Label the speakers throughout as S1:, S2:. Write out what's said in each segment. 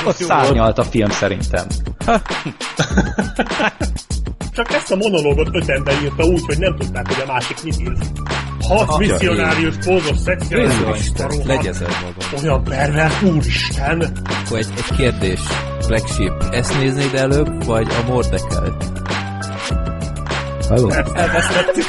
S1: ott szárnyalt a film szerintem.
S2: Csak ezt a monológot 5 ember írta úgy, hogy nem tudták, hogy a másik mit ír. 6 misszionárius, pózos, szexuális,
S3: legyezel magam.
S2: Olyan pervers, úristen!
S3: Akkor egy kérdés. Black Sheep, ezt néznéd előbb, vagy a Mordecai-t?
S4: Halló?
S2: Elvesztettük.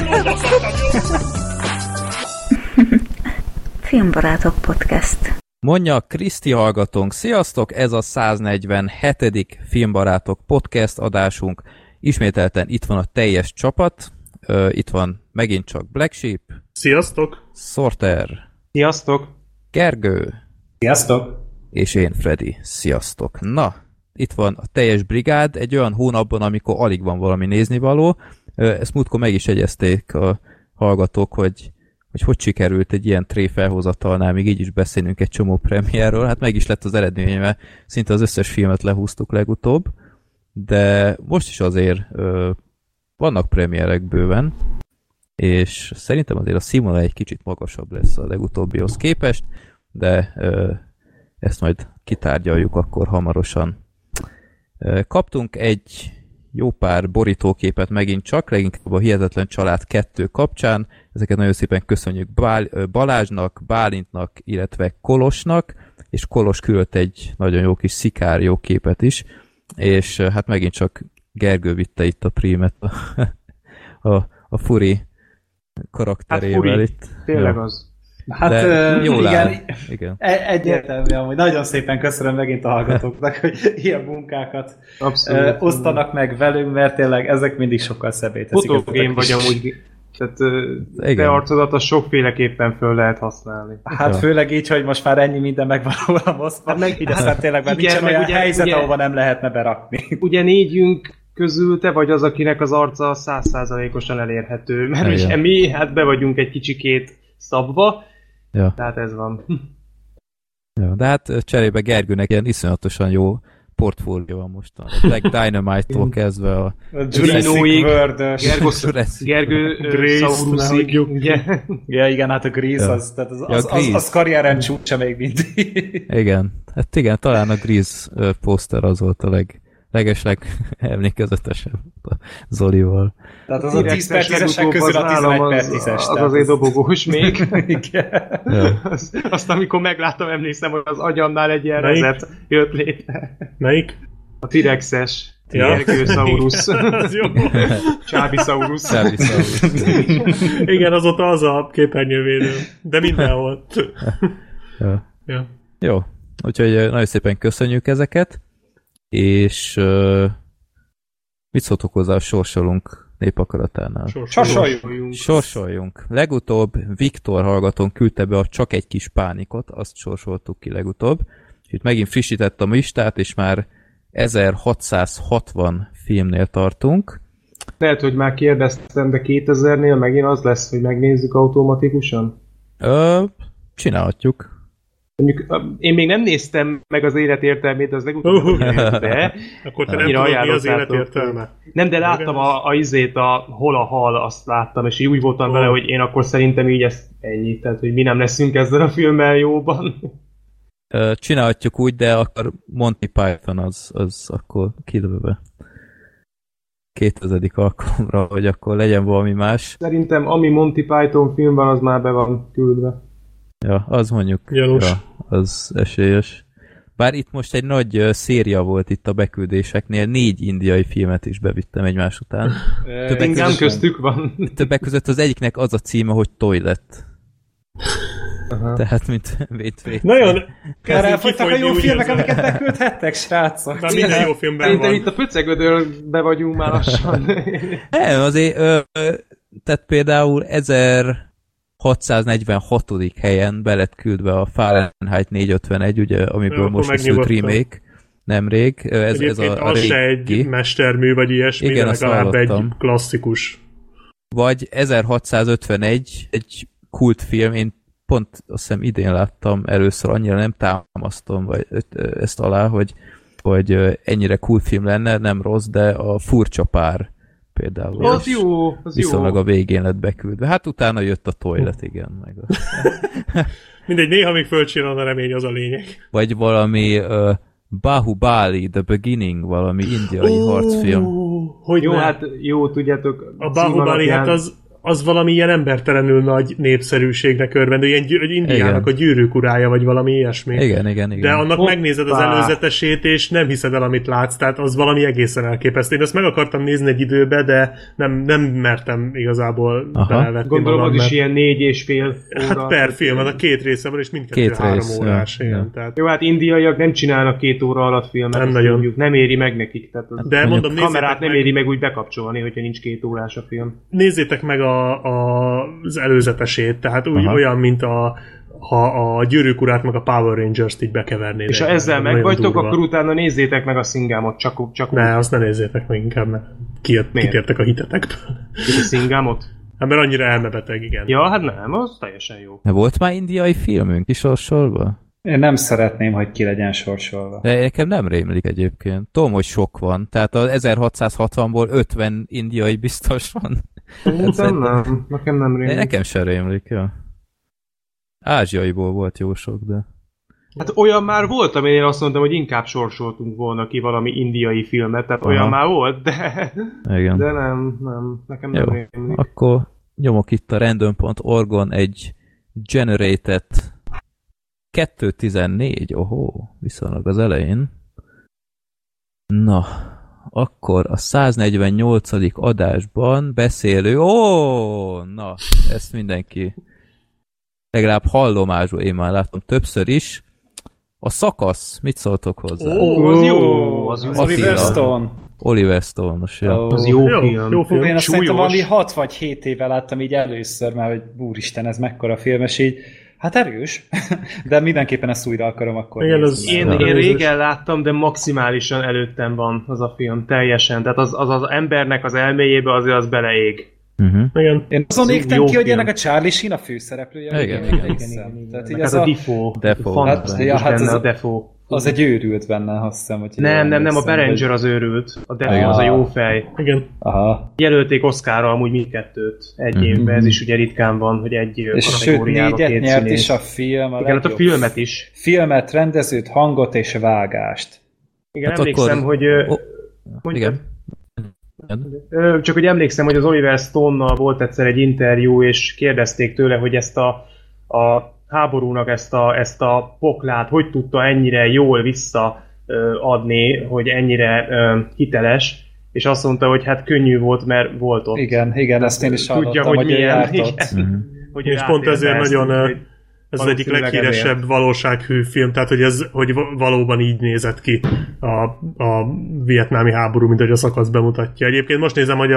S5: Filmbarátok Podcast.
S3: Mondja Kriszti hallgatónk, sziasztok! Ez a 147. Filmbarátok Podcast adásunk. Ismételten itt van a teljes csapat. Itt van megint csak Black Sheep.
S2: Sziasztok!
S3: Sorter.
S6: Sziasztok!
S3: Gergő.
S4: Sziasztok!
S3: És én, Freddy. Sziasztok! Na, itt van a teljes brigád, egy olyan hónapban, amikor alig van valami néznivaló. Ezt múltkor meg is egyezték a hallgatók, hogy sikerült egy ilyen tréfelhozatalnál, még így is beszélnünk egy csomó premierről. Hát meg is lett az eredménye, mert szinte az összes filmet lehúztuk legutóbb. De most is azért vannak premierek bőven, és szerintem azért a színvonal egy kicsit magasabb lesz a legutóbbihoz képest, de ezt majd kitárgyaljuk akkor hamarosan. Kaptunk egy jó pár borítóképet megint csak, leginkább a Hihetetlen Család 2 kapcsán. Ezeket nagyon szépen köszönjük Balázsnak, Bálintnak, illetve Kolosnak, és Kolos küldött egy nagyon jó kis Szikárió képet is, és hát megint csak Gergő vitte itt a prímet a Furi karakterével.
S6: Hát Furi,
S3: itt.
S6: tényleg
S4: ja.
S6: az.
S4: Hát igen. Egyértelműen, hogy nagyon szépen köszönöm megint a hallgatóknak, hogy ilyen munkákat osztanak meg velünk, mert tényleg ezek mindig sokkal szebbé teszik.
S6: Fotogén vagy amúgy, tehát te arcodat azt sokféleképpen föl lehet használni.
S4: Hát főleg így, hogy most már ennyi minden megvan róla osztva, így aztán tényleg már nincsen olyan helyzet, ahova nem lehetne berakni.
S6: Ugye négyünk közül te vagy az, akinek az arca 100%-osan elérhető, mert mi hát be vagyunk egy kicsikét szabva, tehát ez van.
S3: Ja, de hát cserébe Gergőnek ilyen iszonyatosan jó portfólió van most. A Black Dynamite-tól kezdve a
S4: Jurassic
S6: Gergő Saurusig, ugye?
S4: Ja, igen, hát a Grease, az karrieren csúcsa még mindig.
S3: Igen, hát igen, talán a Grease pószter az volt a legesleg emlékezetesebb a Zolival.
S4: Tehát az a 10 per 10-esek közül a 11 per 10-es.
S6: Az azért dobogós még. Ja. Azt amikor megláttam, emlékszem, hogy az agyamnál egy ilyen rezet jött létre.
S2: Melyik?
S6: A T-rexes. Gergősaurus.
S2: Az jó.
S6: Csábisaurus.
S2: Igen, azóta az a képernyővédő. De mindenhol.
S3: Ja. Jó. Úgyhogy nagyon szépen köszönjük ezeket. És mit szóltok hozzá a sorsolunk népakaratánál? Sorsoljunk. Legutóbb Viktor hallgatón küldte be a Csak egy kis pánikot, azt sorsoltuk ki legutóbb. És itt megint frissítettem a listát, és már 1660 filmnél tartunk.
S6: Lehet, hogy már kérdeztem, de 2000-nél megint az lesz, hogy megnézzük automatikusan?
S3: Csinálhatjuk.
S6: Mondjuk, én még nem néztem meg az élet értelmét, az legutóbb de
S2: akkor te nem tudod, mi az élet értelme.
S6: Nem, de láttam a Hol a hal, azt láttam, és így úgy voltam vele, hogy én akkor szerintem így ezt ennyi, tehát hogy mi nem leszünk ezzel a filmmel jóban.
S3: Csinálhatjuk úgy, de akkor Monty Python az akkor kilőve 2000. alkalomra, hogy akkor legyen valami más.
S6: Szerintem ami Monty Python film van, az már be van küldve.
S3: Ja, az mondjuk, az esélyes. Bár itt most egy nagy széria volt itt a beküldéseknél, 4 indiai filmet is bevittem egymás után.
S6: Nem köztük van.
S3: Többek között az egyiknek az a címe, hogy Toilet. Tehát, mint
S2: nagyon
S4: már elfogytak a jó filmek, amiket beküldhettek, srácok.
S2: Már minden jó filmben van.
S6: Itt a pöcegödől be vagyunk már lassan.
S3: Nem, azért, tehát például 1646. helyen be lett küldve a Fahrenheit 451, ugye, amiből most készült remake nemrég. Ez
S2: az se egy mestermű, vagy ilyesmi,
S3: igen,
S2: legalább egy klasszikus.
S3: Vagy 1651, egy kultfilm, én pont azt hiszem idén láttam először, annyira nem támasztom vagy ezt alá, hogy ennyire kultfilm lenne, nem rossz, de a Furcsa pár például.
S6: Az jó,
S3: viszonylag a végén lett beküldve. Hát utána jött a Toilet, igen. Meg
S2: mindegy, néha még fölcsillan a remény, az a lényeg.
S3: Vagy valami Bahubali, The Beginning, valami indiai harcfilm.
S6: Hogy jó, hát jó, tudjátok.
S2: A Bahubali, hát az valami ilyen embertelenül nagy népszerűségnek örvendő, ilyen Indiának a Gyűrűk urája, vagy valami ilyesmi.
S3: Igen.
S2: De annak megnézed az előzetesét, és nem hiszed el, amit látsz, tehát az valami egészen elképesztő. Én azt meg akartam nézni egy időbe, de nem mertem igazából belevetni.
S6: Gondolom, az is ilyen 4,5 óra.
S2: Hát per film, az a 2 része van, és mindkettő 3 órás. Igen, tehát...
S6: Jó, hát indiaiak nem csinálnak 2 óra alatt filmet.
S2: Nem nagyon. Tudjuk.
S6: Nem éri meg nekik. Tehát
S2: de mondom,
S6: kamerát nem éri meg úgy bekapcsolni, hogyha nincs 2 órás a film.
S2: Nézzétek meg az előzetesét, tehát olyan, mint ha a Gyűrűk urát meg a Power Rangers-t így bekevernéd.
S6: És ha ezzel megvagytok, akkor utána nézzétek meg a Szingámot, csak
S2: ne, azt ne nézzétek meg inkább, mert kitértek a hitetekből.
S6: És a Szingámot?
S2: Hát mert annyira elmebeteg, igen.
S6: Ja, hát nem, az teljesen jó.
S3: Volt már indiai filmünk kisorsolva?
S4: Én nem szeretném, hogy ki legyen sorsolva.
S3: De nekem nem rémlik egyébként. Tudom, hogy sok van. Tehát az 1660-ból 50 indiai biztos van.
S6: Nem, nekem nem rémlik.
S3: Nekem sem rémlik, ja. Ázsiaiból volt jó sok, de...
S6: Hát olyan már volt, amin én azt mondtam, hogy inkább sorsoltunk volna ki valami indiai filmet, tehát olyan már volt, de...
S3: Igen.
S6: De nem, nekem nem rémlik.
S3: Akkor nyomok itt a random.org-on egy generated 2.14, viszonylag az elején. Na, akkor a 148. adásban beszélő... Na, ezt mindenki legalább hallomásból, én már láttam többször is. A szakasz, mit szóltok hozzá?
S6: Az jó! Az
S4: Oliver Stone.
S3: Oliver Stone-os, ja.
S6: Az jó film.
S4: Jó film. Én azt szerintem valami 6 vagy 7 éve láttam így először, mert hogy úristen, ez mekkora film, és így hát erős, de mindenképpen ezt újra akarom akkor nézni.
S6: Én régen láttam, de maximálisan előttem van az a film, teljesen. Tehát az embernek az elméjébe azért az beleég.
S2: Igen.
S4: Én azon égtem ki, hogy ennek a Charlie Sheen a főszereplője.
S3: Igen.
S6: Tehát így az a Defoe.
S4: Fantasztikus a Defoe. Az egy őrült benne, azt hiszem, hogy...
S6: Nem, a Berenger az őrült. A Defoe az a jó fej.
S2: Igen.
S4: Aha.
S6: Jelölték Oscarra amúgy mindkettőt egy évben, ez is ugye ritkán van, hogy egy kategóriába 2 színész. És sőt, 4-et nyert is
S4: a film.
S6: Igen, hát a filmet is.
S4: Filmet, rendezőt, hangot és vágást.
S6: Igen, hát emlékszem, hogy...
S3: Igen.
S6: Csak hogy emlékszem, hogy az Oliver Stone-nal volt egyszer egy interjú, és kérdezték tőle, hogy ezt a háborúnak ezt a poklát hogy tudta ennyire jól visszaadni, hogy ennyire hiteles, és azt mondta, hogy hát könnyű volt, mert volt ott.
S4: Igen, ezt én is hallottam,
S6: tudja, hogy milyen.
S2: Hogy és pont ezért nagyon... Ez az egyik leghíresebb valósághű film, tehát hogy valóban így nézett ki a vietnámi háború, mint hogy a szakasz bemutatja. Egyébként most nézem, hogy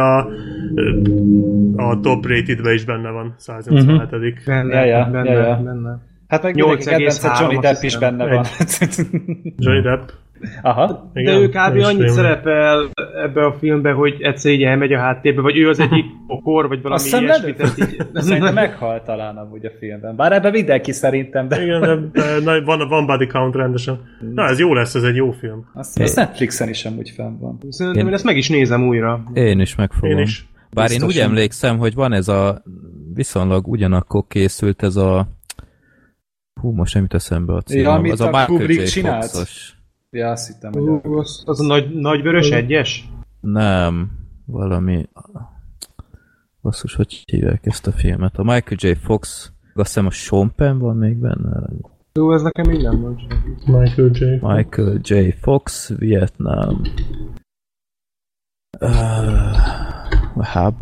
S2: a top rated-be is benne van, 187.
S6: Benne.
S4: Hát meg mindenki kedvence Johnny Depp is benne van.
S2: Johnny Depp.
S4: Aha.
S6: De ő kb. Annyit szerepel ebbe a filmbe, hogy egyszer így elmegy a háttérbe, vagy ő az egyik okor, vagy valami ilyesmit.
S4: Szerintem meghalt talán amúgy a filmben. Bár ebben mindenki szerintem. De...
S2: Igen, de van body count rendesen. Na, ez jó lesz, ez egy jó film.
S4: Azt Netflixen is amúgy fenn van.
S6: Szerintem én ezt meg is nézem újra.
S3: Én is megfogom. Bár én úgy emlékszem, hogy van ez a viszonylag ugyanakkor készült ez a most nem jut eszembe a cím. Az a Michael J. Fox-os.
S4: Ja, azt hittem, hogy
S6: az a nagy vörös egyes?
S3: Nem, valami... Basszus, hogy hívják ezt a filmet? A Michael J. Fox, azt hiszem a Sean Penn van még benne.
S6: Jó, ez nekem így nem van.
S3: Michael J. Fox, Vietnám. A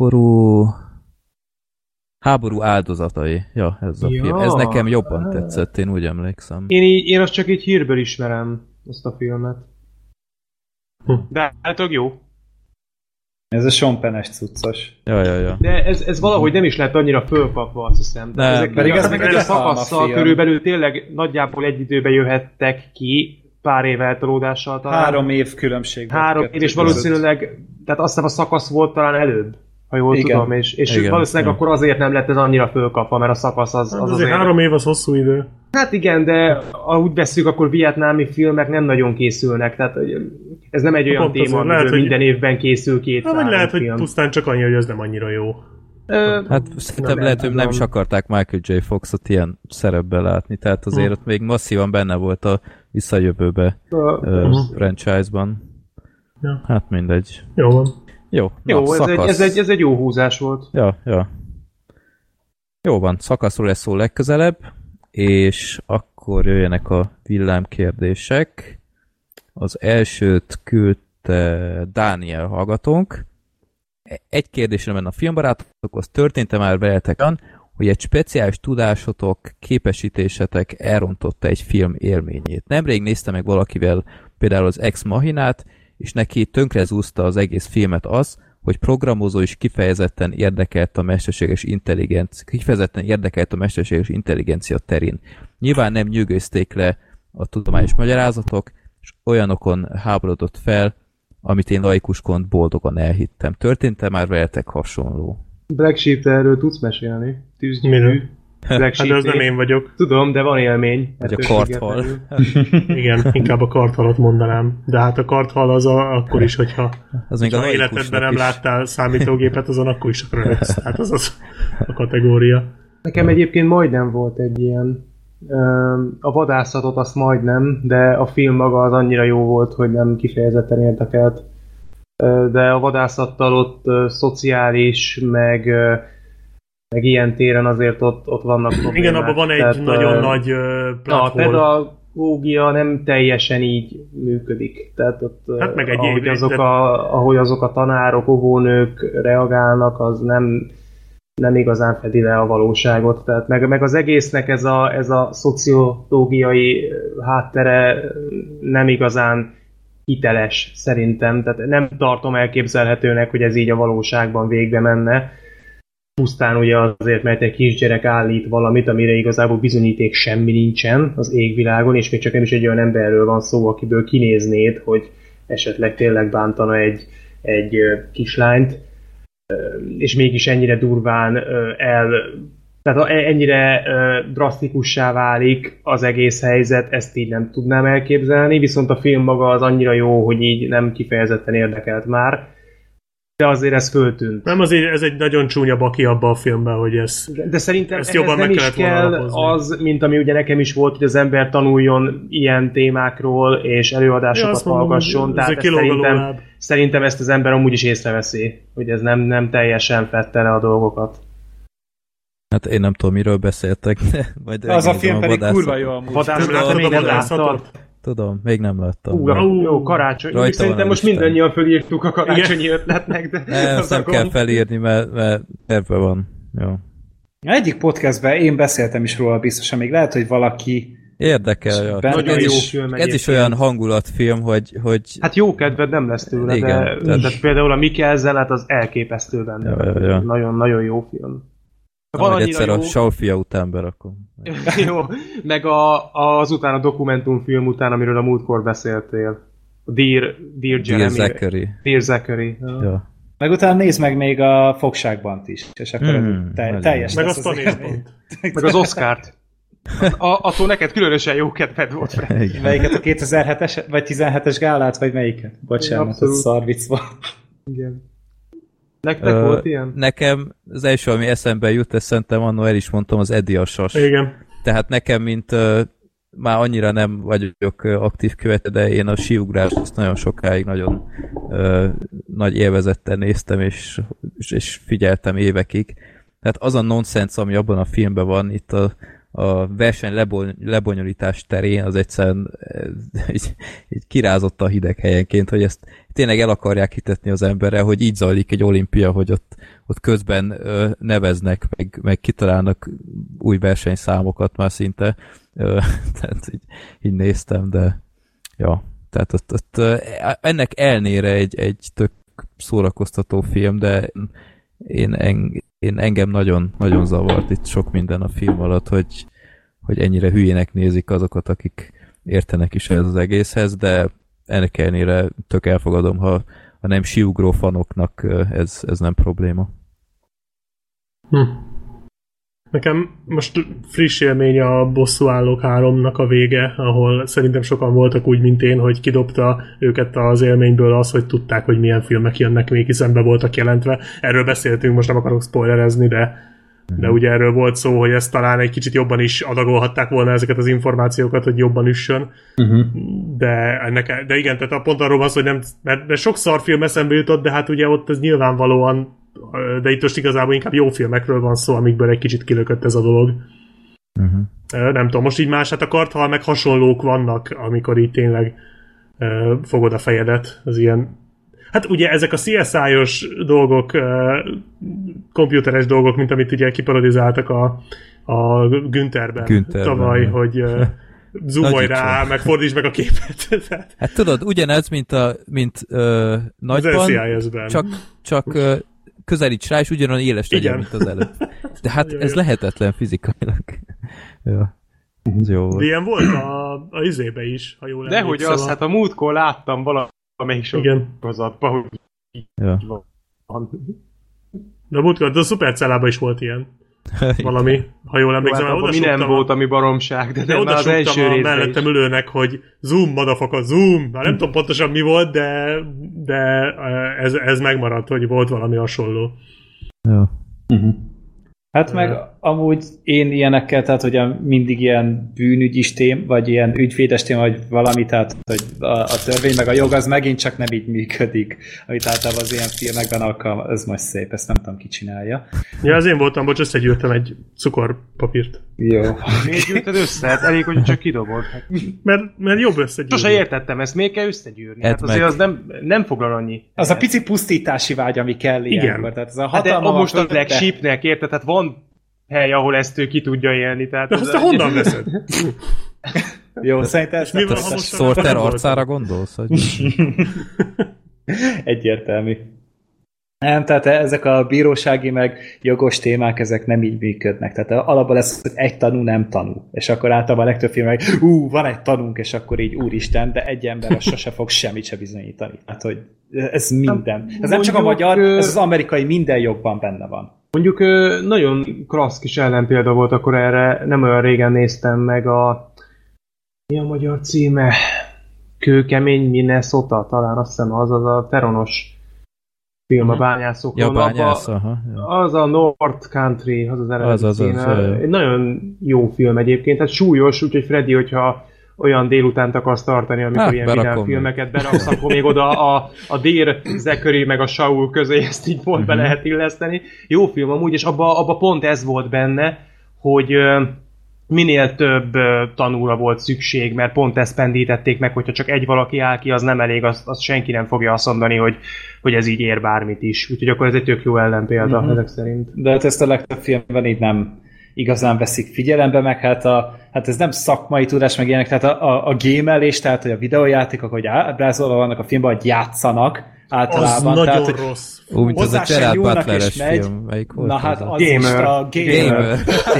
S3: háború áldozatai. Ja, ez a film. Ez nekem jobban tetszett, én úgy emlékszem.
S6: Én azt csak így hírből ismerem, ezt a filmet. De állítólag jó.
S4: Ez a Sean Penn-es cuccos.
S3: Ja.
S6: De ez valahogy nem is lett annyira fölkapva, azt hiszem.
S4: Pedig ez meg egy
S6: szakasszal körülbelül tényleg nagyjából egy időben jöhettek ki, pár év eltolódással talán.
S4: 3 év különbség.
S6: 3 év, és valószínűleg, tehát azt hiszem a szakasz volt talán előbb, ha jól tudom, és valószínűleg akkor azért nem lett ez annyira fölkapva, mert a szakasz az
S2: azért 3 év az hosszú idő.
S6: Hát igen, de úgy vesszük, akkor vietnámi filmek nem nagyon készülnek, tehát ez nem egy olyan téma, amiből minden évben készül 2-3 film.
S2: Lehet, hogy pusztán csak annyi, hogy ez nem annyira jó.
S3: Hát szerintem lehet, hogy nem is akarták Michael J. Foxot ilyen szerepbe látni, tehát azért ott még masszívan benne volt a visszajövőbe franchise-ban. Ja. Hát mindegy.
S2: Jó van.
S3: Jó,
S6: ez egy jó húzás volt.
S3: Ja. Jó van, szakaszról lesz szó legközelebb, és akkor jöjjenek a villámkérdések. Az elsőt küldte Dániel hallgatónk. Egy kérdésre menne a filmbarátokhoz, történt-e már veletek olyan, hogy egy speciális tudásotok, képesítésetek elrontotta egy film élményét? Nemrég néztem meg valakivel például az Ex Machinát, és neki tönkrezúzta az egész filmet az, hogy programozó is kifejezetten érdekelt a mesterséges intelligencia terén. Nyilván nem nyűgözték le a tudományos magyarázatok, és olyanokon háborodott fel, amit én laikusként boldogan elhittem. Történt-e már veletek hasonló?
S6: Black Sheep, erről tudsz mesélni?
S2: Miről? Hát az nem én vagyok.
S6: Tudom, de van élmény.
S3: Vagy a karthal.
S2: Igen, inkább a karthalat mondanám. De hát a karthal az akkor is, hogyha
S3: az még
S2: ha életedben nem láttál számítógépet, azon akkor is röhögsz. Tehát az a kategória.
S6: Nekem egyébként majdnem volt egy ilyen. A vadászatot azt majdnem, de a film maga az annyira jó volt, hogy nem kifejezetten érdekelt. De a vadászattal ott szociális, meg ilyen téren azért ott vannak problémák.
S2: Igen, abban van egy nagyon nagy
S6: a pedagógia nem teljesen így működik. Tehát ott,
S2: hát meg
S6: ahogy azok a tanárok, óvónők reagálnak, az nem igazán fedi le a valóságot. Tehát meg az egésznek ez a szociológiai háttere nem igazán hiteles szerintem. Tehát nem tartom elképzelhetőnek, hogy ez így a valóságban végbe menne. Pusztán ugye azért, mert egy kisgyerek állít valamit, amire igazából bizonyíték semmi nincsen az égvilágon, és még csak nem is egy olyan emberről van szó, akiből kinéznéd, hogy esetleg tényleg bántana egy kislányt, és mégis ennyire durván tehát ennyire drasztikussá válik az egész helyzet, ezt így nem tudnám elképzelni, viszont a film maga az annyira jó, hogy így nem kifejezetten érdekelt már, de azért ez föltűnt.
S2: Nem, azért ez egy nagyon csúnya baki abban a filmben, hogy
S6: de szerintem ez jobban nem is kell az, mint ami ugye nekem is volt, hogy az ember tanuljon ilyen témákról, és előadásokat hallgasson. Tehát szerintem ezt az ember amúgy is észreveszi, hogy ez nem teljesen fette le a dolgokat.
S3: Hát én nem tudom, miről beszéltek, de majd
S4: az a film pedig kurva jó amúgy.
S2: Vadászatot?
S3: Tudom, még nem láttam.
S6: Jó, karácsony. Szerintem most mindannyian fölírtuk a karácsonyi ötletnek, de...
S3: Nem kell felírni, mert terve van. Jó.
S4: Egyik podcastben én beszéltem is róla biztosan, még lehet, hogy valaki...
S3: Érdekel, ja.
S6: Nagyon jó film.
S3: Ez is olyan hangulatfilm, hogy...
S6: Hát jó kedved nem lesz tőle, igen, de például a Mikkelsen, hát az elképesztő benne. Ja. Nagyon jó film.
S3: Van egyszer jó... a Saul-fia után berakom.
S6: Jó, meg azután a dokumentumfilm után, amiről a múltkor beszéltél. Dear
S3: Zachary.
S6: Dear Zachary.
S3: Ja.
S4: Meg utána nézd meg még a Fogságban is, és akkor teljes
S2: meg
S4: lesz
S2: az
S6: meg az Oscart. Attól neked különösen jó kedved volt.
S4: Melyiket a 2007-es, vagy 17-es gálát, vagy melyiket? Bocsánat, ez szarvic volt.
S6: Igen. Nektek volt ilyen?
S3: Nekem az első, ami eszembe jut, ezt szerintem annól el is mondtam, az Eddie a Sas.
S2: Igen.
S3: Tehát nekem, mint már annyira nem vagyok aktív követő, de én a síugrást azt nagyon sokáig nagyon nagy élvezettel néztem, és figyeltem évekig. Tehát az a nonsens, ami abban a filmben van, itt a verseny lebonyolítás terén, az egyszerűen így kirázott a hideg helyenként, hogy ezt tényleg el akarják hitetni az emberre, hogy így zajlik egy olimpia, hogy ott közben neveznek, meg kitalálnak új versenyszámokat már szinte. Tehát így néztem, de ja, tehát ott ennek elnére egy tök szórakoztató film, de engem nagyon, nagyon zavart itt sok minden a film alatt, hogy ennyire hülyének nézik azokat, akik értenek is ez az egészhez, de ennek ellenére tök elfogadom, ha nem síugró fanoknak ez nem probléma.
S2: Nekem most friss élmény a Bosszúállók 3-nak a vége, ahol szerintem sokan voltak úgy, mint én, hogy kidobta őket az élményből az, hogy tudták, hogy milyen filmek jönnek még, hiszen be voltak jelentve. Erről beszéltünk, most nem akarok spoilerezni, de de ugye erről volt szó, hogy ezt talán egy kicsit jobban is adagolhatták volna ezeket az információkat, hogy jobban üssön. De igen, tehát pont arról van szó, hogy nem, mert sok szarfilm eszembe jutott, de hát ugye ott ez nyilvánvalóan, de itt most igazából inkább jó filmekről van szó, amikből egy kicsit kilökött ez a dolog. Nem tudom, most így mását akart, ha meg hasonlók vannak, amikor így tényleg fogod a fejedet, az ilyen. Hát ugye ezek a CSI-os dolgok, komputeres dolgok, mint amit ugye kiparodizáltak a Güntherben tavaly, hogy zoomolj rá, meg fordítsd meg a képet.
S3: Hát tudod, ugyanez, mint nagyban, csak közelíts rá, és ugyanolyan éles legyen, mint az előtt. De hát ez lehetetlen fizikailag. Ja. Jó.
S2: De ilyen volt a izébe is, ha jól
S6: emlékszem. Dehogy az, hát a múltkor láttam valamelyik sorozatban, hogy van.
S2: De a múltkor, de a Supercellában is volt ilyen. Valami, ha jól emlékszem.
S6: Hát mi nem volt, ami baromság, de oda az első
S2: részben mellettem ülőnek, hogy zoom, motherfucker, zoom. Már nem tudom pontosan mi volt, de ez megmaradt, hogy volt valami hasonló.
S3: Jó.
S4: Hát meg amúgy én ilyenekkel, tehát hogy mindig ilyen bűnügyis vagy ilyen ügyvédes téma, vagy valami, tehát hogy a törvény meg a jog az megint csak nem így működik, amit általában az ilyen filmekben alkalmaz, ez most szép, ezt nem tudom ki csinálja.
S2: Ja, az én voltam, bocs, összegyűrtem egy cukorpapírt.
S4: Jó.
S6: Miért gyűrted össze? Hát elég, hogy csak kidobolt.
S2: Mert jobb összegyűrni.
S6: Sose értettem ezt, miért kell összegyűrni? Hát azért az nem foglal annyi.
S4: Az a pici pusztítási vágy, ami kell ilyenkor. Tehát ez a
S6: hatalma most a flagshipnek, érted? Tehát van hely, ahol ezt ő ki tudja élni. Tehát
S2: de azt te honnan veszed?
S4: Jó, szerintem ezt nem
S3: Sorter arcára gondolsz? Hogy...
S4: Egyértelmű. Nem, tehát ezek a bírósági meg jogos témák, ezek nem így működnek. Tehát alapban lesz, hogy egy tanú nem tanú. És akkor általában a legtöbb filmek, van egy tanunk, és akkor így úristen, de egy ember sose fog semmit se bizonyítani. Hát, hogy ez minden. Ez nem csak a magyar, ez az amerikai minden jogban benne van.
S6: Mondjuk nagyon klassz kis ellenpélda volt akkor erre, nem olyan régen néztem meg mi a magyar címe? Kőkemény Minnesota, talán azt hiszem az a Teronos film a bányászokról.
S3: Ja, bányász,
S6: az a North Country, az eredeti címe. Egy nagyon jó film egyébként, hát súlyos, úgyhogy Freddy, hogyha olyan délutánt akarsz tartani, amikor ilyen vidám filmeket beraksz, akkor még oda a Dear Zachary meg a Saul közé ezt így be lehet illeszteni. Jó film amúgy, és abba pont ez volt benne, hogy minél több tanúra volt szükség, mert pont ezt pendítették meg, hogyha csak egy valaki áll ki, az nem elég, azt senki nem fogja azt mondani, hogy ez így ér bármit is. Úgyhogy akkor ez egy tök jó ellenpélda ezek szerint.
S4: De hát ezt a legtöbb filmben így nem igazán veszik figyelembe, meg hát ez nem szakmai tudás, meg ilyenek, tehát a gémelés, tehát hogy a videójátékok, hogy ábrázolva vannak a filmben, hogy játszanak általában.
S2: Az
S4: tehát,
S2: nagyon rossz.
S3: Mint az a Gerard Butler-es film. Melyik volt?
S4: Na hát az is a Gamer.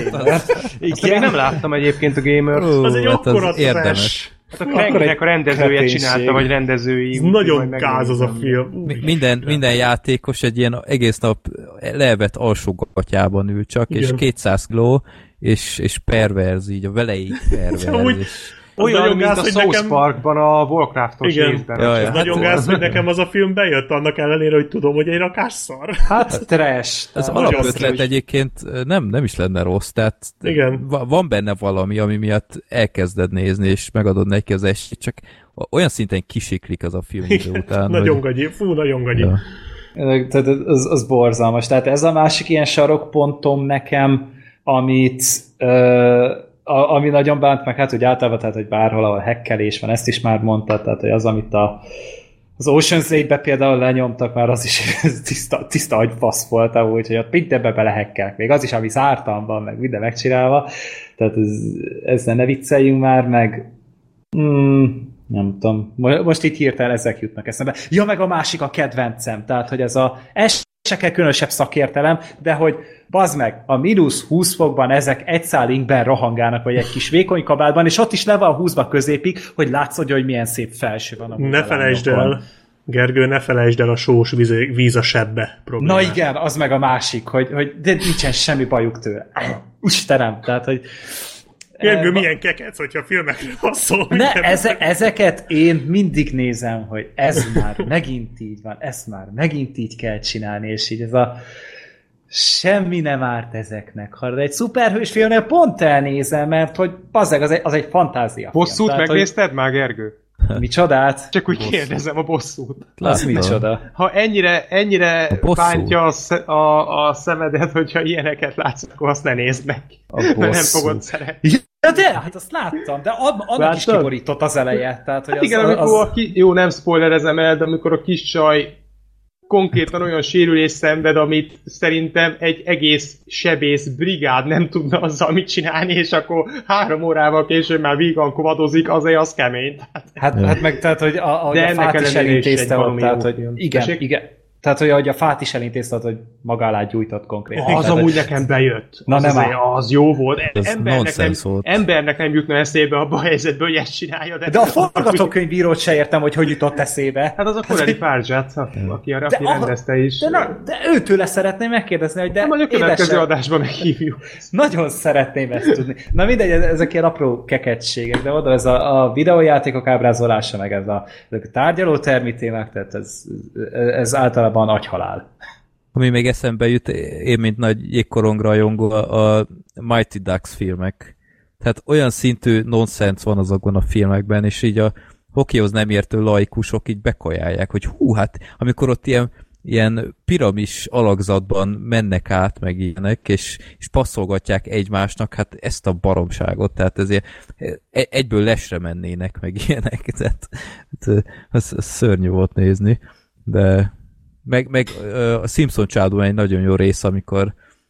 S6: Azt még nem láttam egyébként a Gamer.
S2: Az egy akkora
S3: érdemes.
S6: Hát a Cranknek a rendezője csinálta, vagy rendezői.
S2: Ez nagyon gáz az a film.
S3: Minden játékos egy ilyen egész nap levet alsógatjában ül csak, igen. És 200 glow, és perverz, így a veleig perverz.
S6: Olyan, mint a South Parkban a Warcraftos részben.
S2: Ez nagyon gáz, hogy nekem az a film bejött annak ellenére, hogy tudom, hogy egy rakásszar.
S4: Hát trash.
S3: Az alapötlet egyébként nem is lenne rossz, tehát
S2: igen.
S3: Van benne valami, ami miatt elkezded nézni, és megadod neki az esélyt, csak olyan szinten kisiklik az a film idő után.
S2: Nagyon gagyi, nagyon gagyi. Ja.
S4: Tehát az borzalmas. Tehát ez a másik ilyen sarokpontom nekem, ami nagyon bánt, meg hát, hogy általában, tehát, hogy bárhol, ahol hekkelés van, ezt is már mondta, tehát, hogy az, amit az Ocean's 8-be például lenyomtak, már az is tiszta agyfasz volt, úgyhogy ott mindenbe belehekkelek. Még az is, ami zártan van, meg minden megcsinálva. Tehát ezzel ne vicceljünk már, meg nem tudom. Most itt hirtelen ezek jutnak eszembe. Ja, meg a másik a kedvencem. Tehát, hogy ez se kell különösebb szakértelem, de hogy bazd meg, a -20 fokban ezek egy szál inkben rohangálnak, vagy egy kis vékony kabátban, és ott is le van húzva középig, hogy látszod, hogy milyen szép felső van a
S2: Ne felejtsd el, Gergő, ne felejtsd el a sós víz a sebbe problémát.
S4: Na igen, az meg a másik, hogy de nincsen semmi bajuk tőle. Istenem, tehát, hogy
S2: Gergő, milyen kekec, hogyha filmekről van szó.
S4: Ezeket én mindig nézem, hogy ez már megint így van, ezt már megint így kell csinálni, és így ez a Semmi nem árt ezeknek. Ha egy szuperhős filmnél pont elnézem, mert hogy bazzeg, az egy fantázia.
S6: Bosszút tehát, megnézted már, Gergő?
S4: Micsodát?
S6: Csak úgy kérdezem a bosszút.
S4: Az micsoda? Ha
S6: ennyire bántja a szemedet, hogyha ilyeneket látsz, akkor azt ne nézd meg. Mert nem fogod szeretni.
S4: Ja, de, hát azt láttam, de annak is kiborított az eleje. Tehát, hogy
S6: hát igen, amikor jó, nem spoilerezem el, de amikor a kis csaj konkrétan olyan sérülés szenved, amit szerintem egy egész sebész brigád nem tudna azzal mit csinálni, és akkor 3 órával később már vígankovadozik, azért az kemény.
S4: Hát meg tehát, hogy a fát is elintézte ott, tehát, hogy igen. Tehát, hogy a fát is elintézte, hogy maga alá gyújtott konkrétan.
S6: Az amúgy nekem bejött.
S4: Na nem
S6: az jó volt.
S3: Embernek
S6: nem jutna eszébe abba a helyzetből, hogy ezt csinálja.
S4: De a forgatókönyvírót se értem, hogy jutott eszébe.
S6: Hát az a Koreli Párzsát, aki rendezte is.
S4: De őtőle szeretném megkérdezni, hogy de
S6: a következő adásban meghívjuk.
S4: Nagyon szeretném ezt tudni. Na mindegy, ezek ilyen apró keketségek, de oda ez a videójátékok ábrázolása, meg ezek a tárgyaló termitémák, tehát ez általában agyhalál.
S3: Ami még eszembe jut, én mint nagy jégkorong rajongó, a Mighty Ducks filmek. Tehát olyan szintű nonsense van azokban a filmekben, és így a hokihoz nem értő laikusok így bekajálják, hogy hát amikor ott ilyen piramis alakzatban mennek át, meg ilyenek, és passzolgatják egymásnak, hát ezt a baromságot, tehát ezért egyből lesre mennének, meg ilyenek, tehát ez szörnyű volt nézni, de meg a Simpson családban egy nagyon jó rész, amikor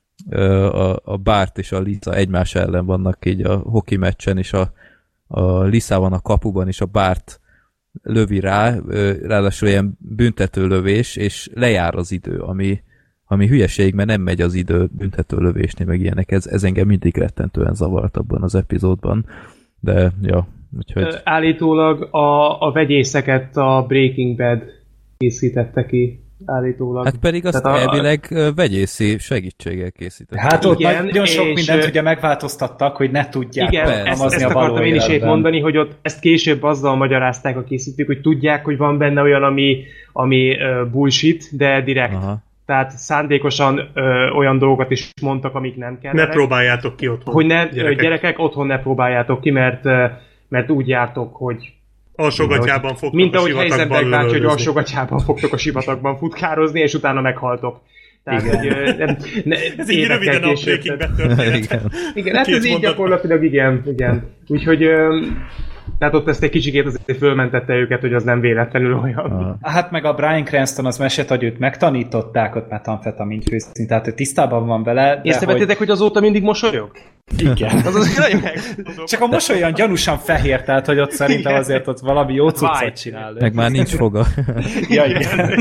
S3: a Bart és a Lisa egymás ellen vannak így a hoki meccsen, és a Lisa van a kapuban, és a Bart lövi ráadásul ilyen büntető lövés, és lejár az idő, ami hülyeség, mert nem megy az idő büntető lövésnél, meg ilyenek. Ez engem mindig rettentően zavart abban az epizódban. De, ja, úgyhogy...
S6: Állítólag a vegyészeket a Breaking Bad készítette ki. Állítólag.
S3: Hát pedig azt elvileg vegyészi segítséggel készítettek.
S4: Hát ott igen, nagyon sok mindent ugye megváltoztattak, hogy ne tudják.
S6: Igen, ezt akartam én is épp mondani, hogy ott ezt később azzal magyarázták a készítők, hogy tudják, hogy van benne olyan, ami bullshit, de direkt. Aha. Tehát szándékosan olyan dolgokat is mondtak, amik nem kellene.
S2: Ne próbáljátok ki otthon.
S6: Hogy gyerekek, otthon ne próbáljátok ki, mert úgy jártok, hogy
S2: alsógatyában fogtok
S6: mint ahogy Heisenberg bácsi, hogy alsógatyában fogtok a sivatagban futkározni, és utána meghaltok. Tehát, hogy
S2: ez így röviden a Breaking Bad történet.
S6: Igen, hát ez így gyakorlatilag igen. Úgyhogy tehát ott ezt egy kicsikét azért fölmentette őket, hogy az nem véletlenül olyan.
S4: Hát meg a Bryan Cranston az mesét, hogy őt megtanították ott metamfetamint főzni, tehát ő tisztában van vele.
S6: Észrevettétek, hogy azóta mindig mosolyog?
S4: Igen.
S6: Az azért nagyon
S4: csak a mosoly olyan gyanúsan fehér, tehát hogy ott szerintem azért ott valami jó cuccot csinál.
S3: Meg már nincs foga.
S4: Ja, igen.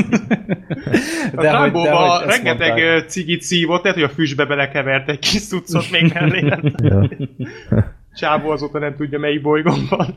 S6: De a Trumbo-ban rengeteg cigit szívott, tehát hogy a füstbe belekevert egy kis cuccot még mellé. Csávó azóta nem tudja, melyik bolygón van.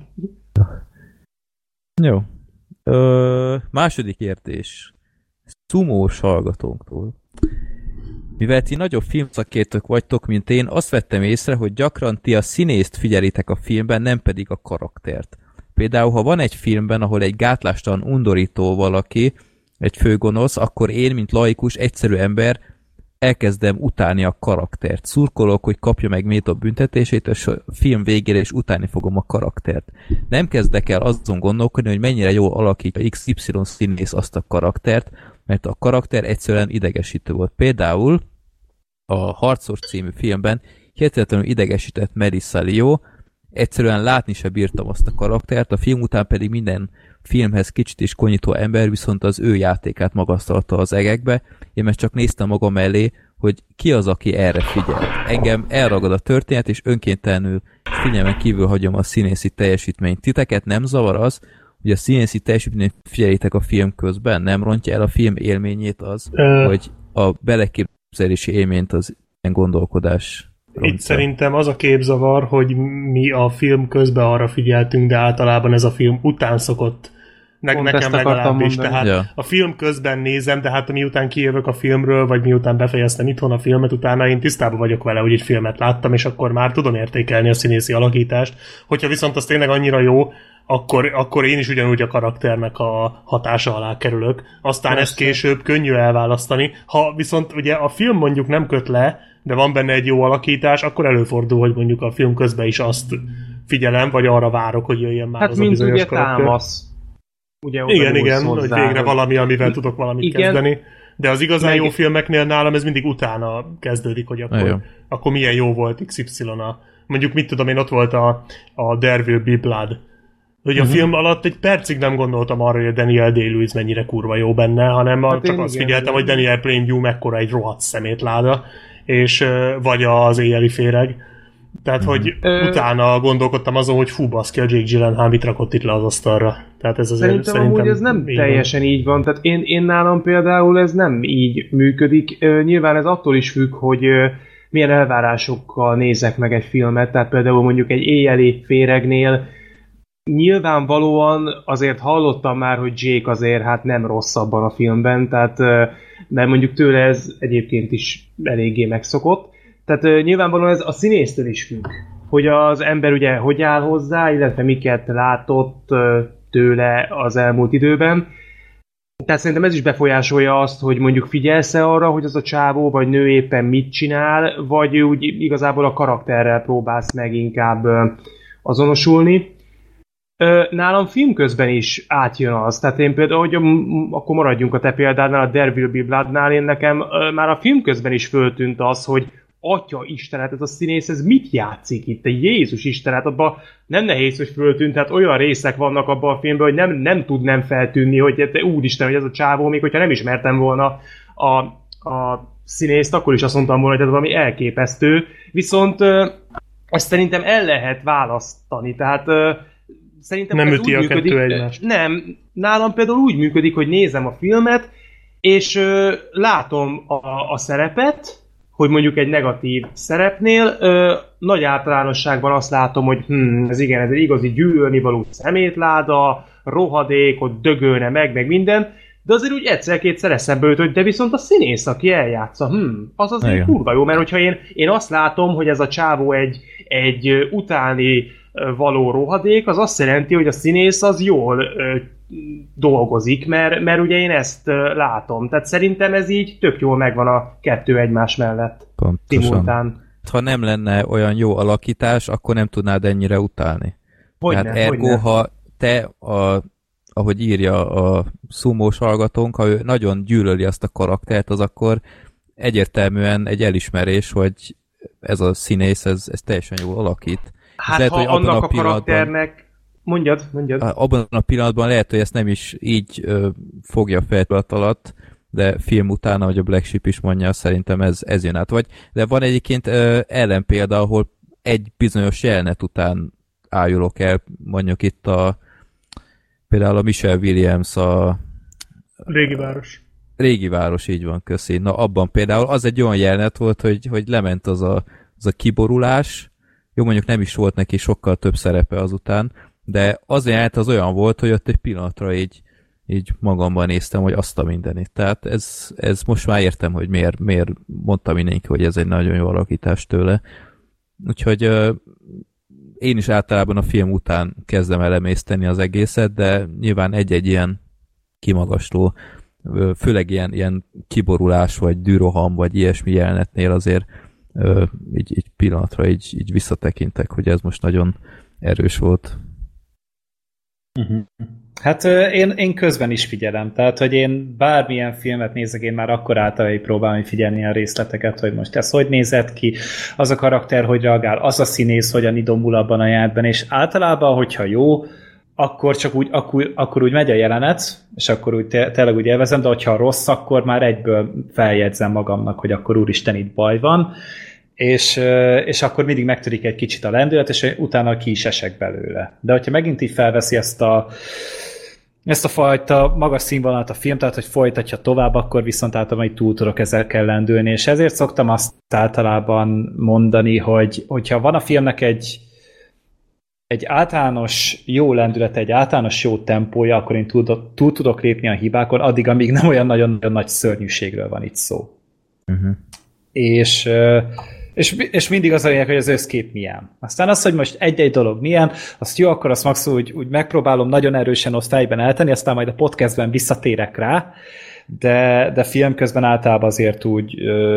S3: Jó. Második értés. Szumós hallgatónktól. Mivel ti nagyobb filmszakértők vagytok, mint én, azt vettem észre, hogy gyakran ti a színészt figyelitek a filmben, nem pedig a karaktert. Például, ha van egy filmben, ahol egy gátlástalan undorító valaki, egy főgonosz, akkor én, mint laikus, egyszerű ember, elkezdem utálni a karaktert. Szurkolok, hogy kapja meg méltó büntetését, és a film végére is utálni fogom a karaktert. Nem kezdek el azon gondolkodni, hogy mennyire jól alakítja XY színész azt a karaktert, mert a karakter egyszerűen idegesítő volt. Például a Harcos című filmben hihetetlenül idegesített Melissa Leo, egyszerűen látni se bírtam azt a karaktert, a film után pedig minden filmhez kicsit is konyító ember, viszont az ő játékát magasztalta az egekbe. Én meg csak néztem magam elé, hogy ki az, aki erre figyel. Engem elragad a történet, és önkéntelenül figyelmen kívül hagyom a színészi teljesítményt. Titeket nem zavar az, hogy a színészi teljesítményt figyeljétek a film közben? Nem rontja el a film élményét az, hogy a beleképzelési élményt az ilyen gondolkodás rontja?
S2: Itt szerintem az a képzavar, hogy mi a film közben arra figyeltünk, de általában ez a film után szokott Nekem legalábbis, tehát a film közben nézem, de hát miután kijövök a filmről, vagy miután befejeztem itthon a filmet, utána én tisztában vagyok vele, hogy egy filmet láttam, és akkor már tudom értékelni a színészi alakítást. Hogyha viszont az tényleg annyira jó, akkor én is ugyanúgy a karakternek a hatása alá kerülök. Aztán ezt később könnyű elválasztani. Ha viszont ugye a film mondjuk nem köt le, de van benne egy jó alakítás, akkor előfordul, hogy mondjuk a film közben is azt figyelem, vagy arra várok, hogy jöjjön már
S6: hát
S2: az a bizonyos karakter.
S6: Hát mint ugye támasz. Ugye
S2: igen, hogy végre valami, amivel tudok valamit kezdeni. De az igazán jó filmeknél nálam ez mindig utána kezdődik, hogy akkor milyen jó volt XY-a. Mondjuk mit tudom én, ott volt a There Will Be Blood. Hogy a film alatt egy percig nem gondoltam arra, hogy a Daniel Day-Lewis mennyire kurva jó benne, hanem csak azt figyeltem, hogy Daniel Plainview mekkora egy rohadt szemétláda, és vagy az éjjeli féreg. Tehát, hogy utána gondolkodtam azon, hogy fú, baszki, a Jake Gyllenhaal mit rakott itt le az asztalra. Tehát ez azért
S6: szerintem amúgy ez nem teljesen így van. Tehát én nálam például ez nem így működik. Nyilván ez attól is függ, hogy milyen elvárásokkal nézek meg egy filmet. Tehát például mondjuk egy éjjeli féregnél nyilvánvalóan azért hallottam már, hogy Jake azért hát nem rossz abban a filmben, tehát de mondjuk tőle ez egyébként is eléggé megszokott. Tehát nyilvánvalóan ez a színésztől is függ, hogy az ember ugye hogy áll hozzá, illetve miket látott tőle az elmúlt időben. Tehát szerintem ez is befolyásolja azt, hogy mondjuk figyelsz-e arra, hogy az a csávó vagy nő éppen mit csinál, vagy úgy igazából a karakterrel próbálsz meg inkább azonosulni. Nálam film közben is átjön az. Tehát én például, hogy akkor maradjunk a te példádnál, a There Will Be Bloodnál, én nekem már a film közben is föltűnt az, hogy Atya Istenet, ez a színész, ez mit játszik itt? Jézus Istenet, abban nem nehéz, hogy föltűnt, tehát olyan részek vannak abban a filmben, hogy nem tud nem feltűnni, hogy úristen, hogy ez a csávó, még hogyha nem ismertem volna a színészt, akkor is azt mondtam volna, hogy ez valami elképesztő. Viszont ezt szerintem el lehet választani, tehát szerintem
S2: nem
S6: ez
S2: üti
S6: úgy
S2: a kettő
S6: működik,
S2: egymást.
S6: Nem, nálam például úgy működik, hogy nézem a filmet, és látom a szerepet, hogy mondjuk egy negatív szerepnél nagy általánosságban azt látom, hogy ez egy igazi gyűlölnivaló szemétláda, rohadék, ott dögölne meg minden, de azért úgy egyszer-kétszer eszembe jut, hogy de viszont a színész, aki eljátsza, az azért kurva jó, mert hogyha én azt látom, hogy ez a csávó egy utálni való rohadék, az azt jelenti, hogy a színész az jól dolgozik, mert ugye én ezt látom. Tehát szerintem ez így tök jól megvan a kettő egymás mellett. Pontosan.
S3: Ha nem lenne olyan jó alakítás, akkor nem tudnád ennyire utálni. Tehát ergo, ha te, ahogy írja a szumós hallgatónk, ha ő nagyon gyűlöli azt a karaktert, az akkor egyértelműen egy elismerés, hogy ez a színész, ez teljesen jól alakít.
S6: Hát lehet, ha hogy annak a karakternek... Mondjad.
S3: Abban a pillanatban lehet, hogy ezt nem is így fogja feltudat alatt, de film után, ahogy a Black Sheep is mondja, szerintem ez jön át. De van egyébként ellenpélda, ahol egy bizonyos jelenet után ájulok el, mondjuk itt például a Michelle Williams Régi város, így van, köszi. Na abban például az egy olyan jelenet volt, hogy lement az a kiborulás. Jó, mondjuk nem is volt neki sokkal több szerepe azután, de az jelenet az olyan volt, hogy ott egy pillanatra így magamban néztem, hogy azt a mindenit. Tehát ez most már értem, hogy miért mondta mindenki, hogy ez egy nagyon jó alakítás tőle. Úgyhogy én is általában a film után kezdem el emészteni az egészet, de nyilván egy-egy ilyen kimagasló, főleg ilyen kiborulás, vagy dűroham, vagy ilyesmi jelenetnél azért így pillanatra így visszatekintek, hogy ez most nagyon erős volt.
S4: Hát én közben is figyelem, tehát hogy én bármilyen filmet nézek, én már akkor általában próbálom figyelni a részleteket, hogy most ez hogy nézett ki, az a karakter hogy reagál, az a színész hogyan idomul abban a jelenetben, és általában, hogyha jó, akkor csak akkor úgy megy a jelenet, és akkor úgy tényleg úgy élvezem, de hogyha rossz, akkor már egyből feljegyzem magamnak, hogy akkor úristen, itt baj van, és akkor mindig megtörik egy kicsit a lendület, és utána ki is esek belőle. De hogyha megint így felveszi ezt a fajta magas színvonalat a film, tehát hogy folytatja tovább, akkor viszont általában így túl tudok ezzel kell lendülni, és ezért szoktam azt általában mondani, hogyha van a filmnek egy egy általános jó lendület, egy általános jó tempója, akkor én túl tudok lépni a hibákon, addig, amíg nem olyan nagyon-nagyon nagy szörnyűségről van itt szó. Uh-huh. És mindig az a lényeg, hogy az összkép milyen. Aztán az, hogy most egy-egy dolog milyen, azt jó, akkor azt maximum úgy megpróbálom nagyon erősen ott fejben eltenni, aztán majd a podcastben visszatérek rá, de film közben általában azért úgy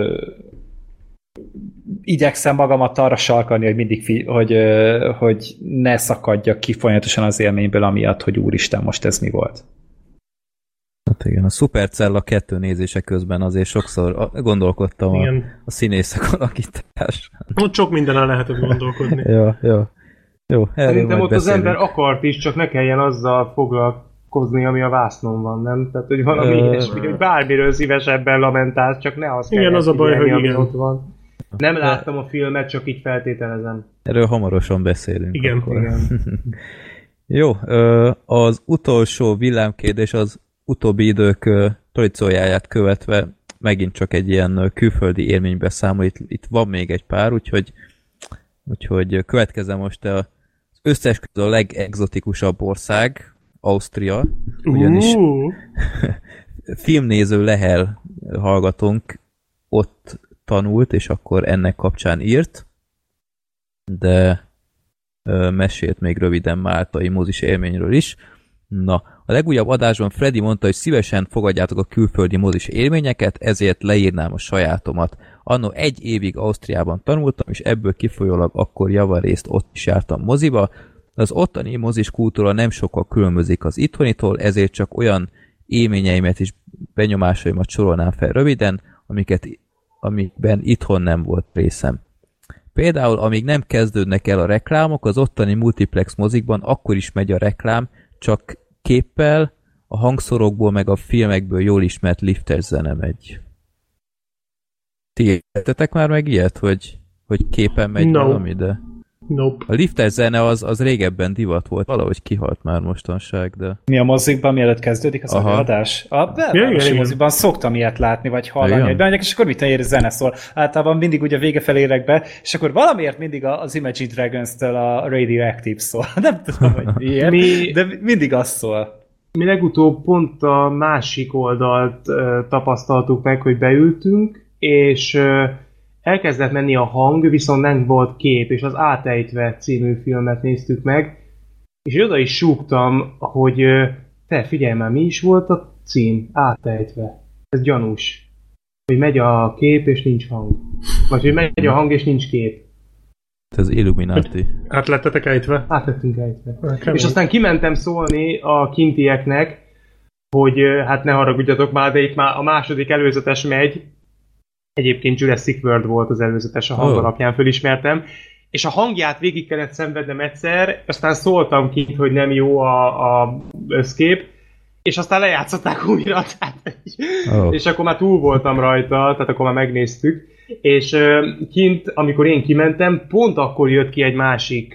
S4: igyekszem magamat arra sarkalni, hogy mindig hogy ne szakadjak ki folyamatosan az élményből, amiatt, hogy úristen, most ez mi volt.
S3: Hát igen, a Supercella 2 nézése közben azért sokszor gondolkodtam a színészek alakításán.
S2: Ott sok mindenen lehetett gondolkodni.
S3: Jó,
S6: szerintem ott az ember akart is, csak ne kelljen azzal foglalkozni, ami a vásznon van, nem? Tehát, hogy valami ilyesmi, hogy bármiről szívesebben lamentálsz, csak ne azt
S2: igen, az a baj, hogy
S6: ami ott van. Nem láttam a filmet, csak így feltételezem.
S3: Erről hamarosan beszélünk.
S2: Igen.
S3: Jó, az utolsó villámkérdés az utóbbi idők tradíciójáját követve megint csak egy ilyen külföldi élménybeszámoló. Itt van még egy pár, úgyhogy következzen most az összes közül a legexotikusabb ország, Ausztria, ugyanis filmnéző Lehel hallgatónk ott tanult, és akkor ennek kapcsán írt, de mesélt még röviden máltai mozis élményről is. Na, a legújabb adásban Freddy mondta, hogy szívesen fogadjátok a külföldi mozis élményeket, ezért leírnám a sajátomat. Anno 1 évig Ausztriában tanultam, és ebből kifolyólag akkor javarészt ott is jártam moziba. Az ottani mozis kultúra nem sokkal különbözik az itthonitól, ezért csak olyan élményeimet és benyomásaimat sorolnám fel röviden, amikben itthon nem volt részem. Például, amíg nem kezdődnek el a reklámok, az ottani multiplex mozikban akkor is megy a reklám, csak képpel, a hangszorokból meg a filmekből jól ismert liftes zene megy. Ti értetek már meg ilyet, hogy képen megy valami, de...
S2: Nope.
S3: A liftes zene az régebben divat volt, valahogy kihalt már mostanság, de...
S4: Mi a mozikban, mielőtt kezdődik az előadás? A belvárosi mozikban szoktam ilyet látni, vagy hallani, hogy bemegyek, és akkor mit ér zene szól. Általában mindig ugye a vége felé érek be, és akkor valamiért mindig az Imagine Dragons-től a Radioactive szól. Nem tudom, hogy miért, de mindig az szól.
S6: Mi legutóbb pont a másik oldalt tapasztaltuk meg, hogy beültünk, és elkezdett menni a hang, viszont nem volt kép, és az Átejtve című filmet néztük meg, és oda is súgtam, hogy te figyelj már, mi is volt a cím? Átejtve. Ez gyanús. Hogy megy a kép, és nincs hang. Vagy hogy megy a hang, és nincs kép.
S3: Ez Illuminati.
S2: Át lettetek ejtve?
S6: Át lettünk ejtve. És aztán kimentem szólni a kintieknek, hogy hát ne haragudjatok már, de itt már a második előzetes megy. Egyébként Jurassic World volt az előzetes, a hang alapján fölismertem. És a hangját végig kellett szenvednem egyszer, aztán szóltam ki, hogy nem jó a összkép, és aztán lejátszották újra. És akkor már túl voltam rajta, tehát akkor már megnéztük. És kint, amikor én kimentem, pont akkor jött ki egy másik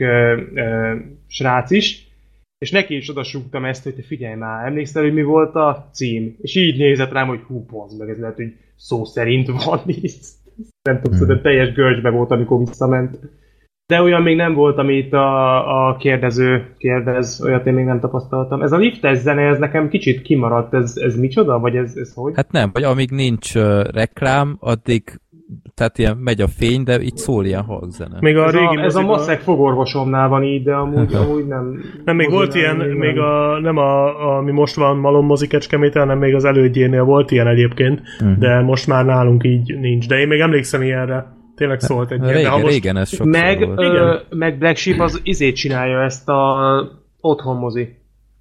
S6: srác is, és neki is odasúgtam ezt, hogy te figyelj már, emlékszel, hogy mi volt a cím? És így nézett rám, hogy hú, bazd meg, ez lehet, hogy szó szerint van. Nem tudom, de teljes görcsbe volt, amikor visszament. De olyan még nem volt, amit a kérdező kérdez, olyat én még nem tapasztaltam. Ez a liftes zene, ez nekem kicsit kimaradt, ez micsoda? Vagy ez hogy?
S3: Hát nem, vagy amíg nincs reklám, addig tehát ilyen megy a fény, de itt szól ilyen hangzene.
S2: Még a régi
S6: ez a maszek fogorvosomnál van így, de amúgy nem...
S2: Nem, még volt ilyen, még ami most van Malom mozi Kecskeméten, hanem még az elődjénél volt ilyen egyébként, de most már nálunk így nincs. De én még emlékszem ilyenre. Tényleg szólt egy ilyen.
S3: Régen ez sokszor volt.
S6: Meg Black Sheep az csinálja ezt a otthon mozi.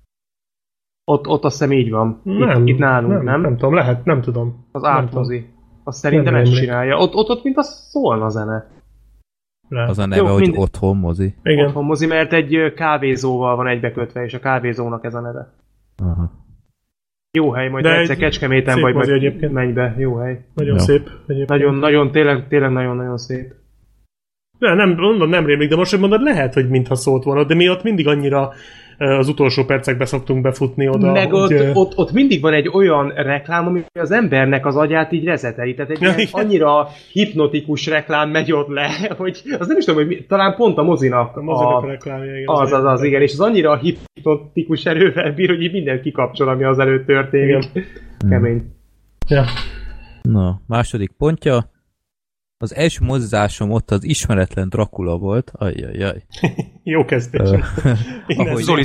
S6: Ott azt hiszem így van. Itt nálunk, nem?
S2: Nem tudom, lehet, nem tudom.
S6: Az Art mozi. Azt szerintem ezt csinálja. Ott mint az szólna a zene.
S3: Az a neve, hogy otthon mozi.
S6: Igen. Otthon mozi, mert egy kávézóval van egybekötve, és a kávézónak ez a neve. Aha. Jó hely, majd egyszer Kecskeméten vagy menj be. Jó hely.
S2: Nagyon szép egyébként.
S6: Nagyon, tényleg nagyon-nagyon szép.
S2: Nem rémlik, de most, hogy mondod, lehet, hogy mintha szólt volna, de mi ott mindig annyira az utolsó percekben szoktunk befutni oda.
S6: Meg ott mindig van egy olyan reklám, ami az embernek az agyát így rezeteli. Tehát egy annyira hipnotikus reklám megy ott le, hogy az nem is tudom, hogy talán pont a mozinak
S2: a reklámja. Igen,
S6: az, igen, és az annyira hipnotikus erővel bír, hogy így minden kikapcsol, ami az előtt történik. Kemény.
S2: Ja.
S3: Na, második pontja. Az első mozizásom ott az ismeretlen Dracula volt. Ajjajjaj.
S2: Jó kezdés.
S3: Ahogy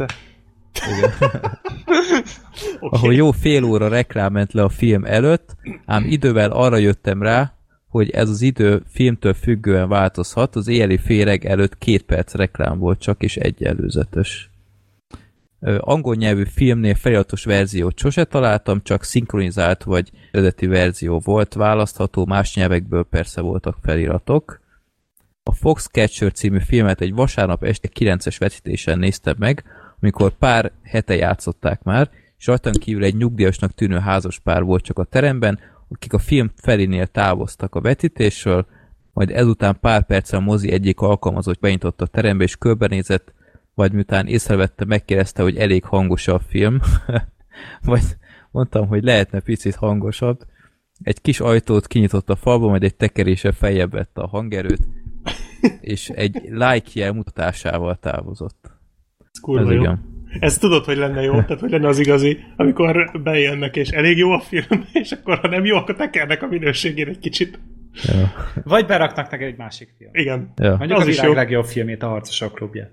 S3: ahol jó fél óra reklám ment le a film előtt, ám idővel arra jöttem rá, hogy ez az idő filmtől függően változhat. Az éjjeli féreg előtt 2 perc reklám volt csak, és 1 előzetes. Angol nyelvű filmnél feliratos verziót sose találtam, csak szinkronizált vagy eredeti verzió volt választható, más nyelvekből persze voltak feliratok. A Foxcatcher című filmet egy vasárnap este 9-es vetítésen néztem meg, amikor pár hete játszották már, és rajtam kívül egy nyugdíjasnak tűnő házaspár volt csak a teremben, akik a film felénél távoztak a vetítésről, majd ezután pár perccel a mozi egyik alkalmazott benyitott a terembe, és körbenézett, vagy miután észrevette, megkérdezte, hogy elég hangos a film, vagy mondtam, hogy lehetne picit hangosabb. Egy kis ajtót kinyitott a falba, majd egy tekeréssel feljebb vette a hangerőt, és egy like jel mutatásával távozott.
S2: Ez kurva jó. Ez tudod, hogy lenne jó? Tehát, hogy lenne az igazi, amikor bejönnek, és elég jó a film, és akkor, ha nem jó, akkor tekernek a minőségén egy kicsit.
S3: Ja.
S4: Vagy beraknak neki egy másik film.
S2: Igen.
S3: Ja.
S4: Mondjuk az világ legjobb filmét, a Harcosok klubját.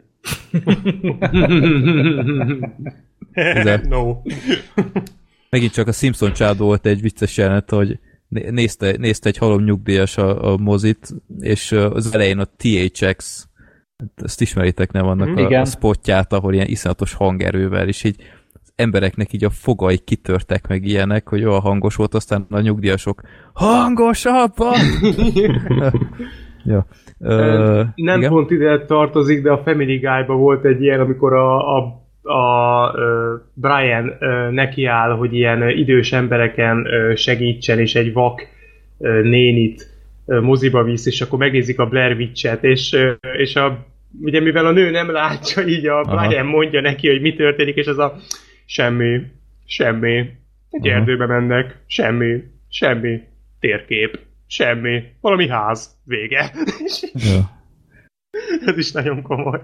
S2: No.
S3: Megint csak a Simpson család volt egy vicces jelenet, hogy nézte egy halom nyugdíjas a mozit, és az elején a THX, ezt ismeritek, nem, annak a spotját, ahol ilyen iszonyatos hangerővel, és így az embereknek így a fogai kitörtek meg ilyenek, hogy olyan hangos volt, aztán a nyugdíjasok hangosabban! Ja.
S6: Nem igen? Pont ide tartozik, de a Family Guy-ban volt egy ilyen, amikor a Brian nekiáll, hogy ilyen idős embereken segítsen, és egy vak nénit moziba visz, és akkor megnézik a Blair Witch-et, és ugye mivel a nő nem látja, így a Brian mondja neki, hogy mi történik, és az a semmi, egy erdőbe mennek, semmi, térkép, semmi, valami ház, vége.
S3: Ja.
S6: Ez is nagyon komoly.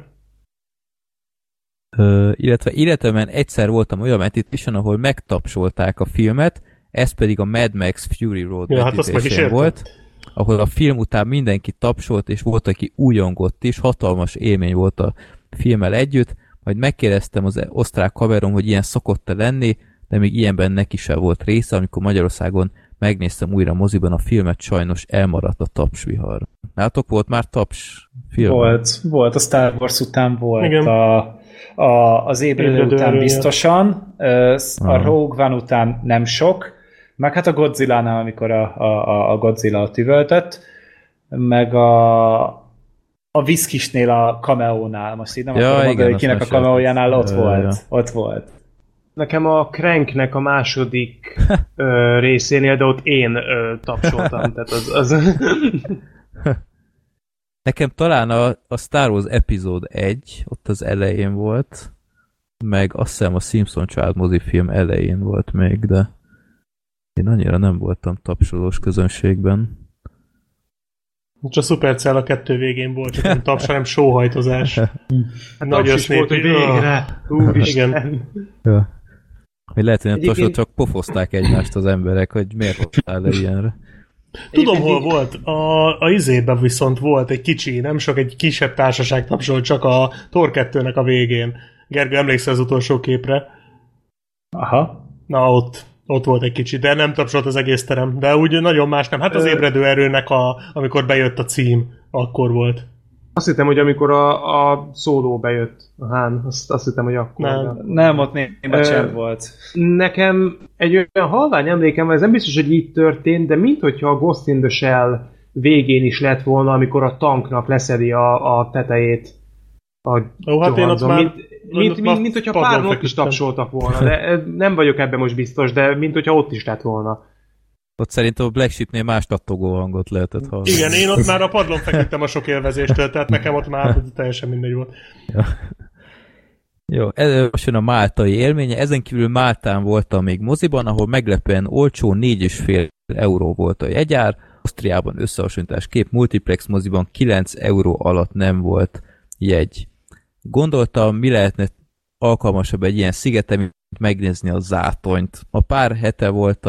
S3: Illetve életemben egyszer voltam olyan vetítésen, ahol megtapsolták a filmet, ez pedig a Mad Max Fury Road vetítésén volt, ahol a film után mindenki tapsolt, és volt, aki újongott is, hatalmas élmény volt a filmmel együtt, majd megkérdeztem az osztrák haverom, hogy ilyen szokott-e lenni, de még ilyenben neki sem volt része, amikor Magyarországon megnéztem újra moziban a filmet, sajnos elmaradt a tapsvihar. Látok, volt már taps film?
S4: Volt, a Star Wars után volt, az ébredő után biztosan, a Rogue One után nem sok, meg hát a Godzilla-nál, amikor a Godzilla tüvöltött, meg a Viszkisnél a cameónál, most így nem akarom mondani, hogy kinek a cameójánál ott volt.
S6: Nekem a Cranknek a második részénél, de ott én tapsoltam, tehát az...
S3: Nekem talán a Star Wars epizód 1, ott az elején volt, meg azt hiszem a Simpson család mozifilm elején volt még, de én annyira nem voltam tapsolós közönségben.
S2: Csak a Supercell a 2 végén volt, csak nem taps, hanem sóhajtozás.
S6: Nagy össznép. Hogy végre!
S2: Igen.
S3: Ja. Hogy lehet, hogy nem csak pofozták egymást az emberek, hogy miért hoztál le ilyenre.
S2: Tudom, hol volt. A izében viszont volt egy kicsi, nem sok, egy kisebb társaság tapsolt csak a Thor 2-nek a végén. Gergő, emlékszel az utolsó képre?
S4: Aha.
S2: Na, ott volt egy kicsi, de nem tapsolt az egész terem. De úgy nagyon más nem. Hát az ébredő erőnek, amikor bejött a cím, akkor volt.
S6: Azt hittem, hogy amikor a szóló bejött, a Hán, azt hittem, hogy akkor.
S4: Nem, ott néma csend volt.
S6: Nekem egy olyan halvány emlékem, ez nem biztos, hogy így történt, de minthogyha a Ghost in the Shell végén is lett volna, amikor a tanknak leszedi a tetejét.
S2: Hát én ott már...
S6: Mint hogyha páron ott is tapsoltak volna, de nem vagyok ebben most biztos, de mint hogyha ott is lett volna.
S3: Ott szerintem a Black Sheep-nél más tattogó hangot lehetett hallani.
S2: Igen, én ott már a padlón feküdtem a sok élvezéstől, tehát nekem ott már teljesen mindegy volt.
S3: Ja. Jó, ez most jön a máltai élménye. Ezen kívül Máltán voltam még moziban, ahol meglepően olcsó 4,5 euró volt a jegyár. Ausztriában összehasonlításképp multiplex moziban 9 euró alatt nem volt jegy. Gondoltam, mi lehetne alkalmasabb egy ilyen szigeten, mint megnézni a Zátonyt. Már pár hete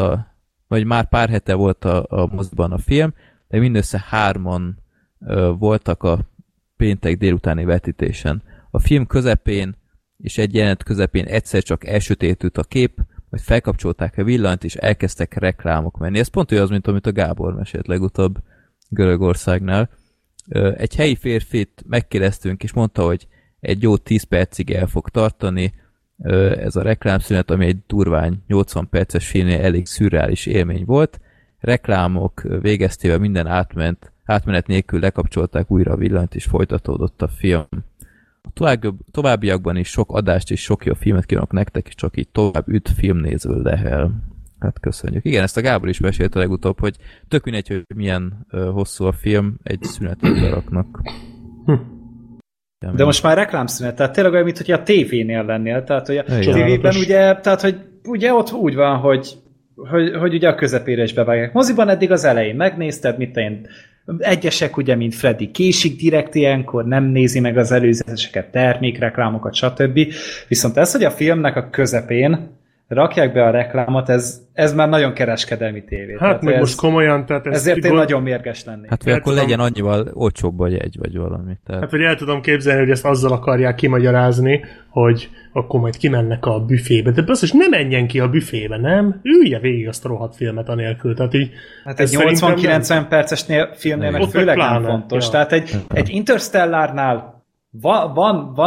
S3: volt a moziban a film, de mindössze 3 voltak a péntek délutáni vetítésen. A film közepén és egy jelenet közepén egyszer csak elsötétült a kép, majd felkapcsolták a villanyt, és elkezdtek reklámok menni. Ez pont olyan, mint amit a Gábor mesélt legutóbb Görögországnál. Egy helyi férfit megkérdeztünk, és mondta, hogy egy jó 10 percig el fog tartani ez a reklámszünet, ami egy durvány 80 perces filmnél elég szürreális élmény volt. Reklámok végeztével minden átmenet nélkül lekapcsolták újra a villanyt, és folytatódott a film. A továbbiakban is sok adást és sok jó filmet kívánok nektek, és csak így tovább üt filmnéző lehel. Hát köszönjük. Igen, ezt a Gábor is mesélte legutóbb, hogy tök mindegy, hogy milyen hosszú a film, egy szünetet beraknak.
S4: De most már reklámszünet, tehát tényleg olyan, mint hogy a tévénél lennél, tehát hogy a tévében ugye, tehát hogy ugye ott úgy van, hogy ugye a közepére is bevágják. Moziban eddig az elején megnézted, mit én egyesek ugye, mint Freddy késik direkt ilyenkor, nem nézi meg az előzeteseket, termékreklámokat, stb. Viszont ez, hogy a filmnek a közepén rakják be a reklámot, ez már nagyon kereskedelmi tévé.
S2: Hát
S4: tehát
S2: meg most komolyan, tehát
S4: ezért én nagyon mérges lennék.
S3: Hát vagy akkor legyen annyival olcsóbb a jegy, vagy valami. Tehát...
S2: Hát vagy el tudom képzelni, hogy ezt azzal akarják kimagyarázni, hogy akkor majd kimennek a büfébe. De basszus, ne menjen ki a büfébe, nem? Ülje végig azt a rohadt filmet anélkül. Tehát így,
S4: hát egy 80-90 perces filmnél meg főleg nem fontos. Ja. Tehát egy Interstellárnál van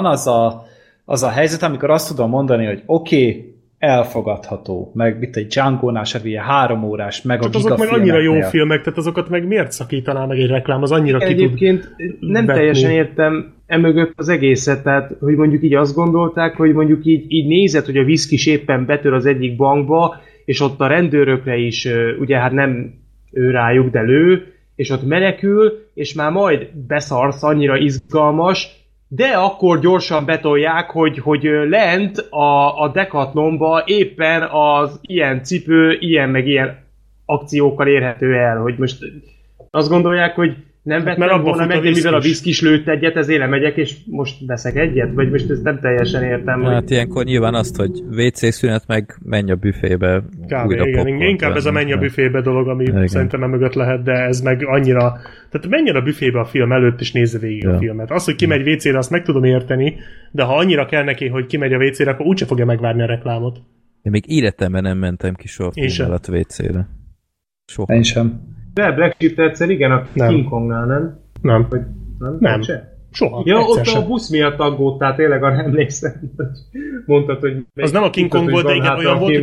S4: az a helyzet, amikor azt tudom mondani, hogy oké, elfogadható, meg itt egy Django-nál se 3 órás, meg csak a
S2: azok meg annyira jó filmek, tehát azokat meg miért szakítaná meg egy reklám, az annyira ki tud
S6: egyébként nem vetni. Teljesen értem emögött az egészet, tehát hogy mondjuk így azt gondolták, hogy mondjuk így nézed, hogy a viszkis éppen betör az egyik bankba, és ott a rendőrökre is, ugye hát nem ő rájuk, de lő, és ott menekül, és már majd beszarsz, annyira izgalmas, de akkor gyorsan betolják, hogy lent a Decathlonba éppen az ilyen cipő, ilyen meg ilyen akciókkal érhető el, hogy most azt gondolják, hogy nem vettem volna meg, de mivel a viszkis lőtt egyet, ezért lemegyek, és most veszek egyet? Vagy most ezt nem teljesen értem.
S3: Hát hogy... ilyenkor nyilván azt, hogy WC szünet, meg menj a büfébe.
S2: Igen, inkább ez a menj a büfébe dolog, ami igen. Szerintem mögött lehet, de ez meg annyira... Tehát menjen a büfébe a film előtt, és nézze végig a filmet. Az, hogy kimegy WC-re, azt meg tudom érteni, de ha annyira kell neki, hogy kimegy a WC-re, akkor úgyse fogja megvárni a reklámot.
S3: Én még életemben nem mentem ki soha film alatt WC-re.
S4: Soha. Én sem.
S6: De Black Sheep egyszer igen, a King Kongnál, nem?
S2: Nem.
S6: Vagy,
S2: nem. Soha.
S6: Ja, ott sem. A busz miatt aggódtál, tényleg arra emlékszem, hogy mondtad, hogy...
S2: Az nem a King Kong volt, de igen, olyan volt,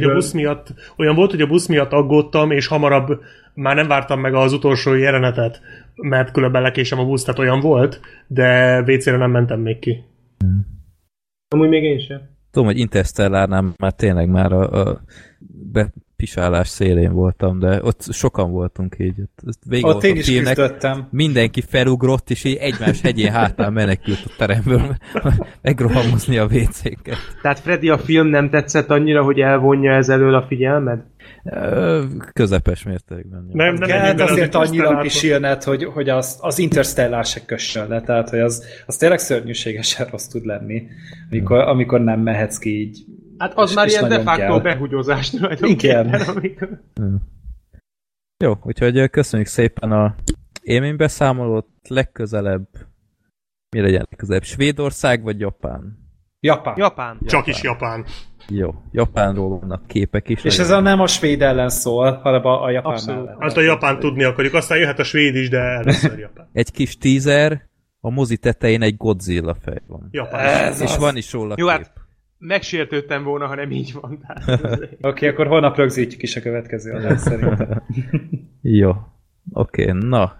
S2: hogy a busz miatt aggódtam, és hamarabb már nem vártam meg az utolsó jelenetet, mert különben lekésem a busz, tehát olyan volt, de WC-re nem mentem még ki.
S6: Amúgy még én sem.
S3: Tudom, hogy Interstellárnál már tényleg már a pisálás szélén voltam, de ott sokan voltunk így.
S4: Ott én is küzdöttem.
S3: Mindenki felugrott, és így egymás hegyén hátán menekült a teremből megrohamozni a WC-ket.
S6: Tehát Freddy, a film nem tetszett annyira, hogy elvonja ez elől a figyelmed?
S3: Közepes mértékben.
S4: Nem azért annyira pisilned, hogy az Interstellár se kössön le, tehát hogy az tényleg szörnyűségesen rossz tud lenni, amikor nem mehetsz ki így.
S6: Hát az már ilyen de facto behugyozás tulajdonképpen.
S3: Jó, úgyhogy köszönjük szépen a élménybeszámolót. Legközelebb mi legyen legközelebb? Svédország vagy Japán?
S6: Japán.
S2: Csak is Japán.
S3: Jó, Japánról vannak képek is.
S4: És ez nem a svéd ellen szól, hanem a japán ellen.
S2: Hát a japán tudni akarjuk, aztán jöhet a svéd is, de először Japán.
S3: Egy kis teaser, a mozi tetején egy Godzilla fej van.
S2: Japán.
S3: És van is róla
S6: jó, hát megsértődtem volna, ha nem így van.
S4: Oké, akkor holnap rögzítjük is a következő adás szerintem.
S3: Jó. Oké, na.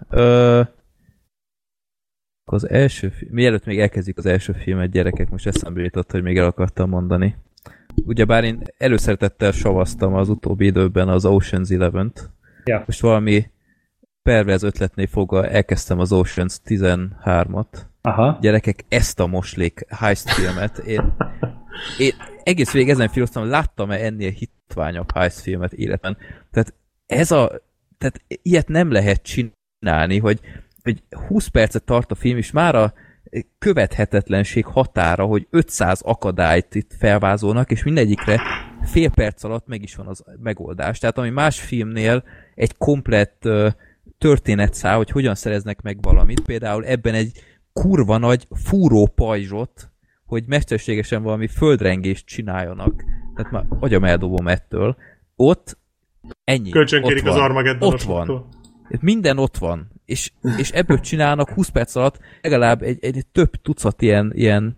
S3: Az első mielőtt még elkezdjük az első filmet, gyerekek, most eszembe jutott, hogy még el akartam mondani. Ugyebár én előszeretettel savaztam az utóbbi időben az Ocean's 11-t.
S4: Ja.
S3: Most valami perverz ötletnél fogva elkezdtem az Ocean's 13-at.
S4: Aha.
S3: Gyerekek, ezt a moslék heist filmet én egész végig ezen filoztam, láttam-e ennél hitványabb heist filmet életben. Tehát tehát ilyet nem lehet csinálni, hogy 20 percet tart a film, és már a követhetetlenség határa, hogy 500 akadályt itt felvázolnak, és mindegyikre fél perc alatt meg is van az megoldás. Tehát ami más filmnél egy komplett történetszál, hogy hogyan szereznek meg valamit, például ebben egy kurva nagy fúró pajzsot, hogy mesterségesen valami földrengést csináljanak. Tehát már agyam eldobom ettől. Ott ennyi.
S2: Kölcsönkérik az Armageddonosoktól.
S3: Ott van. Minden ott van. És ebből csinálnak 20 perc alatt legalább egy több tucat ilyen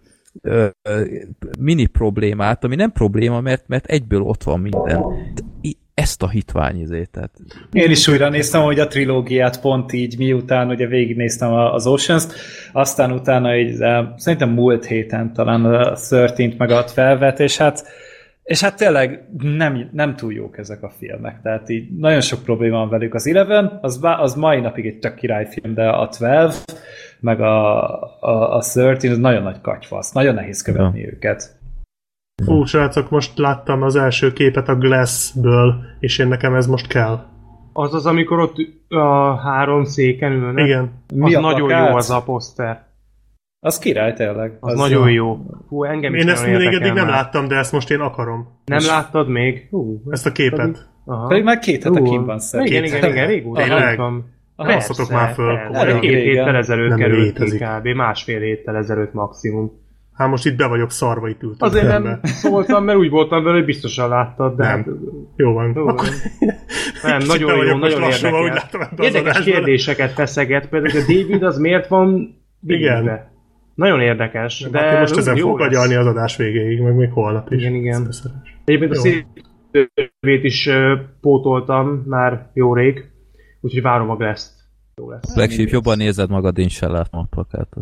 S3: mini problémát, ami nem probléma, mert egyből ott van minden. Ezt a hitvány tehát.
S4: Én is újra néztem, hogy a trilógiát pont így, miután ugye végignéztem az Oceans-t, aztán utána így, szerintem múlt héten talán a 13-t meg a 12-et, és hát tényleg nem túl jók ezek a filmek, tehát így nagyon sok probléma van velük. Az 11, az mai napig egy tök királyfilm, de a 12, meg a 13, az nagyon nagy katyfasz, nagyon nehéz követni őket.
S2: Fú, srácok, most láttam az első képet a Glass-ből, és nekem ez most kell.
S6: Az, amikor ott a 3 széken ülnek?
S2: Igen.
S6: Az nagyon jó az a poszter.
S4: Az király tényleg.
S6: Az nagyon jó. Hú, engem is
S2: én ezt még eddig nem láttam, de ezt most én akarom.
S6: Nem láttad még?
S2: Ezt a képet.
S4: Pedig már 2 hete kint van szerintem.
S6: Igen, régóta.
S2: Tényleg? Basszatok már föl.
S6: 2 héttel ezelőtt került ki kb. Másfél héttel ezelőtt maximum.
S2: Hát most itt be vagyok szarva, itt ültem.
S6: Azért nem szóltam, mert úgy voltam vele, hogy biztosan láttad, de...
S2: Nem. Jó van.
S6: Nem, nagyon jó, nagyon érdekel. Érdekes kérdéseket feszeget, például a David az miért van végigbe? Nagyon érdekes, de
S2: most ezen fog agyalni az adás végéig, meg még holnap is.
S6: Igen. Egyébként a szívét is pótoltam már jó rég, úgyhogy várom a Glass-t. Jó lesz.
S3: Black Sheep, jobban nézed magad, én sem látom a plakátot.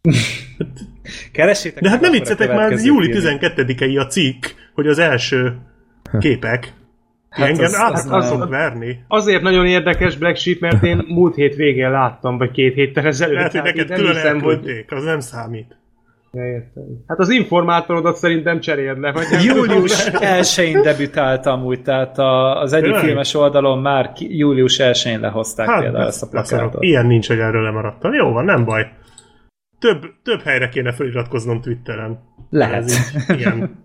S4: Keressétek.
S2: De hát ne viccetek már, júli 12-i a cikk, hogy az első képek. Engem át verni.
S6: Azért nagyon érdekes Black Sheep, mert én múlt hét végén láttam, vagy 2 héttel ezelőtt.
S2: Lehet, hogy neked külön elküldték, az nem számít.
S6: Ja, értem. Hát az informátorodat szerintem cseréld le.
S4: Július 1-én debütáltam úgy, tehát az egyik filmes oldalon már július 1-én lehozták például ezt a plakátot.
S2: Ilyen nincs, hogy erről lemaradtam. Jó van, nem baj. Több helyre kéne feliratkoznom Twitteren.
S4: Lehet.
S2: Igen.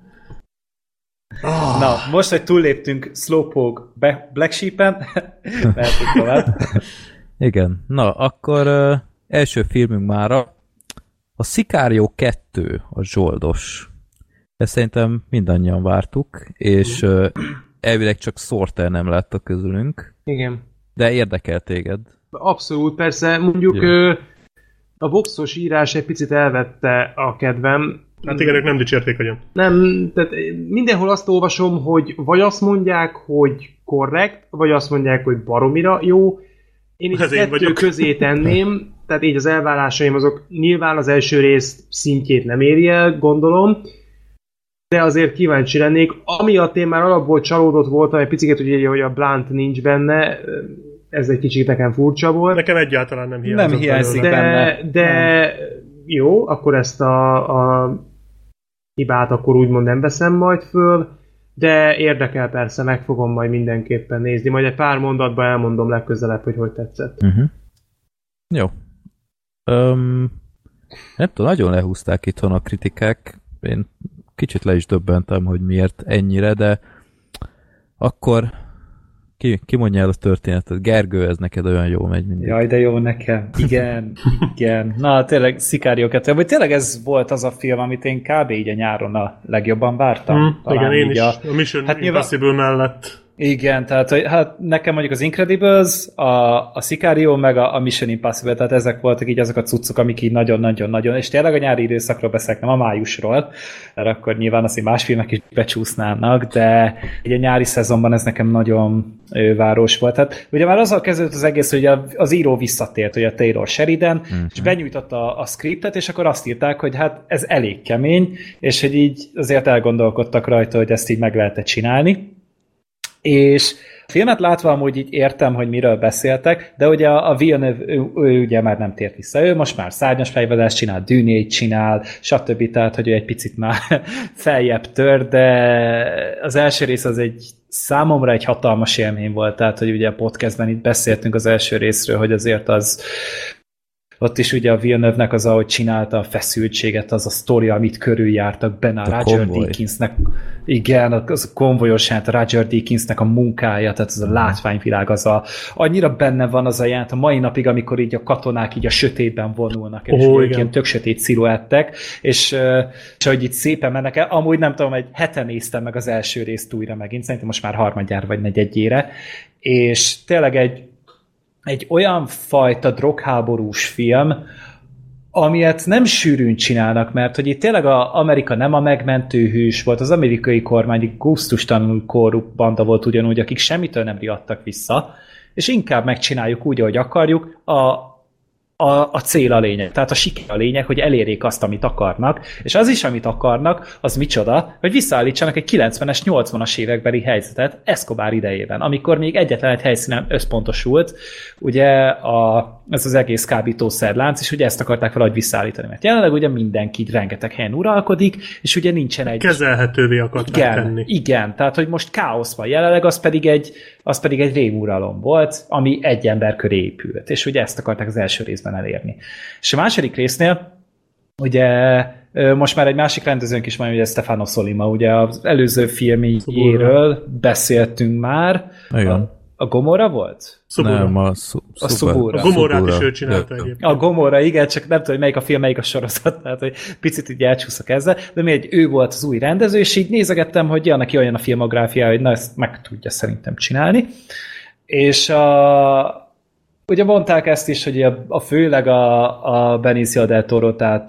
S4: Na, most, hogy túlléptünk Slowpoke Black Sheep-en, mehetünk tovább.
S3: Igen. Na, akkor első filmünk mára a Sicario 2, a zsoldos. Ezt szerintem mindannyian vártuk, és elvileg csak Sorter nem látta közülünk.
S6: Igen.
S3: De érdekel téged.
S6: Abszolút, persze. Mondjuk a boxos írás egy picit elvette a kedvem.
S2: Hát igen, ők nem dicsérték agyon.
S6: Nem, tehát mindenhol azt olvasom, hogy vagy azt mondják, hogy korrekt, vagy azt mondják, hogy baromira jó. Én is kettő közé tenném, tehát így az elvárásaim azok nyilván az első rész szintjét nem éri el, gondolom, de azért kíváncsi lennék. Amiatt én már alapból csalódott voltam, egy picit, hogy a Blunt nincs benne, ez egy kicsit nekem furcsa volt.
S2: Nekem egyáltalán nem hiányzik.
S4: Nem hiányzik benne.
S6: De jó, akkor ezt a hibát akkor úgymond nem veszem majd föl, de érdekel persze, meg fogom majd mindenképpen nézni. Majd egy pár mondatban elmondom legközelebb, hogy tetszett.
S3: Jó. Nem tudom, nagyon lehúzták itthon a kritikák. Én kicsit le is döbbentem, hogy miért ennyire, de akkor ki mondja el a történetet? Gergő, ez neked olyan jó megy mindig.
S4: Jaj, de jó nekem. Igen. Na, tényleg Sicario 2. Vagy tényleg ez volt az a film, amit én kb. Így a nyáron a legjobban vártam.
S2: Igen, én is. A Mission Impossible mellett.
S4: Igen, tehát hogy, nekem mondjuk az Incredibles, a Sicario, meg a Mission Impossible, tehát ezek voltak így azok a cuccok, amik így nagyon-nagyon-nagyon, és tényleg a nyári időszakról beszélek, nem a májusról, mert akkor nyilván azt, hogy más filmek is becsúsznának, de így a nyári szezonban ez nekem nagyon város volt. Tehát ugye már azzal kezdődött az egész, hogy az író visszatért, hogy a Taylor Sheridan, és benyújtotta a scriptet, és akkor azt írták, hogy hát ez elég kemény, és hogy így azért elgondolkodtak rajta, hogy ezt így meg lehet csinálni. És a filmet látva amúgy így értem, hogy miről beszéltek, de ugye a Villeneuve, ő ugye már nem tért vissza, ő most már szárnyas fejvadást csinál, Dűnét csinál, stb. Tehát, hogy ő egy picit már feljebb tör, de az első rész az számomra egy hatalmas élmény volt, tehát, hogy ugye a podcastben itt beszéltünk az első részről, hogy azért az ott is ugye a Villeneuve-nek az, ahogy csinálta a feszültséget, az a sztori, amit körüljártak benne a Roger Deakinsnek. Igen, az a konvojosát, a Roger Deakinsnek a munkája, tehát az a látványvilág, annyira benne van az a jelent a mai napig, amikor így a katonák így a sötétben vonulnak, és ilyen tök sötét sziluettek, és hogy itt szépen mennek el. Amúgy nem tudom, egy hete néztem meg az első részt újra megint, szerintem most már harmadjára vagy negyedjére, és tényleg egy olyan fajta drogháborús film, amilyet nem sűrűn csinálnak, mert hogy itt tényleg Amerika nem a megmentő hős volt, az amerikai kormány gusztustalanul korrupt banda volt ugyanúgy, akik semmitől nem riadtak vissza, és inkább megcsináljuk úgy, ahogy akarjuk, a cél a lényeg. Tehát a siker a lényeg, hogy elérjék azt, amit akarnak, és az is, amit akarnak, az micsoda, hogy visszaállítsanak egy 90-es, 80-as évekbeli helyzetet Escobar idejében, amikor még egyetlen egy helyszínen összpontosult, ugye ez az egész kábítószerlánc, és ugye ezt akarták valahogy visszaállítani, mert jelenleg ugye mindenki rengeteg helyen uralkodik, és ugye nincsen egy...
S2: Kezelhetővé akarták tenni.
S4: Igen, tehát hogy most káosz van jelenleg, az pedig egy rémuralom volt, ami egy ember köré épült, és ugye ezt akarták az első részben elérni. És a második résznél ugye most már egy másik rendezőnk is van, ugye Stefano Sollima, ugye az előző filmjéről beszéltünk már. A Gomorra volt?
S3: Subura. Nem, a
S4: Subura.
S2: A Gomorrát is ő csinálta egyébként.
S4: A Gomorra, igen, csak nem tudom, hogy melyik a film, melyik a sorozat, tehát hogy picit így elcsúszok ezzel, de ő volt az új rendező, és így nézegettem, hogy neki olyan a filmográfiája, hogy na, ezt meg tudja szerintem csinálni. És ugye mondták ezt is, hogy főleg a Benicio del Toro, tehát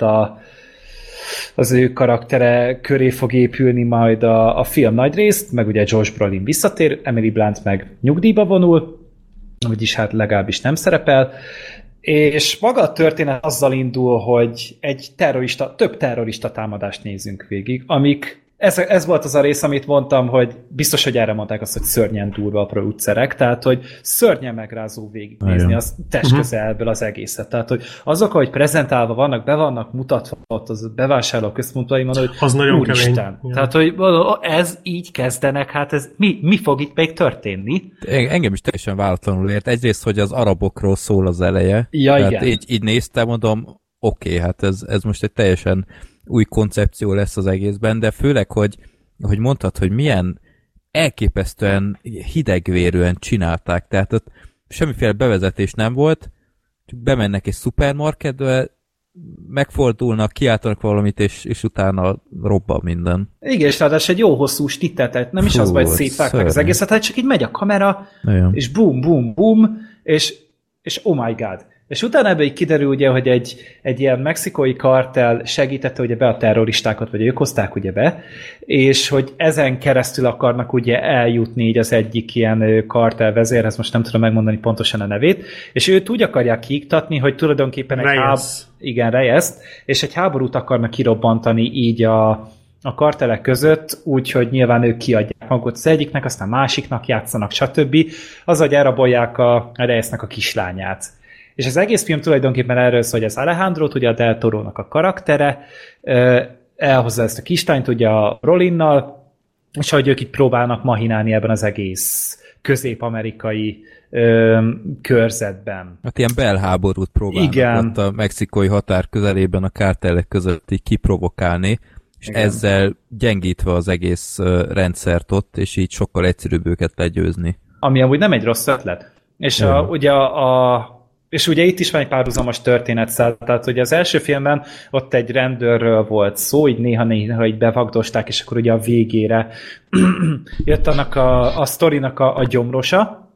S4: az ő karaktere köré fog épülni majd a film nagy részt, meg ugye Josh Brolin visszatér, Emily Blunt meg nyugdíjba vonul, vagyis hát legalábbis nem szerepel, és maga a történet azzal indul, hogy több terrorista támadást nézünk végig, amik ez volt az a rész, amit mondtam, hogy biztos, hogy erre mondták azt, hogy szörnyen durva a producerek, tehát, hogy szörnyen megrázó végignézni az testközelből az egészet. Tehát, hogy azok, ahogy prezentálva vannak, be vannak mutatva ott az bevásárló központjaimon, hogy
S2: az nagyon kemény.
S4: Tehát, hogy ez így kezdenek, hát ez mi fog itt még történni?
S3: Engem is teljesen váratlanul ért. Egyrészt, hogy az arabokról szól az eleje.
S4: Ja,
S3: tehát
S4: igen.
S3: Így néztem, mondom, oké, hát ez most egy teljesen új koncepció lesz az egészben, de főleg, hogy mondtad, hogy milyen elképesztően hidegvérűen csinálták, tehát ott semmiféle bevezetés nem volt, csak bemennek egy szupermarketbe, megfordulnak, kiáltanak valamit, és utána robban minden.
S4: Igen, és ráadásul egy jó hosszú stittet, nem is az vagy szétvágták az egészet, hát csak így megy a kamera, és boom, boom, boom, és oh my god. És utána ebből így kiderül ugye, hogy egy ilyen mexikói kartel segítette ugye be a terroristákat, vagy ők hozták ugye be, és hogy ezen keresztül akarnak ugye eljutni így az egyik ilyen kartel vezérhez, most nem tudom megmondani pontosan a nevét, és őt úgy akarják kiiktatni, hogy tulajdonképpen Reyes, és egy háborút akarnak kirobbantani így a kartelek között, úgyhogy nyilván ők kiadják magukat az egyiknek, aztán másiknak játszanak, stb. Az, hogy elrabolják a Reyesnek a kislányát. És az egész film tulajdonképpen erről szól, hogy az Alejandrót, ugye a Del Torónak a karaktere, elhozza ezt a kislányt ugye a Brolinnal, és hogy ők itt próbálnak mahinálni ebben az egész közép-amerikai körzetben.
S3: Hát ilyen belháborút próbálnak ott a mexikói határ közelében a kártellek között így kiprovokálni, és ezzel gyengítve az egész rendszert ott, és így sokkal egyszerűbb őket legyőzni.
S4: Ami amúgy nem egy rossz ötlet. És és ugye itt is van egy párhuzamos történetszál, tehát ugye az első filmben ott egy rendőrről volt szó, így néha így bevagdosták, és akkor ugye a végére jött annak a sztorinak a gyomrosa,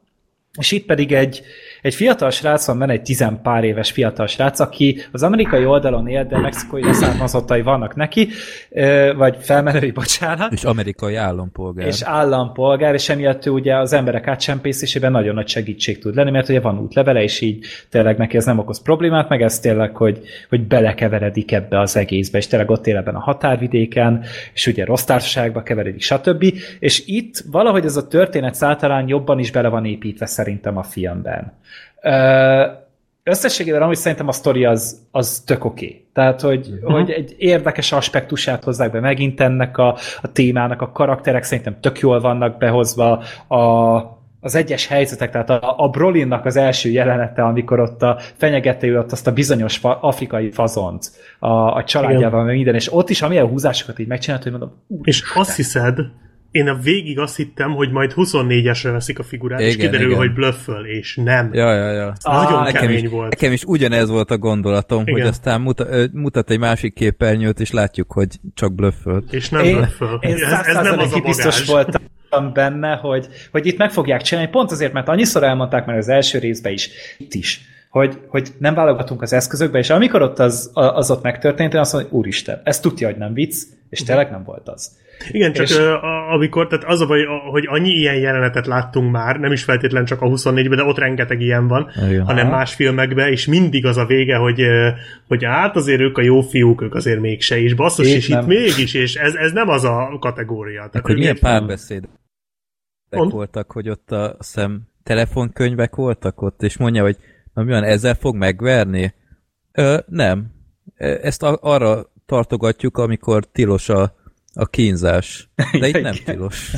S4: És itt pedig egy fiatal srác van benne, egy 10 pár éves fiatal srác, aki az amerikai oldalon él, de mexikói leszármazottai vannak neki, vagy felmenői, bocsánat.
S3: És amerikai állampolgár.
S4: És állampolgár, és emiatt ő ugye az emberek átcsempészésében nagyon nagy segítség tud lenni, mert ugye van útlevele, és így tényleg neki ez nem okoz problémát, meg ez tényleg, hogy belekeveredik ebbe az egészbe, és tényleg ott él ebben a határvidéken, és ugye rossz társaságba keveredik, stb. És itt valahogy ez a történet száltalán jobban is bele van építve szerintem a filmben. Összességében amúgy szerintem a sztori az tök oké. Tehát, hogy egy érdekes aspektusát hozzák be megint ennek a témának, a karakterek szerintem tök jól vannak behozva, az egyes helyzetek, tehát a Brolinnak az első jelenete, amikor ott fenyegeti ott azt a bizonyos afrikai fazont a családjával, meg minden, és ott is amilyen húzásokat így megcsinált, hogy mondom,
S2: és azt hiszed, én a végig azt hittem, hogy majd 24-esre veszik a figurát, igen, és kiderül, hogy blöfföl, és nem.
S3: Ja.
S2: Nagyon kemény volt.
S3: Nekem is ugyanez volt a gondolatom, igen, hogy aztán mutat egy másik képernyőt, és látjuk, hogy csak blöfföl.
S2: És nem blöfföl.
S4: Én 100% biztos voltam benne, hogy itt meg fogják csinálni, pont azért, mert annyiszor elmondták már az első részben is, itt is, hogy nem válogatunk az eszközökbe, és amikor ott az ott megtörtént, én azt mondom, hogy úristen, ez tudja, hogy nem vicc, és tényleg nem volt az.
S2: Igen, csak amikor, tehát az a baj, hogy annyi ilyen jelenetet láttunk már, nem is feltétlen csak a 24-ben, de ott rengeteg ilyen van, igen, hanem más filmekben, és mindig az a vége, hogy hát azért ők a jó fiúk, ők azért mégse, és basszus, és itt mégis, és ez nem az a kategória. Tehát
S3: hogy milyen párbeszédek voltak, hogy ott a szem telefonkönyvek voltak ott, és mondja, hogy na mi van, ezzel fog megverni? Nem. Ezt arra tartogatjuk, amikor tilos a kínzás. De itt nem tilos.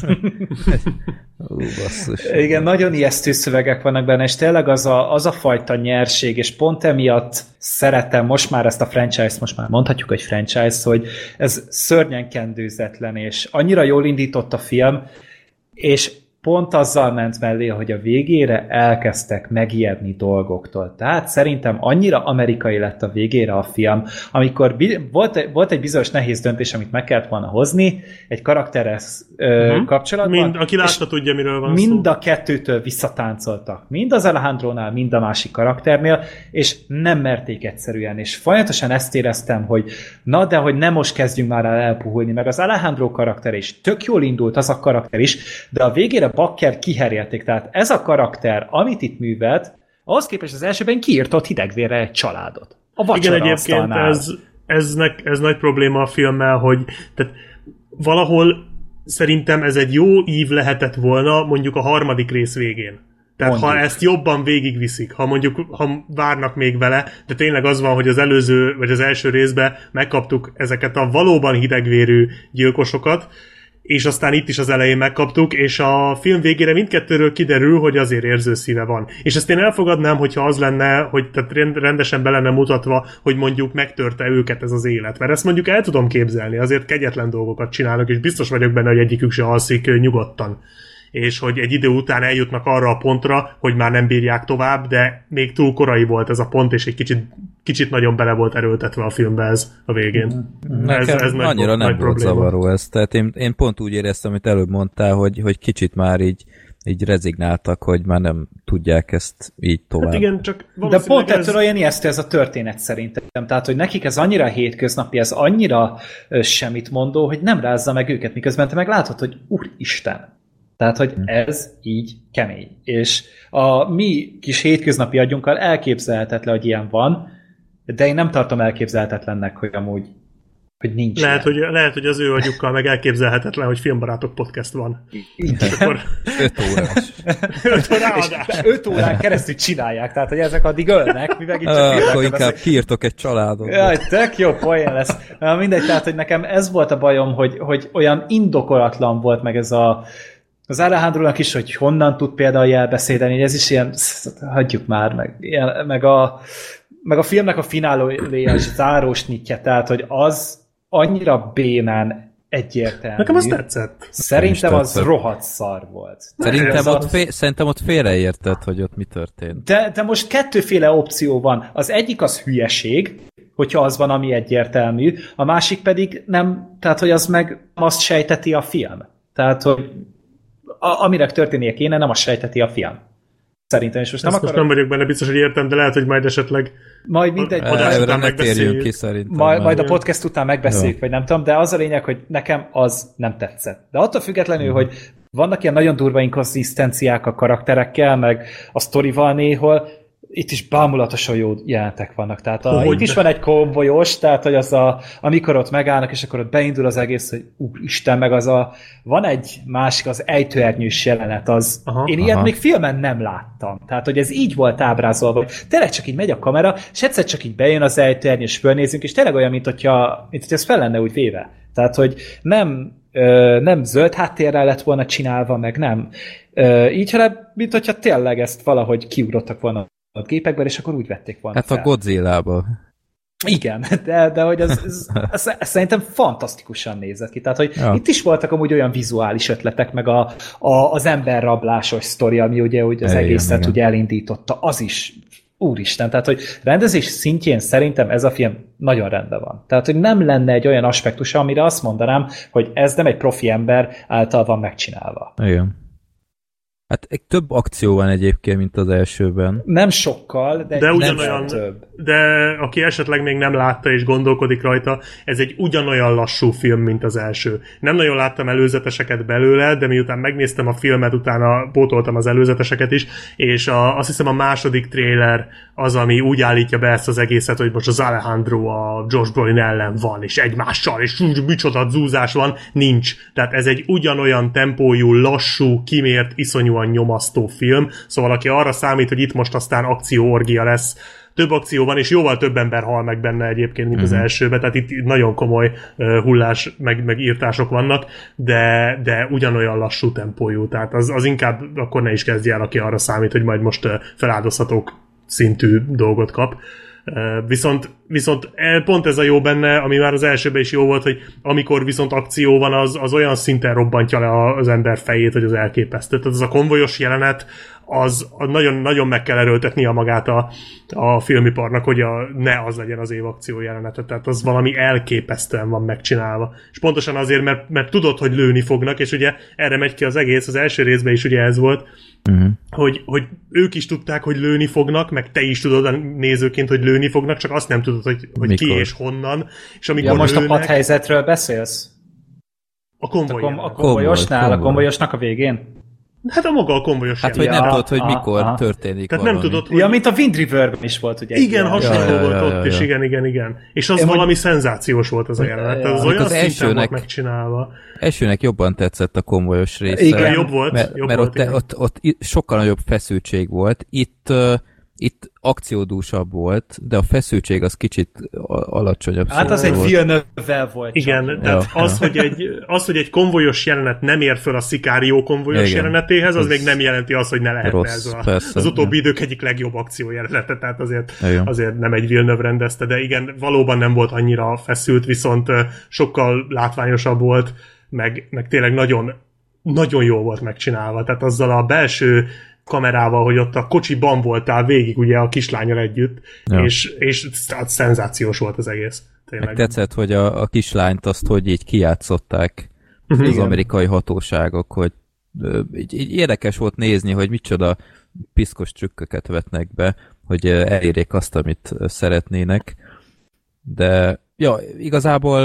S3: Basszus.
S4: Igen, nagyon ijesztő szövegek vannak benne, és tényleg az a fajta nyerség, és pont emiatt szeretem most már ezt a franchise-t, most már mondhatjuk, hogy franchise, hogy ez szörnyen kendőzetlen, és annyira jól indított a film, és pont azzal ment mellé, hogy a végére elkezdtek megijedni dolgoktól. Tehát szerintem annyira amerikai lett a végére a film, amikor volt egy bizonyos nehéz döntés, amit meg kellett volna hozni, egy karakteres kapcsolatban.
S2: Aki látta, tudja, miről van
S4: mind szó. A kettőtől visszatáncoltak. Mind az Alejandrónál, mind a másik karakternél, és nem merték egyszerűen. És folyamatosan ezt éreztem, hogy na, de hogy nem most kezdjünk már el elpuhulni, meg az Alejandró karakter is tök jól indult, az a karakter is, de a végére bakker kiherélték. Tehát ez a karakter, amit itt művelt, ahhoz képest az elsőben kiírtott hidegvérre egy családot. A vacsora
S2: igen, egyébként ez nagy probléma a filmmel, hogy tehát valahol szerintem ez egy jó ív lehetett volna mondjuk a harmadik rész végén. Tehát mondjuk, ha ezt jobban végigviszik, ha várnak még vele, de tényleg az van, hogy az előző, vagy az első részben megkaptuk ezeket a valóban hidegvérű gyilkosokat, és aztán itt is az elején megkaptuk, és a film végére mindkettőről kiderül, hogy azért érző szíve van. És ezt én elfogadnám, hogyha az lenne, hogy tehát rendesen be lenne mutatva, hogy mondjuk megtörte őket ez az élet. Mert ezt mondjuk el tudom képzelni, azért kegyetlen dolgokat csinálnak, és biztos vagyok benne, hogy egyikük se alszik nyugodtan. És hogy egy idő után eljutnak arra a pontra, hogy már nem bírják tovább, de még túl korai volt ez a pont, és egy kicsit nagyon bele volt erőltetve a filmbe ez a végén.
S3: Ez annyira nem volt zavaró ez. Tehát én pont úgy éreztem, amit előbb mondtál, hogy kicsit már így rezignáltak, hogy már nem tudják ezt így tovább.
S2: Hát igen, csak
S4: de pont ettől olyan ijesztő ez a történet szerintem. Tehát, hogy nekik ez annyira hétköznapi, ez annyira semmit mondó, hogy nem rázza meg őket, miközben te meg látod, hogy úristen. Tehát, hogy ez így kemény. És a mi kis hétköznapi agyunkkal elképzelhetetlen, hogy ilyen van, de én nem tartom elképzelhetetlennek, hogy amúgy hogy nincs.
S2: Lehet, hogy az ő agyukkal meg elképzelhetetlen, hogy Filmbarátok podcast van.
S3: Akkor 5 órás.
S4: 5 órán keresztül csinálják, tehát hogy ezek addig ölnek, mi megint csak
S3: akkor inkább kiírtok egy családot.
S4: Jaj, tök jó poén lesz. Mindegy, tehát, hogy nekem ez volt a bajom, hogy olyan indokolatlan volt meg ez az Alejandrónak is, hogy honnan tud például jelbeszédelni, ez is ilyen, hagyjuk már, meg a filmnek a finálója és zárós nyitja, tehát, hogy az annyira bénán egyértelmű.
S2: Nekem az tetszett.
S4: Szerintem az rohadt szar volt.
S3: Szerintem ott félreértett, hogy ott mi történt.
S4: De most kettőféle opció van. Az egyik az hülyeség, hogyha az van, ami egyértelmű, a másik pedig nem, tehát, hogy az meg azt sejteti a film. Tehát, hogy amire történnie kéne, nem azt sejteti a film. Szerintem, és most
S2: nem vagyok benne biztos, hogy értem, de lehet, hogy majd esetleg
S4: majd mindegy, majd a podcast után megbeszéljük, vagy nem tudom, de az a lényeg, hogy nekem az nem tetszett. De attól függetlenül, hogy vannak ilyen nagyon durva inkonzisztenciák a karakterekkel, meg a sztorival néhol, itt is bámulatosan jó jelentek vannak. Tehát itt is van egy konvojos, tehát hogy amikor ott megállnak, és akkor ott beindul az egész, hogy úristen, meg van egy másik, az ejtőernyős jelenet, én ilyet még filmen nem láttam. Tehát, hogy ez így volt ábrázolva. Tényleg csak így megy a kamera, és egyszer csak így bejön az ejtőernyő, és fölnézünk, és tényleg olyan, mint hogyha ez fel lenne úgy véve. Tehát, hogy nem zöld háttérrel lett volna csinálva, meg nem. Így, hanem, mint hogyha tényleg ezt valahogy kiugrottak volna a gépekben, és akkor úgy vették volna
S3: fel. A Godzilla-ba.
S4: Igen, de hogy ez szerintem fantasztikusan nézett ki. Tehát, hogy itt is voltak amúgy olyan vizuális ötletek, meg az emberrablásos sztori, ami ugye az egészet ugye elindította, az is úristen, tehát, hogy rendezés szintjén szerintem ez a film nagyon rendben van. Tehát, hogy nem lenne egy olyan aspektus, amire azt mondanám, hogy ez nem egy profi ember által van megcsinálva.
S3: Igen. Hát egy több akció van egyébként, mint az elsőben.
S4: Nem sokkal, de
S2: ugyanolyan több. De aki esetleg még nem látta és gondolkodik rajta, ez egy ugyanolyan lassú film, mint az első. Nem nagyon láttam előzeteseket belőle, de miután megnéztem a filmet, utána pótoltam az előzeteseket is, és azt hiszem a második trailer az, ami úgy állítja be ezt az egészet, hogy most az Alejandro a Josh Brolin ellen van, és egymással, és micsoda zúzás van, nincs. Tehát ez egy ugyanolyan tempójú, lassú, kimért, iszonyúan nyomasztó film, szóval aki arra számít, hogy itt most aztán akcióorgia lesz, több akció van, és jóval több ember hal meg benne egyébként, mint az elsőben, tehát itt nagyon komoly hullás, meg írtások vannak, de ugyanolyan lassú tempójú, tehát az inkább akkor ne is kezdje el, aki arra számít, hogy majd most feláldozhatók szintű dolgot kap. Viszont pont ez a jó benne, ami már az elsőben is jó volt, hogy amikor viszont akció van, az olyan szinten robbantja le az ember fejét, hogy az elképesztő. Tehát az a konvojos jelenet, az nagyon meg kell erőltetnie magát a filmiparnak, hogy ne az legyen az év akció jelenete. Tehát az valami elképesztően van megcsinálva. És pontosan azért, mert tudod, hogy lőni fognak, és ugye erre megy ki az egész, az első részben is ugye ez volt, hogy ők is tudták, hogy lőni fognak, meg te is tudod nézőként, hogy lőni fognak, csak azt nem tudod, hogy ki és honnan. És amikor
S4: most lőnek, a padhelyzetről beszélsz?
S2: A konvoj.
S4: A konvojosnál, a konvojosnak a végén?
S2: Hát a maga a konvojos
S3: hogy nem tudod, hogy mikor történik
S2: tehát
S3: valami.
S2: Nem tudod, hogy...
S4: mint a Wind Riverben is volt, ugye?
S2: Igen, hasonló volt ott is, igen. És az valami szenzációs volt az a jelenet. Az olyan szinten volt megcsinálva.
S3: Elsőnek jobban tetszett a konvojos része.
S2: Igen, jobb volt.
S3: Mert ott sokkal nagyobb feszültség volt. Itt akciódúsabb volt, de a feszültség az kicsit alacsonyabb.
S4: Hát az egy Villeneuve-vel volt.
S2: Igen, tehát az, hogy egy konvojos jelenet nem ér föl a Sicario konvojos jelenetéhez, az még nem jelenti azt, hogy ne lehetne ez az utóbbi idők egyik legjobb akció jelenete, tehát azért nem egy Villeneuve rendezte, de igen, valóban nem volt annyira feszült, viszont sokkal látványosabb volt, meg tényleg nagyon, nagyon jó volt megcsinálva, tehát azzal a belső kamerával, hogy ott a kocsiban voltál végig ugye a kislánnyal együtt, és szenzációs volt az egész.
S3: Meg tetszett, hogy a kislányt azt, hogy így kijátszották az amerikai hatóságok, hogy így érdekes volt nézni, hogy micsoda piszkos trükköket vetnek be, hogy elérjék azt, amit szeretnének. De igazából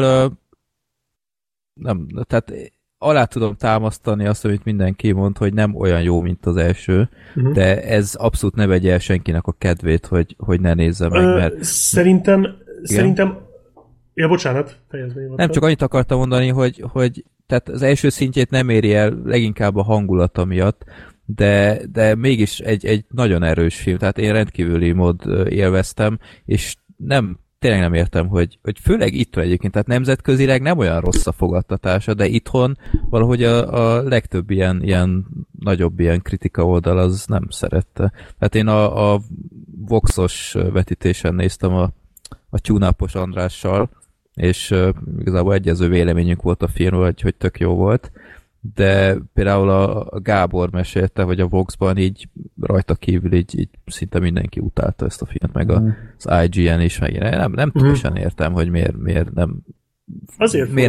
S3: nem, tehát alá tudom támasztani azt, amit mindenki mond, hogy nem olyan jó, mint az első, de ez abszolút ne vegye el senkinek a kedvét, hogy ne nézze meg, mert...
S2: Szerintem... Ja, bocsánat, fejezd meg.
S3: Nem, csak annyit akartam mondani, hogy tehát az első szintjét nem éri el leginkább a hangulata miatt, de mégis egy nagyon erős film, tehát én rendkívüli mód élveztem, és tényleg nem értem, hogy főleg itthon egyébként, tehát nemzetközileg nem olyan rossz a fogadtatása, de itthon valahogy a legtöbb ilyen nagyobb ilyen kritika oldal az nem szerette. Tehát én a Voxos vetítésen néztem a Tune-Up-os Andrással, és igazából egyező véleményünk volt a filmről, hogy tök jó volt, de például a Gábor mesélte, hogy a Voxban így rajta kívül így szinte mindenki utálta ezt a filmet, meg az IGN is, meg nem teljesen értem, hogy miért nem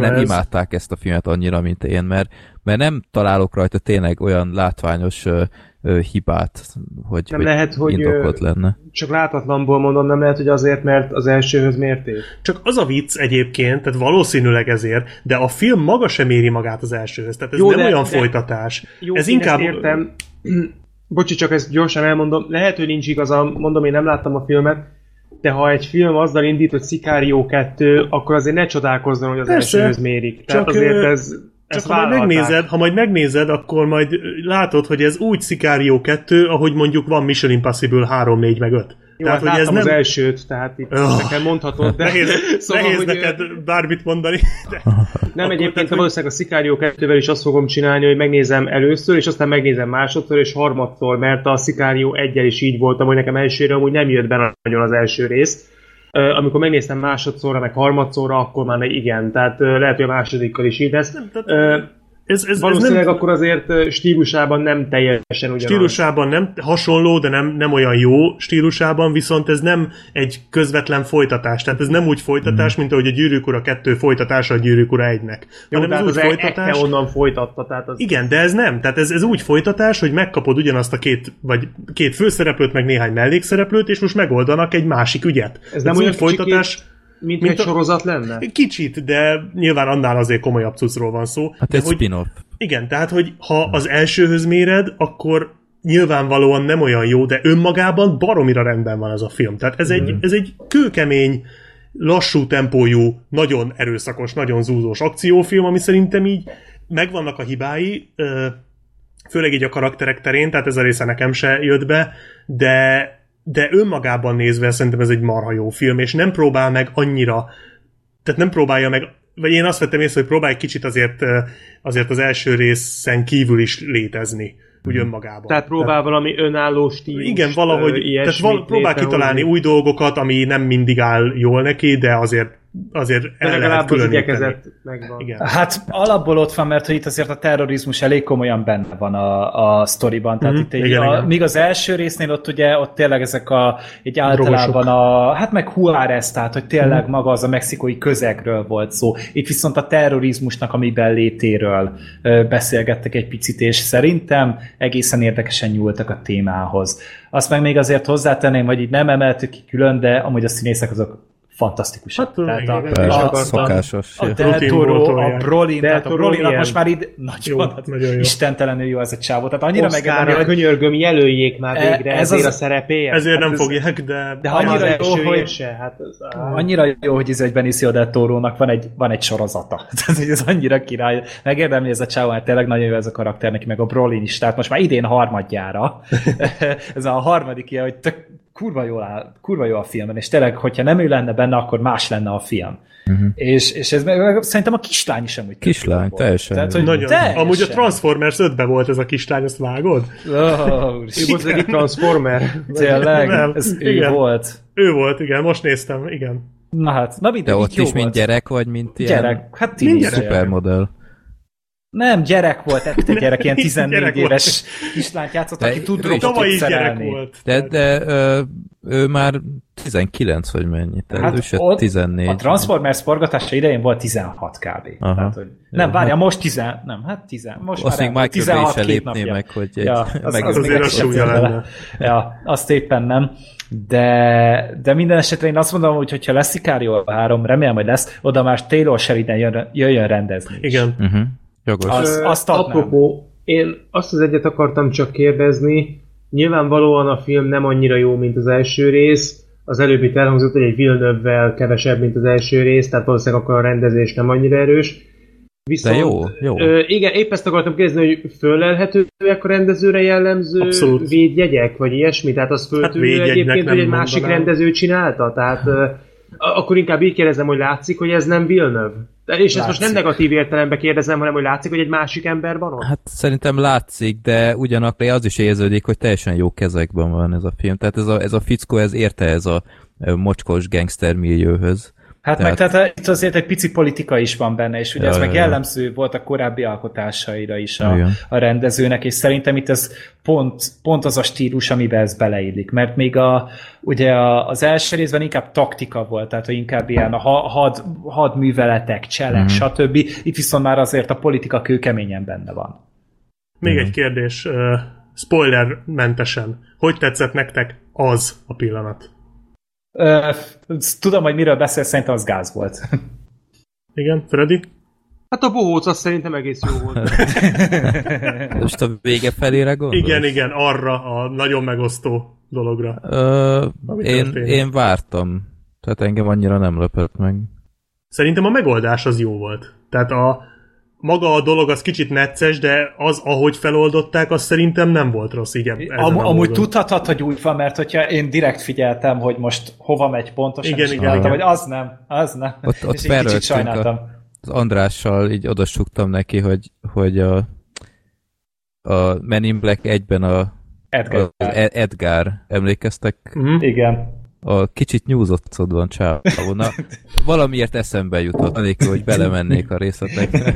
S3: imádták ezt a filmet annyira, mint én, mert nem találok rajta tényleg olyan látványos hibát, hogy
S6: lehet, hogy
S3: indokolt lenne.
S6: Csak látatlanból mondom, nem lehet, hogy azért, mert az elsőhöz mérték.
S2: Csak az a vicc egyébként, tehát valószínűleg ezért, de a film maga sem éri magát az elsőhöz, tehát ez jó, nem olyan folytatás.
S6: Jó,
S2: ez inkább...
S6: értem. Bocsi, csak ezt gyorsan elmondom. Lehet, hogy nincs igazam, mondom, én nem láttam a filmet, de ha egy film azzal indít, hogy Sicario 2, akkor azért ne csodálkozzon, hogy az elsőhöz mérik. Tehát
S2: csak
S6: azért ez
S2: csak ha majd megnézed, akkor majd látod, hogy ez úgy Sicario 2, ahogy mondjuk van Mission Impossible 3, 4, meg 5.
S6: Jó, tehát, hogy ez nem... az elsőt, tehát itt nekem mondhatod, de...
S2: Nehéz neked bármit mondani. De...
S6: Nem, egyébként valószínűleg a Sicario 2-vel is azt fogom csinálni, hogy megnézem először, és aztán megnézem másodszor és harmadszor, mert a Sicario 1-jel is így voltam, hogy nekem elsőre amúgy nem jött be nagyon az első rész. Amikor megnéztem másodszorra, meg harmadszorra, akkor már igen, tehát lehet, hogy a másodikkal is így lesz. Ez valószínűleg nem... akkor azért stílusában nem teljesen ugyanaz.
S2: Stílusában nem hasonló, de nem olyan jó stílusában, viszont ez nem egy közvetlen folytatás. Tehát ez nem úgy folytatás, mint ahogy a Gyűrűk Ura 2 folytatása a Gyűrűk Ura 1-nek.
S6: Jó, hanem ez úgy folytatás. Onnan folytatta. Tehát az...
S2: Igen, de ez nem. Tehát ez úgy folytatás, hogy megkapod ugyanazt a két főszereplőt, meg néhány mellékszereplőt, és most megoldanak egy másik ügyet.
S6: Ez nem olyan folytatás. Mint egy sorozat lenne?
S2: Kicsit, de nyilván annál azért komolyabb cuccról van szó.
S3: Hát egy spin-off.
S2: Igen, tehát, hogy ha az elsőhöz méred, akkor nyilvánvalóan nem olyan jó, de önmagában baromira rendben van ez a film. Tehát ez egy kőkemény, lassú tempójú, nagyon erőszakos, nagyon zúzós akciófilm, ami szerintem így megvannak a hibái, főleg így a karakterek terén, tehát ez a része nekem se jött be, de önmagában nézve szerintem ez egy marha jó film, és nem próbál meg annyira, tehát nem próbálja meg, vagy én azt vettem észre, hogy próbálj kicsit azért az első részen kívül is létezni, úgy önmagában.
S6: Tehát próbál valami önálló stílus.
S2: Igen, valahogy, tehát próbál kitalálni új dolgokat, ami nem mindig áll jól neki, de azért el lehet különíteni.
S4: Hát alapból ott van, mert hogy itt azért a terrorizmus elég komolyan benne van a sztoriban. Tehát itt míg az első résznél ott tényleg ezek így általában hát meg Juárez, tehát hogy tényleg maga az a mexikói közegről volt szó. Itt viszont a terrorizmusnak a miben létéről beszélgettek egy picit, és szerintem egészen érdekesen nyúltak a témához. Azt meg még azért hozzátenném, hogy így nem emeltük ki külön, de amúgy a színészek azok fantasztikusak.
S2: Hát,
S3: tehát szokásos.
S4: A Del Toro, a Brolin, tehát a Brolinak most már így nagyon istentelenül jó ez a csávó. Tehát annyira
S6: megérdemli, hogy könyörgöm, jelöljék már végre ezért a szerepéért.
S2: Ezért nem fogják, de
S4: annyira jó, hogy annyira jó, hogy ez egy Benicio Del Torónak van egy sorozata. Tehát ez annyira király. Megérdemli ez a csávó, mert tényleg nagyon jó ez a karakter neki, meg a Brolin is. Tehát most már idén harmadjára. Ez a harmadik ilyen, hogy kurva jó a filmben, és tényleg, hogyha nem ő lenne benne, akkor más lenne a film. És ez szerintem a kislány is amúgy.
S3: Kislány, teljesen.
S2: Tehát, hogy nagyon. Amúgy a Transformers 5-ben volt ez a kislány, azt vágod?
S6: Ő volt egy Transformer.
S4: Tényleg? Ő volt.
S2: Ő volt, igen, most néztem, igen.
S4: Na hát,
S3: de ott is mint gyerek, vagy mint ilyen
S4: gyerek, hát 10
S3: szupermodell.
S4: Nem, gyerek volt, te gyerek, ilyen 14 éves kislányt játszott, aki tud robotot szerelni.
S3: De ő már 19 vagy mennyi, tehát ő se 14.
S4: A Transformers forgatása idején volt 16 kb. Tehát, hogy nem, várja, most 10, nem, hát 10. Most
S3: azt már még Michael Bay se lépné meg, hogy
S2: az azért a súlya lenne.
S4: Ja, azt éppen nem. De minden esetre én azt mondom, hogy ha lesz Sicario 3, remélem, hogy lesz, oda már Taylor Sheridan jöjjön rendezni.
S2: Igen.
S4: Azt
S6: apropó, én azt az egyet akartam csak kérdezni, nyilvánvalóan a film nem annyira jó, mint az első rész, az előbb itt elhangzott, hogy egy Villeneuve-vel kevesebb, mint az első rész, tehát valószínűleg akkor a rendezés nem annyira erős.
S3: Viszont, de jó.
S6: Igen, épp ezt akartam kérdezni, hogy fölelhetőek a rendezőre jellemző abszolút védjegyek, vagy ilyesmi, tehát az föltűnő egyébként, hogy egy másik rendező csinálta, tehát akkor inkább így kérdezem, hogy látszik, hogy ez nem Villeneuve. És ezt látszik. Most nem negatív értelemben kérdezem, hanem hogy látszik, hogy egy másik ember van ott?
S3: Hát szerintem látszik, de ugyanakkor az is érződik, hogy teljesen jó kezekben van ez a film. Tehát ez a fickó, ez érte ez a mocskos gangster millióhöz.
S4: Hát tehát itt azért egy pici politika is van benne, és ugye ez meg jellemző volt a korábbi alkotásaira is a rendezőnek, és szerintem itt ez pont az a stílus, amiben ez beleillik, mert még ugye az első részben inkább taktika volt, tehát hogy inkább ilyen hadműveletek, cselek, stb. Itt viszont már azért a politika kőkeményen benne van.
S2: Még egy kérdés. spoilermentesen, hogy tetszett nektek az a pillanat?
S4: Tudom, hogy miről beszél, szerintem az gáz volt.
S2: Igen, Freddy?
S6: Hát a bohóc az szerintem egész jó volt.
S3: Most a vége felére gondolsz?
S2: Igen, arra a nagyon megosztó dologra.
S3: Én vártam. Tehát engem annyira nem lepett meg.
S2: Szerintem a megoldás az jó volt. Tehát maga a dolog az kicsit necces, de az, ahogy feloldották, az szerintem nem volt rossz. Igen,
S4: amúgy tudhatod, hogy úgy van, mert hogyha én direkt figyeltem, hogy most hova megy pontosan, és figyeltem, hogy az nem.
S3: Ott
S4: és egy kicsit sajnáltam.
S3: Az Andrással így odasugtam neki, hogy a Men in Black 1-ben Edgar. Emlékeztek?
S4: Igen.
S3: A kicsit nyúzott van csávó. Na, valamiért eszembe jutott, anélkül, hogy belemennék a részletekbe.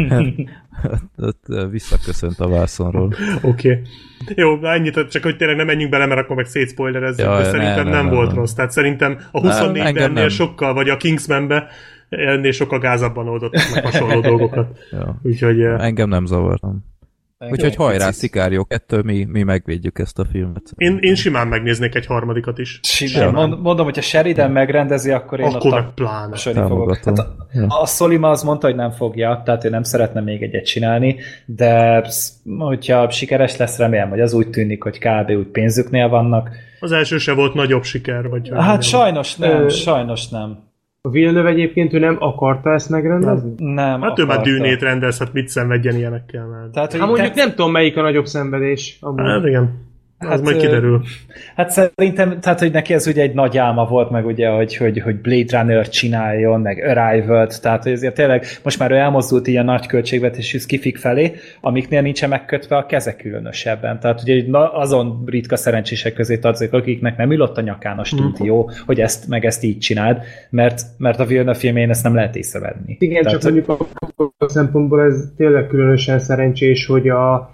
S3: Ott visszaköszönt a vászonról.
S2: Oké. Jó, ennyit, csak hogy tényleg nem menjünk bele, mert akkor meg szétszpoilerezzük, de szerintem nem volt rossz. Tehát szerintem a 24-bennél sokkal, vagy a Kingsmanbe ennél sokkal gázabban oldottak meg hasonló dolgokat.
S3: Ja.
S2: Úgyhogy...
S3: Engem nem zavartam. Úgyhogy hajrá, Szikárió 2, mi megvédjük ezt a filmet.
S2: Én simán megnéznék egy harmadikat is.
S4: Simán. Mondom, hogyha Sheridan megrendezi, akkor én
S2: akkor meg pláne.
S4: Fogok. Hát a Szolima azt mondta, hogy nem fogja, tehát ő nem szeretne még egyet csinálni, de hogyha sikeres lesz, remélem, hogy az úgy tűnik, hogy kb. Úgy pénzüknél vannak.
S2: Az első se volt nagyobb siker, vagy...
S4: Hát sajnos nem.
S6: A Villeneuve egyébként ő nem akarta ezt megrendezni?
S4: Nem
S2: hát ő már Dűnét rendez, hát mit szenvedjen ilyenekkel már.
S4: Tehát,
S6: hát mondjuk nem tudom, melyik a nagyobb szenvedés.
S2: Hát igen. Az majd kiderül.
S4: Hát szerintem, tehát, hogy neki ez ugye egy nagy álma volt, meg ugye, hogy Blade Runner csináljon, meg Arrival-t, tehát hogy azért tényleg most már ő elmozdult ilyen nagy költségvetésű skifik felé, amiknél nincsen megkötve a keze különösebben. Tehát ugye azon ritka szerencsések közé tartozik, akiknek nem ülött a nyakán a stúdió, hogy ezt így csináld, mert a Villeneuve filmjén ezt nem lehet észrevenni.
S6: Igen, tehát, csak mondjuk a szempontból ez tényleg különösen szerencsés, hogy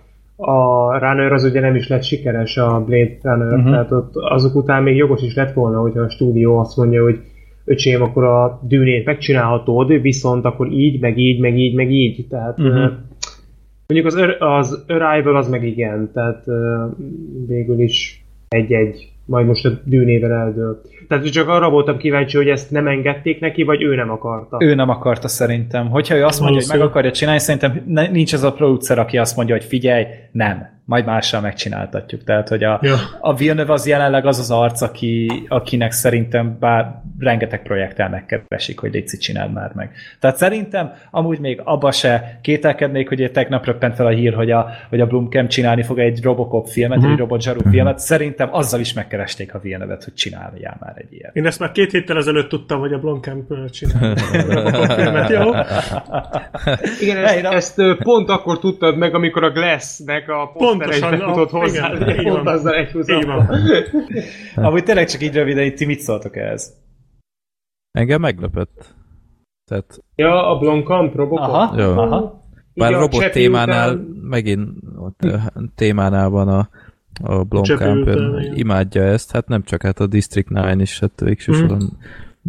S6: a Runner az ugye nem is lett sikeres, a Blade Runner, tehát ott azok után még jogos is lett volna, hogyha a stúdió azt mondja, hogy öcsém, akkor a Dűnét megcsinálhatod, viszont akkor így, meg így, meg így, meg így. Tehát mondjuk az Arrival az meg igen, tehát végül is egy-egy, majd most a Dűnével eldőlt. Tehát csak arra voltam kíváncsi, hogy ezt nem engedték neki, vagy ő nem akarta.
S4: Ő nem akarta szerintem. Hogyha ő azt mondja, hogy meg akarja csinálni, szerintem nincs az a producer, aki azt mondja, hogy figyelj, nem. Majd mással megcsináltatjuk. Tehát, hogy a Villeneuve az jelenleg az arc, akinek szerintem bár rengeteg projekttel megkeresik, hogy légy csináld már meg. Tehát szerintem amúgy még abba se kételkednék, hogy tegnap röppent fel a hír, hogy a Blomkamp csinálni fog egy Robocop filmet, egy Robot Zsaru filmet. Szerintem azzal is megkeresték a Villeneuve-et, hogy csináljál már egy ilyet.
S2: Én ezt már 2 héttel ezelőtt tudtam, hogy a Blomkamp csinál a Robocop filmet, jó?
S6: Igen, ezt pont akkor tudtad meg, amikor a Glass-nek a poszteresbe futott hozzá. Pont azzal egy húzom.
S4: Amúgy tényleg csak így röviden, ti mit szóltok ehhez?
S3: Engem meglepett. Tehát...
S6: Ja, a Blomkamp Robocop.
S4: Aha.
S3: Bár a robot témánál, megint témánál van a Blomkamp, imádja ezt, hát nem csak a District 9 is, hát végsősorban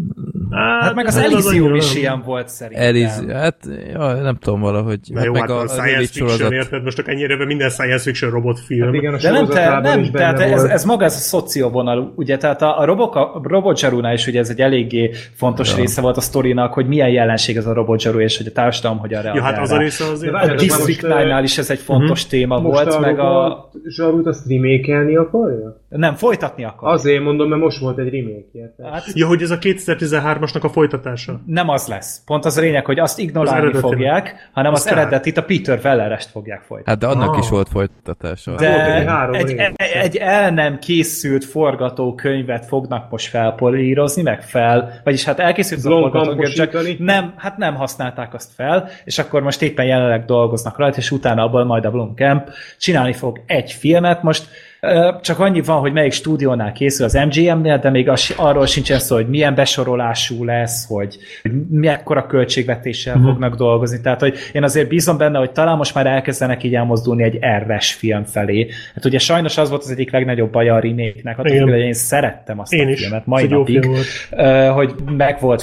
S4: Hát meg az Elysium is ilyen volt szerintem.
S3: Nem tudom valahogy.
S2: Jó, meg a science fiction, érted? Most ennyire minden science fiction robotfilm. Hát
S6: igen,
S4: de nem, tehát ez maga ez a szocióvonal, ugye, tehát a Robot Zsarunál is ugye ez egy eléggé fontos része volt a sztorinak, hogy milyen jelenség ez a Robot Zsaru, és hogy a társadalom hogyan reagál.
S2: Ja, hát az a része azért.
S4: A District 9-nál is ez egy fontos téma volt, meg a
S6: Zsarut azt remake-elni akarja?
S4: Nem, folytatni akar.
S6: Azért mondom, mert most volt egy remake-je.
S2: Ja, hogy ez a 2013-asnak a folytatása.
S4: Nem az lesz. Pont az a lényeg, hogy azt ignorálni fogják, hanem az eredetit, a Peter Wellerest fogják folytatni.
S3: Hát de annak is volt folytatása.
S4: De egy el nem készült forgatókönyvet fognak most felpolírozni, vagyis hát elkészült a forgatókönyv, csak nem használták azt fel, és akkor most éppen jelenleg dolgoznak rajta, és utána abból majd a Blomkamp csinálni fog egy filmet. Most csak annyi van, hogy melyik stúdiónál készül, az MGM-nél, de még arról sincsen szó, hogy milyen besorolású lesz, hogy mekkora költségvetéssel fognak dolgozni. Tehát, hogy én azért bízom benne, hogy talán most már elkezdenek így elmozdulni egy R-es film felé. Hát ugye sajnos az volt az egyik legnagyobb baja a remake-nek, hogy én szerettem azt a filmet mai napig, hogy meg volt fogva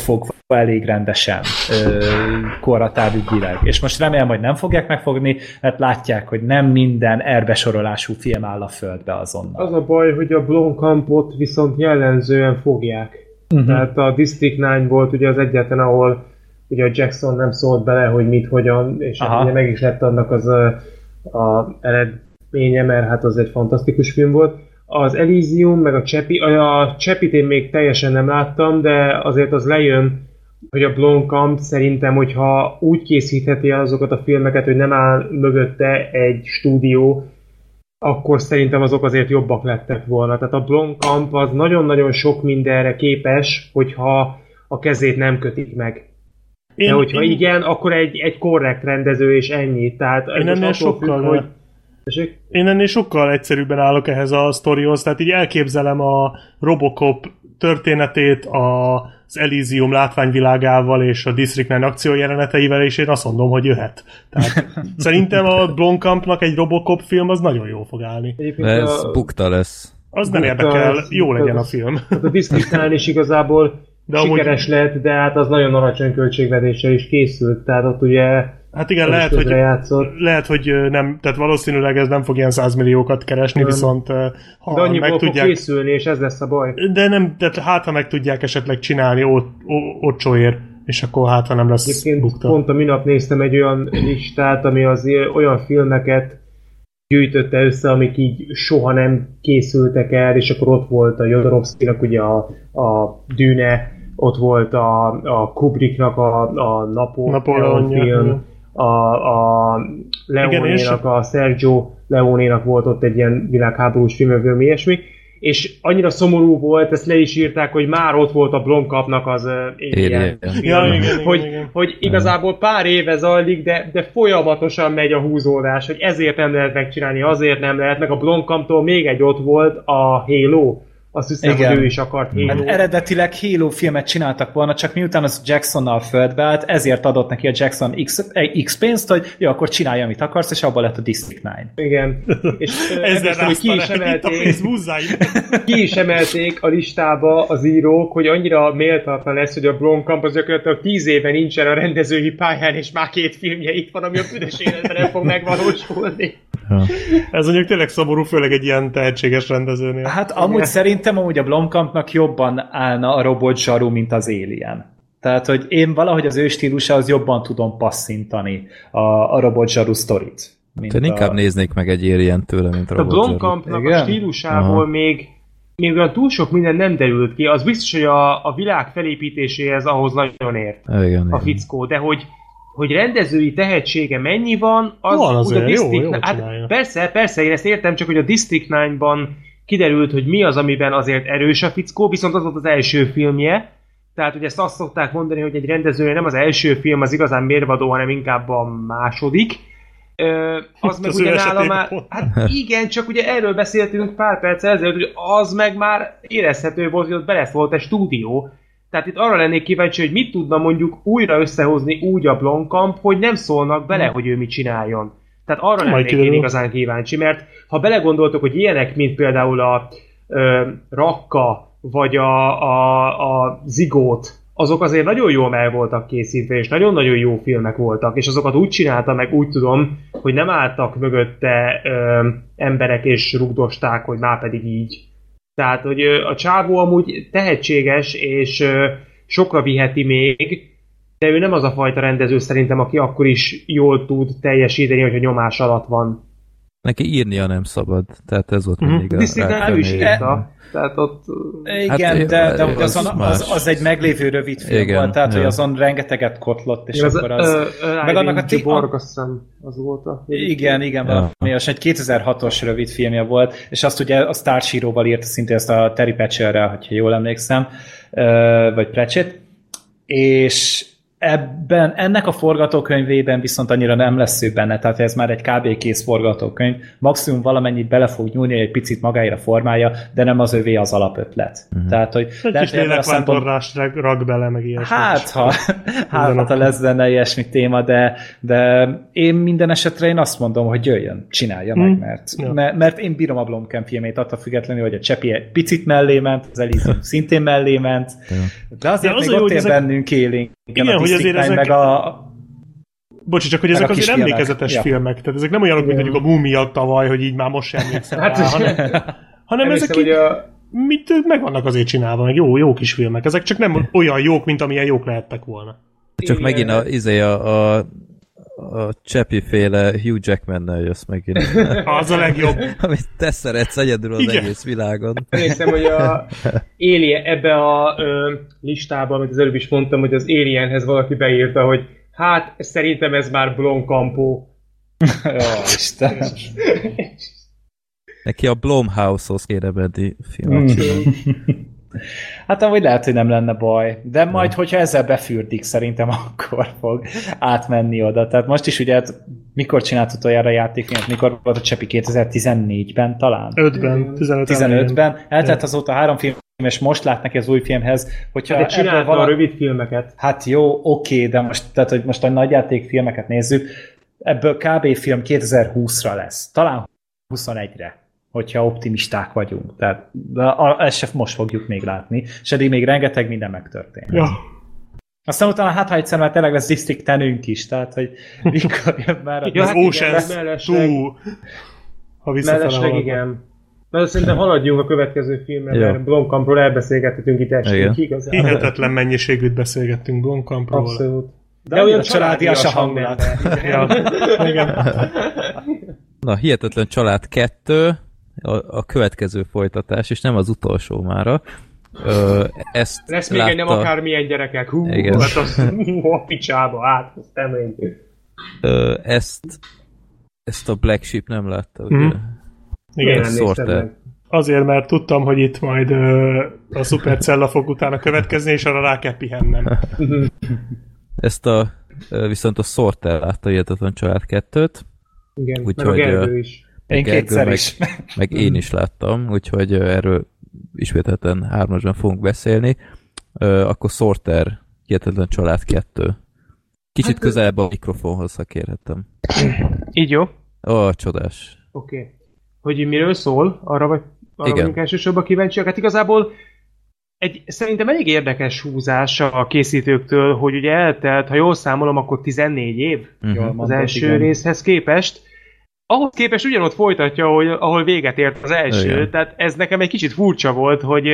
S4: elég rendesen korhatárügyileg. És most remélem, hogy nem fogják megfogni, mert látják, hogy nem minden erbesorolású film áll a földbe azonnal.
S6: Az a baj, hogy a Blomkampot viszont jellemzően fogják. Tehát a District 9 volt ugye az egyetlen, ahol ugye a Jackson nem szólt bele, hogy mit, hogyan, és ugye meg is lett annak az a eredménye, mert hát az egy fantasztikus film volt. Az Elysium, meg a Chappie-t én még teljesen nem láttam, de azért az lejön, hogy a Blomkamp szerintem, hogyha úgy készítheti el azokat a filmeket, hogy nem áll mögötte egy stúdió, akkor szerintem azok azért jobbak lettek volna. Tehát a Blomkamp az nagyon-nagyon sok mindenre képes, hogyha a kezét nem kötik meg. De hogyha igen, akkor egy korrekt rendező és ennyi. Tehát
S2: én ennél sokkal egyszerűbben állok ehhez a sztorihoz, tehát így elképzelem a Robocop történetét az Elysium látványvilágával és a District 9 akciójeleneteivel, és én azt mondom, hogy jöhet. Tehát szerintem a Blomkampnak egy Robocop film az nagyon jól fog állni.
S3: De ez bukta lesz.
S2: Az nem érdekel, jó legyen a film.
S6: A District 9 is igazából sikeres lett, de hát az nagyon alacsony költségvetéssel is készült, tehát ott ugye
S2: hát igen, lehet, hogy nem, tehát valószínűleg ez nem fog ilyen 100 milliókat keresni, viszont
S6: ha meg tudják készülni, és ez lesz a baj.
S2: De nem, tehát ha meg tudják esetleg csinálni olcsóért, és akkor ha nem lesz bukta.
S6: Pont a minap néztem egy olyan listát, ami az olyan filmeket gyűjtötte össze, amik így soha nem készültek el, és akkor ott volt a Jodorowskynak ugye a Dűne, ott volt a Kubricknak a Napóleon film, a Leónénak, a Sergio Leónénak volt ott egy ilyen világháborús film, ilyesmi, és annyira szomorú volt, ezt le is írták, hogy már ott volt a Blomkampnak az Alien film, hogy igazából pár éve zajlik, de folyamatosan megy a húzódás, hogy ezért nem lehet megcsinálni, azért nem lehet, meg a Blomkamptól még egy ott volt a Halo. Azt hiszem, hogy ő is akart Halo.
S4: Hát eredetileg Halo filmet csináltak volna, csak miután az Jacksonnal földbe állt, ezért adott neki a Jackson X pénzt, hogy jó, akkor csinálj, amit akarsz, és abban lett a District 9.
S6: Igen. És ezzel ki is emelték a listába az írók, hogy annyira méltatlan lesz, hogy a Blomkamp az gyakorlatilag 10 éve nincsen a rendezői pályán, és már 2 filmje itt van, ami a büdös életben nem fog megvalósulni.
S2: Ez mondjuk tényleg szomorú, főleg egy ilyen tehetséges rendezőnél.
S4: Hát amúgy szerintem a Blomkampnak jobban állna a robot zsaru, mint az Alien. Tehát, hogy én valahogy az ő stílusához jobban tudom passzintani a robot zsaru sztorit.
S3: Inkább néznék meg egy Alien tőle, mint a robot zsaru.
S6: A Blomkampnak a stílusából még olyan túl sok minden nem derült ki. Az biztos, hogy a világ felépítéséhez ahhoz nagyon ért a fickó, de hogy rendezői tehetsége mennyi van, az
S2: van azért,
S6: a District persze, én ezt értem, csak hogy a District 9-ban kiderült, hogy mi az, amiben azért erős a fickó, viszont az volt az első filmje, tehát hogy ezt azt szokták mondani, hogy egy rendezője nem az első film az igazán mérvadó, hanem inkább a második. Az meg ugye nála már... Hát igen, csak ugye erről beszéltünk pár perccel ezelőtt, hogy az meg már érezhető volt, hogy ott be volt egy stúdió. Tehát itt arra lennék kíváncsi, hogy mit tudna mondjuk újra összehozni úgy a Blomkamp, hogy nem szólnak bele, hogy ő mit csináljon. Tehát arra lennék én igazán kíváncsi, mert ha belegondoltok, hogy ilyenek, mint például a Rakka, vagy a Zigót, azok azért nagyon jól el voltak készítve, és nagyon-nagyon jó filmek voltak, és azokat úgy csinálta meg, úgy tudom, hogy nem álltak mögötte emberek és rugdosták, hogy már pedig így. Tehát, hogy a csávó amúgy tehetséges, és sokra viheti még, de ő nem az a fajta rendező szerintem, aki akkor is jól tud teljesíteni, hogyha nyomás alatt van.
S3: Neki írnia nem szabad, tehát ez volt mindig a
S6: rákenni. Ő is írta. Tehát ott...
S4: Igen, hát, de az egy meglévő rövid film volt, tehát hogy azon rengeteget kotlott, és akkor az...
S6: meg annak a Borg, azt hiszem, az volt a...
S4: Igen, valami, és egy 2006-os rövid filmje volt, és azt ugye a Star Hero-val írta szintén ezt a Terry Pratchett'rel, hogyha jól emlékszem, vagy Pratchett, és ennek a forgatókönyvében viszont annyira nem lesz ő benne, tehát ez már egy kb. Kész forgatókönyv, maximum valamennyit bele fog nyúlni, egy picit magáira formálja, de nem az övé az alapötlet. Tehát, hogy
S2: egy kis lélekvántorlást rak bele, meg ilyesmi.
S4: Ha lesz benne ilyesmi téma, de én minden esetre én azt mondom, hogy jöjjön, csinálja meg, mert én bírom a Blomkamp filmét, attól függetlenül, hogy a Csepi egy picit mellé ment, az Elysium szintén mellé ment, de azért még ott él bennünk élénk.
S2: Igen, hogy azért ezek...
S4: meg
S2: Bocsi, csak hogy ezek azért emlékezetes filmek. Tehát ezek nem olyanok, mint mondjuk a Múmia tavaly, hogy így már most sem emlékszem rá, hanem ezek így meg vannak azért csinálva, meg jó kis filmek. Ezek csak nem olyan jók, mint amilyen jók lehettek volna.
S3: Csak megint a Csepi-féle Hugh Jackmannel jössz megint.
S2: Az a legjobb.
S3: Amit te szeretsz egyedül az egész világon.
S6: Emlékszem, hogy a Alien, ebbe a listában, amit az előbb is mondtam, hogy az Alienhez valaki beírta, hogy hát szerintem ez már Blomkampó.
S4: Istenem.
S3: Neki a Blumhouse-hoz kéne menni filmet csinálni.
S4: Hát amúgy lehet, hogy nem lenne baj. De majd, hogyha ezzel befürdik, szerintem akkor fog átmenni oda. Tehát most is ugye, mikor csinált utoljára játékfilmet? Mikor volt a Csepi? 2014-ben talán? 15-ben. Eltelt azóta 3 film, és most lát neki az új filmhez. Hogyha
S6: hát csinálta a rövid filmeket.
S4: Hát jó, oké, de most a nagyjátékfilmeket nézzük, ebből kb. Film 2020-ra lesz. Talán 21-re. Hogyha optimisták vagyunk. Tehát ezt sem most fogjuk még látni, és eddig még rengeteg minden megtörtént.
S2: Ja.
S4: Aztán utána ha egyszer már tényleg lesz District 10-ünk is, tehát hogy mikor jön már
S2: az Ocean's 2, ha
S6: visszafele igen. Na, szerintem haladjunk a következő filmre, mert Blomkampról elbeszélgethetünk itt estig igazán.
S2: Hihetetlen mennyiségűt beszélgettünk Blomkampról.
S6: Abszolút.
S4: De olyan családias a hangulat.
S3: Na, Hihetetlen család 2, a következő folytatás, és nem az utolsó mára. Ezt
S6: lesz még egy nem akármilyen gyerekek. Hát az a picsába, hát az temény.
S3: Ezt a Black Sheep nem látta, ugye?
S2: Igen, Sorter. Azért, mert tudtam, hogy itt majd a Supercella fog utána következni, és arra rá kell pihennem.
S3: Ezt viszont a Sorter látta, Hihetetlen család 2-t.
S6: Igen, úgyhogy, meg a Gergő is.
S4: Én kétszer is.
S3: Meg én is láttam, úgyhogy erről ismételten 3-asban fogunk beszélni. Akkor Sorter, Hihetetlen család 2. Kicsit közelebb a mikrofonhoz, ha kérhetem.
S6: Így jó?
S3: Csodás.
S6: Oké. Hogy miről szól? Arra vagyunk elsősorban kíváncsiak. Hát igazából szerintem elég érdekes húzás a készítőktől, hogy ugye eltelt, ha jól számolom, akkor 14 év az első részhez képest. Ahhoz képest ugyanott folytatja, ahol véget ért az első. Igen. Tehát ez nekem egy kicsit furcsa volt, hogy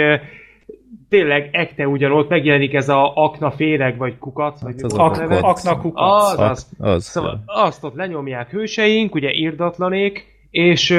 S6: tényleg ekte ugyanott megjelenik ez a aknaféreg, vagy kukac, vagy
S4: aknakukac.
S6: Az. Szóval azt ott lenyomják hőseink, ugye irdatlanék, és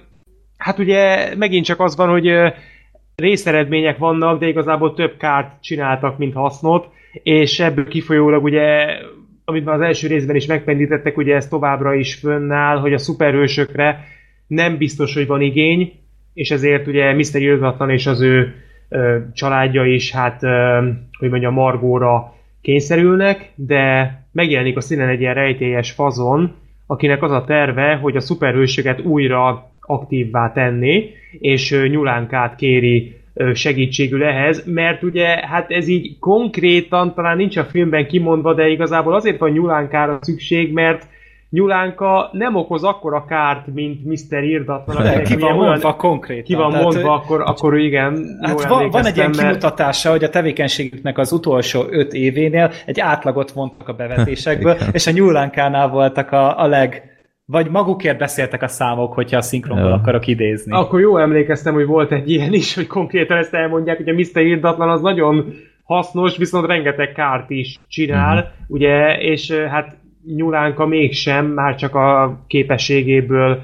S6: hát ugye megint csak az van, hogy részeredmények vannak, de igazából több kárt csináltak, mint hasznot, és ebből kifolyólag ugye, amit már az első részben is megpendítettek, ugye ez továbbra is fönnáll, hogy a szuperhősökre nem biztos, hogy van igény, és ezért ugye Mr. Irdatlan és az ő családja is, hát, hogy mondjam, Margóra kényszerülnek, de megjelenik a színen egy ilyen rejtélyes fazon, akinek az a terve, hogy a szuperhősöket újra aktívvá tenni, és Nyulánkát kéri segítségül ehhez, mert ugye hát ez így konkrétan talán nincs a filmben kimondva, de igazából azért van Nyulánkára szükség, mert Nyulánka nem okoz akkora kárt, mint Mr. Irdatlan.
S4: Ki van mondva konkrétan.
S6: Ki van mondva, akkor igen.
S4: Hát van egy ilyen kimutatása, hogy a tevékenységüknek az utolsó 5 événél egy átlagot vontak a bevetésekből, és a Nyulánkánál voltak a vagy magukért beszéltek a számok, hogyha a szinkronból akarok idézni.
S6: Akkor jól emlékeztem, hogy volt egy ilyen is, hogy konkrétan ezt elmondják, hogy a Mr. Irdatlan az nagyon hasznos, viszont rengeteg kárt is csinál, ugye, és hát Nyulánka mégsem, már csak a képességéből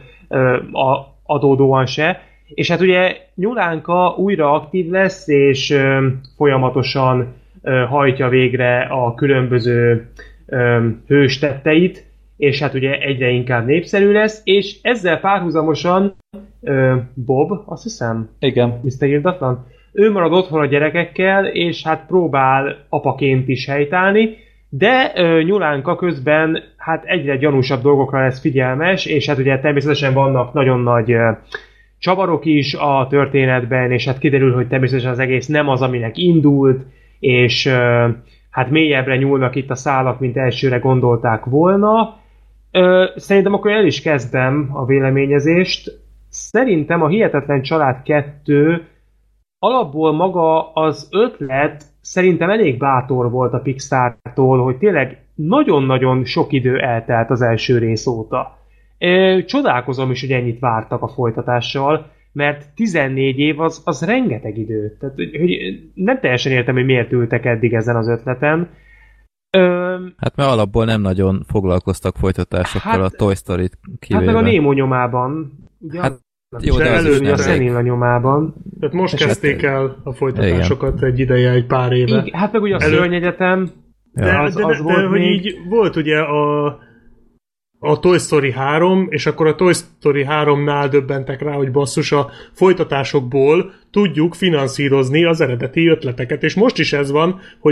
S6: adódóan se. És hát ugye Nyulánka újra aktív lesz, és folyamatosan hajtja végre a különböző hős tetteit, és hát ugye egyre inkább népszerű lesz, és ezzel párhuzamosan Bob, azt hiszem?
S4: Igen.
S6: Mr. Irdatlan? Ő marad otthon a gyerekekkel, és hát próbál apaként is helytállni, De Nyulánka közben hát egyre gyanúsabb dolgokra lesz figyelmes, és hát ugye természetesen vannak nagyon nagy csavarok is a történetben, és hát kiderül, hogy természetesen az egész nem az, aminek indult, és hát mélyebbre nyúlnak itt a szálak, mint elsőre gondolták volna. Szerintem akkor el is kezdem a véleményezést. Szerintem a Hihetetlen Család 2 alapból maga az ötlet szerintem elég bátor volt a Pixartól, hogy tényleg nagyon-nagyon sok idő eltelt az első rész óta. Csodálkozom is, hogy ennyit vártak a folytatással, mert 14 év az rengeteg idő. Tehát, hogy nem teljesen értem, hogy miért ültek eddig ezen az ötleten.
S3: Hát mert alapból nem nagyon foglalkoztak folytatásokkal a Toy Story-t kivéve.
S6: Hát meg a Nemo nyomában. Ugye,
S3: hát jó, de
S6: előző a Szenilla nyomában.
S2: Tehát most kezdték el a folytatásokat egy ideje, egy pár éve.
S6: Hát meg ugye a Szörnyegyetem.
S2: De hogy így volt ugye a Toy Story 3, és akkor a Toy Story 3-nál döbbentek rá, hogy basszus, a folytatásokból tudjuk finanszírozni az eredeti ötleteket, és most is ez van, hogy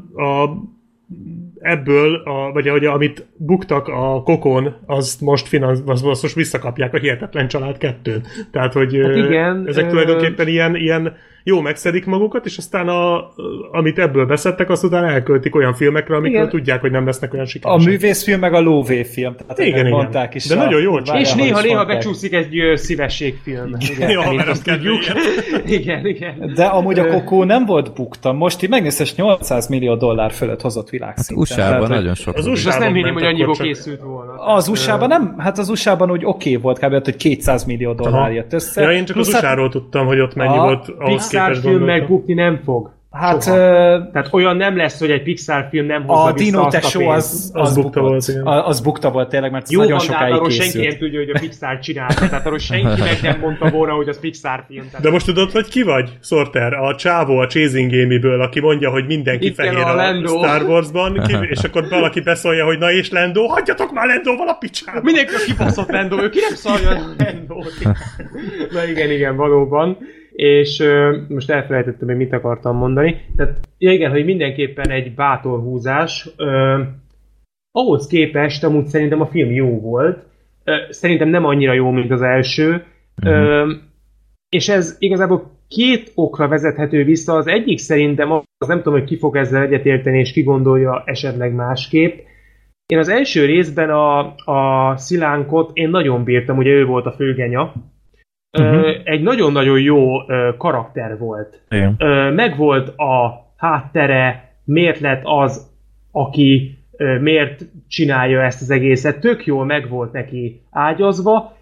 S2: ebből, vagy amit buktak a Kokon, azt most visszakapják a Hihetetlen Család 2-n. Tehát, hogy
S6: hát igen,
S2: ezek tulajdonképpen ilyen jó megszedik magukat, és aztán amit ebből beszedtek, azt utána elköltik olyan filmekre, amikről tudják, hogy nem lesznek olyan sikeresek.
S4: A művészfilm meg a lóvéfilm. Tehát
S2: igen.
S4: mondták is.
S2: De nagyon jól
S6: csinálják. És néha becsúszik egy szívességfilm. Igen.
S4: De amúgy a Kokó nem volt bukta. Most így megnézted, $800 millió fölött hozott világszinten.
S3: Hát USA-ban nagyon sok.
S6: Az USA-ban nem hinném, hogy annyiból készült volna.
S4: Az USA-ban nem, hát az USA-ban úgy oké volt kb. Hogy $200 millió jött össze.
S2: Ja, én csak az USA-ról tudtam, hogy ott mennyi volt ahhoz képest
S6: film megbukni nem fog.
S4: Hát,
S6: tehát olyan nem lesz, hogy egy Pixar film nem hozza vissza
S4: azt a pénzt. Az bukta volt. Az bukta volt tényleg, mert
S6: jó,
S4: nagyon sokáig készült.
S6: Senki nem tudja, hogy a Pixar csinálta, tehát arról senki meg nem mondta volna, hogy az Pixar film.
S2: De most tudod, hogy ki vagy, Sorter? A csávó a Chasing Amy-ből, aki mondja, hogy mindenki
S6: itt
S2: fehér a Star Wars-ban, és akkor valaki beszólja, hogy na és Lando, hagyjatok már Landóval a picsába!
S6: Mindenki a kibaszott Lando, ő ki nem szarja Landót. Na igen, valóban. És most elfelejtettem, hogy mit akartam mondani. Tehát igen, hogy mindenképpen egy bátor húzás. Ahhoz képest amúgy szerintem a film jó volt. Szerintem nem annyira jó, mint az első. És ez igazából két okra vezethető vissza. Az egyik szerintem, az nem tudom, hogy ki fog ezzel egyetérteni, és ki gondolja esetleg másképp. Én az első részben a Szilánkot én nagyon bírtam, ugye ő volt a főgenya. Egy nagyon-nagyon jó karakter volt. Megvolt a háttere, miért lett az, aki miért csinálja ezt az egészet, tök jól megvolt neki ágyazva.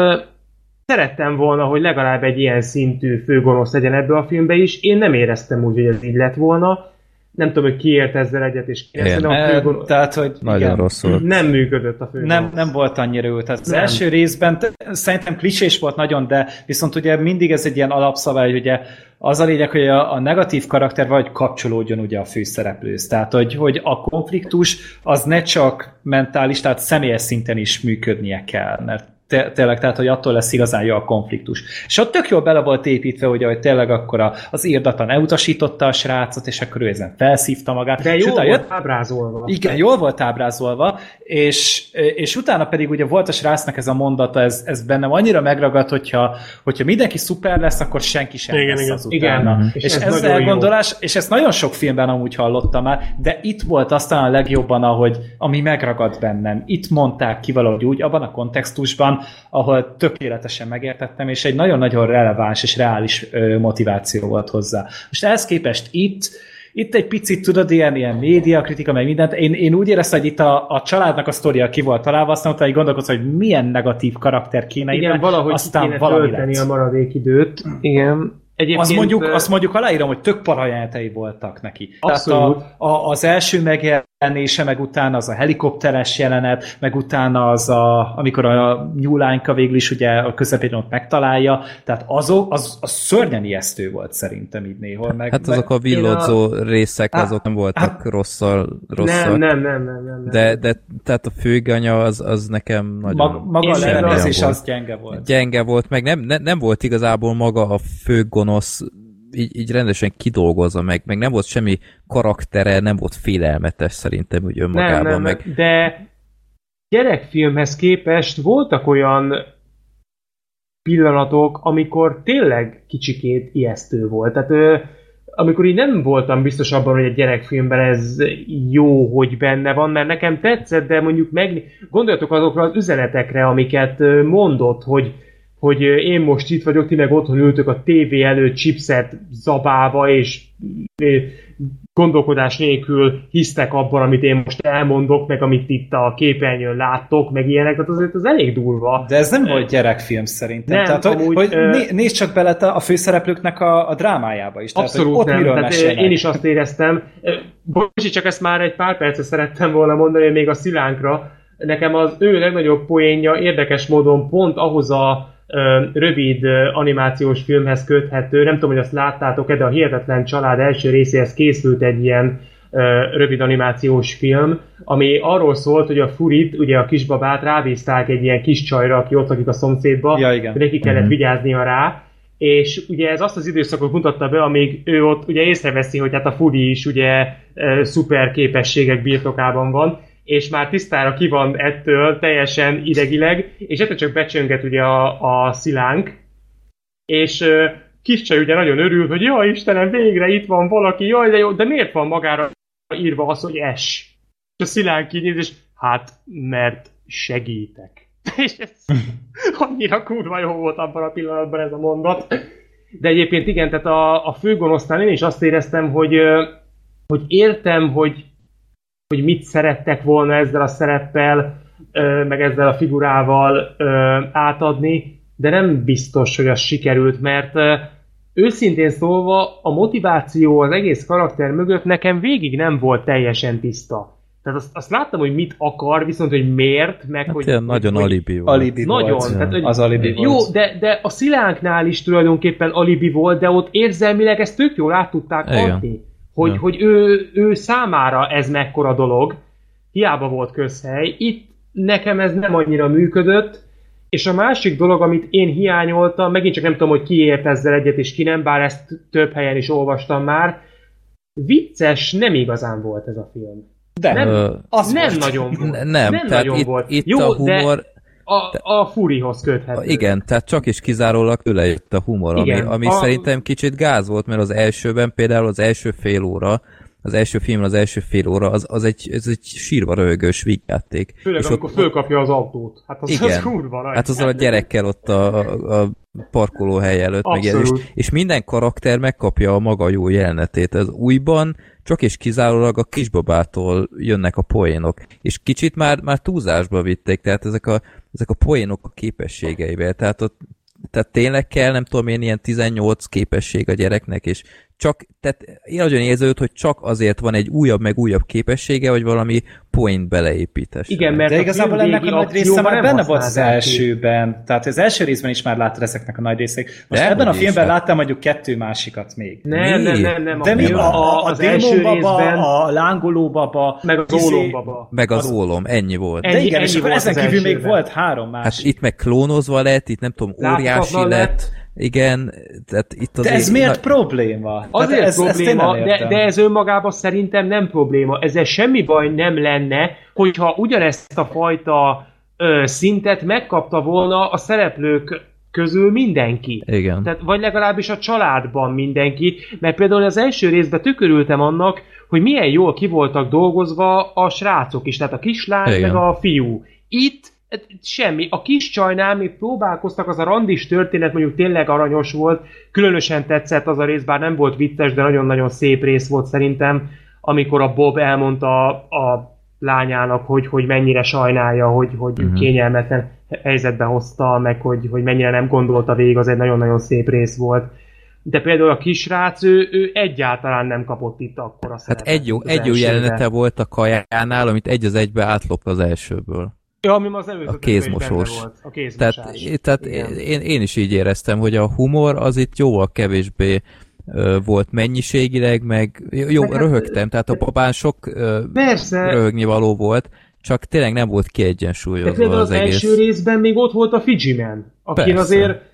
S6: Szerettem volna, hogy legalább egy ilyen szintű főgonosz legyen ebbe a filmbe is. Én nem éreztem úgy, hogy ez így lett volna. Nem tudom, hogy ki ért ezzel egyet, és ki ezt a főgonosz...
S4: Tehát, hogy
S3: nagyon rosszul.
S6: Nem működött a főgonosz.
S4: Nem volt annyira jó. Tehát az első részben szerintem klisés volt nagyon, de viszont ugye mindig ez egy ilyen alapszabály, hogy ugye az a lényeg, hogy a negatív karakter vagy kapcsolódjon ugye a főszereplőhöz. Tehát, hogy a konfliktus az ne csak mentális, tehát személyes szinten is működnie kell, mert tényleg, tehát, hogy attól lesz igazán jó a konfliktus. És ott tök jól bele volt építve, ugye, hogy tényleg akkor az írdatlan elutasította a srácot, és akkor ő ezen felszívta magát.
S6: De jól volt ábrázolva.
S4: Igen, jól volt ábrázolva, és utána pedig ugye volt a srácnak ez a mondata, ez bennem annyira megragad, hogyha mindenki szuper lesz, akkor senki sem lesz az utána.
S6: Igen.
S4: És ez elgondolás, és ezt nagyon sok filmben amúgy hallottam már, de itt volt aztán a legjobban, ami megragad bennem. Itt mondták ki valahogy úgy, abban a kontextusban, ahol tökéletesen megértettem, és egy nagyon-nagyon releváns és reális motiváció volt hozzá. Most ehhez képest itt egy picit, tudod, ilyen médiakritika, meg mindent. Én úgy éreztem, hogy itt a családnak a sztoria ki volt találva, aztán utána gondolkodsz, hogy milyen negatív karakter kéne.
S6: Igen, valahogy
S4: aztán
S6: kéne tölteni a maradék időt. Igen.
S4: Azt mondjuk aláírom, hogy tök parajátai voltak neki.
S6: Abszolút.
S4: Tehát az első megjelenése, meg utána az a helikopteres jelenet, meg utána amikor a nyúlányka végül is ugye a közepén ott megtalálja, tehát az szörnyen ijesztő volt szerintem így néhol.
S3: Hát azok a villódzó részek, azok nem voltak rosszal.
S6: Nem.
S3: De tehát a főganya az nekem nagyon...
S4: Maga az is az gyenge volt.
S3: Gyenge volt, meg nem volt igazából maga a főgonosz így rendesen kidolgozza meg nem volt semmi karaktere, nem volt félelmetes szerintem úgy önmagában.
S6: Nem, meg... de gyerekfilmhez képest voltak olyan pillanatok, amikor tényleg kicsikét ijesztő volt. Tehát amikor így nem voltam biztos abban, hogy egy gyerekfilmben ez jó, hogy benne van, mert nekem tetszett, de mondjuk gondoljatok azokra az üzenetekre, amiket mondott, hogy én most itt vagyok, ti meg otthon ültök a tévé előtt chipset zabálva, és gondolkodás nélkül hisztek abban, amit én most elmondok, meg amit itt a képernyőn láttok, meg ilyenek, tehát azért az elég durva.
S4: De ez nem volt gyerekfilm szerintem.
S6: Nem,
S4: tehát, hogy nézd csak bele a főszereplőknek a drámájába is.
S6: Abszolút
S4: tehát,
S6: nem. Tehát én is azt éreztem. Bocsi, csak ezt már egy pár percet szerettem volna mondani, hogy még a Szilánkra. Nekem az ő legnagyobb poénja érdekes módon pont ahhoz a rövid animációs filmhez köthető. Nem tudom, hogy azt láttátok-e, de a Hihetetlen Család első részéhez készült egy ilyen rövid animációs film, ami arról szólt, hogy a Furit, ugye a kisbabát rábízták egy ilyen kis csajra, aki ott lakik a szomszédba, hogy neki kellett vigyáznia rá, és ugye ez azt az időszakot mutatta be, amíg ő ott ugye észreveszi, hogy hát a Furi is ugye szuper képességek birtokában van, és már tisztára ki van ettől teljesen idegileg, és ettől csak becsönget ugye a Szilánk, és kis csaj ugye nagyon örül, hogy jaj Istenem, végre itt van valaki, jaj de jó, de miért van magára írva az, hogy S? És a Szilánk kinyíz, és hát, mert segítek. És ez annyira kurva jó volt abban a pillanatban ez a mondat. De egyébként igen, tehát a főgonosznál én is azt éreztem, hogy értem, hogy mit szerettek volna ezzel a szereppel, meg ezzel a figurával átadni, de nem biztos, hogy az sikerült, mert őszintén szólva a motiváció az egész karakter mögött nekem végig nem volt teljesen tiszta. Tehát azt láttam, hogy mit akar, viszont hogy miért, meg
S3: hát
S6: hogy...
S3: nagyon
S6: hogy,
S3: alibi volt.
S4: Alibi
S6: nagyon,
S4: volt.
S6: tehát, hogy,
S4: az alibi
S6: jó,
S4: volt.
S6: de a Szilánknál is tulajdonképpen alibi volt, de ott érzelmileg ezt tök jól át tudták adni. Hogy ő számára ez mekkora dolog, hiába volt közhely. Itt nekem ez nem annyira működött, és a másik dolog, amit én hiányoltam, megint csak nem tudom, hogy ki ért ezzel egyet és ki nem, bár ezt több helyen is olvastam már, vicces nem igazán volt ez a film.
S4: De
S6: nem nagyon volt. Nem nagyon volt.
S3: Itt
S6: jó,
S3: a humor...
S6: de a Furihoz köthető.
S3: Igen, tehát csak is kizárólag tőle jött a humor,
S6: igen,
S3: ami szerintem kicsit gáz volt, mert az elsőben például az első fél óra, az első fél óra, az egy sírva röhögős vígjáték.
S6: Főleg, és amikor fölkapja az autót. Hát az, igen, az kurva nagy.
S3: Hát azzal a gyerekkel ott a parkolóhely előtt. És minden karakter megkapja a maga jó jelenetét. Az újban csak és kizárólag a kisbabától jönnek a poénok. És kicsit már túlzásba vitték, tehát ezek a poénok a képességeivel. Tehát tényleg kell, nem tudom én, ilyen 18 képesség a gyereknek, és tehát én nagyon érződött, hogy csak azért van egy újabb meg újabb képessége, hogy valami point beleépítés.
S6: Igen, mert
S4: de igazából ennek a nagy része már benne volt az elsőben. Tehát az első részben is már láttad ezeknek a nagy részét. Most ebben a filmben láttam mondjuk 2 másikat még.
S6: Nem.
S4: De mi a démonbaba, a lángolóbaba,
S6: meg az ólombaba.
S3: Meg az ólom, ennyi volt.
S4: De igen, és akkor ezen kívül még volt 3 másik.
S3: Hát itt meg klónozva lett, itt nem tudom, óriási lett. Igen, tehát itt
S4: de ez miért probléma?
S6: Azért ez probléma, de ez önmagában szerintem nem probléma. Ezzel semmi baj nem lenne, hogyha ugyanezt a fajta szintet megkapta volna a szereplők közül mindenki.
S3: Igen.
S6: Tehát, vagy legalábbis a családban mindenki, mert például az első részben tükörültem annak, hogy milyen jól ki voltak dolgozva a srácok is, tehát a kislány, igen, meg a fiú. Itt semmi. A kis csajnál még próbálkoztak, az a randis történet mondjuk tényleg aranyos volt, különösen tetszett az a rész, bár nem volt vicces, de nagyon-nagyon szép rész volt szerintem, amikor a Bob elmondta a lányának, hogy mennyire sajnálja, hogy kényelmetlen helyzetbe hozta, meg hogy mennyire nem gondolta végig, az egy nagyon-nagyon szép rész volt. De például a kisrác, ő egyáltalán nem kapott itt akkor a szerepet.
S3: Hát egy jó jelenete volt a kajánál, amit egy az egybe átlop az elsőből.
S6: Ja, ami az
S3: a kézmosós.
S6: Volt. A kézmosás.
S3: Tehát én is így éreztem, hogy a humor az itt jóval kevésbé volt mennyiségileg, meg jó, röhögtem, tehát a babán sok röhögni való volt, csak tényleg nem volt kiegyensúlyozva az egész.
S6: Az első részben még ott volt a Fiji Man, akin azért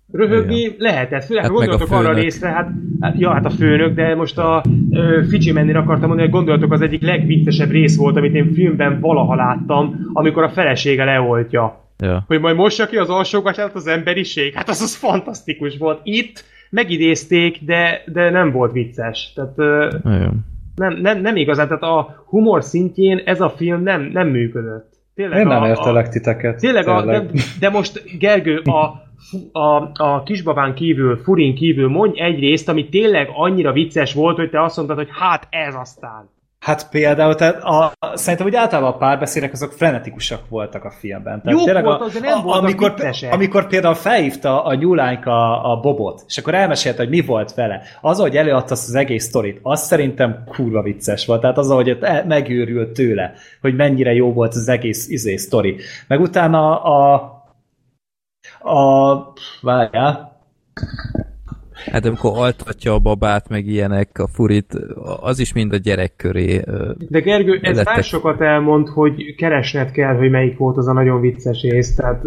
S6: Röhögni lehetett, főleg hát gondolatok arra részre, hát a főnök, de most a Fiji Menni akartam mondani, hogy gondolatok az egyik legviccesebb rész volt, amit én filmben valaha láttam, amikor a felesége leoltja. Ja. Hogy majd mossa ki az alsógatyát az emberiség. Hát az fantasztikus volt. Itt megidézték, de nem volt vicces. Tehát nem igazán. Tehát a humor szintjén ez a film nem működött.
S4: Tényleg én nem értelek titeket.
S6: Tényleg. De most Gergő, a kisbabán kívül, Furin kívül mondj egy részt, ami tényleg annyira vicces volt, hogy te azt mondtad, hogy hát ez aztán.
S4: Hát például, szerintem, hogy általában a párbeszédek azok frenetikusak voltak a filmben. Tehát
S6: jó volt, azért nem voltak viccesek.
S4: Amikor például felhívta a nyúlánka a Bobot, és akkor elmesélte, hogy mi volt vele. Az, hogy előadta az egész sztorit, az szerintem kurva vicces volt. Tehát az, hogy megőrült tőle, hogy mennyire jó volt az egész sztori. Meg utána várjál.
S3: Hát amikor altatja a babát, meg ilyenek, a Furit, az is mind a gyerek köré.
S6: De Gergő, ez már sokat elmond, hogy keresned kell, hogy melyik volt az a nagyon vicces rész, tehát...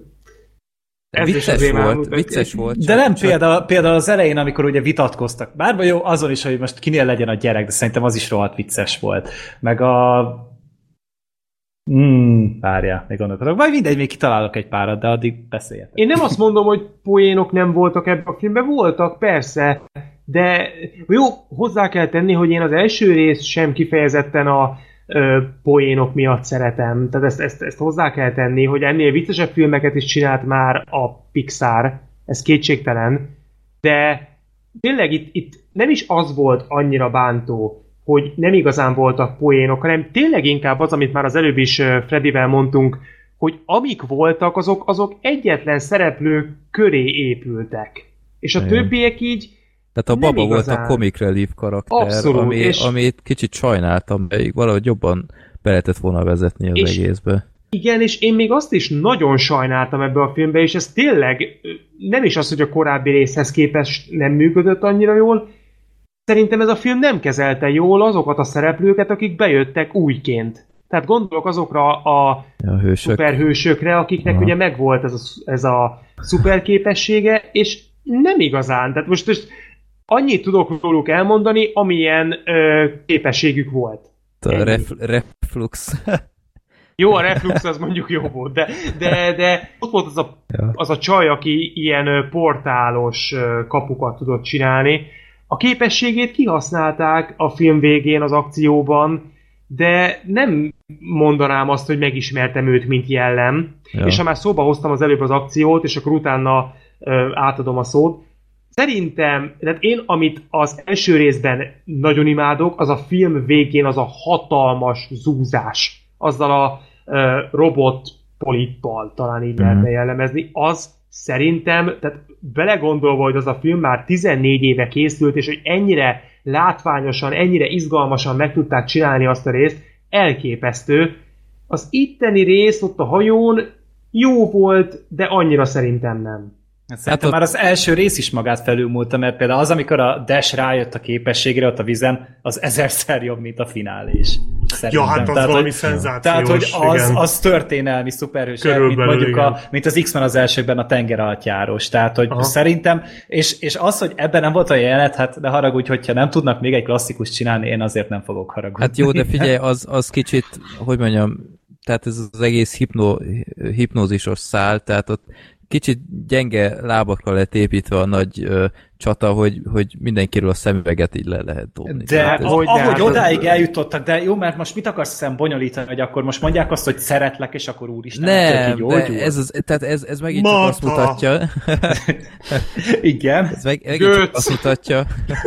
S3: Vicces volt.
S4: De nem például az elején, amikor ugye vitatkoztak. Bár jó, azon is, hogy most kinél legyen a gyerek, de szerintem az is rohadt vicces volt. Meg várjál, még gondolkodok. Majd mindegy, még kitalálok egy párat, de addig beszéljetek.
S6: Én nem azt mondom, hogy poénok nem voltak ebben a filmben, voltak, persze, de jó, hozzá kell tenni, hogy én az első részt sem kifejezetten a poénok miatt szeretem. Tehát ezt hozzá kell tenni, hogy ennél viccesebb filmeket is csinált már a Pixar, ez kétségtelen, de tényleg itt nem is az volt annyira bántó, hogy nem igazán voltak poénok, hanem tényleg inkább az, amit már az előbb is Fredivel mondtunk, hogy amik voltak, azok egyetlen szereplő köré épültek. És a többiek így
S3: tehát a baba volt a comic relief karakter,
S6: abszolút,
S3: amit kicsit sajnáltam, de valahogy jobban be lehetett volna vezetni az egészbe.
S6: Igen, és én még azt is nagyon sajnáltam ebbe a filmbe, és ez tényleg nem is az, hogy a korábbi részhez képest nem működött annyira jól. Szerintem ez a film nem kezelte jól azokat a szereplőket, akik bejöttek újként. Tehát gondolok azokra a szuperhősökre, akiknek ugye megvolt ez a szuperképessége, és nem igazán. Tehát most annyit tudok róluk elmondani, amilyen képességük volt.
S3: A reflux.
S6: Jó, a reflux az mondjuk jó volt, de ott volt az a csaj, aki ilyen portálos kapukat tudott csinálni. A képességét kihasználták a film végén az akcióban, de nem mondanám azt, hogy megismertem őt, mint jellem. Ja. És ha már szóba hoztam az előbb az akciót, és akkor utána átadom a szót. Szerintem, tehát én, amit az első részben nagyon imádok, az a film végén az a hatalmas zúzás. Azzal a robot polippal, talán így lehetne jellemezni. Az szerintem, tehát belegondolva, hogy az a film már 14 éve készült, és hogy ennyire látványosan, ennyire izgalmasan meg tudták csinálni azt a részt, elképesztő. Az itteni rész ott a hajón jó volt, de annyira szerintem nem.
S4: Szerintem már az első rész is magát felülmúlta, mert például az, amikor a Dash rájött a képességére ott a vizen, az 1000-szer jobb, mint a finálés. Szerintem.
S2: Ja, hát az tehát, valami szenzációs.
S4: Tehát, hogy az történelmi szuperhős, mint az X-Men az elsőkben a tengeralattjárós. Tehát, hogy szerintem, és az, hogy ebben nem volt a jelenet, hát ne haragudj, hogyha nem tudnak még egy klasszikus csinálni, én azért nem fogok haragudni.
S3: Hát jó, de figyelj, az kicsit, hogy mondjam, tehát ez az egész hipnózisos szál, tehát ott kicsit gyenge lábakra lett építve a nagy csata, hogy mindenkiről a szemüveget így le lehet dobni.
S4: De ahogy odáig eljutottak, de jó, mert most mit akarsz szem bonyolítani, hogy akkor most mondják azt, hogy szeretlek, és akkor úristen,
S3: nem, ez megint csak azt mutatja.
S4: Igen.
S3: Ez megint csak azt mutatja.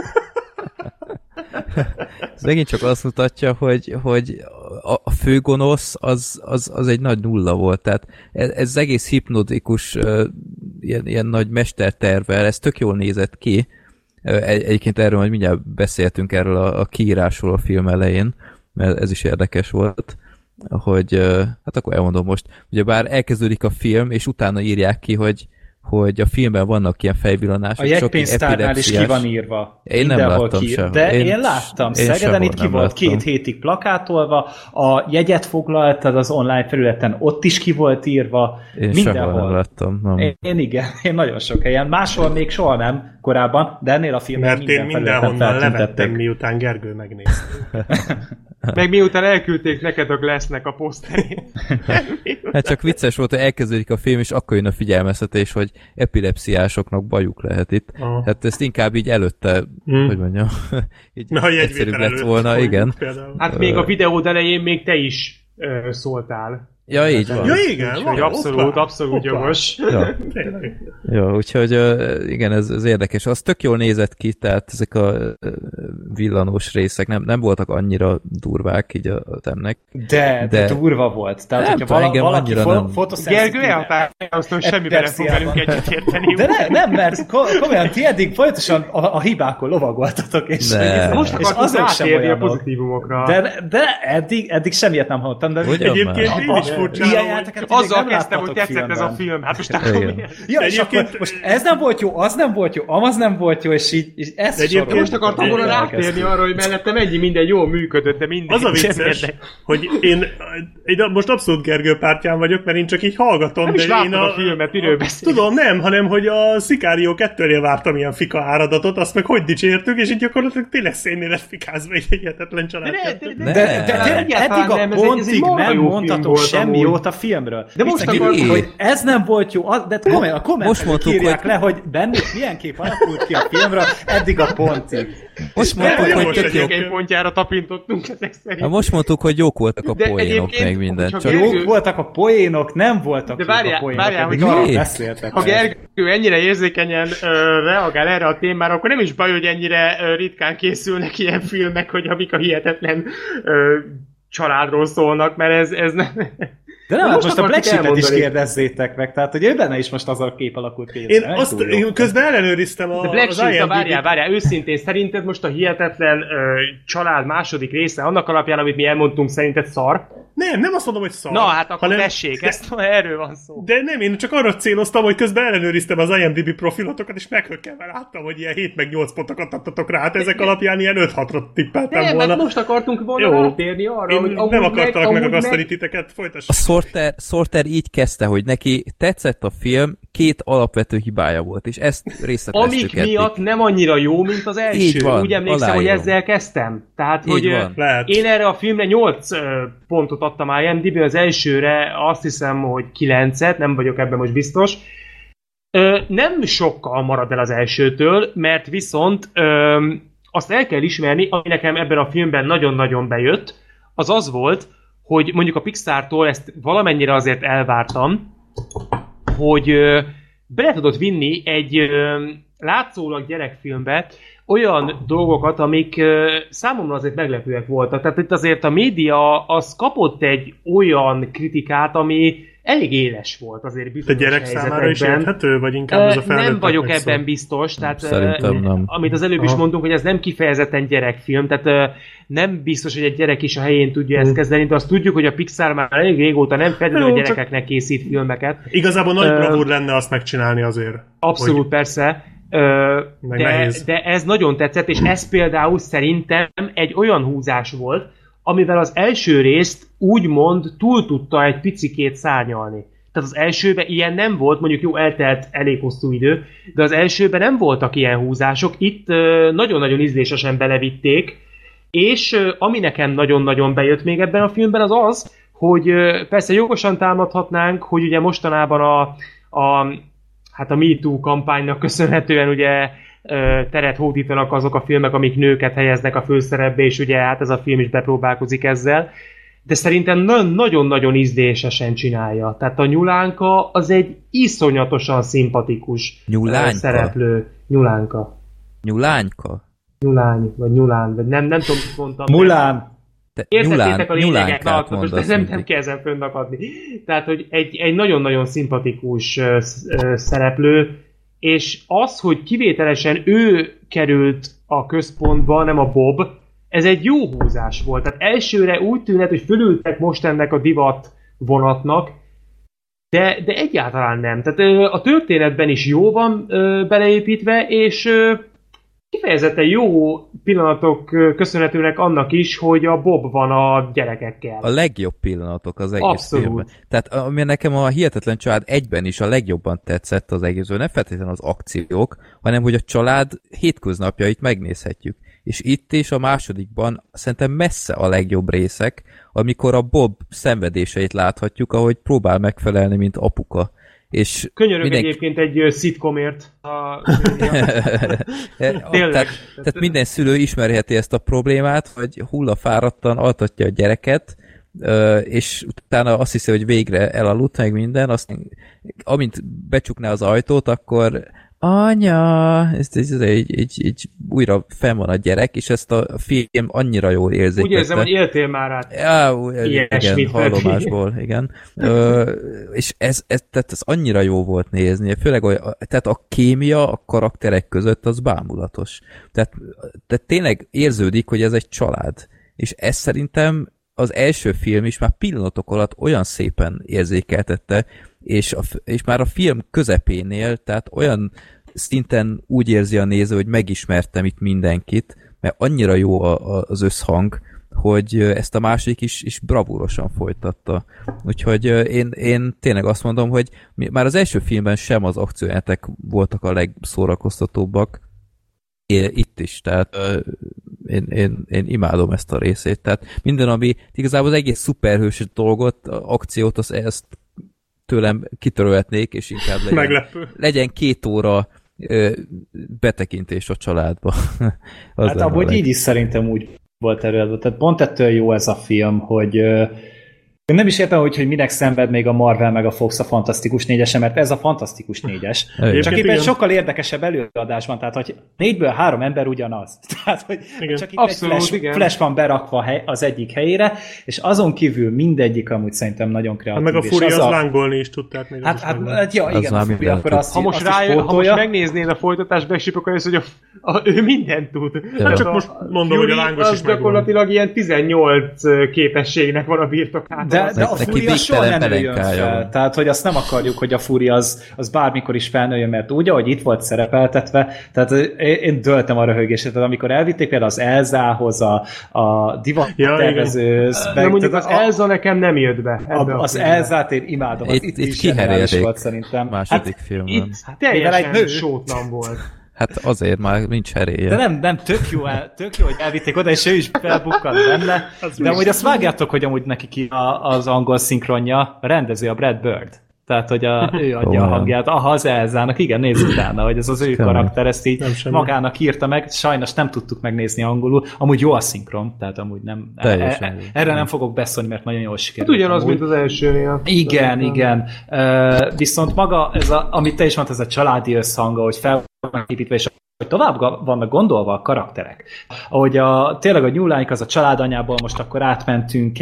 S3: Ez megint csak azt mutatja, hogy a főgonosz az egy nagy nulla volt. Tehát ez egész hipnotikus ilyen nagy mestertervvel, ez tök jól nézett ki. Egyébként erről majd mindjárt beszéltünk erről a kiírásról a film elején, mert ez is érdekes volt, hogy hát akkor elmondom most, ugyebár elkezdődik a film, és utána írják ki, hogy hogy a filmben vannak ilyen fejvillanások.
S4: A jegypénztárnál is ki van írva.
S3: Én nem láttam sehol.
S4: De én láttam. Szegeden itt ki volt 2 hétig plakátolva, a jegyet foglaltad az online felületen, ott is ki volt írva.
S3: Én
S4: mindenhol.
S3: Nem láttam. Nem.
S4: Én igen, én nagyon sok helyen. Máshol még soha nem korábban, de ennél a filmben
S2: mert én mindenhonnan levettem, miután Gergő megnézte.
S6: Meg miután elküldték neked a Glassnek a poszterét.
S3: Hát csak vicces volt, hogy elkezdődik a film, és akkor jön a figyelmeztetés, hogy epilepsziásoknak bajuk lehet itt. Hát ezt inkább így előtte, hogy mondjam, így egyszerűbb lett volna, igen.
S6: Például. Hát még a videód elején még te is szóltál.
S3: Ja, így van.
S2: Ja, igen.
S6: Úgyhogy abszolút jogos.
S3: Ja, úgyhogy igen, ez érdekes. Az tök jól nézett ki, tehát ezek a villanós részek nem voltak annyira durvák így a temnek.
S4: De durva volt. Tehát,
S3: nem
S4: hogyha
S3: engem
S4: valaki
S6: Gergő elhatározta, hogy semmiben nem fog velünk egyetérteni.
S4: De nem, mert komolyan ti eddig folyamatosan a hibákon lovagoltatok, és
S6: most akartunk átérni a pozitívumokra.
S4: De eddig semmiet nem hallottam.
S2: Egyébként én is
S6: azzal kezdtem, hogy tetszett ez a film. Hát most akkor
S4: ja, és akkor most ez nem volt jó, az nem volt jó, amaz nem volt jó, és így ezt
S6: egyébként most akartam volna rátérni arra, hogy mellettem minden jól működött, de minden.
S2: Az a vicces, hogy én most abszolút Gergő pártján vagyok, mert én csak így hallgatom.
S6: Nem is láttad a filmet, miről beszélsz?
S2: Tudom, nem, hanem hogy a Sicario 2-nél vártam ilyen fika áradatot, azt meg hogy dicsértük, és így gyakorlatilag tényleg szénné lett fikázva egy egyhetetlen család.
S4: De eddig a pontig nem mondhatok semmi jót a filmről.
S6: De most akarod,
S4: hogy ez nem volt jó, de a kommentek írják le, hogy bennük milyen kép alakult ki a filmről eddig a pontig.
S3: Most mondtuk, hogy tök jók.
S6: Egy pontjára tapintottunk ezek szerint.
S3: Most mondtuk, hogy jók voltak a poénok, meg minden.
S4: Csak jók voltak a poénok, nem voltak jók a poénok.
S6: Várjál, hogy ha Gergő ennyire érzékenyen reagál erre a témára, akkor nem is baj, hogy ennyire ritkán készülnek ilyen filmek, hogy amik a hihetetlen családról szólnak, mert ez nem...
S4: De nem, most a Black Sheep-et is kérdezzétek meg, tehát hogy ő benne is most az a kép alakult ki.
S2: Én közben ellenőriztem
S6: a Black Sheep, várjál, őszintén szerinted most a hihetetlen család második része, annak alapján, amit mi elmondtunk, szerinted szar?
S2: Nem azt mondom, hogy szar.
S6: Na hát akkor tessék, erről van szó.
S2: De nem, én csak arra céloztam, hogy közben ellenőriztem az IMDb profilotokat, és meghökkenve láttam, hogy ilyen 7 meg 8 pontokat adtatok rá, hát ezek alapján ilyen 5-6-ra tippeltem volna.
S6: Nem, most akartunk volna rátérni arra, hogy
S2: nem akartak megakasztani titeket, folytassuk.
S3: A Sorter így kezdte, hogy neki tetszett a film, 2 alapvető hibája volt, és ezt részleteztük
S6: amik miatt nem annyira jó, mint az első.
S3: Így van,
S6: úgy emlékszem, hogy ezzel kezdtem. Tehát,
S3: így
S6: hogy
S3: van.
S6: Én erre a filmre 8 pontot adtam IMDb, az elsőre azt hiszem, hogy 9-et, nem vagyok ebben most biztos. Nem sokkal marad el az elsőtől, mert viszont azt el kell ismerni, ami nekem ebben a filmben nagyon-nagyon bejött, az volt, hogy mondjuk a Pixartól ezt valamennyire azért elvártam, hogy bele tudod vinni egy látszólag gyerekfilmbe olyan dolgokat, amik számomra azért meglepőek voltak. Tehát itt azért a média az kapott egy olyan kritikát, ami elég éles volt azért bizonyos
S2: gyerek számára is érthető, vagy inkább ez a felnőttek?
S6: Nem vagyok ebben biztos, tehát
S3: szerintem nem.
S6: Amit az előbb is mondtunk, hogy ez nem kifejezetten gyerekfilm, tehát nem biztos, hogy egy gyerek is a helyén tudja ezt kezdeni, de azt tudjuk, hogy a Pixar már elég régóta nem feltétlenül gyerekeknek készít filmeket.
S2: Igazából nagy bravúr lenne azt megcsinálni azért.
S6: Abszolút, persze. De ez nagyon tetszett, és ez például szerintem egy olyan húzás volt, amivel az első részt úgymond túl tudta egy picikét szárnyalni. Tehát az elsőben ilyen nem volt, mondjuk jó, eltelt elég hosszú idő, de az elsőben nem voltak ilyen húzások, itt nagyon-nagyon ízlésesen belevitték, és ami nekem nagyon-nagyon bejött még ebben a filmben az, hogy persze jogosan támadhatnánk, hogy ugye mostanában a MeToo kampánynak köszönhetően ugye teret hódítanak azok a filmek, amik nőket helyeznek a főszerepbe, és ugye hát ez a film is bepróbálkozik ezzel. De szerintem nagyon-nagyon ízlésesen csinálja. Tehát a Nyulánka az egy iszonyatosan szimpatikus szereplő. Nyulánka.
S3: Nyulányka?
S6: Nyulány, vagy Nyulán, vagy nem tudom, mit mondtam.
S4: Mulán.
S6: Értettétek a lényeget, most nem kell ezen fönnakadni. Tehát, hogy egy nagyon-nagyon szimpatikus szereplő, és az, hogy kivételesen ő került a központba, nem a Bob, ez egy jó húzás volt. Tehát elsőre úgy tűnhet, hogy fölültek most ennek a divat vonatnak, de egyáltalán nem. Tehát a történetben is jó van beleépítve, és kifejezetten jó pillanatok köszönhetőnek annak is, hogy a Bob van a gyerekekkel.
S3: A legjobb pillanatok az egész filmben. Tehát ami nekem a Hihetetlen Család 1-ben is a legjobban tetszett az egészből, nem feltétlenül az akciók, hanem hogy a család hétköznapjait megnézhetjük. És itt és a másodikban szerintem messze a legjobb részek, amikor a Bob szenvedéseit láthatjuk, ahogy próbál megfelelni, mint apuka. És
S6: könyörög egyébként egy szitkomért.
S3: Tehát minden szülő ismerheti ezt a problémát, hogy hullafáradtan altatja a gyereket, és utána azt hiszi, hogy végre elaludt meg minden, aztán amint becsukná az ajtót, akkor anya, így újra fenn van a gyerek, és ezt a film annyira jól érzékelte.
S6: Úgy érzem, hogy éltél már át.
S3: Igen, hallomásból, igen. És tehát ez annyira jó volt nézni, főleg tehát a kémia a karakterek között az bámulatos. Tehát tényleg érződik, hogy ez egy család. És ez szerintem az első film is már pillanatok alatt olyan szépen érzékeltette, és már a film közepénél, tehát olyan szinten úgy érzi a néző, hogy megismertem itt mindenkit, mert annyira jó az összhang, hogy ezt a másik is bravúrosan folytatta. Úgyhogy én tényleg azt mondom, hogy már az első filmben sem az akciójátek voltak a legszórakoztatóbbak, itt is, tehát én imádom ezt a részét. Tehát minden, ami igazából az egész szuperhős dolgot, akciót, ezt tőlem kitörölhetnék, és inkább legyen 2 óra betekintés a családba.
S4: Hát amúgy így is szerintem úgy volt előadva. Tehát pont ettől jó ez a film, hogy én nem is értem, hogy minek szenved még a Marvel meg a Fox a Fantasztikus 4-ese, mert ez a Fantasztikus 4-es. Csak éppen sokkal érdekesebb előadás van, tehát hogy 4-ből 3 ember ugyanaz. Tehát, hogy csak itt abszolút, egy flash van berakva az egyik helyére, és azon kívül mindegyik amúgy szerintem nagyon kreatív.
S2: Meg a Fury az lángolni is tudták még.
S4: Hát ja, igen, a Fury akkor azt
S6: ha most megnéznéd a folytatást, begsipolsz, hogy ő mindent tud.
S2: Hát csak most mondom, hogy a lángos is
S6: gyakorlatilag ilyen 18 képességnek van a birtokán.
S4: De a Fúria soha nem nőjön fel. Tehát, hogy azt nem akarjuk, hogy a Fúria az bármikor is felnőjön, mert úgy, ahogy itt volt szerepeltetve, tehát én döltem a röhögését, tehát amikor elvitték például az Elzához, a divattervező...
S6: De mondjuk az Elza nekem nem jött be.
S4: Az Elzát én imádom.
S3: Itt is kiherélték volt szerintem. Második filmben.
S6: Itt teljesen sótlan volt.
S3: Hát azért már nincs heréje.
S4: De nem, tök jó, hogy elvitték oda, és ő is felbukkant benne. De amúgy azt vágjátok, hogy amúgy neki ki az angol szinkronja, a rendező a Brad Bird. Tehát, hogy ő adja a hangját. Aha, az Elzának, igen, nézz utána, hogy ez az ő karakter, ezt így magának írta meg. Sajnos nem tudtuk megnézni angolul. Amúgy jó a szinkron, tehát amúgy nem. Erre nem fogok beszélni, mert nagyon jól sikerült.
S6: Hát ugyanaz, mint az elsőnél.
S4: Igen. Viszont maga, amit te is mondtad, ez a családi összhanga, hogy fel van építve, és hogy tovább vannak gondolva a karakterek. Ahogy tényleg a New Line az a családanyából most akkor átmentünk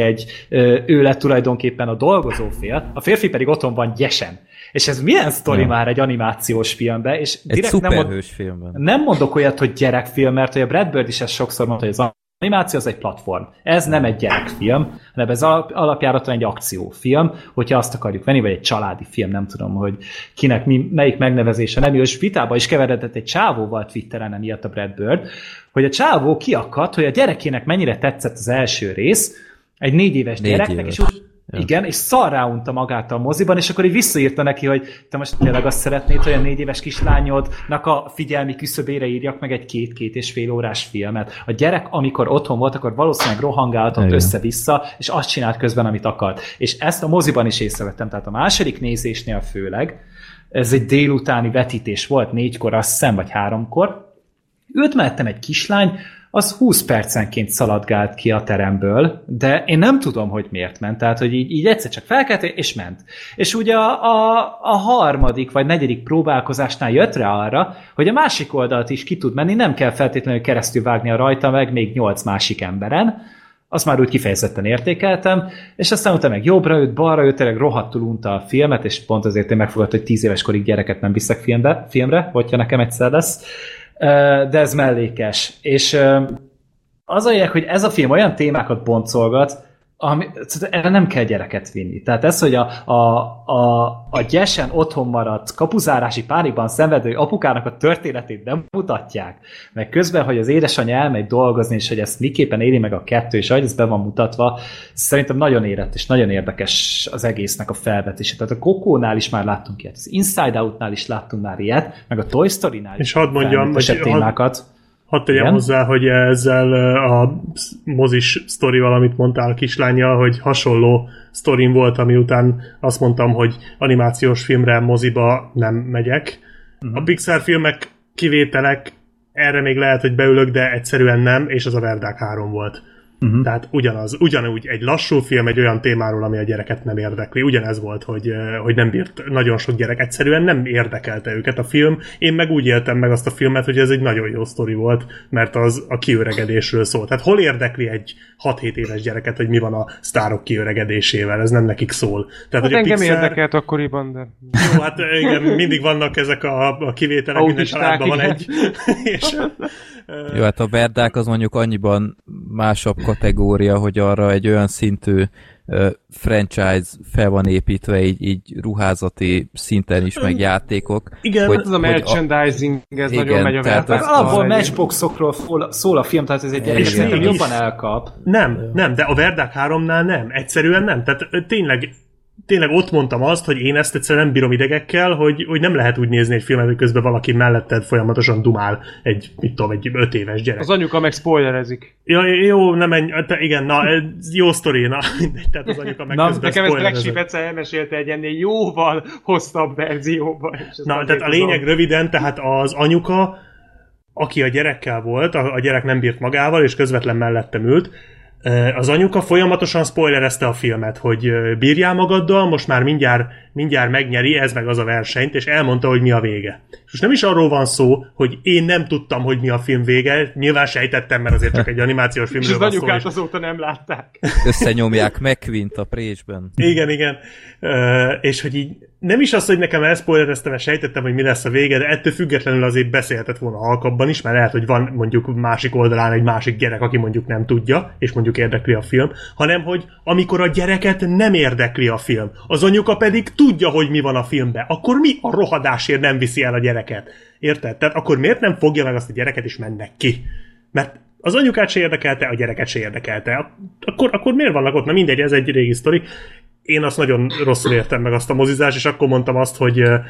S4: ő lett tulajdonképpen a dolgozófél, a férfi pedig otthon van gyesen. És ez milyen sztori már egy animációs filmben? És
S3: egy szuperhős filmben.
S4: Nem mondok olyat, hogy gyerekfilm, mert hogy a Brad Bird is ezt sokszor mondta, hogy az animáció az egy platform. Ez nem egy gyerekfilm, hanem ez alapjáraton egy akciófilm, hogyha azt akarjuk venni, vagy egy családi film, nem tudom, hogy kinek melyik megnevezése nem jó, és vitába is keveredett egy csávóval Twitteren, emiatt a Brad Bird, hogy a csávó kiakadt, hogy a gyerekének mennyire tetszett az első rész, egy 4 éves gyereknek, és úgy igen, és szarrá unta magát a moziban, és akkor így visszaírta neki, hogy te most tényleg azt szeretnéd, hogy a 4 éves kislányodnak a figyelmi küszöbére írjak meg egy 2-2,5 órás filmet. A gyerek, amikor otthon volt, akkor valószínűleg rohangáltott össze-vissza, és azt csinált közben, amit akart. És ezt a moziban is észrevettem, tehát a második nézésnél főleg, ez egy délutáni vetítés volt, 4-kor, azt hiszem, vagy 3-kor, ült mellettem egy kislány, az 20 percenként szaladgált ki a teremből, de én nem tudom, hogy miért ment. Tehát, hogy így egyszer csak felkelt, és ment. És ugye a harmadik vagy negyedik próbálkozásnál jött rá arra, hogy a másik oldalt is ki tud menni, nem kell feltétlenül keresztül vágni a rajta meg még 8 másik emberen. Azt már úgy kifejezetten értékeltem, és aztán utána meg jobbra jött, balra jött, tényleg rohadtul unta a filmet, és pont azért én megfogadtam, hogy 10 éves korig gyereket nem viszek filmre, hogyha nekem egyszer lesz. De ez mellékes. És az a lényeg, hogy ez a film olyan témákat boncolgat, erre nem kell gyereket vinni. Tehát ez, hogy a gyesen otthon maradt, kapuzárási pánikban szenvedő apukának a történetét nem mutatják, meg közben, hogy az édesanyja elmegy dolgozni, és hogy ezt miképpen éli meg a kettő, és ahogy ez be van mutatva, szerintem nagyon érett, és nagyon érdekes az egésznek a felvetése. Tehát a Coco-nál is már láttunk ilyet, az Inside Out-nál is láttunk már ilyet, meg a Toy Story-nál is felvetésett témákat.
S2: Hadd tegyem hozzá, hogy ezzel a mozis sztorival, amit mondtál kislánya, hogy hasonló sztorim volt, ami után azt mondtam, hogy animációs filmre, moziba nem megyek. A Pixar filmek kivételek, erre még lehet, hogy beülök, de egyszerűen nem, és az a Verdák 3 volt. Tehát ugyanúgy egy lassú film egy olyan témáról, ami a gyereket nem érdekli. Ugyanez volt, hogy nem bírt nagyon sok gyerek. Egyszerűen nem érdekelte őket a film. Én meg úgy éltem meg azt a filmet, hogy ez egy nagyon jó sztori volt, mert az a kiöregedésről szólt. Tehát hol érdekli egy 6-7 éves gyereket, hogy mi van a sztárok kiöregedésével? Ez nem nekik szól. Tehát,
S6: hogy engem Pixar... érdekelt akkoriban, de...
S2: Jó, hát igen, mindig vannak ezek a kivételek, minden családban van egy. És,
S3: jó, hát a Verdák az mondjuk annyiban másabb kategória, hogy arra egy olyan szintű franchise fel van építve, így ruházati szinten is, meg játékok.
S2: Igen,
S6: hogy, ez a merchandising, ez igen, nagyon megy a Verdák.
S4: Alapból matchboxokról szól a film, tehát ez egy gyereket szerintem jobban elkap.
S2: Nem, de a Verdák 3-nál nem. Egyszerűen nem. Tehát tényleg ott mondtam azt, hogy én ezt egyszerűen nem bírom idegekkel, hogy nem lehet úgy nézni egy filmet, hogy közben valaki melletted folyamatosan dumál egy 5 éves gyerek.
S6: Az anyuka meg spoilerezik.
S2: Ja, jó, nem ennyi, igen, na, jó sztori, na, tehát az anyuka meg közben
S6: nekem ezt Black Sheep egyszer elmesélte egy ennél jóval hosszabb verzióban.
S2: Na, tehát a lényeg röviden, tehát az anyuka, aki a gyerekkel volt, a gyerek nem bírt magával, és közvetlen mellettem ült, az anyuka folyamatosan spoilerezte a filmet, hogy bírjál magaddal, most már mindjárt megnyeri ez meg az a versenyt, és elmondta, hogy mi a vége. És most nem is arról van szó, hogy én nem tudtam, hogy mi a film vége, nyilván sejtettem, mert azért csak egy animációs filmről van szó.
S6: És az anyukát azóta nem látták.
S3: Összenyomják McQueen-t a Présben.
S2: Igen. És hogy így nem is az, hogy nekem elspoilereztem, mert sejtettem, hogy mi lesz a vége, de ettől függetlenül azért beszélhetett volna halkabban is, mert lehet, hogy van mondjuk másik oldalán egy másik gyerek, aki mondjuk nem tudja, és mondjuk érdekli a film, hanem hogy amikor a gyereket nem érdekli a film, az anyuka pedig tudja, hogy mi van a filmben, akkor mi a rohadásért nem viszi el a gyereket? Érted? Tehát akkor miért nem fogja meg azt a gyereket és mennek ki? Mert az anyukát se érdekelte, a gyereket se érdekelte. Akkor miért vannak ott? Na mindegy, ez egy régi sztori. Én azt nagyon rosszul értem meg azt a mozizást, és akkor mondtam azt,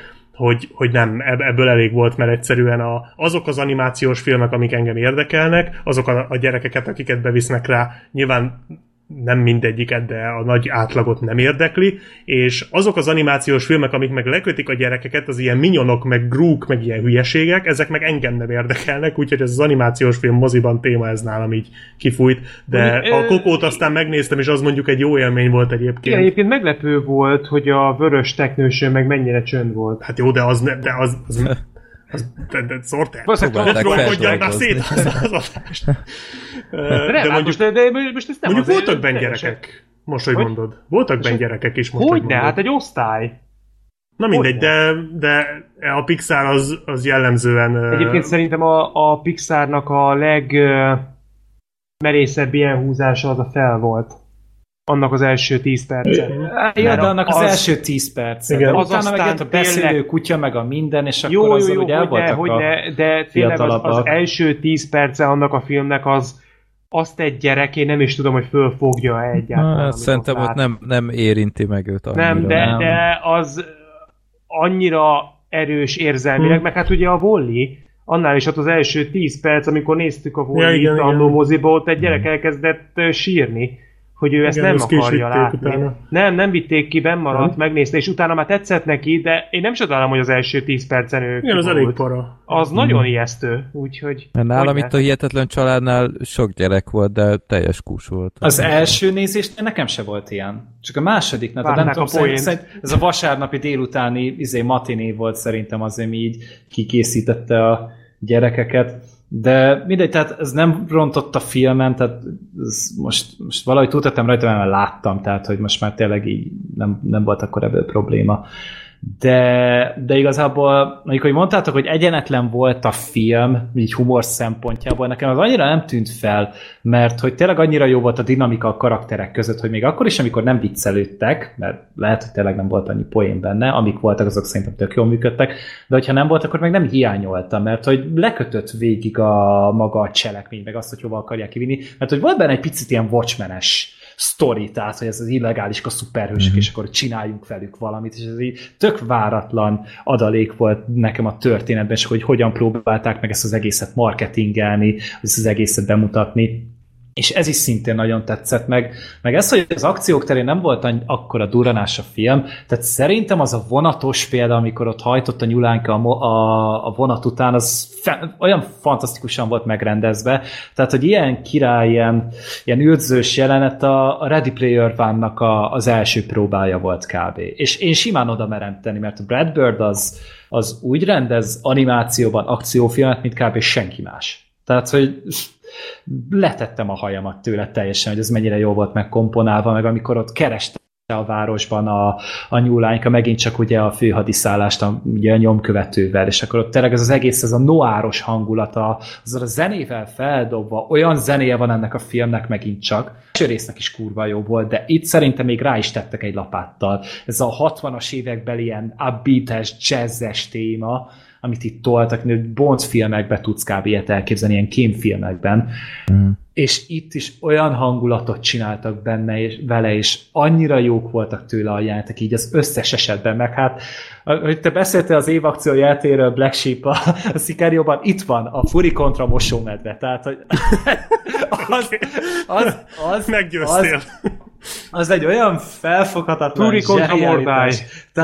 S2: hogy nem, ebből elég volt, mert egyszerűen azok az animációs filmek, amik engem érdekelnek, azok a gyerekeket, akiket bevisznek rá, nyilván nem mindegyiket, de a nagy átlagot nem érdekli, és azok az animációs filmek, amik meg lekötik a gyerekeket, az ilyen minyonok, meg grúk, meg ilyen hülyeségek, ezek meg engem nem érdekelnek, úgyhogy ez az animációs film moziban téma, ez nálam így kifújt, de a Kokót aztán megnéztem, és az mondjuk egy jó élmény volt egyébként.
S6: Igen, egyébként meglepő volt, hogy a vörös teknősön meg mennyire csönd volt.
S2: Hát jó, de az szórtál. Trollkodjál már szét az adást.
S6: De most ezt nem
S2: mondjuk voltak benne gyerekek. Most, hogy mondod. Voltak benne gyerekek is most,
S6: Hogyne, hát egy osztály.
S2: Na mindegy, de a Pixar az jellemzően...
S6: Egyébként szerintem a Pixarnak a legmerészebb ilyen húzása az a fel volt. Annak az első 10 percen.
S4: Ja, de annak az első 10 percen. Igen. Utána meg a beszélő kutya, meg a minden, és akkor azzal, hogy el voltak
S6: de tényleg az első 10 perce annak a filmnek azt egy gyerek, én nem is tudom, hogy fölfogja egyáltalán.
S3: Szerintem ott nem érinti meg őt annyira.
S6: Nem, de az annyira erős érzelmileg, meg hát ugye a Wall-E, annál is ott az első 10 perc, amikor néztük a Wall-E-t annó moziba, ott egy gyerek elkezdett sírni, hogy ő ezt nem akarja látni. Nem vitték ki, benn maradt, megnézte, és utána már tetszett neki, de én nem csodálom, hogy az első 10 percen ő
S2: igen, az elég para.
S6: Az nagyon ijesztő, úgyhogy...
S3: Nálam itt a Hihetetlen családnál sok gyerek volt, de teljes kús volt.
S4: Az első nézést nekem se volt ilyen. Csak a másodiknál, nem tudom, ez a vasárnapi délutáni matiné volt szerintem az, ami így kikészítette a gyerekeket. De mindegy, tehát ez nem rontott a filmen, tehát most valahogy túltettem rajta, mert láttam, tehát hogy most már tényleg így nem volt akkor ebből probléma. de igazából, amikor mondtátok, hogy egyenetlen volt a film, így humor szempontjából, nekem az annyira nem tűnt fel, mert hogy tényleg annyira jó volt a dinamika a karakterek között, hogy még akkor is, amikor nem viccelődtek, mert lehet, hogy tényleg nem volt annyi poén benne, amik voltak, azok szerintem tök jól működtek, de hogyha nem volt, akkor meg nem hiányoltam, mert hogy lekötött végig a maga a cselekmény, meg azt, hogy hova akarják kivinni, mert hogy volt benne egy picit ilyen Watchmen-es sztori, tehát, hogy ez az illegális a szuperhősök, és akkor csináljunk velük valamit, és ez így tök váratlan adalék volt nekem a történetben, és hogy hogyan próbálták meg ezt az egészet marketingelni, ezt az egészet bemutatni, és ez is szintén nagyon tetszett meg ez, hogy az akciók terén nem volt akkora durranás a film, tehát szerintem az a vonatos példa, amikor ott hajtott a Nyulánka a vonat után, az olyan fantasztikusan volt megrendezve, tehát, hogy ilyen király, ilyen üldözős jelenet a Ready Player One-nak az első próbája volt kb. És én simán oda merem tenni, mert a Brad Bird az úgy rendez animációban akciófilmet, mint kb. Senki más. Tehát, hogy letettem a hajamat tőle teljesen, hogy ez mennyire jó volt megkomponálva, meg amikor ott kereste a városban a nyúlányka, megint csak ugye a főhadiszállást ugye a nyomkövetővel, és akkor ott tényleg ez az egész, ez a noáros hangulata, azzal a zenével feldobva, olyan zenéje van ennek a filmnek megint csak. A résznek is kurva jó volt, de itt szerintem még rá is tettek egy lapáttal. Ez a 60-as évekbeli ilyen upbeat-es, jazzes téma, amit itt toltak, Bond filmekben tudsz kb. Ilyet elképzelni, ilyen kémfilmekben. És itt is olyan hangulatot csináltak benne és vele, és annyira jók voltak tőle a játék, így az összes esetben, meg hát, hogy te beszéltél az évakció játéről, Black Sheep a Sicarióban, itt van a Fury kontra mosómedve, tehát, hogy az
S2: meggyőztél.
S4: Az egy olyan felfoghatatlan zsenialitás.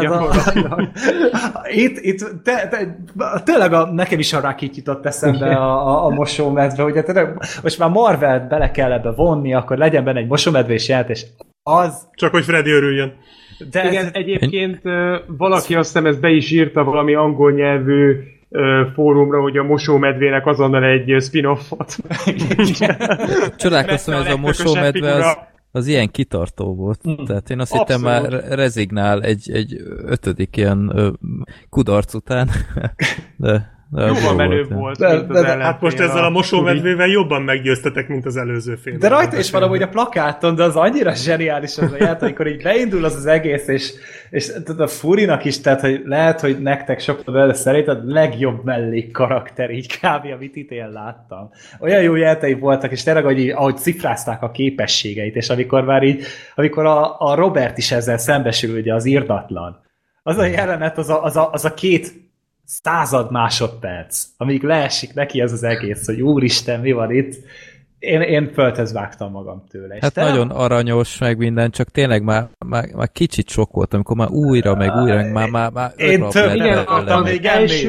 S4: Itt tényleg nekem is a Rocky jutott eszembe a mosómedve, ugye most már Marvelt bele kell ebbe vonni, akkor legyen benne egy mosómedve és jelentés. Az...
S2: Csak hogy Freddy örüljön.
S6: De igen, egyébként valaki azt hiszem ezt be is írta valami angol nyelvű fórumra, hogy a mosómedvének azonnal egy spin-offot.
S3: Csodálkoztam, ez a mosómedve az ilyen kitartó volt. Tehát én azt hittem már rezignál egy ötödik ilyen kudarc után. De
S6: jóval menőbb volt,
S2: hát most ezzel a mosómedvével jobban meggyőztetek, mint az előző film.
S4: De rajta is van amúgy a plakáton, de az annyira zseniális az a játék, amikor így beindul az egész, és a Furinak is, tehát hogy lehet, hogy nektek sokkal belőle szerinted legjobb mellék karakter, így kb. Amit itt én láttam. Olyan jó játék voltak, és tényleg, ahogy cifrázták a képességeit, és amikor a Robert is ezzel szembesül, ugye az irdatlan. Az a jelenet, az a 200 másodperc, amíg leesik neki ez az egész, hogy úristen, mi van itt, én földhez vágtam magam tőle.
S3: Hát nagyon aranyos, meg minden, csak tényleg már kicsit sok volt, amikor már újra, meg már
S4: én több, igen, akartam még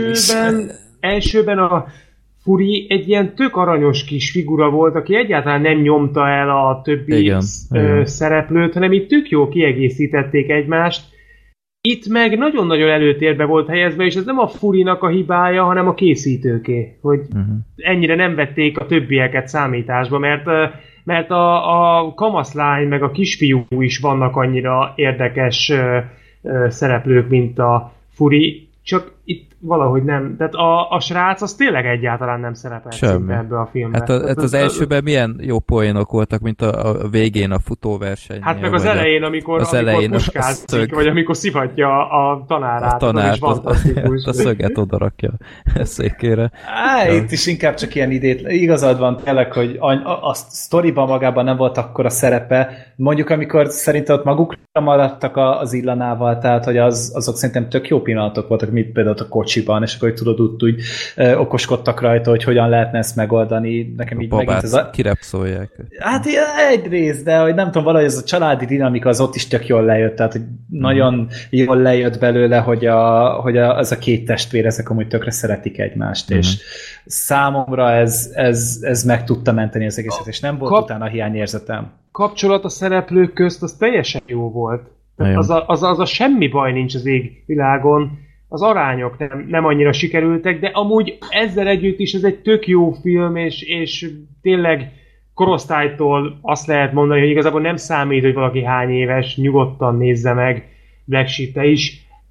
S6: elsőben a Fury egy ilyen tök aranyos kis figura volt, aki egyáltalán nem nyomta el a többi szereplőt, hanem itt tök jól kiegészítették egymást. Itt meg nagyon-nagyon előtérbe volt helyezve, és ez nem a Furynak a hibája, hanem a készítőké, hogy ennyire nem vették a többieket számításba, mert a kamaszlány meg a kisfiú is vannak annyira érdekes szereplők, mint a Fury, csak itt valahogy nem. Tehát a srác az tényleg egyáltalán nem szerepelt ebbe a filmbe.
S3: Hát az elsőben milyen jó poénok voltak, mint a végén a futóverseny.
S6: Hát meg az elején, amikor puskázik, vagy amikor szivatja a tanárát.
S3: A tanárt, a szöget odarakja a székére.
S4: Itt is inkább csak ilyen igazad van tényleg, hogy a sztoriban magában nem volt akkora szerepe. Mondjuk, amikor szerintem ott magukra maradtak az illanával, tehát hogy azok szerintem tök jó pillanatok voltak, mint például a kocsiban, és akkor tudod, úgy okoskodtak rajta, hogy hogyan lehetne ezt megoldani. Nekem így megint ez
S3: kirepszolják.
S4: Hát egyrészt, de hogy nem tudom, valahogy ez a családi dinamika az ott is tök jól lejött, tehát hogy nagyon jól lejött belőle, hogy az a két testvér, ezek amúgy tökre szeretik egymást, és számomra ez meg tudta menteni az egészet, és nem volt utána hiányérzetem.
S6: Kapcsolat a szereplők közt, az teljesen jó volt. Az a semmi baj nincs az égvilágon, az arányok nem annyira sikerültek, de amúgy ezzel együtt is ez egy tök jó film, és tényleg korosztálytól azt lehet mondani, hogy igazából nem számít, hogy valaki hány éves, nyugodtan nézze meg Black Sheep-te is.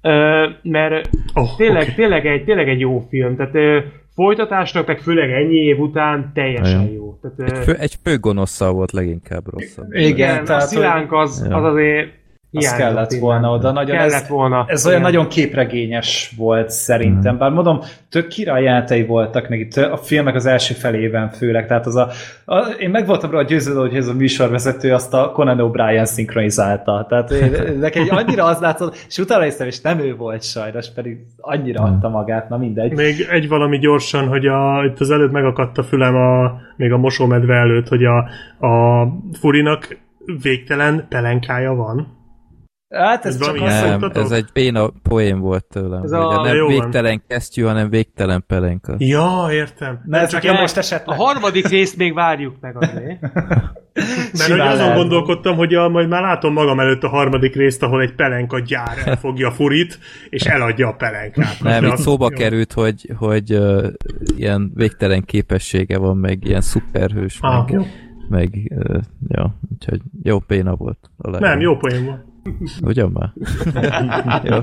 S6: mert tényleg egy jó film, tehát folytatásnak, meg főleg ennyi év után teljesen jó. Tehát,
S3: egy főgonosszal volt leginkább rosszabb.
S6: Igen, tehát a Szilánk az azért
S4: az kellett volna oda. Nagyon ez olyan nagyon képregényes volt szerintem. Bár mondom, tök királyjátai voltak meg itt a filmek az első felében főleg. Tehát én meg voltam róla győződve, hogy ez a műsorvezető azt a Conan O'Brien szinkronizálta. Tehát nekem annyira az látszott, és utána néztem, és nem ő volt sajnos, pedig annyira adta magát, na mindegy.
S2: Még egy valami gyorsan, hogy itt az előtt megakadt a fülem még a mosómedve előtt, hogy a Furinak végtelen pelenkája van.
S4: Hát ez csak
S3: ez egy béna poén volt tőlem. Nem végtelen kesztyű, hanem végtelen pelenka.
S2: Ja, értem.
S6: Ez csak most esetleg. A harmadik részt még várjuk meg azért.
S2: Mert hogy azon gondolkodtam, hogy majd már látom magam előtt a harmadik részt, ahol egy pelenka gyár elfogja a Furit, és eladja a pelenkát.
S3: Nem, itt szóba került, hogy ilyen végtelen képessége van, meg ilyen szuperhős, meg úgyhogy jó béna volt.
S2: Nem, jó poén volt.
S3: Ugyan már? Jó.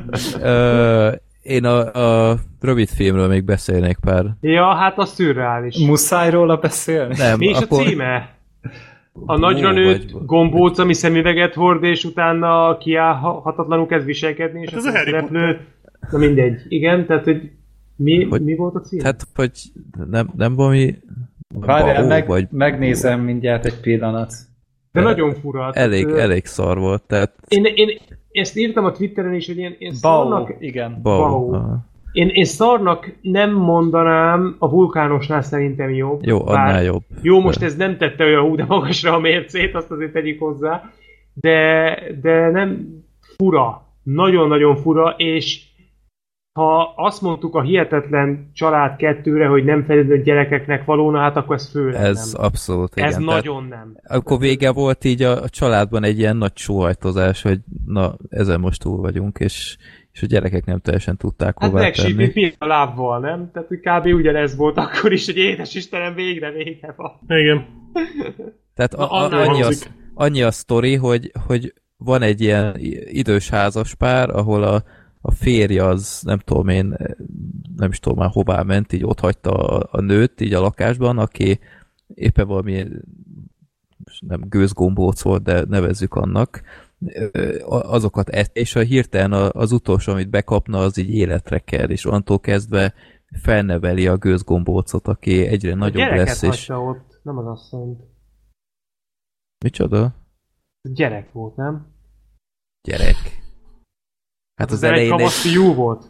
S3: Én a rövid filmről még beszélnék pár.
S6: Ja, hát az szürreális.
S4: Muszáj róla beszélni?
S6: Nem, mi is akkor... a címe? A nagyra nőtt gombóc, ami szemüveget hord, és utána kiállhatatlanul kezd viselkedni, és hát
S2: ez a szereplő...
S6: Na mindegy. Igen, tehát hogy mi volt a címe?
S3: Hát, hogy nem valami...
S4: Várjál, megnézem mindjárt egy pillanat.
S6: De nagyon fura.
S3: Elég szar volt, tehát...
S6: Én ezt írtam a Twitteren is, hogy én szarnak...
S4: Igen.
S6: Én szarnak nem mondanám, a vulkánosnál szerintem jobb.
S3: Jó, annál jobb.
S6: Jó, most ez nem tette olyan hú de magasra a mércét, azt azért tegyük hozzá. De nem fura. Nagyon-nagyon fura, és ha azt mondtuk a Hihetetlen Család 2-re, hogy nem felelőtt gyerekeknek valóna, hát akkor ez főleg
S3: ez
S6: nem.
S3: Abszolút, igen.
S6: Ez nagyon nem.
S3: Akkor vége volt így a családban egy ilyen nagy sóhajtozás, hogy na, ezen most túl vagyunk, és a gyerekek nem teljesen tudták hová tenni.
S6: Hát megsípít a lábval, nem? Tehát kb. Ugyanez volt akkor is, hogy édes Istenem, végre vége van.
S2: Igen.
S3: Tehát annyi a sztori, hogy van egy ilyen idős házaspár, ahol a férje az, nem is tudom már hová ment, így ott hagyta a nőt így a lakásban, aki éppen valami nem gőzgombóc volt, de nevezzük annak, azokat és hirtelen az utolsó, amit bekapna, az így életre kell, és onnantól kezdve felneveli a gőzgombócot, aki egyre nagyobb lesz.
S6: És ott, nem az asszonyt.
S3: Micsoda?
S6: Gyerek volt, nem?
S3: Gyerek. Hát az elején
S6: fiú volt.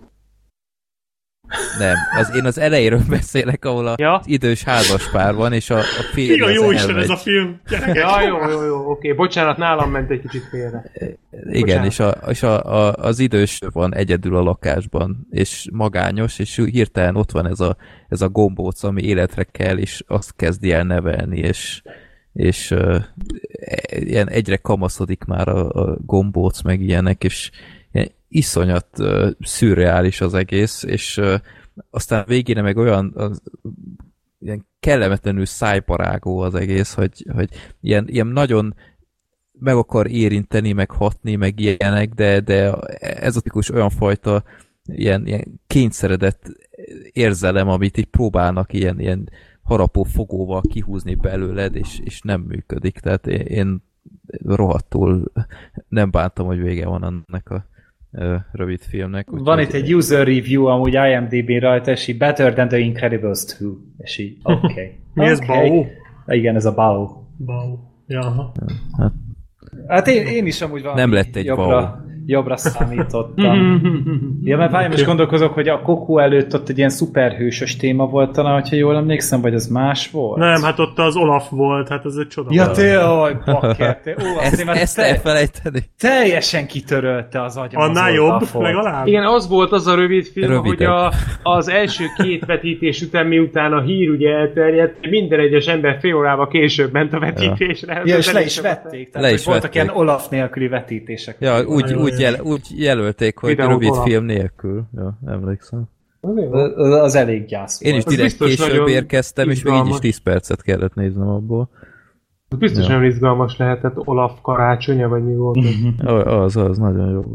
S3: Nem, én az elejéről beszélek, ahol az idős házaspár van, és a férje
S2: jó Isten ez a film!
S6: Jó, oké. Bocsánat, nálam ment egy kicsit félre.
S3: Igen, és az idős van egyedül a lakásban, és magányos, és hirtelen ott van ez a gombóc, ami életre kell, és azt kezdi el nevelni, és ilyen egyre kamaszodik már a gombóc, meg ilyenek, és iszonyat szürreális az egész, és aztán végére meg ilyen kellemetlenül szájparágó az egész, hogy ilyen nagyon meg akar érinteni, meg hatni, meg ilyenek, de ez a tipikus olyan fajta ilyen kényszeredett érzelem, amit így próbálnak ilyen harapó fogóval kihúzni belőled, és nem működik. Tehát én rohadtul nem bántam, hogy vége van annak a rövid filmnek.
S4: Van itt egy user review, amúgy IMDb rajta, és így Better than the Incredibles 2. És így, oké.
S2: Mi ez, Bao?
S4: Igen, ez a Bao.
S2: Bao. Jaha.
S4: Hát én is amúgy valami
S3: nem lett egy
S4: jobbra számítottam. Ja, mert várjam, is gondolkozok, hogy a Coco előtt ott egy ilyen szuperhősös téma volt talán, hogyha jól emlékszem, vagy az más volt?
S2: Nem, hát ott az Olaf volt, hát ez egy csoda.
S4: Ja, tényleg, bakker.
S3: Ezt elfelejteni.
S4: Teljesen kitörölte az agyam.
S2: Annál jobb, legalább.
S6: Igen, az volt az a rövid film, hogy az első 2 vetítés után, miután a hír ugye elterjedt, minden egyes ember fél órával később ment a vetítésre.
S4: Ja, és le is vették. Tehát voltak ilyen Olaf nélküli vetítések.
S3: Ja, úgy jelölték, hogy rövid film nélkül. Ja, emlékszem.
S4: Az elég gyász
S3: volt. Én is direkt később érkeztem, és még így is 10 percet kellett néznem abból.
S6: Biztos nagyon izgalmas lehetett Olaf karácsonya, vagy mi volt?
S3: Az nagyon jó volt.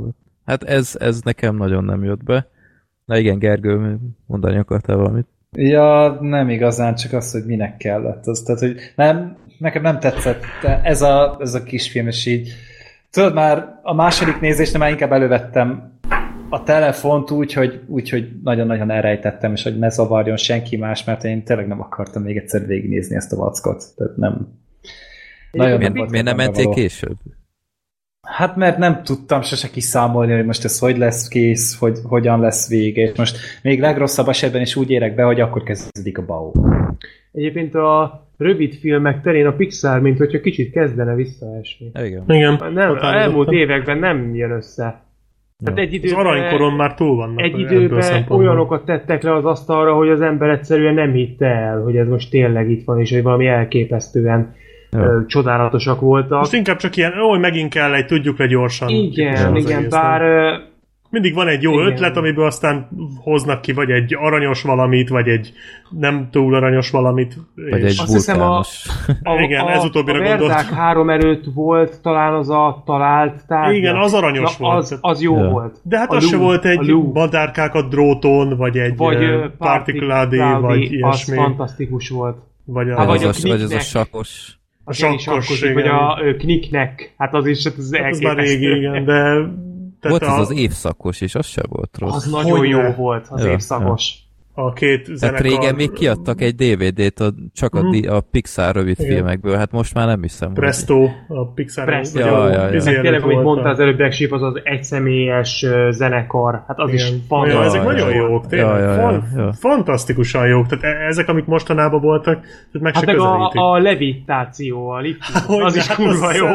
S3: Hát ez nekem nagyon nem jött be. Na igen, Gergő, mondani akartál valamit?
S4: Ja, nem igazán, csak az, hogy minek kellett. Tehát, hogy nekem nem tetszett ez a kisfilm, és így tudod, már a második nézésnél már inkább elővettem a telefont úgy, hogy nagyon-nagyon elrejtettem, és hogy ne zavarjon senki más, mert én tényleg nem akartam még egyszer végignézni ezt a vackot. Tehát nem.
S3: Miért nem mentél később?
S4: Hát mert nem tudtam sose kiszámolni, hogy most ez hogy lesz kész, hogy hogyan lesz vége, és most még legrosszabb esetben is úgy érek be, hogy akkor kezdődik a BAO.
S6: Egyébként a rövid filmek terén a Pixar, mint hogyha kicsit kezdene visszaesni.
S2: Igen.
S6: Nem, elmúlt években nem jön össze. Tehát egy időben,
S2: az aranykoron már túl vannak.
S6: Egy időben olyanokat tettek le az asztalra, hogy az ember egyszerűen nem hitte el, hogy ez most tényleg itt van, és hogy valami elképesztően csodálatosak voltak.
S2: Most inkább csak ilyen, megint kell egy, tudjuk le gyorsan.
S6: Igen, bár...
S2: Mindig van egy jó ötlet, amiből aztán hoznak ki vagy egy aranyos valamit, vagy egy nem túl aranyos valamit.
S3: Vagy egy vulkános.
S2: Igen, ez utóbbira gondoltam.
S6: A Verdák 3 előtt volt talán az a talált tárgya.
S2: Igen, az aranyos volt.
S6: Az jó volt.
S2: De hát az se volt egy madárkákat dróton, vagy egy particuladi, vagy ilyesmi.
S6: Az fantasztikus volt.
S3: Vagy az a sakos.
S2: A sakkos,
S6: vagy a Knicknek. Hát az is az elképesztő.
S2: Az már régi, igen, de...
S3: Volt az évszakos is, az se volt rossz.
S6: Az nagyon jó volt, az évszakos.
S2: A két zenekar...
S3: Tehát régen még kiadtak egy DVD-t csak a Pixar rövidfilmekből, hát most már nem hiszem.
S2: Presto, a Pixar.
S6: Presto. Tényleg, amit mondta az előbb, Black Sheep, az az egyszemélyes zenekar. Hát az is fantasztikus.
S2: Ezek nagyon jók, tényleg. Fantasztikusan jók. Tehát ezek, amik mostanában voltak, tehát meg se közelítik.
S6: A levitáció, a lifting, az is kurva jó.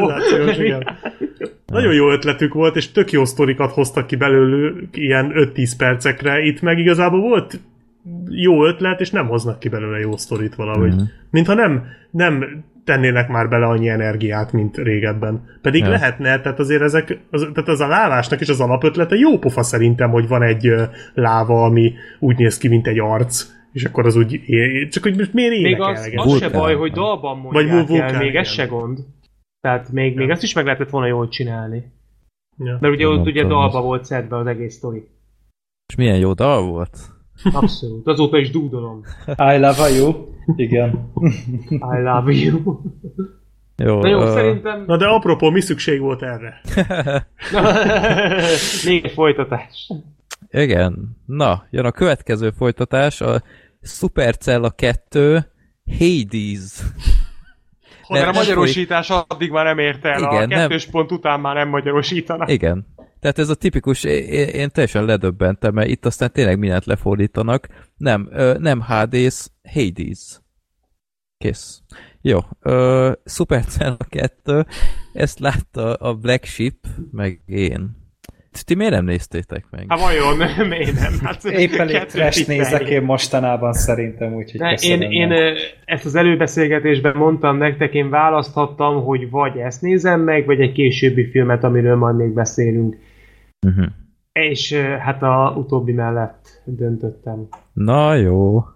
S2: Nagyon jó ötletük volt, és tök jó sztorikat hoztak ki belőlük ilyen 5-10 percekre. Itt meg igazából volt jó ötlet, és nem hoznak ki belőle jó sztorit valahogy. Mintha nem tennének már bele annyi energiát, mint régebben. Pedig lehetne, tehát azért tehát az a lávásnak is az alapötlete jó pofa szerintem, hogy van egy láva, ami úgy néz ki, mint egy arc, és akkor az úgy csak hogy most miért énekel?
S6: Még az se baj, hogy dalban mondják el, még ez se gond. Tehát még ezt is meg lehetett volna jól csinálni. Ja. Mert ugye ott ugye dalba volt szedve az egész sztori.
S3: És milyen jó dal volt?
S6: Abszolút. Azóta is dúdolom.
S4: I love you. Igen.
S6: I love you.
S3: Jó,
S6: na jó, szerintem...
S2: Na de apropó, mi szükség volt erre?
S6: Még egy folytatás.
S3: Igen. Na, jön a következő folytatás, a Supercella 2 Hades.
S6: Mert a magyarosítás addig már nem érte el, igen, a kettős pont után már nem magyarosítanak.
S3: Igen. Tehát ez a tipikus, én teljesen ledöbbentem, mert itt aztán tényleg mindent lefordítanak. Nem Hades, Hades. Kész. Jó. Supercella 2, ezt látta a Black Sheep, meg én. Ti miért nem néztétek meg?
S6: Hát vajon, miért nem? Hát,
S4: épp elég trash nézek én mostanában szerintem, úgyhogy
S6: én ezt az előbeszélgetésben mondtam nektek, én választhattam, hogy vagy ezt nézem meg, vagy egy későbbi filmet, amiről majd még beszélünk. És hát a utóbbi mellett döntöttem.
S3: Na jó.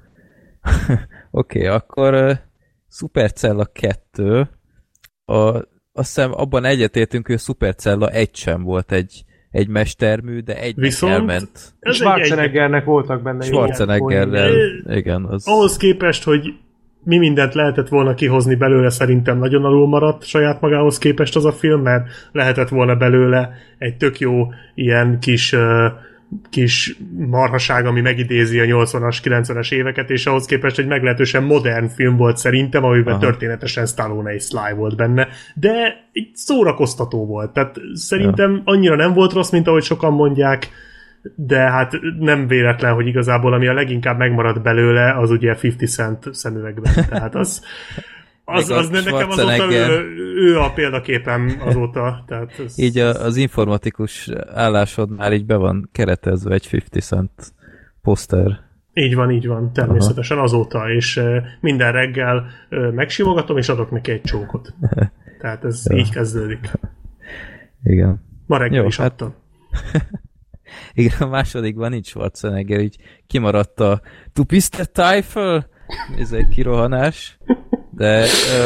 S3: Oké, akkor Supercella 2 azt hiszem abban egyetértünk, hogy a Supercella 1 sem volt egy mestermű, de egynek elment.
S6: Schwarzeneggernek voltak benne.
S3: Schwarzeneggerrel, igen.
S2: Ahhoz képest, hogy mi mindent lehetett volna kihozni belőle, szerintem nagyon alul maradt saját magához képest az a film, mert lehetett volna belőle egy tök jó ilyen kis marhaság, ami megidézi a 80-as, 90-es éveket, és ahhoz képest egy meglehetősen modern film volt szerintem, amiben történetesen Stallone és Sly volt benne, de egy szórakoztató volt. Tehát szerintem annyira nem volt rossz, mint ahogy sokan mondják, de hát nem véletlen, hogy igazából ami a leginkább megmaradt belőle, az ugye 50 Cent szemüvegben. Tehát az nekem azóta ő a példaképem azóta. Tehát
S3: így az informatikus állásod már így be van keretezve egy 50 Cent poszter.
S2: Így van, természetesen azóta, és minden reggel megsimogatom, és adok neki egy csókot. Tehát ez így kezdődik.
S3: Igen.
S2: Ma reggel is adtam.
S3: Igen, a másodikban nincs Schwarzenegger, így kimaradt a Tu bist der Teufel, ez egy kirohanás. De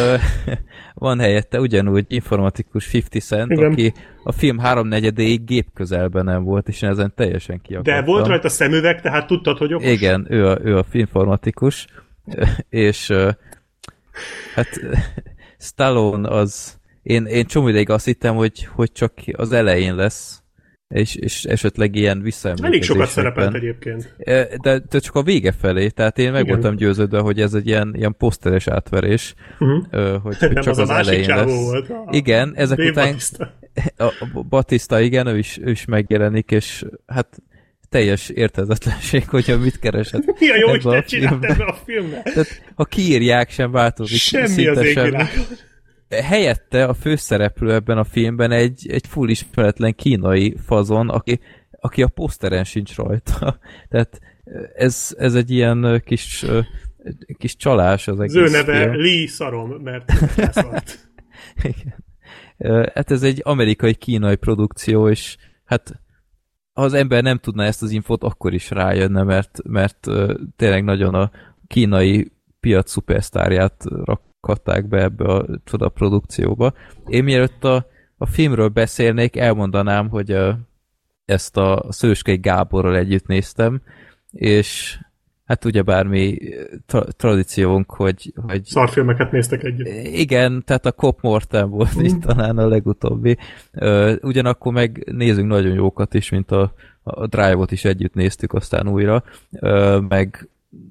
S3: van helyette ugyanúgy informatikus 50 Cent,
S2: igen.
S3: Aki a film 3/4-ig gép közelben nem volt, és ezen teljesen kiakadtam.
S2: De volt rajta szemüveg, tehát tudtad, hogy okos?
S3: Igen, ő a informatikus, és hát Stallone az... Én csomó ideig azt hittem, hogy csak az elején lesz, és esetleg ilyen
S2: elég sokat szerepelt egyébként.
S3: De csak a vége felé, tehát én meg voltam győződve, hogy ez egy ilyen poszteres átverés, hogy csak az elején lesz.
S2: Volt.
S3: Igen, ezek
S2: Dave
S3: után
S2: Bautista.
S3: a Batista, igen, ő is megjelenik, és hát teljes érthetetlenség, hogyha mit keresett.
S2: Mi a jó, hogy te csinált ebben a filmben?
S3: Tehát, ha kiírják, sem változik.
S2: Semmi az égvilágon.
S3: Helyette a főszereplő ebben a filmben egy full ismeretlen kínai fazon, aki a poszteren sincs rajta. Tehát ez egy ilyen kis csalás az egész.
S2: Az ő neve
S3: film.
S2: Lee Szarom, mert elszalt.
S3: Igen. Hát ez egy amerikai-kínai produkció, és hát ha az ember nem tudna ezt az infót, akkor is rájönne, mert tényleg nagyon a kínai piac szupersztárját rakhatták be ebbe a csoda produkcióba. Én mielőtt a filmről beszélnék, elmondanám, hogy ezt a Szőskei Gáborral együtt néztem, és hát ugyebár mi tradíciónk, hogy...
S2: Szarfilmeket néztek együtt.
S3: Igen, tehát a Cop Mortem volt itt talán a legutóbbi. Ugyanakkor meg nézünk nagyon jókat is, mint a Drive-ot is együtt néztük aztán újra, meg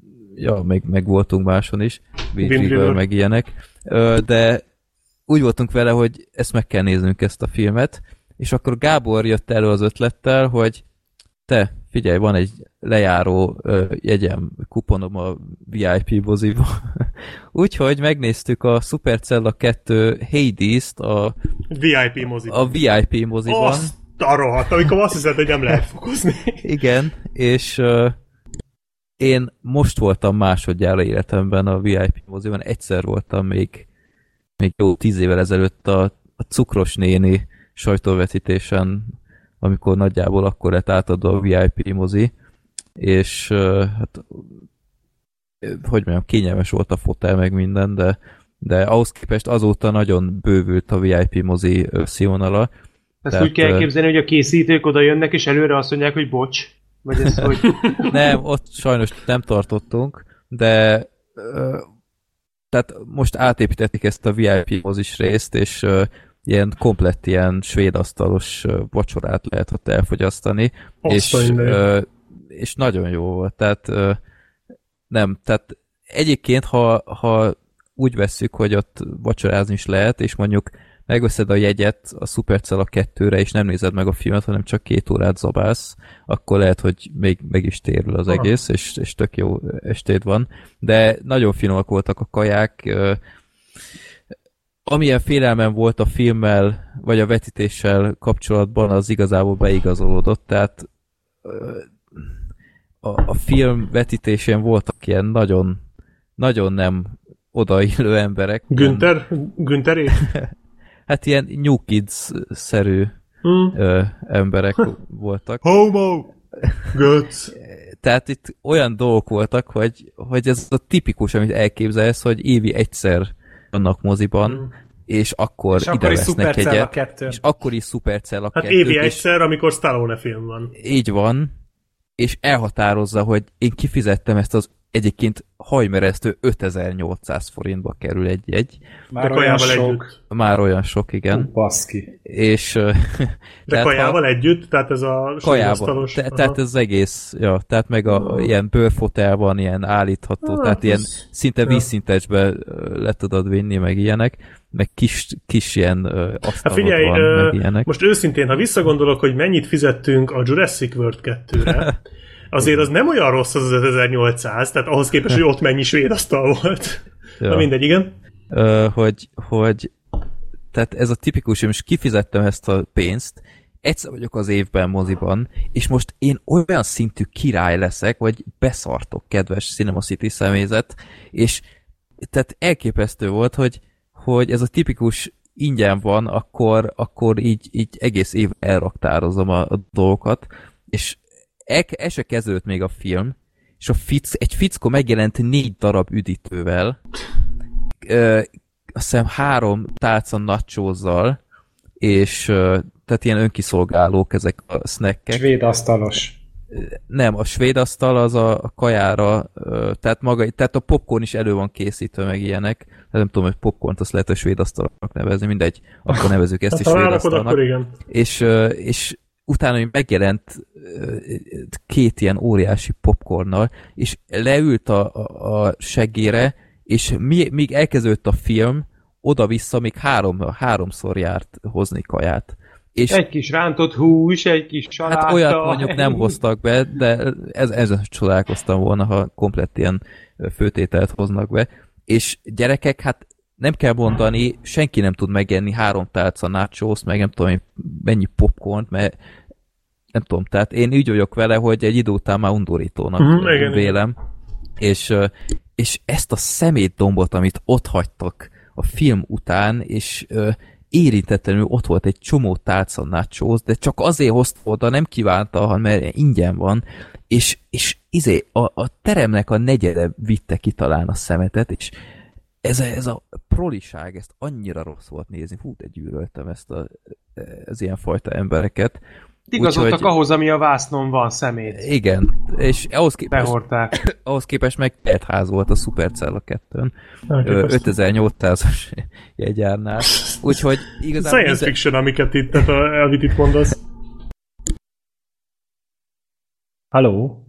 S3: voltunk máson is, Beat River, meg ilyenek. De úgy voltunk vele, hogy ezt meg kell néznünk, ezt a filmet, és akkor Gábor jött elő az ötlettel, hogy te, figyelj, van egy lejáró jegyem, kuponom a VIP moziba. Úgyhogy megnéztük a Supercella 2 Hades-t a
S2: VIP moziban.
S3: A VIP moziban.
S2: Azt a rohadt, amikor azt hiszed, hogy nem lehet fokozni.
S3: Igen, és én most voltam másodjára életemben a VIP moziban, egyszer voltam még jó 10 évvel ezelőtt a Cukros néni sajtóvetítésen, amikor nagyjából akkor lett átadva a VIP mozi, és hát hogy mondjam, kényelmes volt a fotel meg minden, de ahhoz képest azóta nagyon bővült a VIP mozi színvonala.
S6: Ezt úgy kell képzelni, hogy a készítők oda jönnek, és előre azt mondják, hogy bocs. Vagy ez hogy...
S3: Nem, ott sajnos nem tartottunk, de tehát most átépítették ezt a VIP mozis részt, és ilyen komplett ilyen svéd asztalos vacsorát lehet ott elfogyasztani, és nagyon jó volt. Tehát egyébként, ha úgy vesszük, hogy ott vacsorázni is lehet, és mondjuk megveszed a jegyet a Supercella 2-re, és nem nézed meg a filmet, hanem csak 2 órát zabálsz, akkor lehet, hogy még meg is térül az egész, és tök jó estéd van. De nagyon finomak voltak a kaják. Amilyen félelmem volt a filmmel, vagy a vetítéssel kapcsolatban, az igazából beigazolódott, tehát a film vetítésén voltak ilyen nagyon, nagyon nem odaillő emberek.
S2: Günther?
S3: Hát ilyen New Kids-szerű emberek voltak.
S2: Homo! Götz!
S3: Tehát itt olyan dolgok voltak, hogy ez a tipikus, amit elképzelsz, hogy évi egyszer vannak moziban, és akkor ide vesznek egyet. És akkor is Supercella 2.
S2: Hát évi egyszer, amikor Stallone film van.
S3: Így van, és elhatározza, hogy én kifizettem ezt az egyébként hajmeresztő 5800 forintba kerül egy jegy.
S6: Már olyan sok.
S3: Már olyan sok, igen.
S6: Baszki.
S3: És,
S2: de kajával együtt? Tehát ez a
S3: kajával. Tehát ez az egész, tehát meg ilyen bőrfotel van, ilyen állítható, tehát ilyen szinte vízszintesbe le tudod vinni, meg ilyenek, meg kis ilyen asztalod van, meg ilyenek.
S2: Most őszintén, ha visszagondolok, hogy mennyit fizettünk a Jurassic World 2-re, azért az nem olyan rossz az 1800, tehát ahhoz képest, hogy ott mennyi svéd asztal volt. Ja. Na mindegy, igen.
S3: Hogy tehát ez a tipikus, én most kifizettem ezt a pénzt, egyszer vagyok az évben moziban, és most én olyan szintű király leszek, vagy beszartok, kedves Cinema City személyzet, és tehát elképesztő volt, hogy ez a tipikus ingyen van, akkor így egész év elraktározom a dolgokat, és el se kezdődött még a film, és egy fickó megjelent 4 darab üdítővel, azt hiszem 3 tálca nachózzal, és tehát ilyen önkiszolgálók ezek a snackek.
S4: Svéd asztalos.
S3: Nem, a svéd asztal az a kajára, tehát a popcorn is elő van készítve, meg ilyenek. Nem tudom, hogy popcornt azt lehet a svéd asztalnak nevezni, mindegy, akkor nevezzük ezt is svéd asztalnak.
S2: Akkor igen.
S3: És utána hogy megjelent 2 ilyen óriási popcornnal, és leült a seggére, és míg elkezdődött a film, oda-vissza még 3-szor járt hozni kaját. És
S6: egy kis rántott hús, egy kis saláta.
S3: Hát olyat mondjuk nem hoztak be, de ezen csodálkoztam volna, ha komplett ilyen főtételt hoznak be. És gyerekek, hát nem kell mondani, senki nem tud megenni 3 tálca nachóst, meg nem tudom mennyi popcornt, mert nem tudom, tehát én úgy vagyok vele, hogy egy idő után már undorítónak vélem. És ezt a szemétdombot, amit ott hagytak a film után, és érintetlenül ott volt egy csomó tálca nachos, de csak azért hozta oda, nem kívánta, mert ingyen van, és a teremnek a negyede vitte ki talán a szemetet, és ez a proliság, ezt annyira rossz volt nézni. Hú, de gyűlöltem az ilyenfajta embereket.
S6: Igazodtak ahhoz, ami a vásznon van, szemét.
S3: Igen, és ahhoz képest meg egy ház volt a Supercell 2-n. 5800-as jegyárnál. Úgyhogy igazából...
S2: Science fiction, amit itt mondasz.
S4: Halló?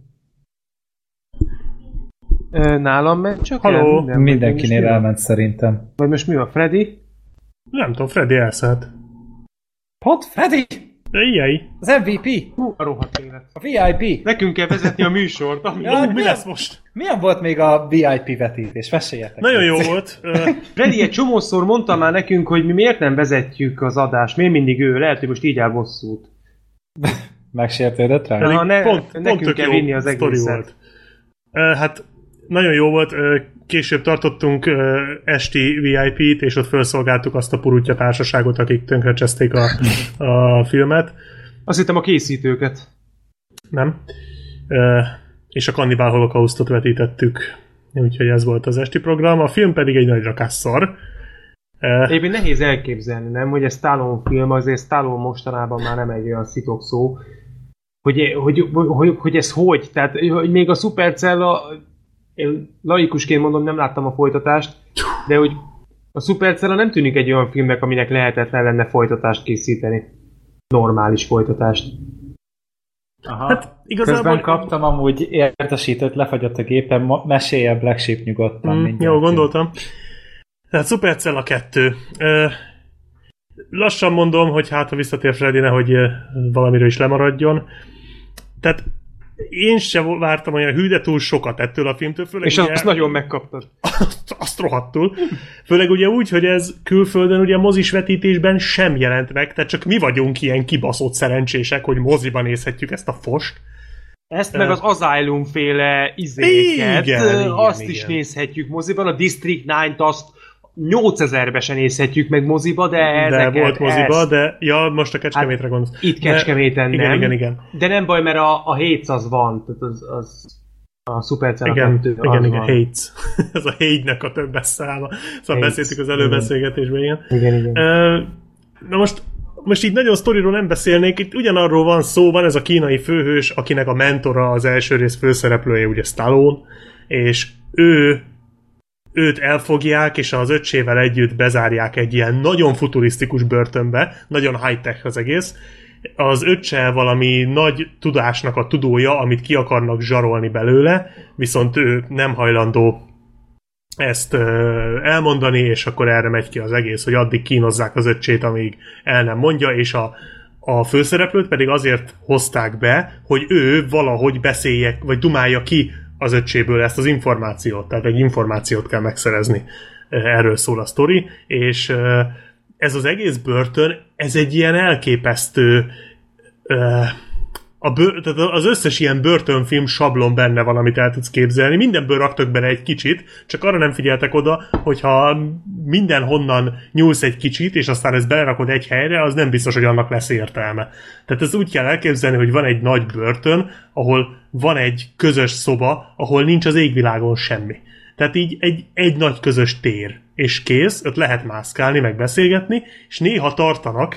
S6: Nálam megy csak?
S2: Halló?
S4: Mindenkinél elment szerintem.
S6: Vagy most mi van, Freddy?
S2: Nem tudom, Freddy elszállt.
S4: Pont Freddy?
S2: Ijjjj!
S4: Az MVP!
S6: Hú, a rohadt élet.
S4: A VIP!
S6: Nekünk kell vezetni a műsort.
S2: Mi lesz most?
S4: Milyen volt még a VIP vetítés? Meséljetek.
S2: Nagyon jó volt.
S6: Freddy egy csomószor mondta már nekünk, hogy mi miért nem vezetjük az adást. Miért mindig ő? Lehet, hogy most így áll bosszút.
S4: Megsértődött rá?
S6: Nekünk kell vinni az egészet.
S2: Hát nagyon jó volt. Később tartottunk esti VIP-t, és ott felszolgáltuk azt a purutya társaságot, akik tönkrecsezték a filmet.
S6: Azt hittem a készítőket.
S2: Nem. És a Kannibál Holokausztot vetítettük. Úgyhogy ez volt az esti program. A film pedig egy nagy rakásszar.
S6: Egyébként nehéz elképzelni, nem? Hogy ez Stallone film, azért Stallone mostanában már nem egy olyan szitokszó. Hogy ez hogy? Tehát, hogy még a Supercella, én laikusként mondom, nem láttam a folytatást, de hogy a Supercella nem tűnik egy olyan filmnek, aminek lehetetlen lenne folytatást készíteni. Normális folytatást.
S4: Aha. Hát igazából... Közben kaptam amúgy értesítőt, lefagyott a gépen, mesélj a Black Sheep nyugodtan.
S2: Jó, gondoltam. Tehát Supercella 2. Lassan mondom, hogy hát ha visszatér Freddy, nehogy valamiről is lemaradjon. Tehát én sem vártam olyan hű, de túl sokat ettől a filmtől. Főleg
S6: és azt nagyon megkaptad.
S2: Azt rohadtul. Főleg ugye úgy, hogy ez külföldön ugye mozis vetítésben sem jelent meg, tehát csak mi vagyunk ilyen kibaszott szerencsések, hogy moziban nézhetjük ezt a fost.
S6: Ezt meg az Asylum féle izéket, azt is nézhetjük moziban, a District 9-t azt 8000-be se nézhetjük meg moziba, de
S2: volt moziba, de ja, most a Kecskemétre gondolsz.
S6: Itt Kecskeméten nem.
S2: Igen.
S6: De nem baj, mert a Hates az van, tehát az a Supercell 2
S2: igen, Hates. Ez a Hate-nek a többes száma. Szóval beszéltük az előbeszélgetésben,
S6: igen.
S2: Na most így nagyon sztoriról nem beszélnék, itt ugyanarról van szó, van ez a kínai főhős, akinek a mentora az első rész főszereplője, ugye Stallone, és őt elfogják, és az öccsével együtt bezárják egy ilyen nagyon futurisztikus börtönbe, nagyon high-tech az egész. Az öccse valami nagy tudásnak a tudója, amit ki akarnak zsarolni belőle, viszont ő nem hajlandó ezt elmondani, és akkor erre megy ki az egész, hogy addig kínozzák az öccsét, amíg el nem mondja, és a főszereplőt pedig azért hozták be, hogy ő valahogy beszélje, vagy dumálja ki az öccséből ezt az információt, tehát egy információt kell megszerezni. Erről szól a sztori, és ez az egész börtön, ez egy ilyen elképesztő tehát az összes ilyen börtönfilm sablon benne van, amit el tudsz képzelni. Mindenből raktak bele egy kicsit, csak arra nem figyeltek oda, hogyha mindenhonnan nyúlsz egy kicsit, és aztán ezt belerakod egy helyre, az nem biztos, hogy annak lesz értelme. Tehát ez úgy kell elképzelni, hogy van egy nagy börtön, ahol van egy közös szoba, ahol nincs az égvilágon semmi. Tehát így egy nagy közös tér, és kész, ott lehet mászkálni, meg beszélgetni, és néha tartanak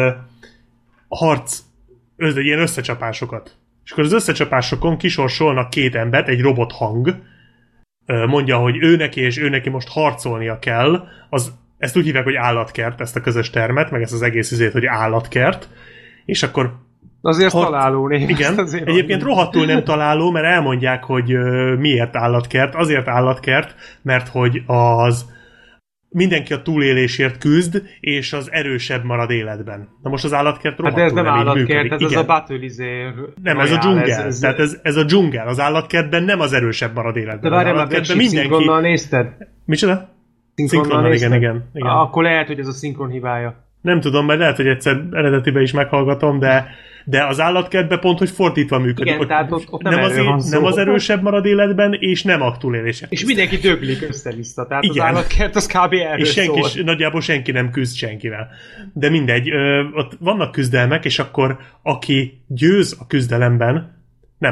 S2: ilyen összecsapásokat. És akkor az összecsapásokon kisorsolnak 2 embert, egy robot hang, mondja, hogy ő neki most harcolnia kell, ezt úgy hívják, hogy állatkert, ezt a közös termet, meg ezt az egész izét, hogy állatkert, és akkor
S6: azért találó név.
S2: Igen,
S6: azért
S2: egyébként rohadtul nem találó, mert elmondják, hogy miért állatkert. Azért állatkert, mert hogy mindenki a túlélésért küzd, és az erősebb marad életben. Na most az állatkert rohadtul
S6: de ez nem állatkert, ez
S2: igen.
S6: az a Battle
S2: nem, ez a dzsungel. Tehát ez a dzsungel. Az állatkertben nem az erősebb marad életben.
S6: De várjál, már szinkronnal nézted?
S2: Micsoda? Szinkronnal, igen.
S6: Akkor lehet, hogy ez a szinkron hibája.
S2: Nem tudom, mert lehet, hogy egyszer eredetiben is meghallgatom, de az állatkertben pont, hogy fordítva működik.
S6: Igen, tehát ott
S2: nem az erősebb marad életben, és nem a túlélések.
S6: És mindenki döglik össze-vissza, tehát igen. Az állatkert az kb. Erről
S2: és nagyjából senki nem küzd senkivel. De mindegy, ott vannak küzdelmek, és akkor aki győz a küzdelemben,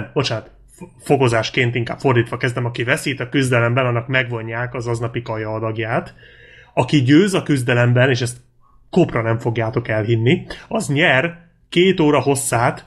S2: fogozásként inkább fordítva kezdem, aki veszít a küzdelemben, annak megvonják az aznapi kaja adagját. Aki győz a küzdelemben, és ezt kopra nem fogjátok elhinni, az nyer 2 óra hosszát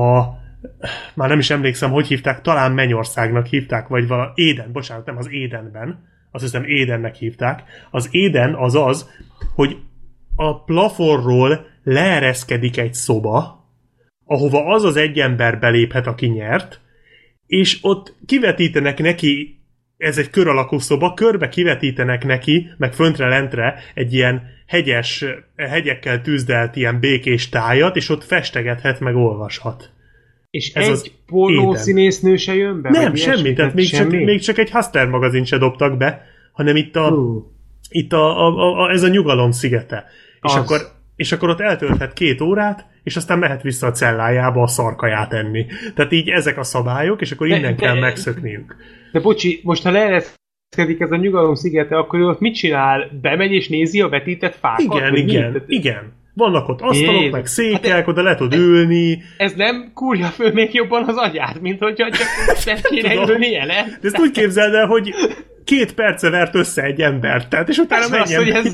S2: már nem is emlékszem, hogy hívták, talán Mennyországnak hívták, vagy nem az Édenben, azt hiszem Édennek hívták. Az Éden az, hogy a plafonról leereszkedik egy szoba, ahova az egy ember beléphet, aki nyert, és ott kivetítenek neki, ez egy kör alakú szoba, körbe kivetítenek neki, meg föntre-lentre egy ilyen hegyekkel tűzdelt ilyen békés tájat, és ott festegethet, meg olvashat.
S6: És ez egy pornószínésznő se jön be?
S2: Nem, semmi, tehát még csak egy Hustler magazint se dobtak be, hanem itt ez a nyugalom szigete. És akkor ott eltölthet 2 órát, és aztán mehet vissza a cellájába a szarkaját enni. Tehát így ezek a szabályok, és akkor innen kell megszökniük.
S6: De bocsi, most ha leereszkedik ez a nyugalom szigete, akkor ő ott mit csinál? Bemegy és nézi a vetített fákat?
S2: Igen. Vannak ott asztalok, meg székek, oda le tud ülni.
S6: Ez nem kúrja föl még jobban az agyát, mint hogyha csak nem kéne ülni ele?
S2: De ezt úgy képzeld el, hogy 2 perce vert össze egy embert, tehát és utána menjen.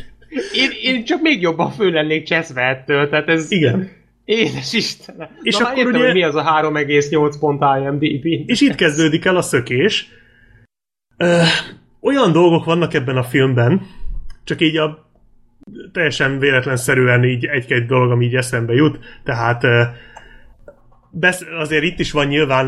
S6: Én csak még jobban föl lennék cseszve ettől, tehát ez...
S2: Igen.
S6: Édes Istenem.
S2: És akkor értem, ugye...
S6: hogy mi az a 3,8 pont IMDb.
S2: És itt kezdődik el a szökés. Olyan dolgok vannak ebben a filmben, csak így teljesen véletlenszerűen így egy-két dolog, ami így eszembe jut, tehát azért itt is van nyilván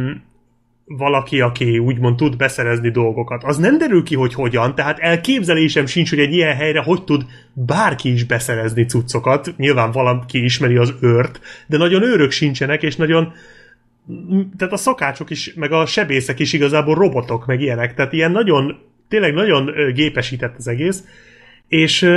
S2: valaki, aki úgymond tud beszerezni dolgokat. Az nem derül ki, hogy hogyan, tehát elképzelésem sincs, hogy egy ilyen helyre hogy tud bárki is beszerezni cuccokat. Nyilván valaki ismeri az őrt, de nagyon őrök sincsenek, és nagyon... Tehát a szakácsok is, meg a sebészek is igazából robotok, meg ilyenek. Tehát ilyen tényleg nagyon gépesített az egész. És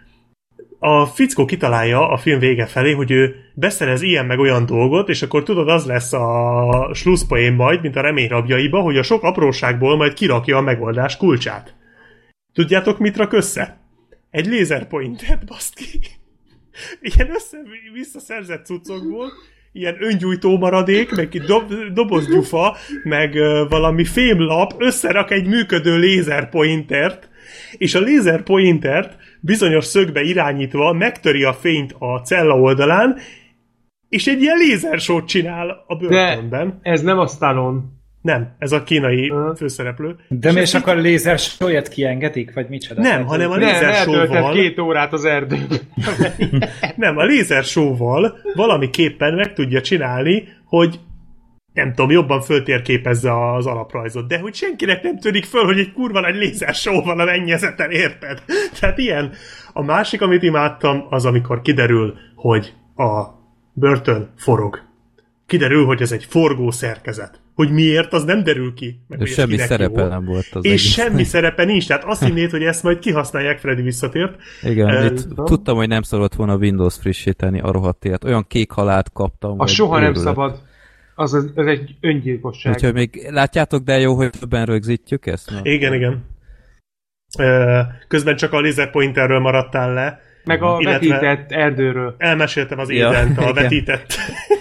S2: a fickó kitalálja a film vége felé, hogy ő beszerez ilyen meg olyan dolgot, és akkor tudod, az lesz a slusszpoén majd, mint a reményrabjaiba, hogy a sok apróságból majd kirakja a megoldás kulcsát. Tudjátok, mit rak össze? Egy lézerpointert, baszt ki. Ilyen visszaszerzett cuccokból, ilyen öngyújtó maradék, meg dobozgyufa, meg valami fémlap, összerak egy működő lézerpointert, és a lézerpointert bizonyos szögbe irányítva megtöri a fényt a cella oldalán, és egy ilyen lézersót csinál a börtönben.
S6: De ez nem a Stallone.
S2: Nem, ez a kínai főszereplő.
S4: De mi is akkor a lézersóját kiengedik, vagy micsoda?
S2: Nem, hanem a lézersóval...
S6: Nem, 2 órát az erdőben.
S2: Nem, a lézersóval valamiképpen meg tudja csinálni, hogy nem tudom, jobban föltérképezze az alaprajzot, de hogy senkinek nem tűnik föl, hogy egy kurva nagy lézersó van a mennyezeten, érted? Tehát ilyen. A másik, amit imádtam, az amikor kiderül, hogy a börtön forog. Kiderül, hogy ez egy forgó szerkezet. Hogy miért, az nem derül ki. Meg,
S3: de semmi szerepe nem volt az
S2: és
S3: egész.
S2: semmi szerepe nincs, tehát azt hinnéd, hogy ezt majd kihasználják, Freddy visszatért.
S3: Igen, itt tudtam, hogy nem szabad volna a Windows frissíteni a rohadt élet. Olyan kék halált kaptam.
S6: A soha nem szabad. Az egy öngyilkosság.
S3: Úgyhogy még látjátok, de jó, hogy többen rögzítjük ezt? Na?
S2: Igen. Közben csak a lézerpointerről maradtál le.
S6: Meg a vetített erdőről.
S2: Elmeséltem az Édent, a vetített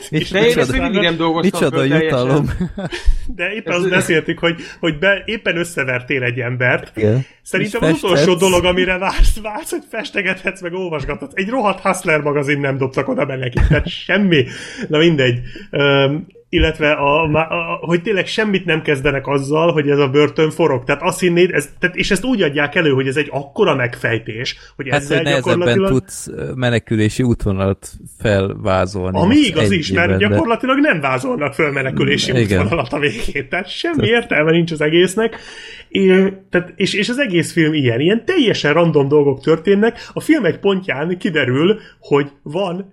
S6: De én ezt mindig nem dolgoztam föl
S3: jutalom.
S2: De éppen azt beszéltük, hogy éppen összevertél egy embert.
S3: Igen.
S2: Szerintem az utolsó dolog, amire vársz, hogy festegethetsz, meg olvasgatod. Egy rohadt Hustler magazin nem dobtak oda be neki, tehát semmi. Na mindegy. Illetve hogy tényleg semmit nem kezdenek azzal, hogy ez a börtön forog. Tehát azt hinnéd, és ezt úgy adják elő, hogy ez egy akkora megfejtés, hogy
S3: hát,
S2: ezzel
S3: hogy nehezebben tudsz menekülési útvonalat felvázolni.
S2: Ami igaz is, mert gyakorlatilag nem vázolnak fel menekülési útvonalat a végén. Tehát semmi értelme nincs az egésznek. És az egész film ilyen teljesen random dolgok történnek. A film egy pontján kiderül, hogy van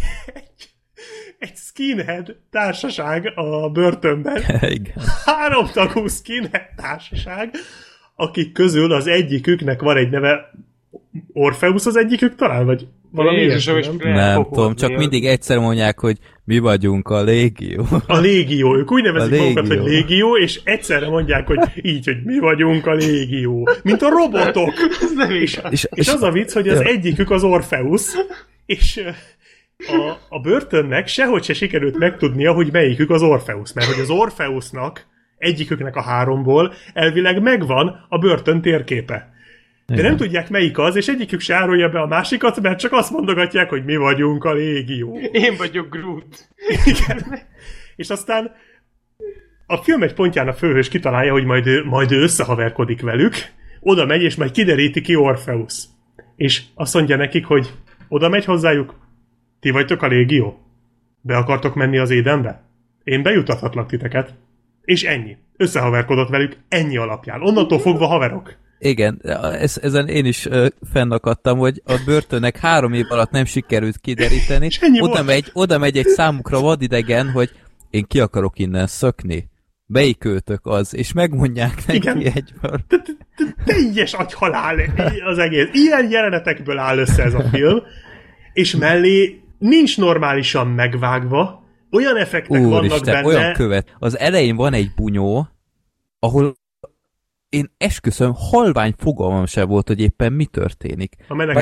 S2: egy skinhead társaság a börtönben.
S3: Igen.
S2: 3 tagú skinhead társaság, akik közül az egyiküknek van egy neve, Orpheus az egyikük talán, vagy valami ilyesmi,
S3: nem tudom, csak mindig egyszer mondják, hogy mi vagyunk a légió.
S2: A légió, ők úgy nevezik magukat, hogy légió, és egyszerre mondják, hogy így, hogy mi vagyunk a légió. Mint a robotok. És az a vicc, hogy az egyikük az Orpheus, és a börtönnek sehogy se sikerült megtudnia, hogy melyikük az Orpheus, mert hogy az Orpheusnak, egyiküknek a 3-ból elvileg megvan a börtön térképe. De nem tudják melyik az, és egyikük se árulja be a másikat, mert csak azt mondogatják, hogy mi vagyunk a légió.
S6: Én vagyok Groot.
S2: Igen. És aztán a film egy pontján a főhős kitalálja, hogy majd ő összehaverkodik velük, oda megy, és majd kideríti ki Orpheus. És azt mondja nekik, hogy oda megy hozzájuk, ti vagytok a légió? Be akartok menni az édenbe? Én bejutathatlak titeket. És ennyi. Összehaverkodott velük ennyi alapján. Onnantól fogva haverok.
S3: Igen, ezen én is fennakadtam, hogy a börtönnek 3 év alatt nem sikerült kideríteni. Oda megy egy számukra vadidegen, hogy én ki akarok innen szökni. Melyik őtök az? És megmondják neki egyből.
S2: Teljes agyhalál az egész. Ilyen jelenetekből áll össze ez a film, és mellé nincs normálisan megvágva, olyan effektek vannak benne.
S3: Olyan követ. Az elején van egy bunyó, ahol én esküszöm, halvány fogalmam sem volt, hogy éppen mi történik.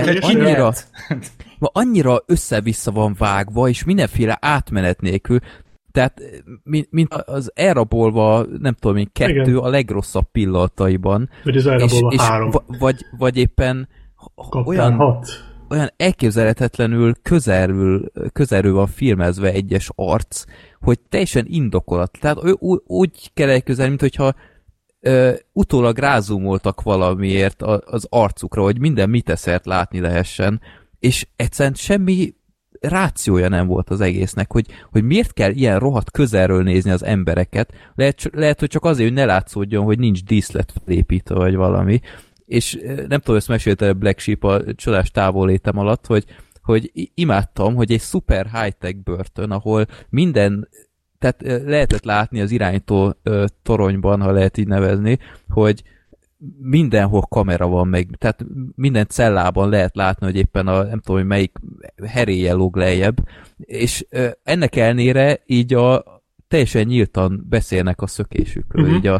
S3: Annyira össze-vissza van vágva, és mindenféle átmenet nélkül. Tehát, mint az elrabolva, nem tudom én, 2 igen. A legrosszabb pillanataiban.
S2: Vagy az elrabolva 3.
S3: Vagy éppen olyan elképzelhetetlenül közelről van filmezve egyes arc, hogy teljesen indokolat. Tehát úgy kell elképzelni, mint hogyha utólag rázumoltak valamiért az arcukra, hogy minden miteszert látni lehessen, és egyszerűen semmi rációja nem volt az egésznek, hogy miért kell ilyen rohadt közelről nézni az embereket. Lehet, hogy csak azért, hogy ne látszódjon, hogy nincs díszlet felépítve, vagy valami. És nem tudom, ezt mesélte Black Sheep a csodás távollétem alatt, hogy imádtam, hogy egy szuper high-tech börtön, ahol minden, tehát lehetett látni az irányító toronyban, ha lehet így nevezni, hogy mindenhol kamera van meg, tehát minden cellában lehet látni, hogy éppen nem tudom, hogy melyik herélye lóg lejjebb, és ennek ellenére így teljesen nyíltan beszélnek a szökésükről, így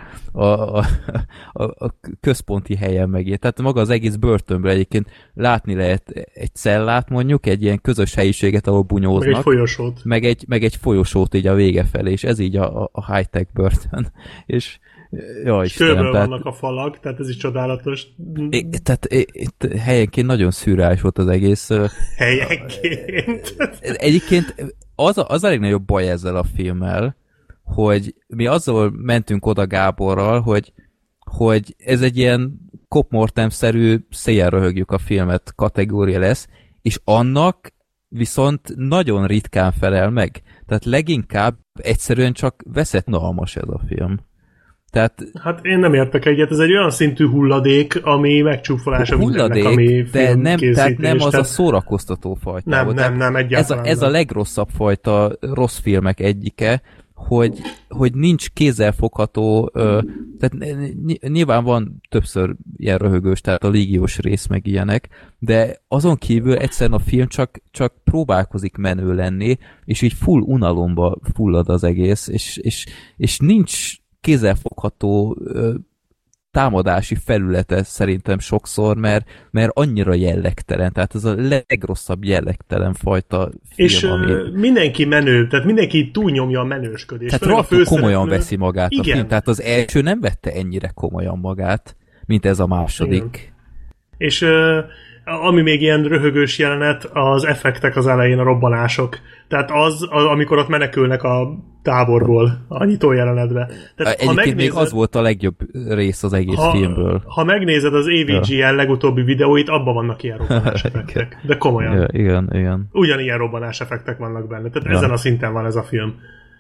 S3: a központi helyen meg. Tehát maga az egész börtönből egyébként látni lehet egy cellát mondjuk, egy ilyen közös helyiséget, ahol bunyóznak.
S2: Meg egy folyosót.
S3: Meg egy folyosót így a vége felé, és ez így a high-tech börtön. És
S2: Istenem, vannak a falak, tehát ez is csodálatos.
S3: Tehát itt helyenként nagyon szürreális volt az egész.
S2: Helyenként?
S3: Egyébként az a legnagyobb baj ezzel a filmmel, hogy mi azzal mentünk oda Gáborral, hogy ez egy ilyen Cop Mortem-szerű széjjel röhögjük a filmet kategória lesz, és annak viszont nagyon ritkán felel meg. Tehát leginkább egyszerűen csak veszett unalmas ez a film. Tehát,
S2: hát én nem értek egyet, ez egy olyan szintű hulladék, ami megcsúfolása mindennek, ami
S3: de nem az a szórakoztató fajta.
S2: Nem, egyáltalán
S3: ez a legrosszabb fajta rossz filmek egyike, hogy nincs kézzelfogható, tehát nyilván van többször ilyen röhögős, tehát a légiós rész meg ilyenek, de azon kívül egyszerűen a film csak próbálkozik menő lenni, és így full unalomba fullad az egész, és nincs kézzelfogható támadási felülete szerintem sokszor, mert annyira jellegtelen, tehát ez a legrosszabb jellegtelen fajta film,
S2: és mindenki menő, tehát mindenki túlnyomja a menősködést.
S3: Tehát rohadtul komolyan veszi magát a film, tehát az első nem vette ennyire komolyan magát, mint ez a második.
S2: Igen. És ami még ilyen röhögős jelenet, az effektek az elején, a robbanások. Tehát amikor ott menekülnek a táborból a nyitó jelenetbe. Tehát,
S3: egyébként még az volt a legjobb rész az egész filmből.
S2: Ha megnézed az AVGN legutóbbi videóit, abban vannak ilyen robbanás effektek. De komolyan.
S3: Igen.
S2: Ugyanilyen robbanás effektek vannak benne. Tehát ezen a szinten van ez a film.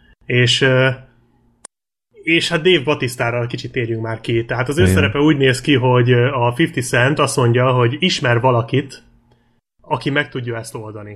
S2: És hát Dave Bautistára kicsit térjünk már ki. Tehát az ő szerepe úgy néz ki, hogy a 50 Cent azt mondja, hogy ismer valakit, aki meg tudja ezt oldani.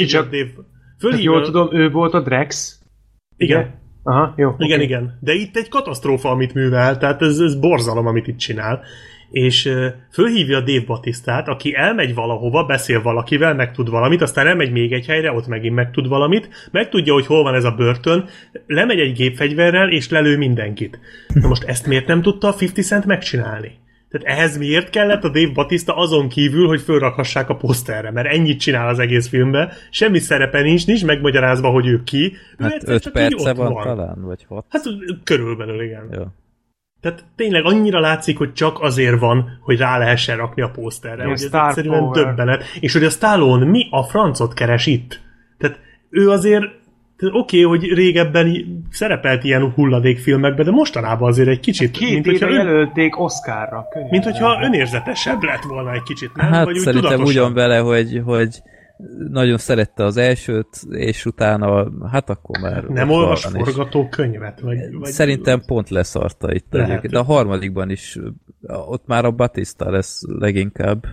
S6: Jól tudom, ő volt a Drex.
S2: Igen.
S6: Ugye? Aha, jó.
S2: Igen. De itt egy katasztrófa, amit művel, tehát ez borzalom, amit itt csinál. És fölhívja Dave Bautistát, aki elmegy valahova, beszél valakivel, megtud valamit, aztán elmegy még egy helyre, ott megint megtud valamit, megtudja, hogy hol van ez a börtön, lemegy egy gépfegyverrel, és lelő mindenkit. Na most ezt miért nem tudta a 50 Cent megcsinálni? Tehát ehhez miért kellett a Dave Bautista azon kívül, hogy fölrakhassák a poszterre? Mert ennyit csinál az egész filmben, semmi szerepe nincs megmagyarázva, hogy ő ki.
S3: Hát 5 perce van talán, vagy 6.
S2: Hát körülbelül, igen.
S3: Jó.
S2: Tehát tényleg annyira látszik, hogy csak azért van, hogy rá lehessen rakni a pószterre, hogy ez egyszerűen döbbenet. És hogy a Stallone mi a francot keres itt? Tehát ő azért oké, hogy régebben szerepelt ilyen hulladékfilmekben, de mostanában azért egy kicsit...
S6: Két éve jelölték Oscarra.
S2: Mint hogyha önérzetesebb lett volna egy kicsit, nem?
S3: Hát
S2: vagy
S3: szerintem ugyan vele, hogy nagyon szerette az elsőt, és utána, hát akkor már...
S2: Nem olvas forgatókönyvet? Vagy
S3: szerintem pont leszarta itt. De a harmadikban is, ott már a Batista lesz leginkább.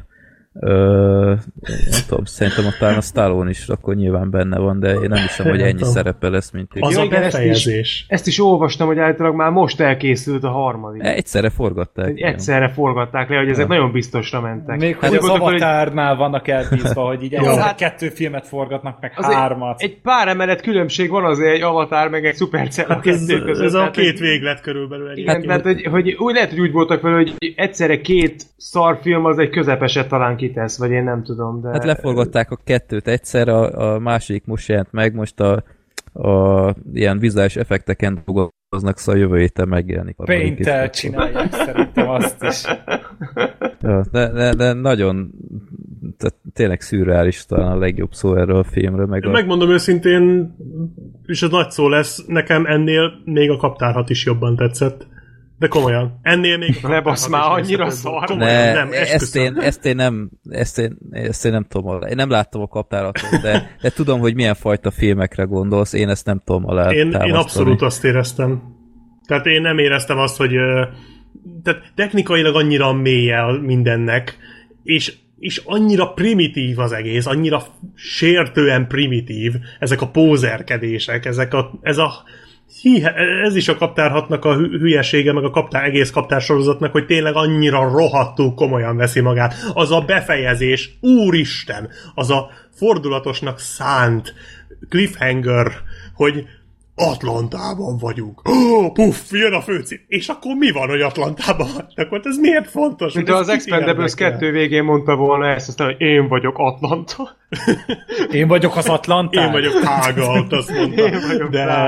S3: Nem tudom, szerintem ott talán a Stallone is akkor nyilván benne van, de én nem hiszem, hogy ennyi szerepe lesz, mint itt.
S2: Az a befejezés.
S6: Ezt is olvastam, hogy általában már most elkészült a harmadik.
S3: Egyszerre forgatták.
S6: Egyszerre forgatták le, hogy ezek nagyon biztosra mentek.
S4: Még hogy az Avatárnál vannak elbízva, hogy így hát 2 filmet forgatnak, meg 3-at.
S6: Egy pár emelet különbség van azért egy Avatar, meg egy Supercell a 2 között.
S2: Ez a 2 véglet körülbelül.
S6: Igen, tehát hogy lehet, hogy úgy voltak vele, hogy egyszerre 2 szarfilm az egy közepeset talán kitesz, vagy én nem tudom, de...
S3: Hát leforgatták a 2-t egyszer, a második most jelent meg, most a ilyen vizuális effekteken dolgoznak, szóval jövő héten megjelenik.
S4: Paint-tel csinálják szerintem azt is.
S3: Ja, de nagyon tényleg szürreális talán a legjobb szó erről a filmről.
S2: Megmondom őszintén, és ez nagy szó lesz, nekem ennél még a Kaptárhat is jobban tetszett. De komolyan. Ennél még...
S6: Lebasz már annyira szar.
S3: Komolyan, nem, ezt én nem tudom. Én nem láttam a Kaptárhatot, de tudom, hogy milyen fajta filmekre gondolsz. Én ezt nem tudom alá támasztani.
S2: Én abszolút azt éreztem. Tehát én nem éreztem azt, hogy... Tehát technikailag annyira mélye mindennek, és annyira primitív az egész, annyira sértően primitív ezek a pózerkedések, ez is a Kaptárhatnak a hülyesége, meg a egész Kaptár sorozatnak, hogy tényleg annyira rohadtul komolyan veszi magát. Az a befejezés, úristen, az a fordulatosnak szánt cliffhanger, hogy Atlantában vagyunk. Puff, jön a főcím. És akkor mi van, hogy Atlantában vagyunk? Akkor ez miért fontos?
S6: Mint az Expendables 2 végén mondta volna ezt, aztán, hogy én vagyok Atlanta.
S4: Én vagyok az Atlantán.
S2: Én vagyok Hága, azt mondta.
S6: Én vagyok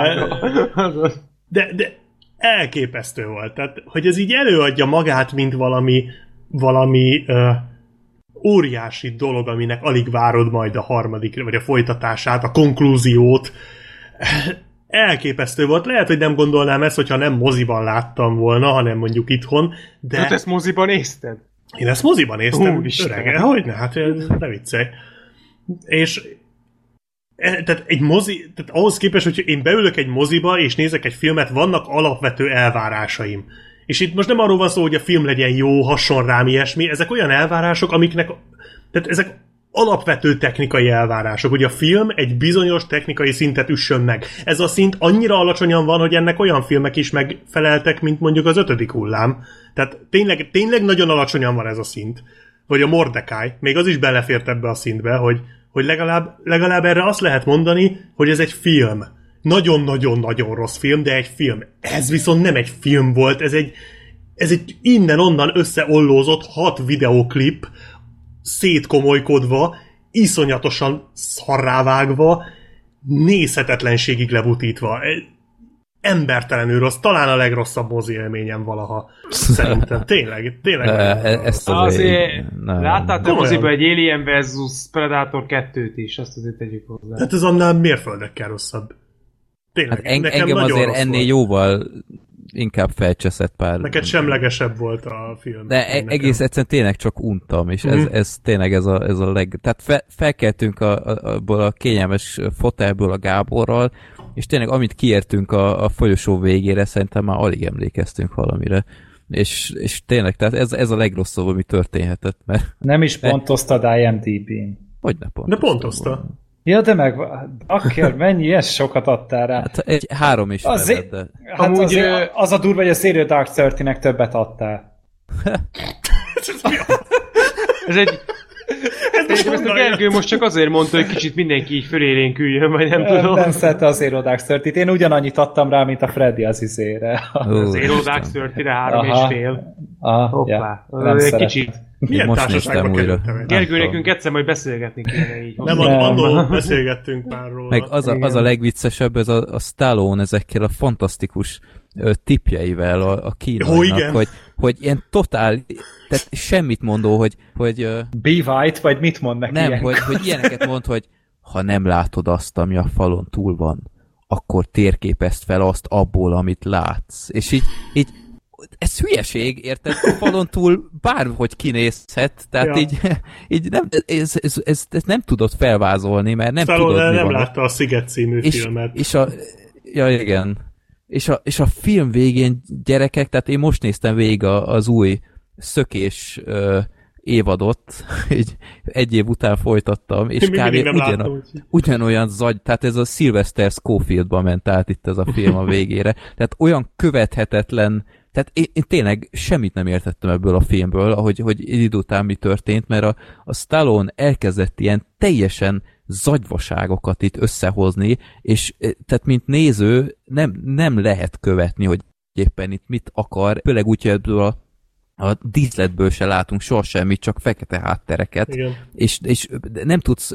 S2: de elképesztő volt. Tehát, hogy ez így előadja magát, mint valami óriási dolog, aminek alig várod majd a harmadik, vagy a folytatását, a konklúziót. Elképesztő volt. Lehet, hogy nem gondolnám ezt, hogyha nem moziban láttam volna, hanem mondjuk itthon, de...
S6: Hát ezt moziban nézted?
S2: Én ezt moziban néztem. Öreg, hogyne, hát ne viccelj. És tehát ahhoz képest, hogy én beülök egy moziba, és nézek egy filmet, vannak alapvető elvárásaim. És itt most nem arról van szó, hogy a film legyen jó, hasson rám ilyesmi, ezek olyan elvárások, amiknek... Tehát ezek alapvető technikai elvárások, hogy a film egy bizonyos technikai szintet üssön meg. Ez a szint annyira alacsonyan van, hogy ennek olyan filmek is megfeleltek, mint mondjuk az 5. hullám. Tehát tényleg nagyon alacsonyan van ez a szint. Vagy a Mordecai, még az is belefért ebbe a szintbe, hogy legalább erre azt lehet mondani, hogy ez egy film. Nagyon-nagyon-nagyon rossz film, de egy film. Ez viszont nem egy film volt, ez egy innen-onnan összeollózott 6 videóklip, szétkomolykodva, iszonyatosan szarrávágva, nézhetetlenségig lebutítva. Embertelenül rossz, talán a legrosszabb mozi élményem valaha. Szerintem. Tényleg.
S3: Ezt
S6: azért láttál te moziba egy Alien vs. Predator 2-t is, azt azért tegyük hozzá.
S2: Hát ez annál mérföldekkel rosszabb. Tényleg.
S3: Hát engem azért ennél jóval inkább felcseszett pár.
S2: Neked semlegesebb volt a film.
S3: De egész egyszerűen tényleg csak untam, és ez tényleg ez a leg... Tehát felkeltünk abból a kényelmes fotelből a Gáborral, és tényleg amit kiértünk a folyosó végére, szerintem már alig emlékeztünk valamire. És tényleg, tehát ez a legrosszabb, ami történhetett, mert...
S4: Nem is pontoztad IMDb-n.
S3: Hogy ne pontozta?
S2: De pontozta.
S4: Ja, de meg, akkor mennyi, ez sokat adtál rá.
S3: Hát egy 3 is felett, de...
S4: Hát amúgy, az a durva, hogy a Serial Dark 30-nek többet adtál.
S6: Ez egy... Ezt a Gergő most csak azért mondta, hogy kicsit mindenki így fölélénküljön, vagy nem tudom.
S4: Nem szerte a Zero Dark 30-t. Én ugyanannyit adtam rá, mint a Freddy az izére.
S6: A Zero Dark 30-re 3,5. Hoppá.
S4: Nem
S6: egy kicsit.
S2: Milyen társaságban
S6: kerültem? Gergő, nekünk egyszer majd beszélgetni kéne így.
S2: Nem, annól beszélgettünk már róla.
S3: Meg az a legviccesebb, ez a Stallone ezekkel a fantasztikus tippjeivel a kínainak, hogy ilyen totál, tehát semmit mondó, hogy
S4: Be white, vagy mit mond neki?
S3: Nem, hogy ilyeneket mond, hogy ha nem látod azt, ami a falon túl van, akkor térképezd fel azt abból, amit látsz. És így ez hülyeség, érted? A falon túl bárhogy kinézhet, tehát így nem, ez nem tudod felvázolni, mert nem
S2: Stallone
S3: tudod, mi
S2: nem
S3: van.
S2: Látta a Sziget című filmet.
S3: Igen. És a film végén gyerekek, tehát én most néztem végig az új Szökés évadot, így egy év után folytattam, és kb. Ugyanolyan zagy, tehát ez a Sylvester Schofieldban ment át itt ez a film a végére, tehát olyan követhetetlen, tehát én tényleg semmit nem értettem ebből a filmből, hogy egy idő után mi történt, mert a Stallone elkezdett ilyen teljesen zagyvaságokat itt összehozni, és tehát mint néző nem lehet követni, hogy éppen itt mit akar, főleg úgy, hogy ebből a díszletből se látunk soha semmit, csak fekete háttereket, és nem tudsz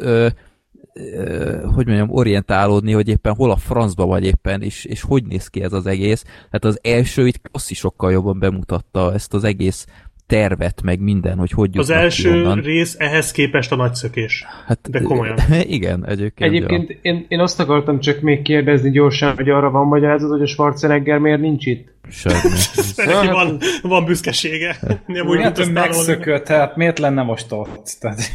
S3: hogy mondjam, orientálódni, hogy éppen hol a francba vagy éppen, és hogy néz ki ez az egész. Tehát az első itt azt is sokkal jobban bemutatta ezt az egész tervet, meg minden, hogy jutnak
S2: az első
S3: onnan.
S2: rész ehhez képest a Nagy Szökés. Hát, de komolyan.
S3: Igen, egyébként.
S6: Egyébként én azt akartam csak még kérdezni gyorsan, hogy arra van magyarázat, hogy a Schwarzenegger miért nincs itt?
S3: Semmi.
S2: van büszkesége.
S4: Miért megszökött? Tehát miért lenne most ott?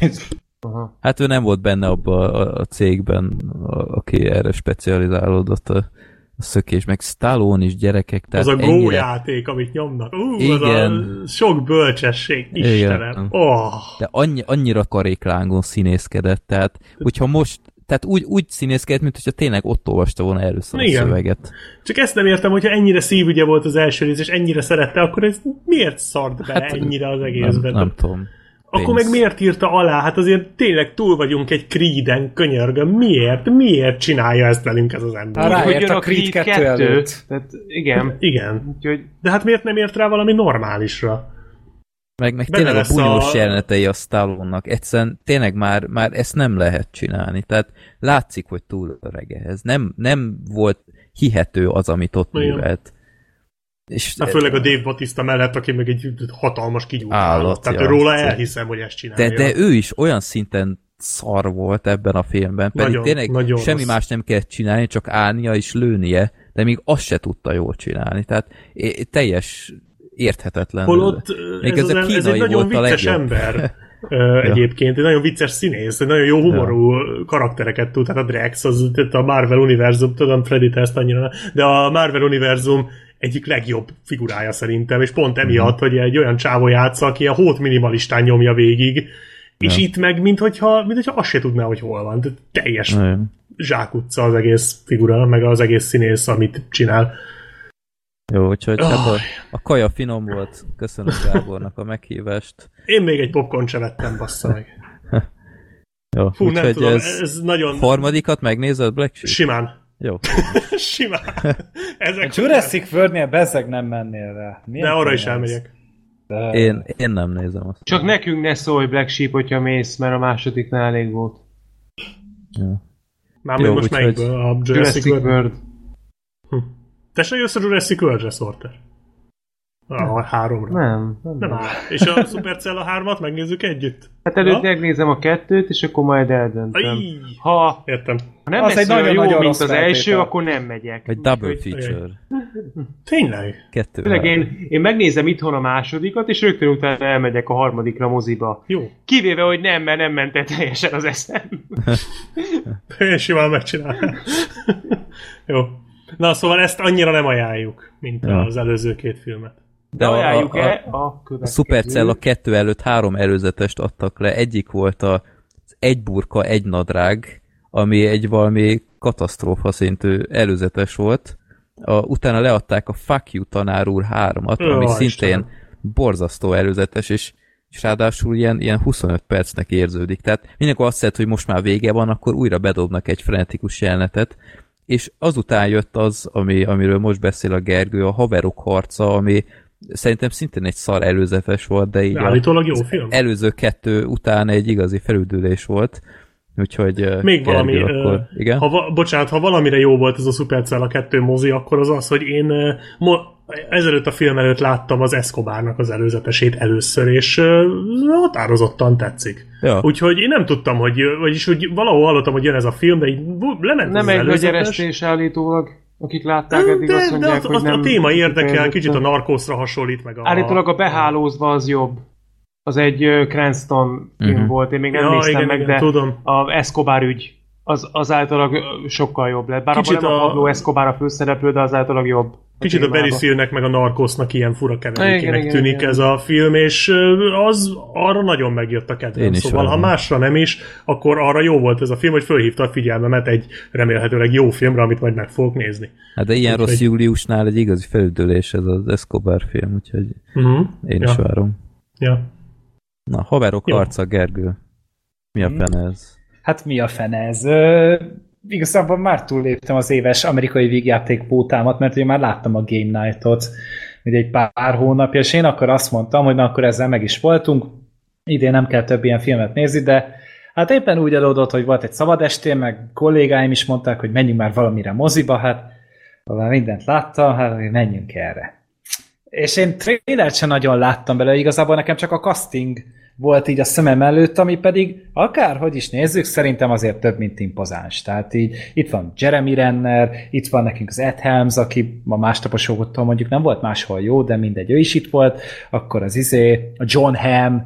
S3: Hát ő nem volt benne abban a cégben, aki erre specializálódott a Szökés, meg Stallone is, gyerekek. Tehát
S2: az a
S3: ennyire...
S2: gójáték, amit nyomnak.
S3: Igen.
S2: Az a sok bölcsesség, Istenem. Oh.
S3: De annyira karéklángon színészkedett, tehát hogyha most, tehát úgy színészkedett, mint hogyha tényleg ott olvasta volna először a szöveget.
S2: Csak ezt nem értem, hogyha ennyire szívügye volt az első rész, és ennyire szerette, akkor ez miért szart be ennyire az egészben?
S3: Nem tudom.
S2: Akkor meg miért írta alá? Hát azért tényleg túl vagyunk egy Creed-en, könyörgöm. Miért csinálja ezt velünk ez az ember?
S4: Ráért a Creed 2 előtt.
S6: Tehát igen.
S2: Úgyhogy... De hát miért nem ért rá valami normálisra?
S3: Meg tényleg a bunyós jelenetei a Stallone-nak. Egyszerűen tényleg már ezt nem lehet csinálni. Tehát látszik, hogy túl öreg ehhez. Nem volt hihető az, amit ott művelt. És
S2: hát főleg a Dave Bautista mellett, aki meg egy hatalmas kigyújt
S3: állat.
S2: Tehát róla elhiszem, hogy ezt csinálja.
S3: De ő is olyan szinten szar volt ebben a filmben, pedig tényleg semmi más nem kellett csinálni, csak állnia és lőnie, de még azt se tudta jól csinálni. Tehát teljes érthetetlen.
S2: Holott
S3: még
S2: ez egy nagyon vicces ember. Egyébként egy nagyon vicces színész, egy nagyon jó humorú karaktereket tud, tehát a Drax, a Marvel univerzum, tudom, Freddy-t ezt annyira, de a Marvel univerzum egyik legjobb figurája szerintem, és pont emiatt, hogy egy olyan csávó játsza, aki a hót minimalistán nyomja végig, és itt meg, minthogyha azt se tudná, hogy hol van. Tehát teljes zsákutca az egész figura, meg az egész színész, amit csinál.
S3: Jó, úgyhogy hát a kaja finom volt. Köszönöm Gábornak a meghívást.
S2: Én még egy popcorn se vettem, bassza meg.
S3: Jó,
S2: Fú, nem tudom, ez nagyon...
S3: Harmadikat megnézed, Black Sheep?
S2: Simán.
S3: Jó.
S2: Simán.
S4: A Jurassic World-nél bezzeg nem mennél rá.
S2: De arra is elmegyek.
S3: Én nem nézem azt.
S6: Csak nekünk ne szólj, Black Sheep, hogyha mész, mert a másodiknál elég volt.
S3: Ja.
S2: Már jó, most melyikből? A Jurassic World? Te se jössz a Jurassic World-re, Sorter? A 3-ra.
S6: Nem.
S2: És a Supercell 3-at megnézzük együtt?
S6: Hát előtt megnézem a 2-t, és akkor majd eldöntöm.
S2: Értem.
S6: Ha nem lesz olyan jó, mint az első, akkor nem megyek.
S3: Vagy double feature.
S2: Tényleg?
S6: Tényleg én megnézem itthon a másodikat, és rögtön utána elmegyek a harmadikra moziba.
S2: Jó.
S6: Kivéve, hogy nem, mert nem ment el teljesen az eszem.
S2: Én simán megcsinálom. Jó. Na, szóval ezt annyira nem ajánljuk, mint az előző 2 filmet.
S6: De ajánljuk-e a
S3: Supercell a 2 előtt 3 előzetest adtak le. Egyik volt az Egy burka, egy nadrág, ami egy valami katasztrófa szintű előzetes volt. Utána leadták a Fuck You tanár úr 3-at, ami szintén borzasztó előzetes, és ráadásul ilyen 25 percnek érződik. Tehát mindenkor azt szed, hogy most már vége van, akkor újra bedobnak egy frenetikus jelenetet, és azután jött az, amiről most beszél a Gergő, a Haverok harca, ami szerintem szintén egy szar előzetes volt, de így
S2: állítólag jó film.
S3: Előző 2 után egy igazi felüldülés volt. Úgyhogy
S2: még
S3: Gergő,
S2: valami,
S3: akkor, igen?
S2: Ha valamire jó volt ez a Supercell a 2 mozi, akkor az, hogy én ezelőtt a film előtt láttam az Escobarnak az előzetesét először, és határozottan tetszik.
S3: Ja.
S2: Úgyhogy én nem tudtam, vagyis úgy valahol hallottam, hogy jön ez a film, de így lement
S6: nem
S2: az
S6: egy nagy eresztés állítólag, akik látták eddig azt mondják,
S2: de
S6: hogy nem...
S2: a téma érdekel, kicsit a Narcosra hasonlít, meg
S6: Állítólag a Behálózva az jobb. Az egy Cranston film volt, én még nem néztem meg, de tudom. A Escobar ügy az általában sokkal jobb lett. Bár abban nem a Pablo Escobar a főszereplő, de az általában jobb.
S2: Kicsit a Barry Seal-nek meg a Narcosnak ilyen fura keverékének tűnik ez a film, és az arra nagyon megjött a kedvem. Szóval ha másra nem is, akkor arra jó volt ez a film, hogy fölhívta a figyelmemet egy remélhetőleg jó filmre, amit majd meg fogok nézni.
S3: Hát de ilyen rossz júliusnál egy igazi felüldülés ez az Escobar film, úgyhogy én is várom.
S2: Ja.
S3: Na, Haverok harca, Gergő. Mi a fene ez?
S4: Hát mi a fene ez? Igazából már túlléptem az éves amerikai vígjáték pótámat, mert ugye már láttam a Game Night-ot ugye egy pár hónapja, és én akkor azt mondtam, hogy na akkor ezzel meg is voltunk, idén nem kell több ilyen filmet nézni, de hát éppen úgy adódott, hogy volt egy szabad estén, meg kollégáim is mondták, hogy menjünk már valamire moziba, hát mindent láttam, hát menjünk erre. És én trailert sem nagyon láttam belőle, igazából nekem csak a casting volt így a szemem előtt, ami pedig akárhogy is nézzük, szerintem azért több, mint impozáns. Tehát így itt van Jeremy Renner, itt van nekünk az Ed Helms, aki ma másnaposoktól mondjuk nem volt máshol jó, de mindegy, ő is itt volt, akkor a John Hamm,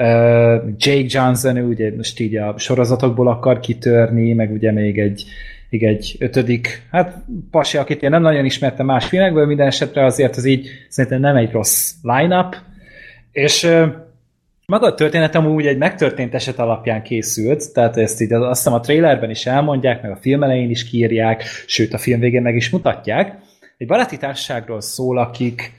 S4: Jake Johnson, ő ugye most így a sorozatokból akar kitörni, meg ugye még egy 5. hát pasi, akit én nem nagyon ismertem más filmekből, minden esetre azért az így szerintem nem egy rossz line-up, és maga a történetem úgy egy megtörtént eset alapján készült, tehát ezt így azt hiszem a trailerben is elmondják, meg a film elején is kiírják, sőt a film végén meg is mutatják. Egy baráti társaságról szól, akik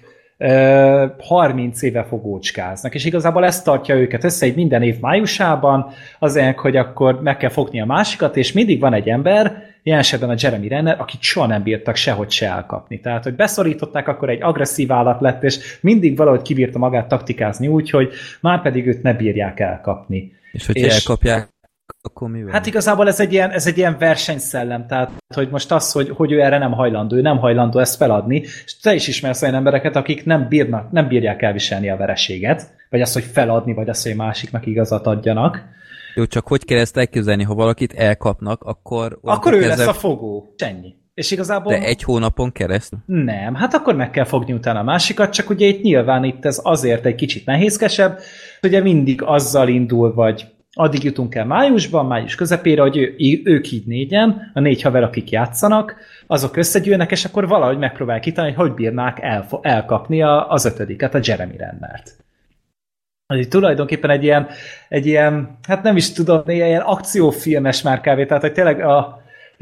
S4: 30 éve fogócskáznak, és igazából ezt tartja őket össze egy minden év májusában, azért, hogy akkor meg kell fogni a másikat, és mindig van egy ember, ilyen esetben a Jeremy Renner, akit soha nem bírtak sehogy se elkapni. Tehát, hogy beszorították, akkor egy agresszív állat lett, és mindig valahogy kibírta magát taktikázni úgy, hogy már pedig őt ne bírják elkapni.
S3: És hogyha elkapják, akkor mivel?
S4: Hát igazából ez egy ilyen versenyszellem, tehát hogy most az, hogy ő erre nem hajlandó, ő nem hajlandó ezt feladni, és te is ismersz olyan embereket, akik nem bírják elviselni a vereséget, vagy azt, hogy feladni, vagy azt, hogy másiknak igazat adjanak.
S3: Jó, csak hogy kell ezt elképzelni, ha valakit elkapnak, akkor
S4: ő lesz a fogó. Ennyi. És igazából...
S3: De egy hónapon keresztül?
S4: Nem, hát akkor meg kell fogni utána a másikat, csak ugye nyilván itt ez azért egy kicsit nehézkesebb, ugye mindig azzal indul, vagy addig jutunk el május közepére, hogy ők így 4-en, a 4 haver, akik játszanak, azok összegyűlnek, és akkor valahogy megpróbál kitalálni, hogy bírnák elkapni az 5-et, a Jeremy Rennert. Ez tulajdonképpen egy ilyen, hát nem is tudom, ilyen akciófilmes már kb. Tehát, hogy tényleg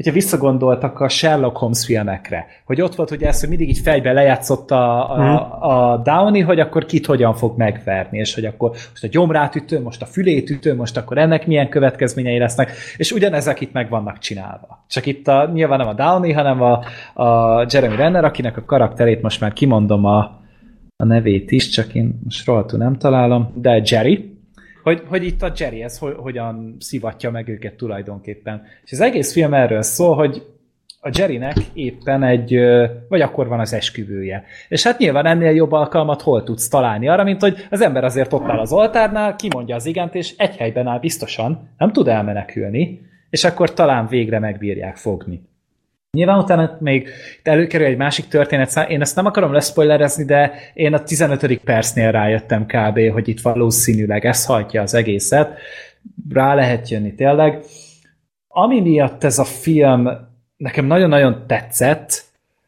S4: hogyha visszagondoltak a Sherlock Holmes filmekre, hogy ott volt ugye ez, hogy mindig így fejben lejátszott a Downey, hogy akkor kit hogyan fog megverni, és hogy akkor most a gyomrát ütő, most a fülét ütő, most akkor ennek milyen következményei lesznek, és ugyanezek itt meg vannak csinálva. Csak itt nyilván nem a Downey, hanem a Jeremy Renner, akinek a karakterét most már kimondom a nevét is, csak én most rohadtul nem találom, de Jerry, hogy itt a Jerry ez hogyan szivatja meg őket tulajdonképpen. És az egész film erről szól, hogy a Jerrynek éppen vagy akkor van az esküvője. És hát nyilván ennél jobb alkalmat hol tudsz találni arra, mint hogy az ember azért ott áll az oltárnál, kimondja az igent, és egy helyben áll biztosan, nem tud elmenekülni, és akkor talán végre megbírják fogni. Nyilván utána még előkerül egy másik történet, én ezt nem akarom leszpoilerezni, de én a 15. percnél rájöttem kb., hogy itt valószínűleg ez hajtja az egészet. Rá lehet jönni tényleg. Ami miatt ez a film nekem nagyon-nagyon tetszett,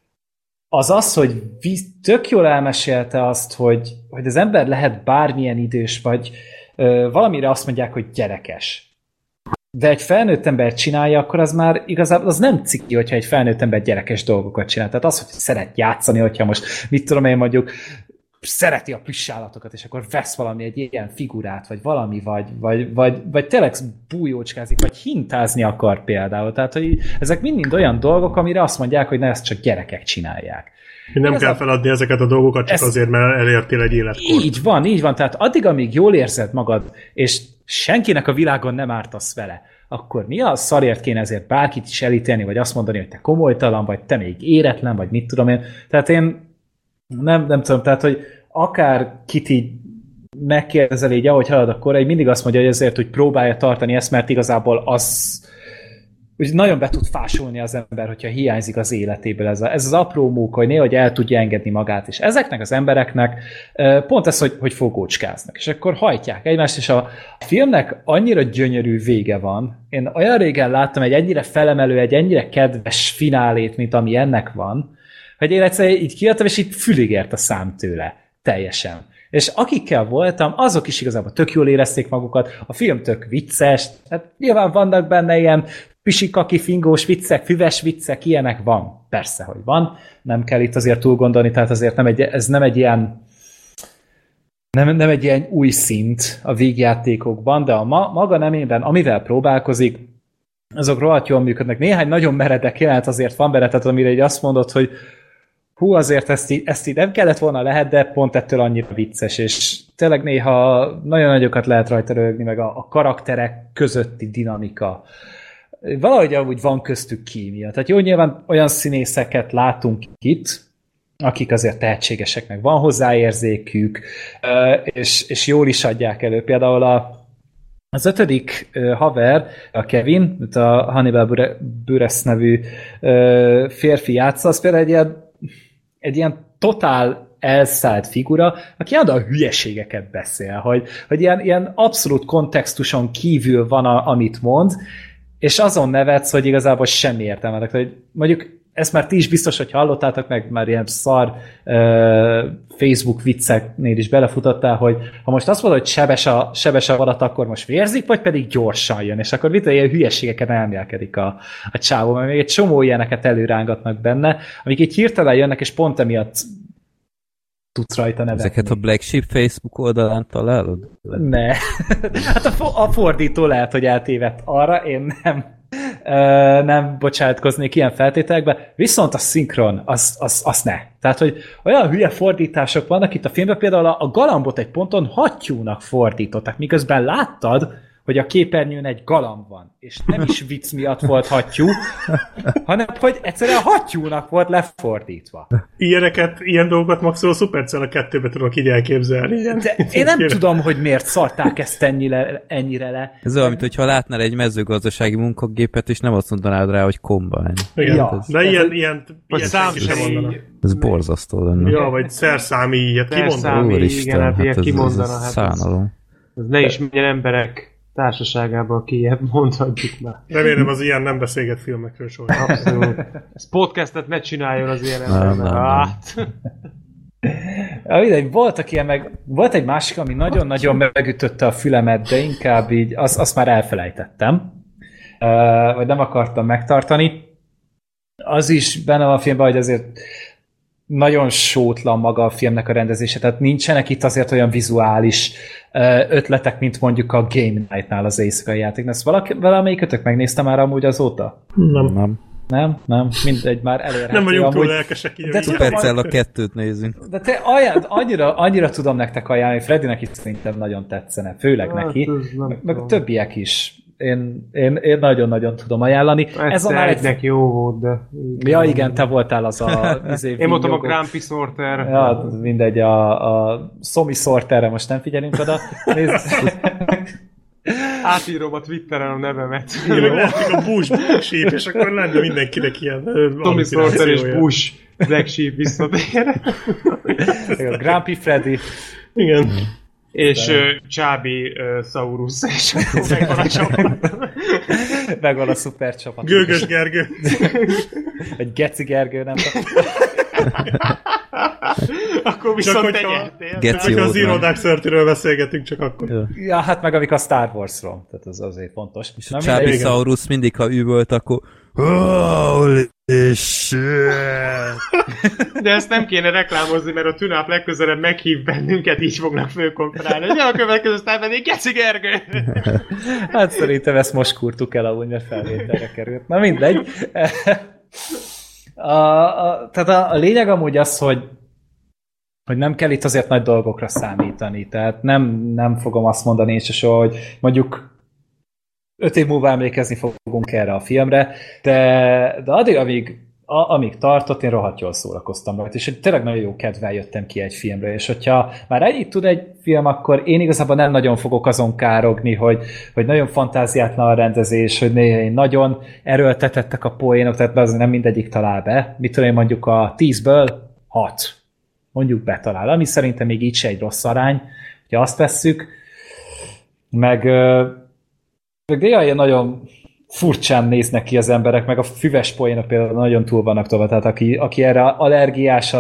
S4: az, hogy tök jól elmesélte azt, hogy az ember lehet bármilyen idős, vagy valamire azt mondják, hogy gyerekes. De egy felnőtt ember csinálja, akkor az már igazából az nem ciki, hogyha egy felnőtt ember gyerekes dolgokat csinál. Tehát az, hogy szeret játszani, hogyha most, mit tudom én mondjuk, szereti a plüssállatokat, és akkor vesz valami egy ilyen figurát, vagy valami, vagy tényleg bújócskázik, vagy hintázni akar például. Tehát, hogy ezek mind olyan dolgok, amire azt mondják, hogy ne, ezt csak gyerekek csinálják.
S2: Nem kell feladni ezeket a dolgokat, csak azért, mert elértél egy életkort.
S4: Így van. Tehát addig, amíg jól érzed magad, és senkinek a világon nem ártasz vele, akkor mi a szarért kéne ezért bárkit is elítélni, vagy azt mondani, hogy te komolytalan, vagy te még éretlen, vagy mit tudom én. Tehát én nem tudom, tehát, hogy akár kit így megkérdezel így, ahogy halad a korai, mindig azt mondja, hogy ezért, hogy próbálja tartani ezt, mert igazából az úgy nagyon be tud fásulni az ember, hogyha hiányzik az életéből ez az apró móka, hogy néha el tudja engedni magát. És ezeknek az embereknek pont ez, hogy fogócskáznak. És akkor hajtják egymást, és a filmnek annyira gyönyörű vége van. Én olyan régen láttam egy ennyire felemelő, egy ennyire kedves finálét, mint ami ennek van, hogy én egyszerűen így kiadtam, és így fülig ért a szám tőle. Teljesen. És akikkel voltam, azok is igazából tök jól érezték magukat, a film tök vicces, hát nyilván vannak benne ilyen pisikaki, fingós viccek, füves viccek, ilyenek van. Persze, hogy van. Nem kell itt azért túl gondolni, tehát azért ez nem egy ilyen nem egy ilyen új szint a vígjátékokban, de a maga nemében, amivel próbálkozik, azok rohadt jól működnek. Néhány nagyon meredek jelent azért van benne, tehát amire így azt mondod, hogy hú, azért ezt így nem kellett volna lehet, de pont ettől annyira vicces, és tényleg néha nagyon nagyokat lehet rajta röhögni, meg a karakterek közötti dinamika. Valahogy amúgy van köztük kémia. Tehát jó, nyilván olyan színészeket látunk itt, akik azért tehetségesek, meg van hozzáérzékük, és jól is adják elő. Például az 5. haver, a Kevin, a Hannibal Buress nevű férfi játsza, az például egy ilyen totál elszállt figura, aki állandóan hülyeségeket beszél, hogy ilyen abszolút kontextuson kívül van, amit mond, és azon nevetsz, hogy igazából semmi értelme. Hogy mondjuk ezt már ti is biztos, hogy hallottátok, meg már ilyen szar Facebook vicceknél is belefutottál, hogy ha most azt mondod, hogy sebes a vadat, akkor most vérzik, vagy pedig gyorsan jön, és akkor ilyen hülyeségeken elmélkedik a csávó, mert még egy csomó ilyeneket előrángatnak benne, amik így hirtelen jönnek, és pont emiatt tudsz rajta nevetni.
S3: Ezeket a Black Sheep Facebook oldalán találod?
S4: Ne. Hát a fordító lehet, hogy eltévedt arra, én nem bocsátkoznék ilyen feltételekbe, viszont a szinkron, az ne. Tehát, hogy olyan hülye fordítások vannak itt a filmben, például a galambot egy ponton hattyúnak fordították, miközben láttad, hogy a képernyőn egy galamb van, és nem is vicc miatt volt hattyú, hanem hogy egyszerűen hattyúnak volt lefordítva.
S2: Ilyen dolgokat maximum a Supercell a 2-be tudok így elképzelni.
S4: De én nem tudom, hogy miért szarták ezt ennyire le.
S3: Ez olyan, mintha látnál egy mezőgazdasági munkagépet, és nem azt mondanád rá, hogy kombány.
S2: Ja, de ilyen senki sem mondaná.
S3: Ez borzasztó lenne.
S2: Ja, vagy szerszámi ilyet kimondana.
S3: Úristen, hát ez szánalom.
S6: Ez ne is menjen emberek társaságában kijebb, mondhatjuk már.
S2: Remélem az ilyen nem beszélget filmekről soha.
S6: Abszolút. Ez podcastet ne csináljon az ilyen emberben.
S4: Volt egy másik, ami nagyon-nagyon megütötte a fülemet, de inkább így, azt már elfelejtettem. vagy nem akartam megtartani. Az is benne van a filmben, hogy azért nagyon sótlan maga a filmnek a rendezése, tehát nincsenek itt azért olyan vizuális ötletek, mint mondjuk a Game Night-nál az éjszakai játék. Ezt valamelyikötök megnézte már amúgy azóta? Nem? Mindegy, már elérhető.
S2: Nem vagyunk túl lelkesek.
S3: Perccel a 2-t nézünk.
S4: De te annyira tudom nektek ajánlani, Freddynek is szerintem nagyon tetszene, főleg neki, meg a többiek is. Én nagyon-nagyon tudom ajánlani.
S6: Ez a egynek jó volt, de...
S4: Ja, igen, te voltál az a...
S6: Én mondtam a Grumpy Sorter.
S4: Ja, mindegy, a Somi Sorterre most nem figyelünk oda.
S6: Átírom a Twitteren a nevemet.
S2: Lehetik a Bush Sheep, és akkor lenne mindenkinek ilyen
S6: Tommy Sorter és Bush Black Sheep visszatér.
S4: A Grumpy Freddy.
S2: Igen.
S6: És Csábi Saurus. És
S4: megvan a szuper csapat.
S2: Gőgös Gergő.
S4: Egy Geci Gergő, nem tudom.
S6: Akkor viszont te nyertél.
S2: Csak az Zero Dark Thirty-ről beszélgetünk, csak akkor.
S4: Ja, hát meg amik a Star Wars-ról. Tehát az azért fontos.
S3: És a Csábi Saurus mindig, ha üvölt, akkor holy shit!
S6: De ezt nem kéne reklámozni, mert a Tünáp legközelebb meghív bennünket, így fognak fölkonferálni. Hogy a következő sztárban én Geci Gergő!
S4: Hát szerintem ezt most kurtuk el, ahogy mert felvételre került. Na mindegy. Tehát a lényeg amúgy az, hogy nem kell itt azért nagy dolgokra számítani. Tehát nem fogom azt mondani és soha, hogy mondjuk 5 év múlva emlékezni fogunk erre a filmre, de addig, amíg tartott, én rohadt jól szórakoztam rajta, és tényleg nagyon jó kedvel jöttem ki egy filmre, és hogyha már ennyit tud egy film, akkor én igazából nem nagyon fogok azon károgni, hogy nagyon fantáziátlan a rendezés, hogy néha nagyon erőltetettek a poénok, tehát azért nem mindegyik talál be. Mit tudom én, mondjuk a 10-ből 6 mondjuk betalál, ami szerintem még így se egy rossz arány, hogyha azt vesszük, meg néha ilyen nagyon furcsán néznek ki az emberek, meg a füves poénok például nagyon túl vannak tovább, tehát aki erre allergiás,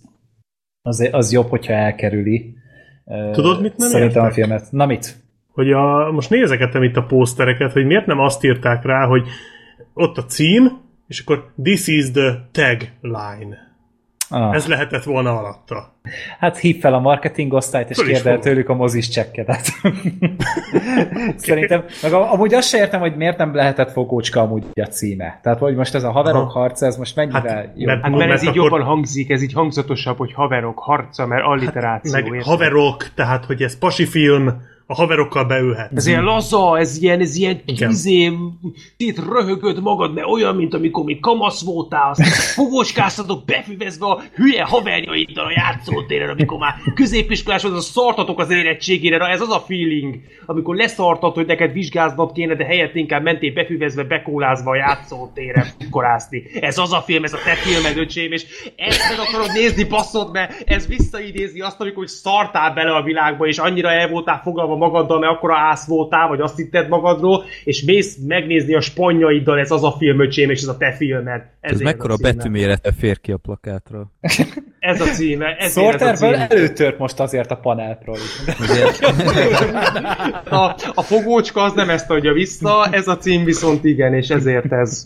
S4: az jobb, hogyha elkerüli.
S2: Tudod, mit nem
S4: szerintem
S2: értek?
S4: A filmet. Na mit?
S2: Hogy most nézegettem itt a pósztereket, hogy miért nem azt írták rá, hogy ott a cím, és akkor this is the tagline. Ez lehetett volna alatta.
S4: Hát hív fel a marketing osztályt, és kérd el tőlük a mozis csekkedet. Szerintem, meg amúgy azt se értem, hogy miért nem lehetett Fogócska amúgy a címe. Tehát, hogy most ez a haverok harca, ez most mennyivel jobb?
S6: Mert ez így jobban hangzik, ez így hangzatosabb, hogy haverok harca, mert alliteráció.
S2: Meg haverok, tehát, hogy ez pasi film, a haverokkal beülhet.
S6: Ez ilyen laza, ez ilyen itt röhögöd magad, mert olyan, mint amikor még kamasz voltál, azt fogócskáztatok befüvezve a hülye haverjaiddal a játszótéren, amikor már középiskolás vagy, szartatok az érettségére, na ez az a feeling, amikor leszartat, hogy neked vizsgáznod kéne, de helyett inkább mentél befüvezve, bekólázva a játszótéren korászni. Ez az a film, ez a te filmed, öcsém, és ezt meg akarod nézni, basszod, mert ez visszaidézi azt, amikor szartál bele a világba, és annyira el voltál fogalva magaddal, mert akkora ász voltál, vagy azt hitted magadról, és mész megnézni a spanyaiddal, ez az a film, öcsém, és ez a te filmed.
S3: Ez mekkora betűmérete fér ki a plakátról.
S6: Ez a címe.
S4: Sorterből előtört most azért a panelpról is.
S6: A fogócska az nem ezt adja vissza, ez a cím viszont igen, és ezért ez.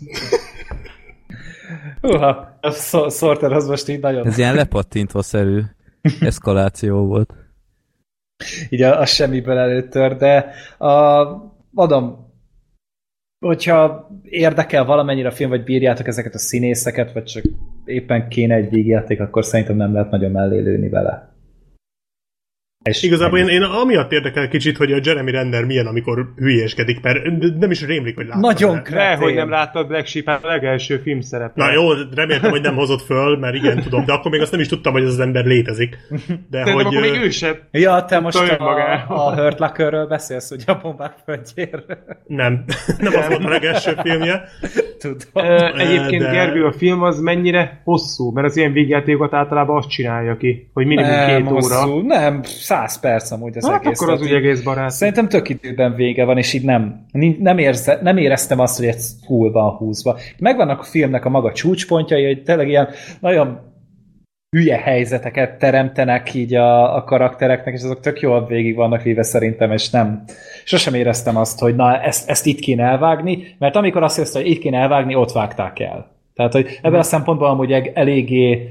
S4: A Sorter az most így nagyon...
S3: Ez ilyen lepattintva-szerű eszkaláció volt.
S4: Így a semmiből előttör, de mondom, hogyha érdekel valamennyire a film, vagy bírjátok ezeket a színészeket, vagy csak éppen kéne egy végjáték, akkor szerintem nem lehet nagyon mellé lőni vele.
S2: És igazából én amiatt érdekel kicsit, hogy a Jeremy Renner milyen, amikor hülyéskedik, mert nem is rémlik, hogy láttad.
S4: Nagyon kretén.
S6: Hogy nem láttad Black Sheep, a legelső film szerepe.
S2: Na jó, reméltem, hogy nem hozott föl, mert igen, tudom, de akkor még azt nem is tudtam, hogy ez az ember létezik. De hogy...
S6: akkor még ő sem.
S4: Ja, te most a Hurt Locker-ről beszélsz, hogy a bombák földjéről.
S2: Nem az volt a legelső filmje.
S4: Tudom.
S6: Egyébként de... Gergő, a film az mennyire hosszú? Mert az ilyen végjátékokat általában azt csinálja ki, hogy minimum 2 óra.
S4: Hosszú. Nem, 100 perc amúgy az egész.
S6: Akkor az úgy egész barát.
S4: Szerintem tök időben vége van, és így nem éreztem azt, hogy ez full van húzva. Megvannak a filmnek a maga csúcspontjai, hogy tényleg ilyen nagyon hülye helyzeteket teremtenek így a karaktereknek, és azok tök jól végig vannak véve szerintem, és sosem éreztem azt, hogy na, ezt itt kéne elvágni, mert amikor azt éreztem, hogy itt kéne elvágni, ott vágták el. Tehát, hogy ebben a szempontból amúgy eléggé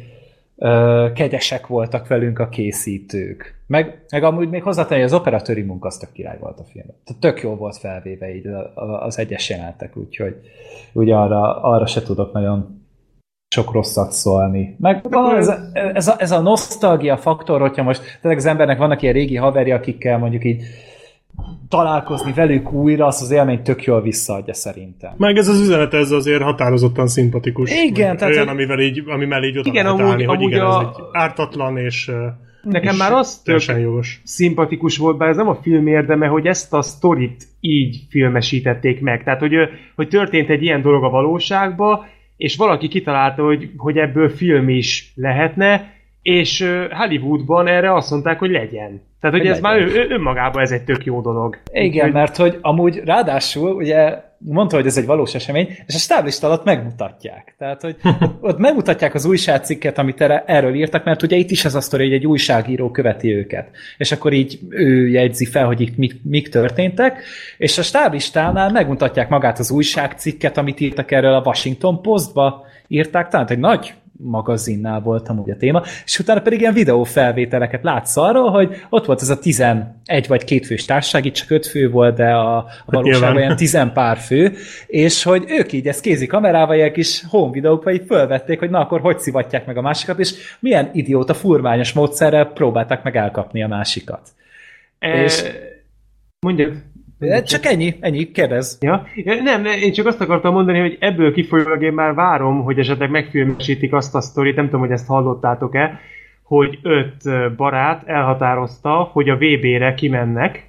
S4: kegyesek voltak velünk a készítők. Meg amúgy még hozzátenni, hogy az operatőri munka az tök király volt a film. Tehát tök jól volt felvéve így az egyes jelenetek, úgyhogy ugye arra se tudok nagyon sok rosszat szólni. Meg ez a nosztalgia faktor, hogyha most tényleg az embernek vannak ilyen régi haverja, akikkel mondjuk így találkozni velük újra, azt az élményt tök jól visszaadja szerintem.
S2: Meg ez az üzenet, ez azért határozottan szimpatikus.
S4: Igen, tehát
S2: olyan, amivel így oda lehet állni, hogy igen, ez egy ártatlan és
S6: nekem már az jogos. Szimpatikus volt, bár ez nem a film érdeme, hogy ezt a sztorit így filmesítették meg. Tehát, hogy történt egy ilyen dolog a valóságban, és valaki kitalálta, hogy ebből film is lehetne, és Hollywoodban erre azt mondták, hogy legyen. Tehát, hogy ez már önmagában ez egy tök jó dolog.
S4: Igen, mert hogy amúgy ráadásul, ugye mondta, hogy ez egy valós esemény, és a stáblista alatt megmutatják. Tehát, hogy ott megmutatják az újságcikket, amit erről írtak, mert ugye itt is az a sztori, hogy egy újságíró követi őket. És akkor így ő jegyzi fel, hogy itt mik történtek, és a stáblistánál megmutatják magát az újságcikket, amit írtak erről a Washington Postba, írták, talán egy nagy magazinnál volt amúgy a téma, és utána pedig ilyen videófelvételeket látsz arról, hogy ott volt ez a 11 vagy 2 fős társaság, itt csak 5 fő volt, de a valóságban ilyen 10 pár fő, és hogy ők így ezt kézi kamerával, ilyen kis home videókba így fölvették, hogy na akkor hogy szivatják meg a másikat, és milyen idióta furmányos módszerrel próbálták meg elkapni a másikat. És
S6: mondjad.
S4: Csak ennyi, kérdezz.
S6: Ja? Nem, én csak azt akartam mondani, hogy ebből kifolyólag én már várom, hogy esetleg megfilmesítik azt a sztorit, nem tudom, hogy ezt hallottátok-e, hogy 5 barát elhatározta, hogy a VB-re kimennek,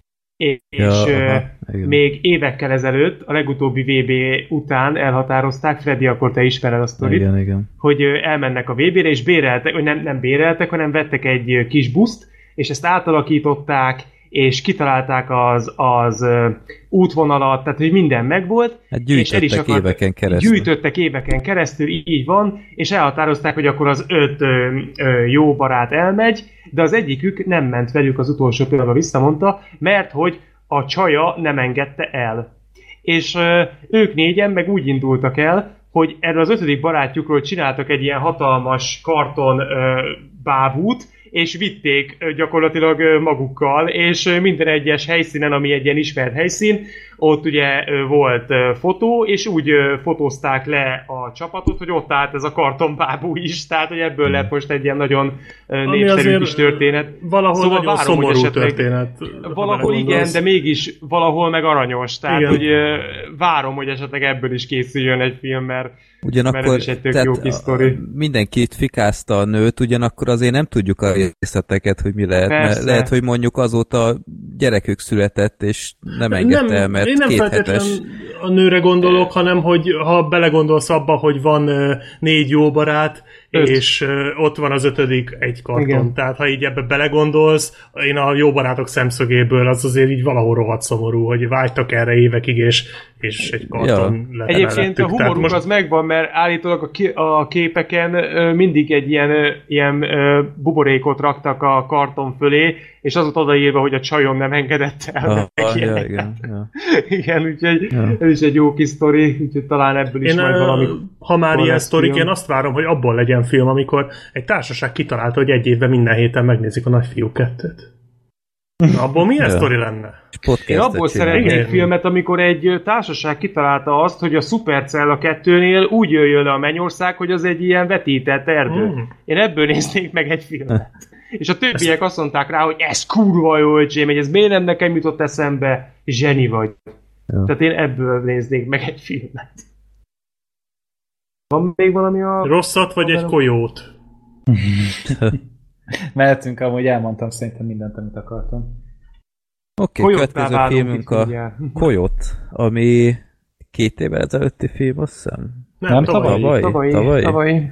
S6: és még évekkel ezelőtt, a legutóbbi VB után elhatározták, Freddy, akkor te ismered a sztorit,
S3: igen.
S6: hogy elmennek a VB-re, és béreltek, vagy nem béreltek, hanem vettek egy kis buszt, és ezt átalakították, és kitalálták az útvonalat, tehát hogy minden megvolt.
S3: Hát gyűjtöttek éveken keresztül.
S6: Gyűjtöttek éveken keresztül, így van, és elhatározták, hogy akkor az 5 jó barát elmegy, de az egyikük nem ment velük az utolsó pillanatban, visszamondta, mert hogy a csaja nem engedte el. És ők 4-en meg úgy indultak el, hogy erről az 5. barátjukról csináltak egy ilyen hatalmas karton bábút, és vitték gyakorlatilag magukkal, és minden egyes helyszínen, ami egy ilyen ismert helyszín, ott ugye volt fotó, és úgy fotózták le a csapatot, hogy ott állt ez a kartonbábú is, tehát hogy ebből lett most egy ilyen nagyon népszerű kis történet.
S2: Valahol szóval nagyon várom, szomorú történet.
S6: Valahol igen, de mégis valahol meg aranyos, tehát igen. Hogy várom, hogy esetleg ebből is készüljön egy film, mert
S3: ugyanakkor
S6: ez is egy tök jó kis sztori.
S3: Mindenkit fikázta a nőt, ugyanakkor azért nem tudjuk a részleteket, hogy mi lehet. Mert lehet, hogy mondjuk azóta gyerekük született, és nem engedte el, mert 2 hetes.
S2: A nőre gondolok, hanem hogy ha belegondolsz abba, hogy van 4 jó barát, 5. És ott van az 5. egy karton. Igen. Tehát ha így ebbe belegondolsz, én a jó barátok szemszögéből az azért így valahol rohadt szomorú, hogy vágytak erre évekig, és egy karton lett.
S6: Egyébként a humoruk most az megvan, mert állítólag a képeken mindig egy ilyen buborékot raktak a karton fölé, és az ott odaírva, hogy a csajom nem engedett el. Igen, úgyhogy ez is egy jó kis sztori, úgyhogy talán ebből is majd valami.
S2: Ha már ilyen sztorik, én azt várom, hogy abból legyen film, amikor egy társaság kitalálta, hogy egy évben minden héten megnézik a Nagyfiúk 2-t. Abból milyen sztori lenne?
S6: Én abból szeretnék filmet, amikor egy társaság kitalálta azt, hogy a Supercell 2-nél úgy jöjjön le a Mennyország, hogy az egy ilyen vetített erdő. Én ebből néznék meg egy filmet. És a többiek azt mondták rá, hogy ez kurva jó, öcsém, hogy ez miért nem nekem jutott eszembe, zseni vagy. Ja. Tehát én ebből néznék meg egy filmet. Van még valami a...
S2: Rosszat vagy egy kojót?
S4: Mehetünk, amúgy elmondtam szerintem mindent, amit akartam.
S3: Oké, következő filmünk a Coyote, ami 2 évvel ezelőtti film, azt hiszem.
S4: Nem, tavalyi.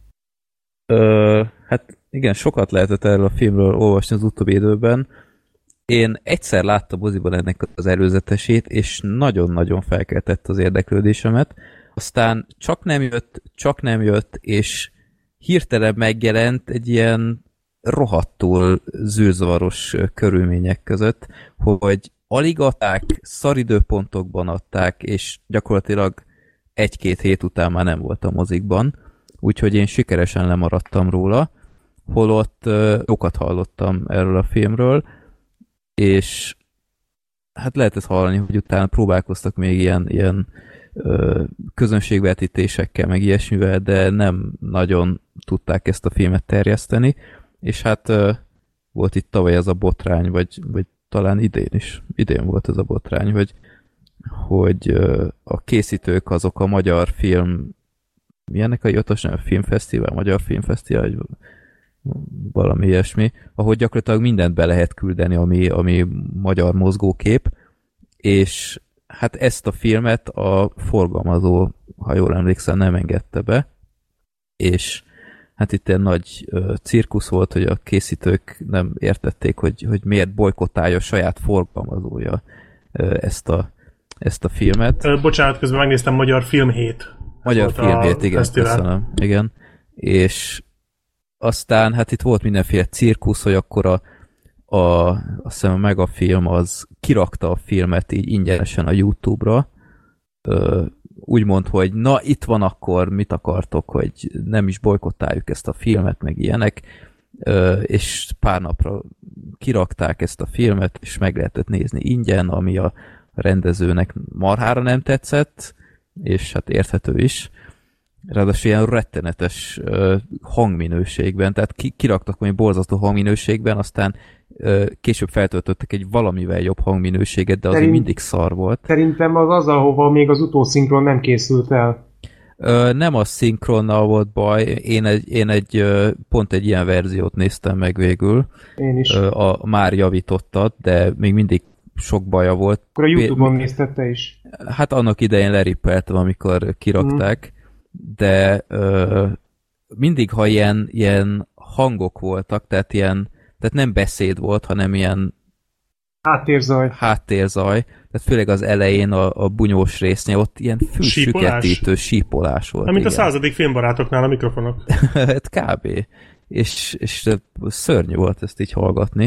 S3: Hát igen, sokat lehetett erről a filmről olvasni az utóbbi időben. Én egyszer láttam moziban ennek az előzetesét, és nagyon-nagyon felkeltett az érdeklődésemet. Aztán csak nem jött, és hirtelen megjelent egy ilyen rohadtul zűrzavaros körülmények között, hogy alig adták, szaridőpontokban adták, és gyakorlatilag 1-2 hét után már nem volt a mozikban, úgyhogy én sikeresen lemaradtam róla, holott jókat hallottam erről a filmről, és hát lehetett hallani, hogy utána próbálkoztak még ilyen közönségvetítésekkel, meg ilyesmivel, de nem nagyon tudták ezt a filmet terjeszteni, és hát volt itt tavaly ez a botrány, vagy talán idén is. Idén volt ez a botrány, hogy a készítők azok a magyar film, milyennek a hivatos neve? Filmfesztivál, Magyar Filmfesztivál, vagy valami ilyesmi, ahol gyakorlatilag mindent be lehet küldeni, ami magyar mozgókép, és hát ezt a filmet a forgalmazó, ha jól emlékszem, nem engedte be, és hát itt egy nagy cirkusz volt, hogy a készítők nem értették, hogy miért bojkottálja a saját forgalmazója ezt a filmet.
S2: Bocsánat, közben megnéztem, Magyar Filmhét.
S3: Magyar Filmhét, igen, köszönöm. Igen. És aztán hát itt volt mindenféle cirkusz, hogy akkor azt hiszem a Megafilm az kirakta a filmet így ingyenesen a YouTube-ra, úgymond, hogy na itt van akkor, mit akartok, hogy nem is bojkottáljuk ezt a filmet, meg ilyenek, és pár napra kirakták ezt a filmet, és meg lehetett nézni ingyen, ami a rendezőnek marhára nem tetszett, és hát érthető is. Ráadásul ilyen rettenetes hangminőségben, tehát kiraktak valami borzasztó hangminőségben, aztán később feltöltöttek egy valamivel jobb hangminőséget, de azért mindig szar volt.
S6: Szerintem az, ahova még az utószinkron nem készült el.
S3: Nem a szinkronnal volt baj, én pont egy ilyen verziót néztem meg végül.
S6: Én is.
S3: A már javítottad, de még mindig sok baja volt.
S6: Akkor a YouTube-on nézted te is.
S3: Hát annak idején lerippeltem, amikor kirakták, de mindig, ha ilyen hangok voltak, tehát nem beszéd volt, hanem ilyen Háttérzaj. Tehát főleg az elején a bunyós résznél ott ilyen fülsüketítő sípolás volt.
S2: Mint a 100. filmbarátoknál a mikrofonok.
S3: Hát kb. És szörnyű volt ezt így hallgatni.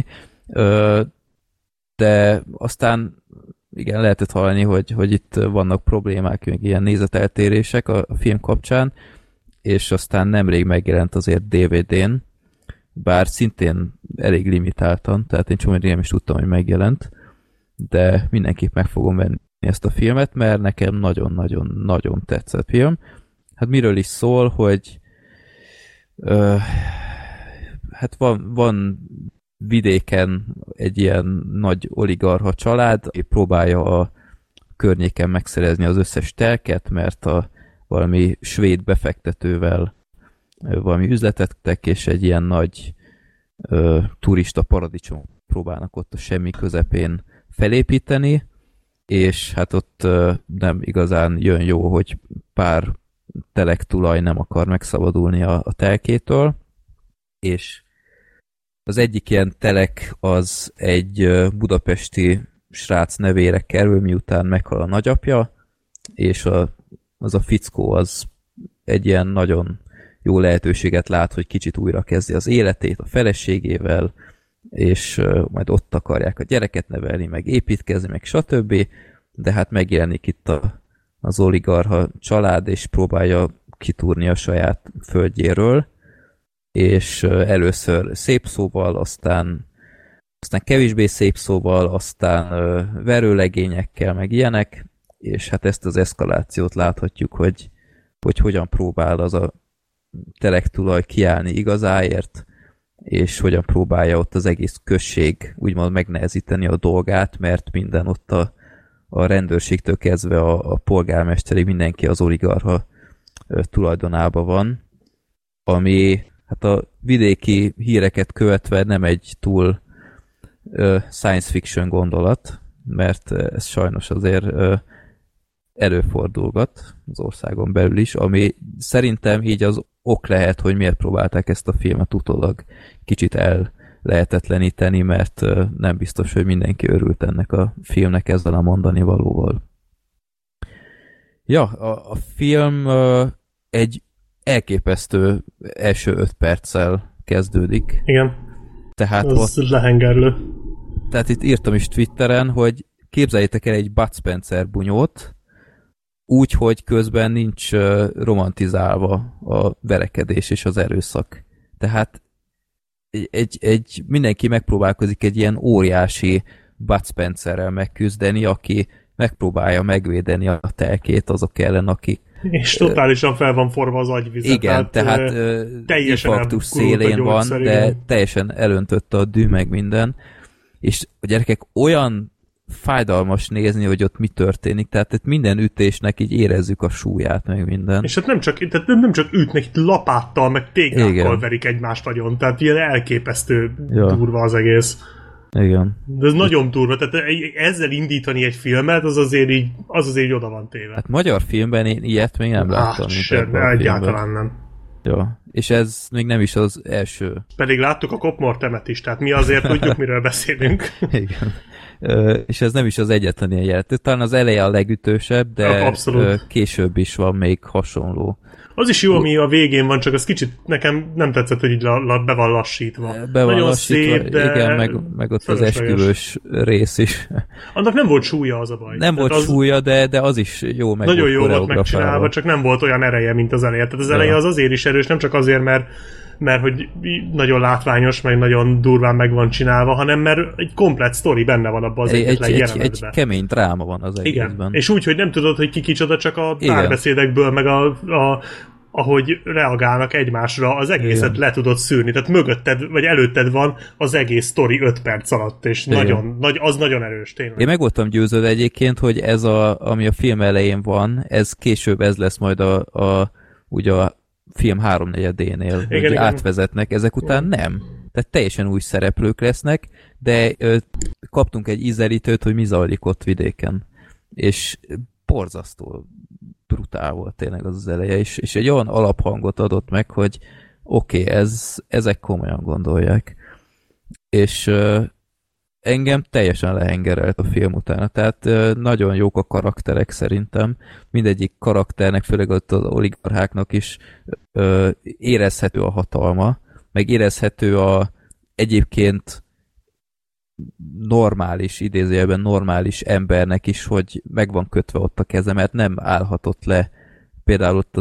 S3: De aztán igen, lehetett hallani, hogy itt vannak problémák, még ilyen nézeteltérések a film kapcsán, és aztán nemrég megjelent azért DVD-n, bár szintén elég limitáltan, tehát én csomó nem is tudtam, hogy megjelent, de mindenképp meg fogom venni ezt a filmet, mert nekem nagyon-nagyon-nagyon tetszett film. Hát miről is szól, hogy hát van vidéken egy ilyen nagy oligarcha család, aki próbálja a környéken megszerezni az összes telket, mert valami svéd befektetővel valami üzletet tettek, és egy ilyen nagy turista paradicsom próbálnak ott a semmi közepén felépíteni, és hát ott nem igazán jön jó, hogy pár telektulaj nem akar megszabadulni a telkétől, és az egyik ilyen telek az egy budapesti srác nevére kerül, miután meghal a nagyapja, és az a fickó az egy ilyen nagyon jó lehetőséget lát, hogy kicsit újra kezdi az életét a feleségével, és majd ott akarják a gyereket nevelni, meg építkezni, meg stb. De hát megjelenik itt az oligarcha család, és próbálja kitúrni a saját földjéről, és először szép szóval, aztán kevésbé szép szóval, aztán verőlegényekkel, meg ilyenek, és hát ezt az eszkalációt láthatjuk, hogy hogyan próbál az a telektulaj kiállni igazáért, és hogyan próbálja ott az egész község úgymond megnehezíteni a dolgát, mert minden ott a rendőrségtől kezdve a polgármesterig mindenki az oligarcha tulajdonában van, ami hát a vidéki híreket követve nem egy túl science fiction gondolat, mert ez sajnos azért előfordulgat az országon belül is, ami szerintem így az ok lehet, hogy miért próbálták ezt a filmet utólag kicsit el lehetetleníteni, mert nem biztos, hogy mindenki örült ennek a filmnek ezzel a mondani valóval. Ja, a film egy elképesztő első 5 perccel kezdődik.
S2: Igen.
S3: Tehát
S2: az lehengerlő.
S3: Tehát itt írtam is Twitteren, hogy képzeljétek el egy Bud Spencer bunyót, úgy, hogy közben nincs romantizálva a verekedés és az erőszak. Tehát mindenki megpróbálkozik egy ilyen óriási Bud Spencerrel megküzdeni, aki megpróbálja megvédeni a telkét azok ellen, akik...
S2: És totálisan fel van forva az agyvizet.
S3: Igen, tehát infarktus szélén van, de teljesen elöntötte a dű meg minden. És a gyerekek olyan fájdalmas nézni, hogy ott mi történik, tehát minden ütésnek így érezzük a súlyát, meg minden.
S2: És hát nem csak ütnek, itt lapáttal, meg téglákkal verik egymást agyon, tehát ilyen elképesztő durva az egész.
S3: Igen.
S2: De ez nagyon durva, tehát ezzel indítani egy filmet, az azért oda van téve.
S3: Hát magyar filmben én ilyet még nem láttam.
S2: Egyáltalán nem.
S3: Ja, és ez még nem is az első.
S2: Pedig láttuk a Copmortemet is, tehát mi azért tudjuk, miről beszélünk.
S3: Igen. És ez nem is az egyetlen ilyen jelet. Talán az eleje a legütősebb, de később is van még hasonló.
S2: Az is jó, ami a végén van, csak az kicsit nekem nem tetszett, hogy így be van lassítva.
S3: Nagyon szép, de igen, meg ott az esküvős rész is.
S2: Annak nem volt súlya, az a baj.
S3: Nem volt súlya, de az is jó meg
S2: nagyon jó volt megcsinálva, csak nem volt olyan ereje, mint az eleje. Tehát az eleje az azért is erős, nem csak azért, mert hogy nagyon látványos, meg nagyon durván meg van csinálva, hanem mert egy komplett sztori benne van abban az egyetlen jelenetben.
S3: Egy kemény dráma van az egészben.
S2: Igen, és úgy, hogy nem tudod, hogy ki kicsoda, csak a párbeszédekből, meg ahogy reagálnak egymásra, az egészet le tudod szűrni. Tehát mögötted, vagy előtted van az egész sztori 5 perc alatt, és az nagyon erős, tényleg. Én
S3: meg voltam győződve egyébként, hogy ez ami a film elején van, ez később ez lesz majd ugye a film 3/4-nél, hogy átvezetnek, ezek után nem. Tehát teljesen új szereplők lesznek, de kaptunk egy ízelítőt, hogy mi zajlik ott vidéken. És borzasztó brutál volt tényleg az eleje, és egy olyan alaphangot adott meg, hogy oké, ezek komolyan gondolják. És engem teljesen lehengerelt a film utána, tehát nagyon jók a karakterek szerintem. Mindegyik karakternek, főleg az oligarcháknak is érezhető a hatalma, meg érezhető egyébként normális, idézőjelben normális embernek is, hogy meg van kötve ott a keze, mert nem állhatott le. Például ott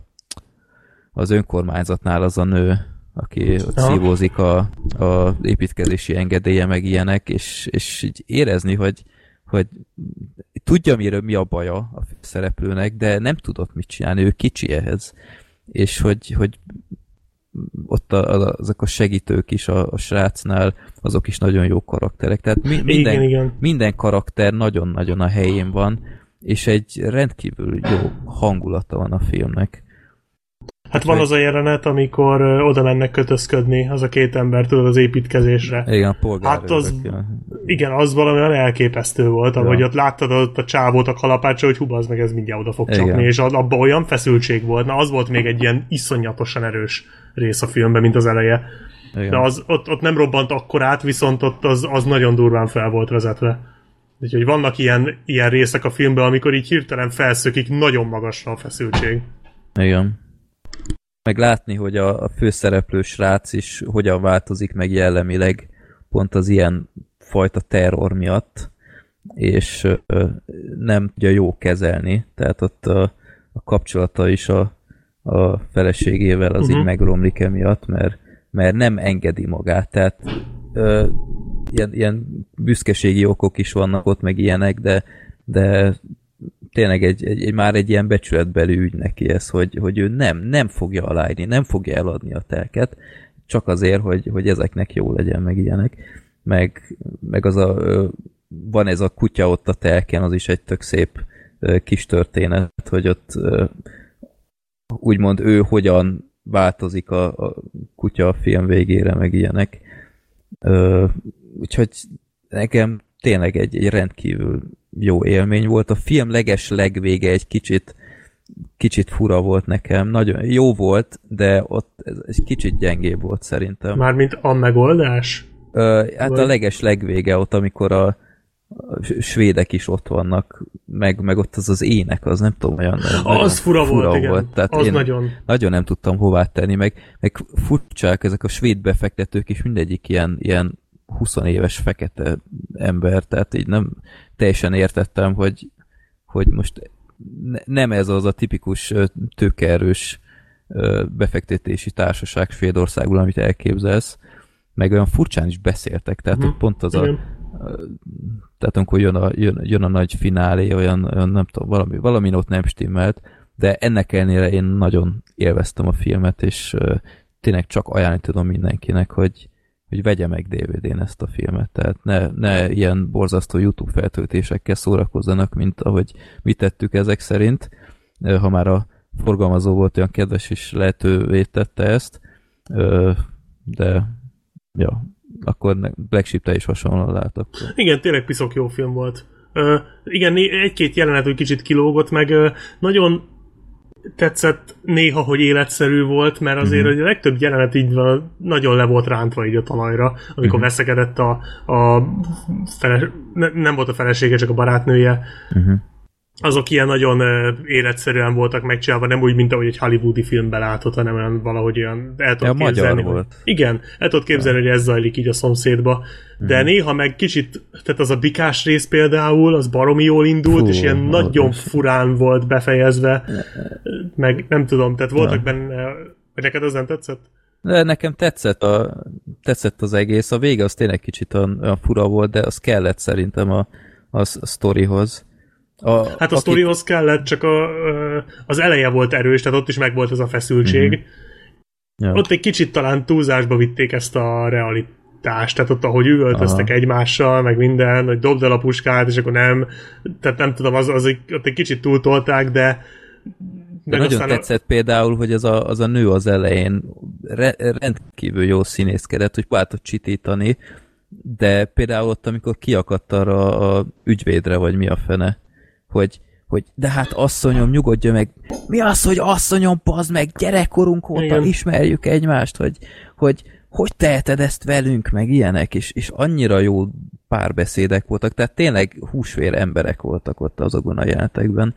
S3: az önkormányzatnál az a nő, aki ott szívózik a építkezési engedélye, meg ilyenek, és így érezni, hogy tudja, mi a baja a szereplőnek, de nem tudott mit csinálni, ő kicsi ehhez. És hogy ott azok a segítők is a srácnál, azok is nagyon jó karakterek. Tehát minden karakter nagyon-nagyon a helyén van, és egy rendkívül jó hangulata van a filmnek.
S2: Hát van az a jelenet, amikor oda mennek kötözködni, az a 2 ember, tudod, az építkezésre.
S3: Igen, a polgárőrök.
S2: Hát az valami olyan elképesztő volt, ahogy ott láttad ott a csávót a kalapácsa, hogy hú, az meg ez mindjárt oda fog csapni, és abban olyan feszültség volt. Na, az volt még egy ilyen iszonyatosan erős rész a filmben, mint az eleje. Igen. De ott nem robbant akkorát, viszont ott az nagyon durván fel volt vezetve. Úgyhogy vannak ilyen részek a filmben, amikor így hirtelen felszökik nagyon magasra a feszültség.
S3: Igen. Meg látni, hogy a főszereplő srác is hogyan változik meg jellemileg pont az ilyen fajta terror miatt, és nem tudja jó kezelni. Tehát ott a kapcsolata is a feleségével az így megromlik emiatt, mert nem engedi magát. Tehát ilyen büszkeségi okok is vannak ott, meg ilyenek, de tényleg már egy ilyen becsületbeli ügy neki ez, hogy ő nem fogja aláírni, nem fogja eladni a telket, csak azért, hogy ezeknek jó legyen, meg ilyenek. Meg van ez a kutya ott a telken, az is egy tök szép kis történet, hogy ott úgymond ő hogyan változik a kutya a film végére, meg ilyenek. Úgyhogy nekem tényleg egy rendkívül jó élmény volt. A film legvége egy kicsit fura volt nekem. Nagyon jó volt, de ott ez egy kicsit gyengébb volt szerintem.
S2: Mármint a megoldás?
S3: Hát a legvége ott, amikor svédek is ott vannak, meg ott az ének, az nem tudom, olyan
S2: az fura volt, igen.
S3: Tehát
S2: az
S3: én
S2: nagyon
S3: nem tudtam hová tenni, meg furcsák ezek a svéd befektetők is, mindegyik ilyen 20 éves fekete ember, tehát így nem teljesen értettem, hogy most nem ez az a tipikus tőkeerős befektetési társaság Svédországból, amit elképzelsz, meg olyan furcsán is beszéltek, tehát ott pont az tehát amikor jön a nagy finálé, olyan nem tudom, valami ott nem stimmelt, de ennek ellenére én nagyon élveztem a filmet, és tényleg csak ajánlani tudom mindenkinek, hogy vegye meg DVD-n ezt a filmet, tehát ne ilyen borzasztó YouTube feltöltésekkel szórakozzanak, mint ahogy mi tettük ezek szerint, ha már a forgalmazó volt olyan kedves és lehetővé tette ezt, de ja, akkor Black Sheep-te is hasonlóan látok.
S2: Igen, tényleg piszok jó film volt. Igen, egy-két jelenet úgy kicsit kilógott, meg nagyon tetszett néha, hogy életszerű volt, mert azért hogy a legtöbb jelenet így van, nagyon le volt rántva így a talajra, amikor veszekedett nem volt a felesége, csak a barátnője. Azok ilyen nagyon életszerűen voltak megcsinálva, nem úgy, mint ahogy egy hollywoodi filmben látott, hanem olyan valahogy olyan el tudod képzelni.
S3: Magyar volt.
S2: Igen, el tudod képzelni, hogy ez zajlik így a szomszédba. De néha meg kicsit, tehát az a bikás rész például, az baromi jól indult, és ilyen nagyon furán volt befejezve, meg nem tudom, tehát voltak benne, vagy neked az nem tetszett?
S3: De nekem tetszett az egész, a vége az tényleg kicsit olyan fura volt, de az kellett szerintem a sztorihoz.
S2: Hát a sztorihoz kellett, csak az eleje volt erős, tehát ott is megvolt ez a feszültség. Ja. Ott egy kicsit talán túlzásba vitték ezt a realitást, tehát ott ahogy üvöltöztek egymással, meg minden, hogy dobd el a puskát, és akkor nem, tehát nem tudom, ott egy kicsit túltolták, de
S3: nagyon tetszett például, hogy az a nő az elején rendkívül jó színészkedett, hogy próbáltott csitítani, de például ott, amikor kiakadt arra a ügyvédre, vagy mi a fene, hogy de hát asszonyom, nyugodja meg, mi az, hogy asszonyom, pazd meg, gyerekkorunk óta ismerjük egymást, hogy teheted ezt velünk, meg ilyenek, és annyira jó párbeszédek voltak, tehát tényleg húsvér emberek voltak ott azokon a jelenetekben.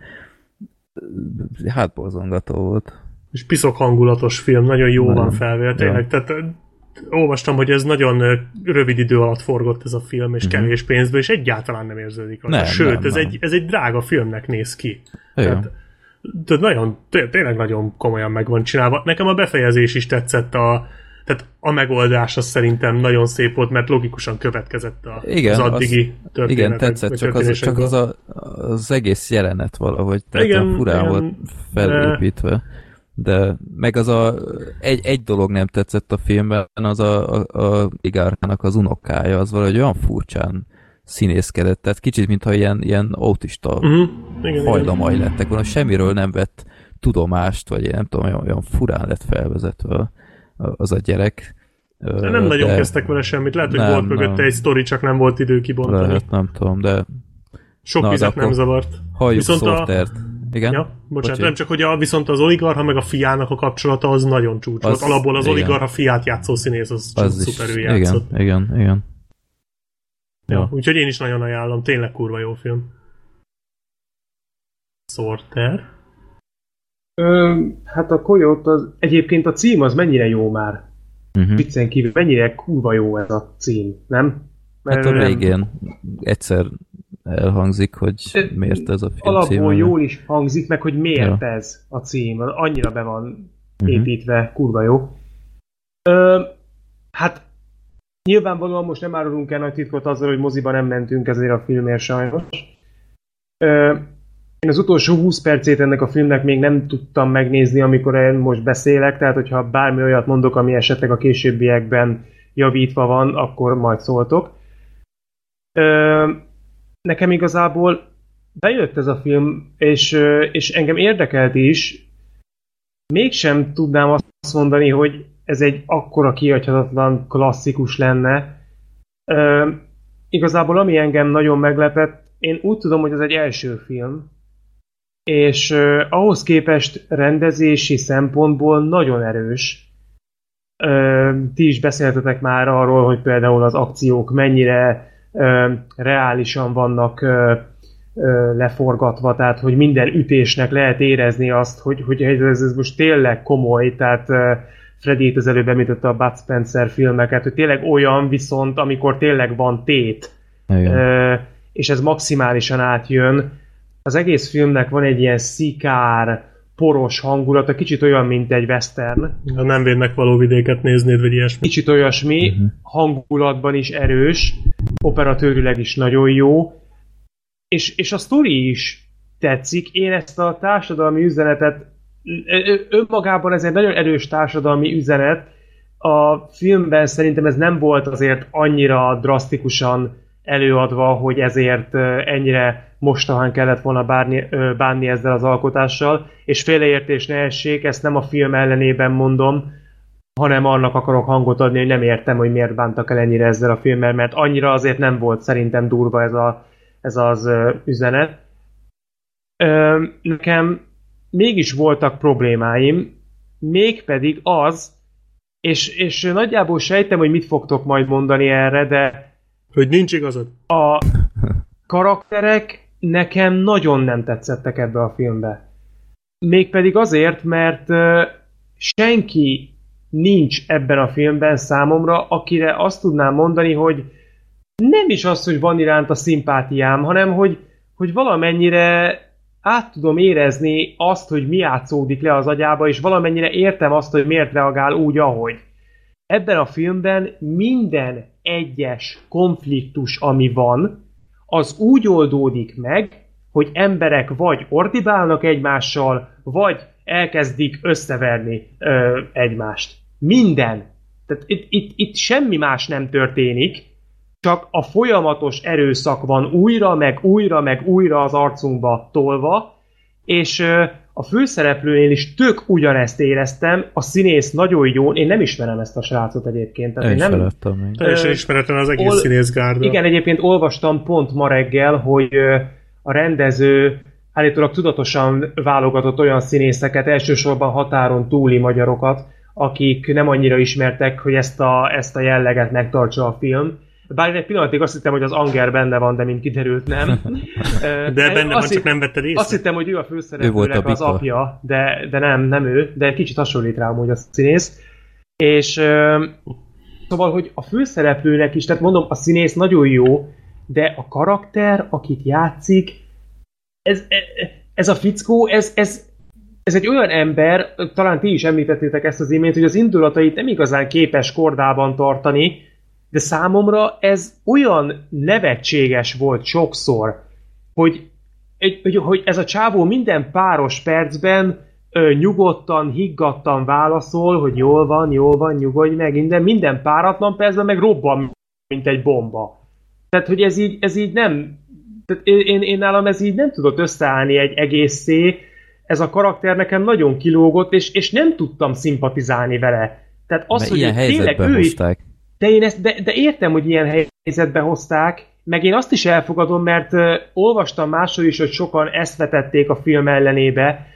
S3: Hát borzongató volt.
S2: És piszok hangulatos film, nagyon jó van felvéve, tényleg, tehát olvastam, hogy ez nagyon rövid idő alatt forgott ez a film, és kevés pénzből, és egyáltalán nem érződik rajta. Sőt, ez egy drága filmnek néz ki. Tehát nagyon, tényleg nagyon komolyan meg van csinálva. Nekem a befejezés is tetszett, tehát a megoldás az szerintem nagyon szép volt, mert logikusan következett az addigi történet. Igen,
S3: tetszett, csak az egész jelenet valahogy, tehát furán volt felépítve. De meg egy dolog nem tetszett a filmben, az a Igárkának az unokája, az valahogy olyan furcsán színészkedett, tehát kicsit, mintha ilyen autista hajlamai lettek volna, semmiről nem vett tudomást, vagy én nem tudom, olyan furán lett felvezetve az a gyerek.
S2: De nem nagyon kezdtek vele semmit, lehet, hogy volt mögötte egy sztori, csak nem volt idő kibontani.
S3: Lehet, nem tudom, de
S2: sok vizet nem zavart.
S3: Halljuk Sortert. Igen?
S2: Ja, bocsánat, nem csak, hogy viszont az oligarcha meg a fiának a kapcsolata az nagyon csúcs volt. Alapból az oligarcha fiát játszó színész, az szuperül játszott.
S3: Igen.
S2: Ja, úgyhogy én is nagyon ajánlom, tényleg kurva jó film. Sorter.
S6: Hát a Coyote egyébként a cím az mennyire jó már. Viccen kívül, mennyire kurva jó ez a cím, nem?
S3: Mert hát a végén egyszer elhangzik, hogy miért ez a film
S6: alapból
S3: címe.
S6: Jól is hangzik, meg hogy miért ez a cím. Annyira be van építve, kurva jó. Hát nyilvánvalóan most nem árulunk el nagy titkot azzal, hogy moziba nem mentünk ezért a filmért sajnos. Én az utolsó 20 percét ennek a filmnek még nem tudtam megnézni, amikor én most beszélek, tehát hogyha bármi olyat mondok, ami esetleg a későbbiekben javítva van, akkor majd szóltok. Nekem igazából bejött ez a film, és engem érdekelt is. Mégsem tudnám azt mondani, hogy ez egy akkora kihagyhatatlan klasszikus lenne. Igazából ami engem nagyon meglepett, én úgy tudom, hogy ez egy első film, és ahhoz képest rendezési szempontból nagyon erős. Ti is beszéltetek már arról, hogy például az akciók mennyire reálisan vannak leforgatva, tehát hogy minden ütésnek lehet érezni azt, hogy ez most tényleg komoly, tehát Freddy itt az előbb említette a Bud Spencer filmeket, hogy tényleg olyan, viszont amikor tényleg van tét, és ez maximálisan átjön. Az egész filmnek van egy ilyen szikár, poros hangulata, kicsit olyan, mint egy western.
S2: A nem védnek való vidéket néznéd, vagy ilyesmi.
S6: Kicsit olyasmi, hangulatban is erős, operatőrileg is nagyon jó, és a sztori is tetszik. Én ezt a társadalmi üzenetet, önmagában ez egy nagyon erős társadalmi üzenet, a filmben szerintem ez nem volt azért annyira drasztikusan előadva, hogy ezért ennyire mostohán kellett volna bánni ezzel az alkotással, és félreértés ne essék, ezt nem a film ellenében mondom, hanem annak akarok hangot adni, hogy nem értem, hogy miért bántak el ennyire ezzel a filmmel, mert annyira azért nem volt szerintem durva ez az üzenet. Nekem mégis voltak problémáim, mégpedig az, és nagyjából sejtem, hogy mit fogtok majd mondani erre, de
S2: hogy nincs igazad.
S6: A karakterek nekem nagyon nem tetszettek ebbe a filmbe. Mégpedig azért, mert senki nincs ebben a filmben számomra, akire azt tudnám mondani, hogy nem is az, hogy van iránt a szimpátiám, hanem hogy valamennyire át tudom érezni azt, hogy mi játszódik le az agyába, és valamennyire értem azt, hogy miért reagál úgy, ahogy. Ebben a filmben minden egyes konfliktus, ami van, az úgy oldódik meg, hogy emberek vagy ordibálnak egymással, vagy elkezdik összeverni egymást. Minden. Tehát itt semmi más nem történik, csak a folyamatos erőszak van újra, meg újra az arcunkba tolva, és a főszereplőnél is tök ugyanezt éreztem, a színész nagyon jó, én nem ismerem ezt a srácot egyébként. Tehát én nem
S2: teljesen ismeretlen az egész színészgárda.
S6: Igen, egyébként olvastam pont ma reggel, hogy a rendező állítólag tudatosan válogatott olyan színészeket, elsősorban határon túli magyarokat, akik nem annyira ismertek, hogy ezt a jelleget megtartsa a film. Bár én egy pillanatig azt hittem, hogy az Anger benne van, de mint kiderült, nem.
S2: De benne van, csak nem vetted észre.
S6: Azt hittem, hogy ő a főszereplőnek az apja, de nem ő, de kicsit hasonlít rá amúgy a színész. És szóval, hogy a főszereplőnek is, tehát mondom, a színész nagyon jó, de a karakter, akit játszik, ez a fickó, ez egy olyan ember, talán ti is említettétek ezt az imént, hogy az indulatait nem igazán képes kordában tartani, de számomra ez olyan nevetséges volt sokszor, hogy ez a csávó minden páros percben nyugodtan, higgadtan válaszol, hogy jól van, nyugodj meg, minden páratlan percben meg robban, mint egy bomba. Tehát, hogy ez így nem... Tehát én nálam ez így nem tudott összeállni egy egészé, ez a karakter nekem nagyon kilógott, és nem tudtam szimpatizálni vele. Tehát az,
S3: mert
S6: hogy
S3: ilyen helyzetben hozták.
S6: De értem, hogy ilyen helyzetbe hozták, meg én azt is elfogadom, mert olvastam máshol is, hogy sokan ezt vetették a film ellenébe,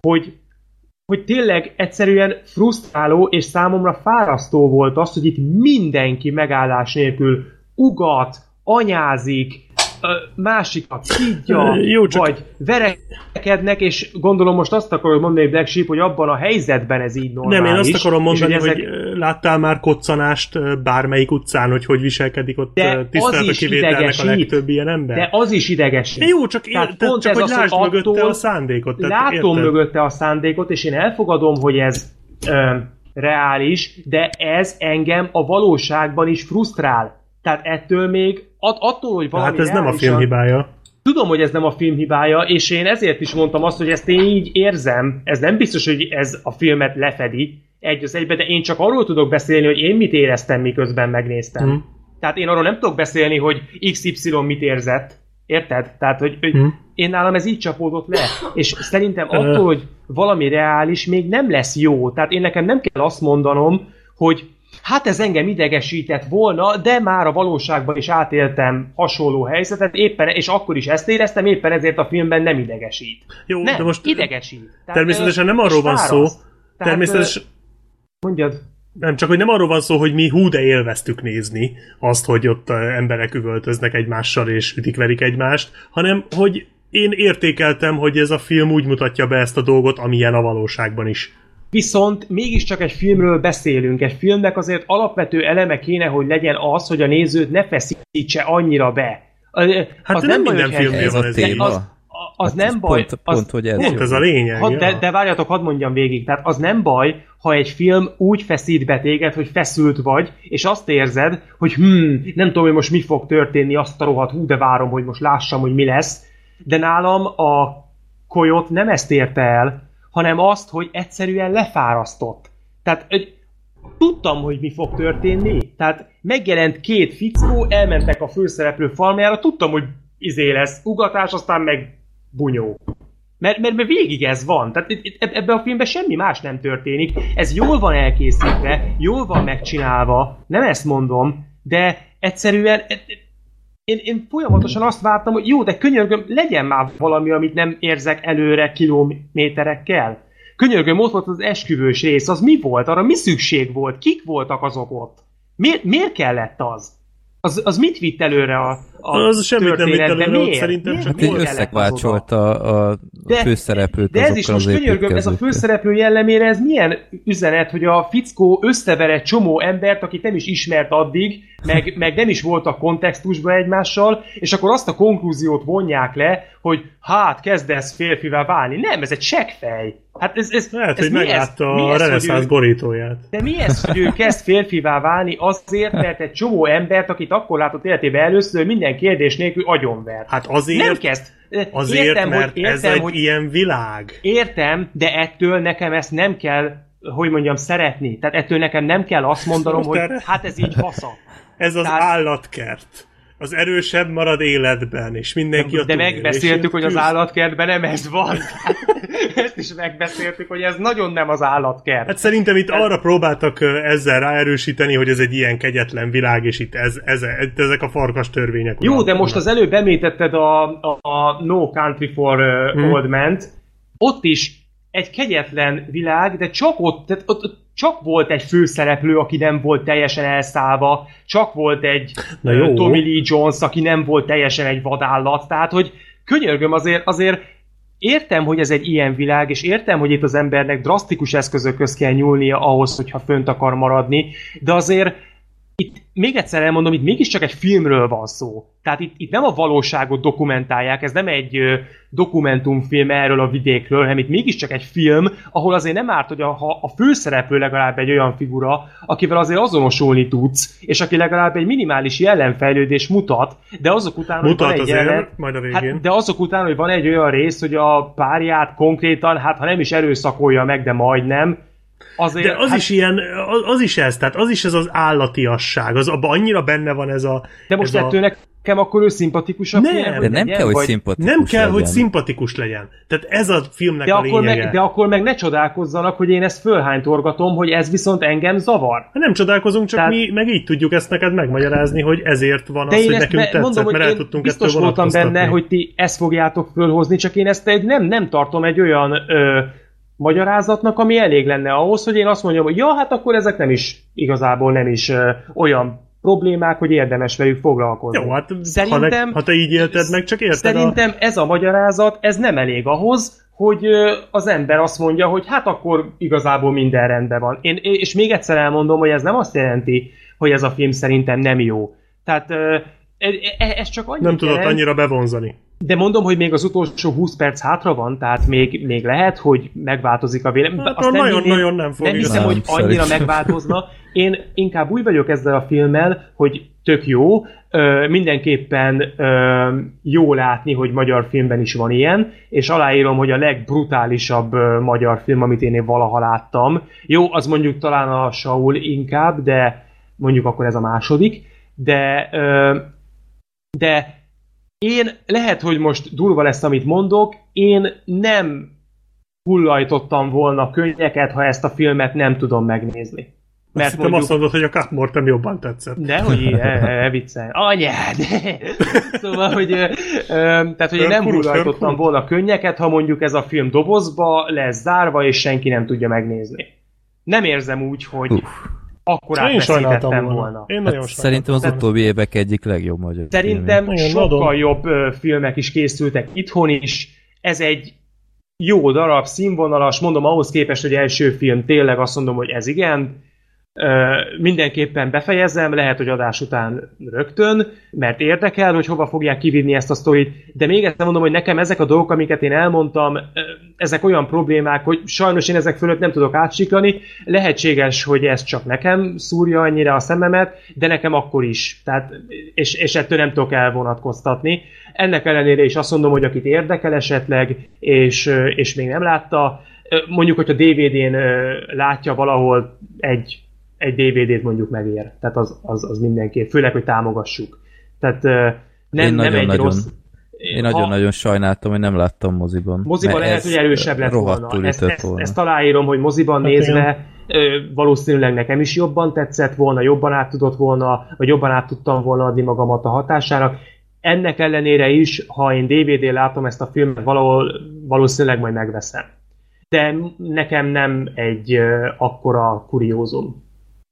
S6: hogy tényleg egyszerűen frusztráló és számomra fárasztó volt az, hogy itt mindenki megállás nélkül ugat, anyázik, másikat szidja, vagy verekednek, és gondolom most azt akarod mondani, Black Sheep, hogy abban a helyzetben ez így normális.
S2: Nem, én azt akarom mondani, hogy láttál már koccanást bármelyik utcán, hogy viselkedik ott tisztelt a kivételnek a legtöbb ilyen ember?
S6: De az is idegesít.
S2: Jó, csak hogy lásd mögötte a szándékot.
S6: Látom mögötte a szándékot, és én elfogadom, hogy ez reális, de ez engem a valóságban is frusztrál. Tehát ettől még, attól, hogy valami
S2: hát ez nem a film hibája.
S6: Tudom, hogy ez nem a film hibája, és én ezért is mondtam azt, hogy ezt én így érzem. Ez nem biztos, hogy ez a filmet lefedi egy az egybe, de én csak arról tudok beszélni, hogy én mit éreztem, miközben megnéztem. Tehát én arról nem tudok beszélni, hogy XY mit érzett. Érted? Tehát, hogy én nálam ez így csapódott le. És szerintem attól, hogy valami reális, még nem lesz jó. Tehát én nekem nem kell azt mondanom, hogy hát ez engem idegesített volna, de már a valóságban is átéltem hasonló helyzetet, éppen, és akkor is ezt éreztem, éppen ezért a filmben nem idegesít.
S2: Jó,
S6: nem,
S2: de most
S6: idegesít.
S2: Tehát, természetesen nem arról van szó.
S6: Természetesen... Mondjad.
S2: Nem, csak hogy nem arról van szó, hogy mi de élveztük nézni azt, hogy ott emberek üvöltöznek egymással és ütik-verik egymást, hanem hogy én értékeltem, hogy ez a film úgy mutatja be ezt a dolgot, amilyen a valóságban is.
S6: Viszont mégiscsak egy filmről beszélünk. Egy filmnek azért alapvető eleme kéne, hogy legyen az, hogy a nézőt ne feszítse annyira be.
S2: Hát
S6: az
S2: nem minden filmnél van ez így.
S6: Az nem baj.
S3: Pont, hogy ez
S2: pont ez a lényeg.
S6: De várjatok, hadd mondjam végig. Tehát az nem baj, ha egy film úgy feszít be téged, hogy feszült vagy, és azt érzed, hogy nem tudom, hogy most mi fog történni, azt a rohadt, de várom, hogy most lássam, hogy mi lesz. De nálam a Coyote nem ezt érte el, hanem azt, hogy egyszerűen lefárasztott. Tehát tudtam, hogy mi fog történni. Tehát megjelent két fickó, elmentek a főszereplő farmjára, tudtam, hogy lesz ugatás, aztán meg bunyó. Mert végig ez van. Tehát ebben a filmben semmi más nem történik. Ez jól van elkészítve, jól van megcsinálva, nem ezt mondom, de egyszerűen én folyamatosan azt vártam, hogy jó, de könyörgöm, legyen már valami, amit nem érzek előre kilométerekkel. Könyörgöm, ott volt az esküvős rész, az mi volt? Arra mi szükség volt? Kik voltak azok ott? Miért kellett az? Az mit vitt előre
S2: az semmit nem vitt előre, ott szerintem csak
S3: összekválcsolta a főszereplőt.
S6: De ez is most könyörgöm, ez a főszereplő jellemére, ez milyen üzenet, hogy a fickó összever egy csomó embert, akit nem is ismert addig, meg nem is voltak kontextusban egymással, és akkor azt a konklúziót vonják le, hogy hát kezdesz férfivá válni. Nem, ez egy seggfej. Hát
S2: lehet, hogy meglátta a reneszánsz borítóját.
S6: De mi ez, hogy ő kezd férfivá válni azért, mert egy csomó embert, akit akkor látott életében először, minden kérdés nélkül agyonvert.
S2: Hát azért,
S6: nem kezd.
S2: Azért értem, mert ez egy ilyen világ.
S6: Értem, de ettől nekem ezt nem kell, hogy mondjam, szeretni. Tehát ettől nekem nem kell azt mondanom, hogy hát ez így fasza.
S2: Ez az állatkert. Az erősebb marad életben, és mindenki a
S6: de megbeszéltük, hogy az állatkertben nem ez van. Ezt is megbeszéltük, hogy ez nagyon nem az állatkert.
S2: Hát szerintem itt arra próbáltak ezzel ráerősíteni, hogy ez egy ilyen kegyetlen világ, és itt ezek a farkas törvények.
S6: Jó, de most az előbb említetted a No Country for Old Men-t. Ott is egy kegyetlen világ, de csak ott csak volt egy főszereplő, aki nem volt teljesen elszállva, csak volt egy Tommy Lee Jones, aki nem volt teljesen egy vadállat, tehát hogy könyörgöm azért értem, hogy ez egy ilyen világ, és értem, hogy itt az embernek drasztikus eszközökhöz kell nyúlnia ahhoz, hogyha fönt akar maradni, de azért itt még egyszer elmondom, itt mégiscsak egy filmről van szó. Tehát itt nem a valóságot dokumentálják, ez nem egy dokumentumfilm erről a vidékről, hanem itt mégiscsak egy film, ahol azért nem árt, hogy a főszereplő legalább egy olyan figura, akivel azért azonosulni tudsz, és aki legalább egy minimális jelenfejlődés mutat, de azok után, hogy van egy
S2: majd a végén.
S6: de azok után, hogy van egy olyan rész, hogy a párját konkrétan, hát ha nem is erőszakolja meg, de majdnem, azért,
S2: de az is ilyen, az is ez, tehát az is ez az állatiasság, abban annyira benne van ez a...
S6: De most ettől nekem akkor ő szimpatikusabb
S3: de nem kell, hogy szimpatikus
S2: nem kell, hogy szimpatikus legyen. Tehát ez a filmnek a lényege.
S6: De akkor meg ne csodálkozzanak, hogy én ezt fölhánytorgatom, hogy ez viszont engem zavar.
S2: Nem csodálkozunk, csak mi meg így tudjuk ezt neked megmagyarázni, hogy ezért van az, hogy nekünk tetszett, mondom, mert el tudtunk ettől
S6: biztos voltam benne, hogy ti ezt fogjátok fölhozni, csak én ezt nem tartom egy olyan... magyarázatnak, ami elég lenne ahhoz, hogy én azt mondjam, hogy ja, hát akkor ezek igazából nem is olyan problémák, hogy érdemes velük foglalkozni.
S2: Jó, hát szerintem, ha te így élted meg, csak érted
S6: szerintem ez a magyarázat, ez nem elég ahhoz, hogy az ember azt mondja, hogy hát akkor igazából minden rendben van. És még egyszer elmondom, hogy ez nem azt jelenti, hogy ez a film szerintem nem jó. Tehát ez csak annyit
S2: nem tudott annyira bevonzani.
S6: De mondom, hogy még az utolsó 20 perc hátra van, tehát még lehet, hogy megváltozik a vélemény.
S2: Hát nagyon nem fog.
S6: Nem hiszem, hogy annyira megváltozna. Én inkább úgy vagyok ezzel a filmmel, hogy tök jó, mindenképpen jó látni, hogy magyar filmben is van ilyen, és aláírom, hogy a legbrutálisabb magyar film, amit én valaha láttam. Jó, az mondjuk talán a Saul inkább, de mondjuk akkor ez a második, de én, lehet, hogy most durva lesz, amit mondok, én nem hullajtottam volna könnyeket, ha ezt a filmet nem tudom megnézni.
S2: Mert mondjuk... azt mondod, hogy a Cutmortem jobban tetszett.
S6: Dehogy, viccelj. Anyád! Szóval, hogy, tehát, hogy én nem hullajtottam volna könnyeket, ha mondjuk ez a film dobozba lesz zárva, és senki nem tudja megnézni. Nem érzem úgy, hogy akkor átveszítettem volna.
S2: Én nagyon
S3: szerintem az utóbbi évek egyik legjobb magyar.
S6: Szerintem film. Sokkal jobb filmek is készültek itthon is. Ez egy jó darab, színvonalas, mondom, ahhoz képest, hogy első film, tényleg azt mondom, hogy ez igen. Mindenképpen befejezem, lehet, hogy adás után rögtön, mert érdekel, hogy hova fogják kivinni ezt a sztorit, de még egyszer mondom, hogy nekem ezek a dolgok, amiket én elmondtam, ezek olyan problémák, hogy sajnos én ezek fölött nem tudok átsiklani, lehetséges, hogy ez csak nekem szúrja annyira a szememet, de nekem akkor is, tehát, és ettől nem tudok elvonatkoztatni. Ennek ellenére is azt mondom, hogy akit érdekel esetleg, és még nem látta, mondjuk, hogyha DVD-n látja valahol egy DVD-t mondjuk megér. Tehát az mindenképp. Főleg, hogy támogassuk. Tehát nem egy rossz...
S3: Én nagyon-nagyon sajnáltam, hogy nem láttam moziban.
S6: Moziban lehet, hogy erősebb lett volna. Ezt aláírom, hogy moziban nézve valószínűleg nekem is jobban tetszett volna, jobban át tudott volna, vagy jobban át tudtam volna adni magamat a hatására. Ennek ellenére is, ha én DVD-n látom ezt a filmet, valószínűleg majd megveszem. De nekem nem egy akkora kuriózum.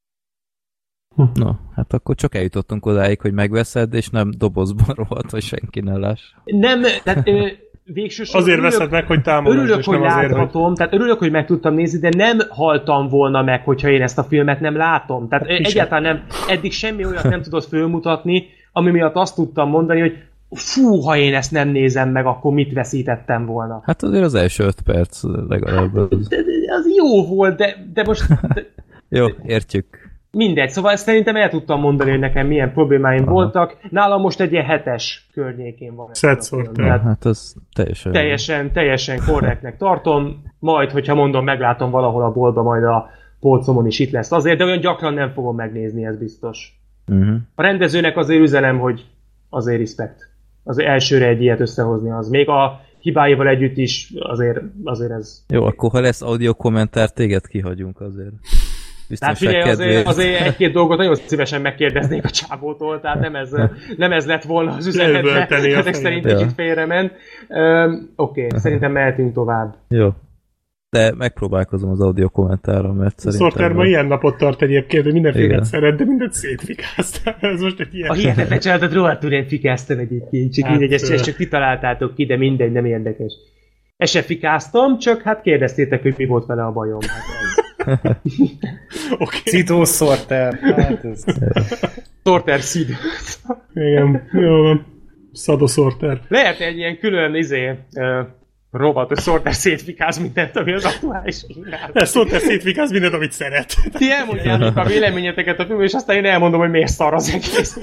S3: No, hát akkor csak eljutottunk odáig, hogy megveszed, és nem dobozban rohadt, hogy senki ne láss.
S6: Nem, tehát végsősorban
S2: azért veszed meg, hogy támogasd.
S6: Örülök, hogy láthatom, tehát örülök, hogy meg tudtam nézni, de nem haltam volna meg, hogyha én ezt a filmet nem látom. Tehát egyáltalán nem, eddig semmi olyat nem tudott fölmutatni, ami miatt azt tudtam mondani, hogy fú, ha én ezt nem nézem meg, akkor mit veszítettem volna.
S3: Hát azért az első 5 perc legalább.
S6: Az jó volt, de most...
S3: Jó, értjük.
S6: Mindegy, szóval ezt szerintem el tudtam mondani, hogy nekem milyen problémáim voltak. Nálam most egy ilyen 7-es környékén van.
S3: Hát az
S6: teljesen korrektnek tartom. Majd, hogyha mondom, meglátom valahol a boltba, majd a polcomon is itt lesz. Azért, de olyan gyakran nem fogom megnézni, ez biztos. A rendezőnek azért üzenem, hogy azért respekt. Az elsőre egy ilyet összehozni az. Még a hibáival együtt is azért ez...
S3: Jó, akkor ha lesz audio kommentár, téged kihagyunk azért.
S6: Tehát figyelj, azért egy-két dolgot nagyon szívesen megkérdeznék a csábótól, tehát nem ez lett volna az üzenet, de ezek szerint kicsit félrement. Oké, szerintem mehetünk tovább.
S3: Jó. De megpróbálkozom az audio kommentárral, mert szerintem...
S2: Sorterban ilyen napot tart egyébként, hogy mindenfélet szeret, de mindent szétfikáztál. Ez most egy ilyen...
S6: A hihetetlen csalátot rohadtul én fikáztam egyébként, csak így, ezt csak ti találtátok ki, de mindegy, nem érdekes. Ezt se fikáztam, csak hát kérdeztétek, hogy mi volt vele a bajom. Hát ez.
S4: Okay. Citó Sorter. Hát ez...
S6: Sorter Sid.
S2: Igen, jó. Szado Sorter.
S6: Lehet egy ilyen külön rovat, hogy Sorter szétfikáz mindent, ami az aktuális.
S2: Sorter szétfikáz mindent, amit szeret.
S6: Ti elmondjátok a véleményeteket a film, és aztán én elmondom, hogy miért szar az egész.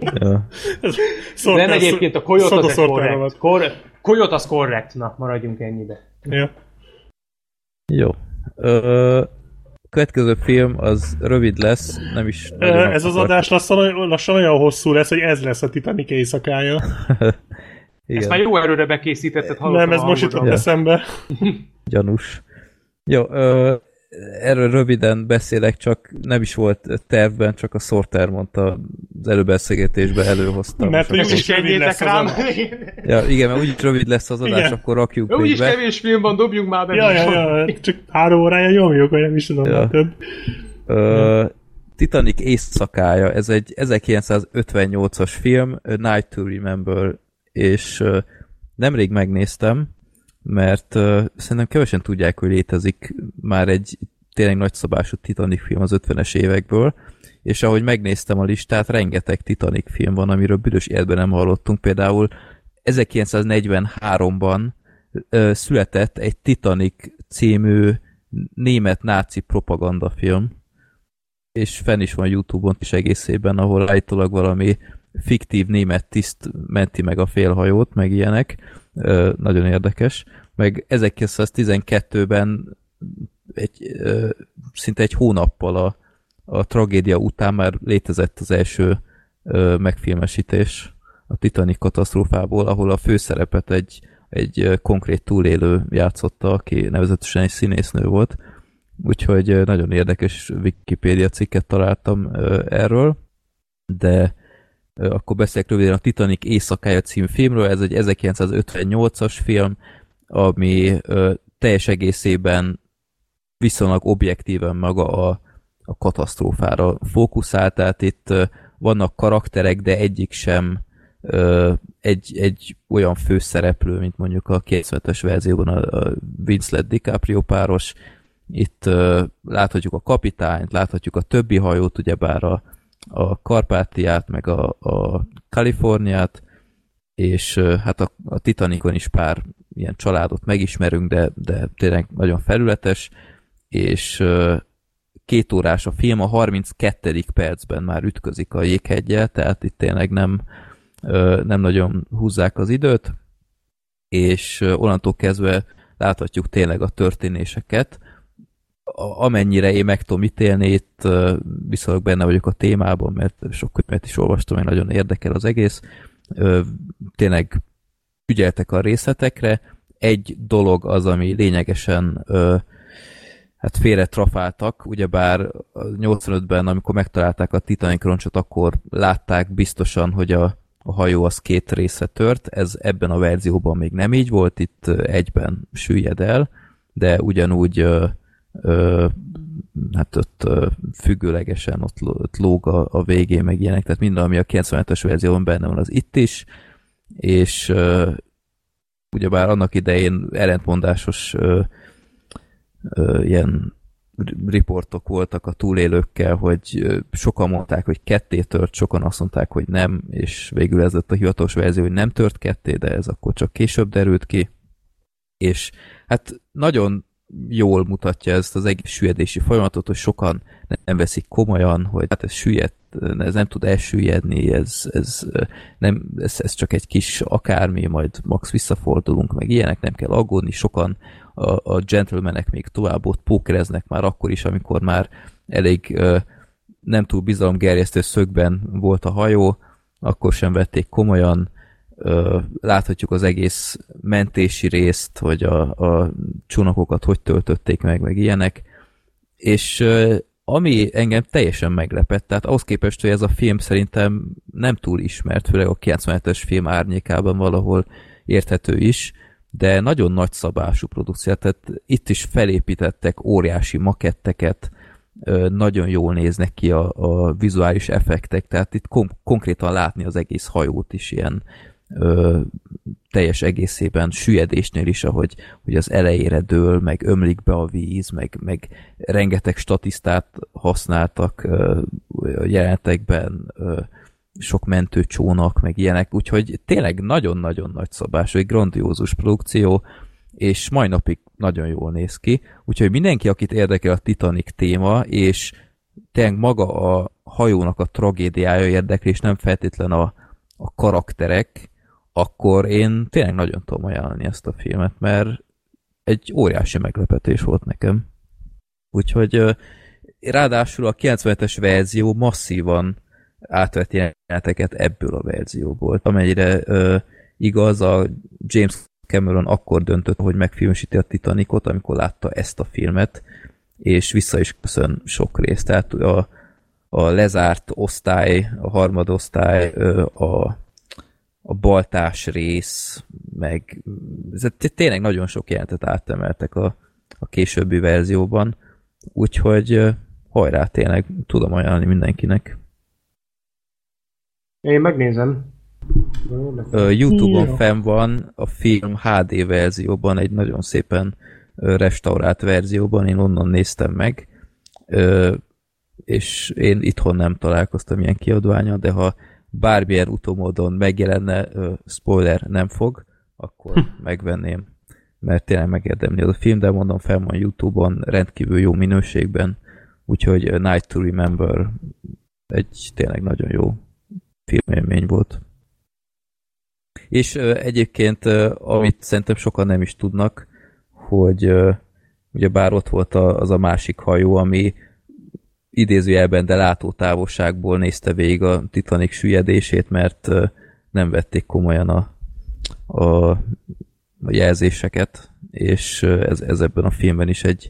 S6: Nem egyébként a Coyote az korrekt. Coyote az korrekt. Na, maradjunk ennyibe.
S2: Ja.
S3: Jó. Következő film az rövid lesz, nem is...
S2: Ez az adás lassan olyan hosszú lesz, hogy ez lesz a Titanic éjszakája.
S3: Igen.
S6: Ezt már jó erőre bekészítetted, hallottam.
S2: Nem, ez most jutott eszembe.
S3: Gyanús. Jó, erről röviden beszélek, csak nem is volt tervben, csak a Sorter mondta az előbeszélgetésben előhoztam.
S2: Mert úgyis rövid lesz az adás.
S3: Ja, igen, mert úgyis rövid lesz az adás, akkor rakjuk végbe.
S6: Úgyis kevés film van, dobjunk már be.
S2: Ja, csak 3 órája nyomjuk, vagy nem is tudom, ja. Több.
S3: Titanic éjszakája, ez egy 1958-as film, A Night to Remember, és nemrég megnéztem, mert szerintem kevesen tudják, hogy létezik már egy tényleg nagyszabású Titanic film az 50-es évekből, és ahogy megnéztem a listát, rengeteg Titanic film van, amiről büdös életben nem hallottunk. Például 1943-ban született egy Titanic című német náci propagandafilm, és fenn is van YouTube-on is egészében, ahol állítólag valami fiktív német tiszt menti meg a félhajót, meg ilyenek. Nagyon érdekes. Meg 1912-ben szinte egy hónappal a tragédia után már létezett az első megfilmesítés a Titanic katasztrófából, ahol a főszerepet egy konkrét túlélő játszotta, aki nevezetesen egy színésznő volt. Úgyhogy nagyon érdekes Wikipédia cikket találtam erről, de akkor beszélek röviden a Titanic éjszakája című filmről. Ez egy 1958-as film, ami teljes egészében viszonylag objektíven maga a katasztrófára fókuszál, tehát itt vannak karakterek, de egyik sem egy olyan főszereplő, mint mondjuk a 90-es verzióban a Winslet DiCaprio páros. Itt láthatjuk a kapitányt, láthatjuk a többi hajót, ugyebár a Karpátiát, meg a Kaliforniát, és hát a Titanicon is pár ilyen családot megismerünk, de tényleg nagyon felületes, és 2 órás a film, a 32. percben már ütközik a jégheggyel, tehát itt tényleg nem nagyon húzzák az időt, és onnantól kezdve láthatjuk tényleg a történéseket. Amennyire én meg tudom ítélni, itt viszonylag benne vagyok a témában, mert sok könyvet is olvastam, hogy nagyon érdekel az egész. Tényleg ügyeltek a részletekre. Egy dolog az, ami lényegesen hát félretrafáltak, ugyebár 85-ben, amikor megtalálták a Titanic roncsot, akkor látták biztosan, hogy a hajó az 2 részre tört. Ez ebben a verzióban még nem így volt, itt egyben süllyed el, de ugyanúgy hát ott függőlegesen ott lóg a végén, meg ilyenek, tehát minden, ami a 97-es verzióban benne van, az itt is, és ugyebár annak idején ellentmondásos ilyen riportok voltak a túlélőkkel, hogy sokan mondták, hogy 2 tört, sokan azt mondták, hogy nem, és végül ez lett a hivatalos verzió, hogy nem tört 2, de ez akkor csak később derült ki. És hát nagyon jól mutatja ezt az egész süllyedési folyamatot, hogy sokan nem komolyan, hogy hát ez süllyedt, ez nem tud elsüllyedni, ez csak egy kis akármi, majd max visszafordulunk, meg ilyenek, nem kell aggódni, sokan a gentlemanek még tovább ott pókereznek már akkor is, amikor már elég nem túl bizalomgerjesztő szögben volt a hajó, akkor sem vették komolyan. Láthatjuk az egész mentési részt, hogy a csónakokat hogy töltötték meg ilyenek, és ami engem teljesen meglepett, tehát ahhoz képest, hogy ez a film szerintem nem túl ismert, főleg a 97-es film árnyékában valahol érthető is, de nagyon nagy szabású produkció, tehát itt is felépítettek óriási maketteket, nagyon jól néznek ki a vizuális effektek, tehát itt konkrétan látni az egész hajót is ilyen teljes egészében süllyedésnél is, hogy az elejére dől, meg ömlik be a víz, meg rengeteg statisztát használtak a jelenetekben, sok mentőcsónak, meg ilyenek, úgyhogy tényleg nagyon-nagyon nagy szabású, egy grandiózus produkció, és mai napig nagyon jól néz ki, úgyhogy mindenki, akit érdekel a Titanic téma, és tényleg maga a hajónak a tragédiája érdekli, és nem feltétlen a karakterek, akkor én tényleg nagyon tudom ajánlani ezt a filmet, mert egy óriási meglepetés volt nekem. Úgyhogy ráadásul a 97-es verzió masszívan átvett jeleneteket ebből a verzióból. Amennyire igaz, a James Cameron akkor döntött, hogy megfilmesíti a Titanicot, amikor látta ezt a filmet, és vissza is köszön sok részt. Tehát a lezárt osztály, a harmadosztály, a baltás rész, meg tényleg nagyon sok jelentet átemeltek a későbbi verzióban, úgyhogy hajrá, tényleg tudom ajánlani mindenkinek.
S6: Én megnézem.
S3: YouTube-on fenn van a film HD verzióban, egy nagyon szépen restaurált verzióban, én onnan néztem meg, és én itthon nem találkoztam ilyen kiadványa, de ha bármilyen utómódon megjelenne, spoiler, nem fog, akkor megvenném, mert tényleg megérdemli az a film, de mondom, fel van YouTube-on rendkívül jó minőségben, úgyhogy Night to Remember egy tényleg nagyon jó filmélmény volt. És egyébként, amit szerintem sokan nem is tudnak, hogy ugye bár ott volt az a másik hajó, ami idézőjelben, de látótávolságból nézte végig a Titanic süllyedését, mert nem vették komolyan a jelzéseket, és ez ebben a filmben is egy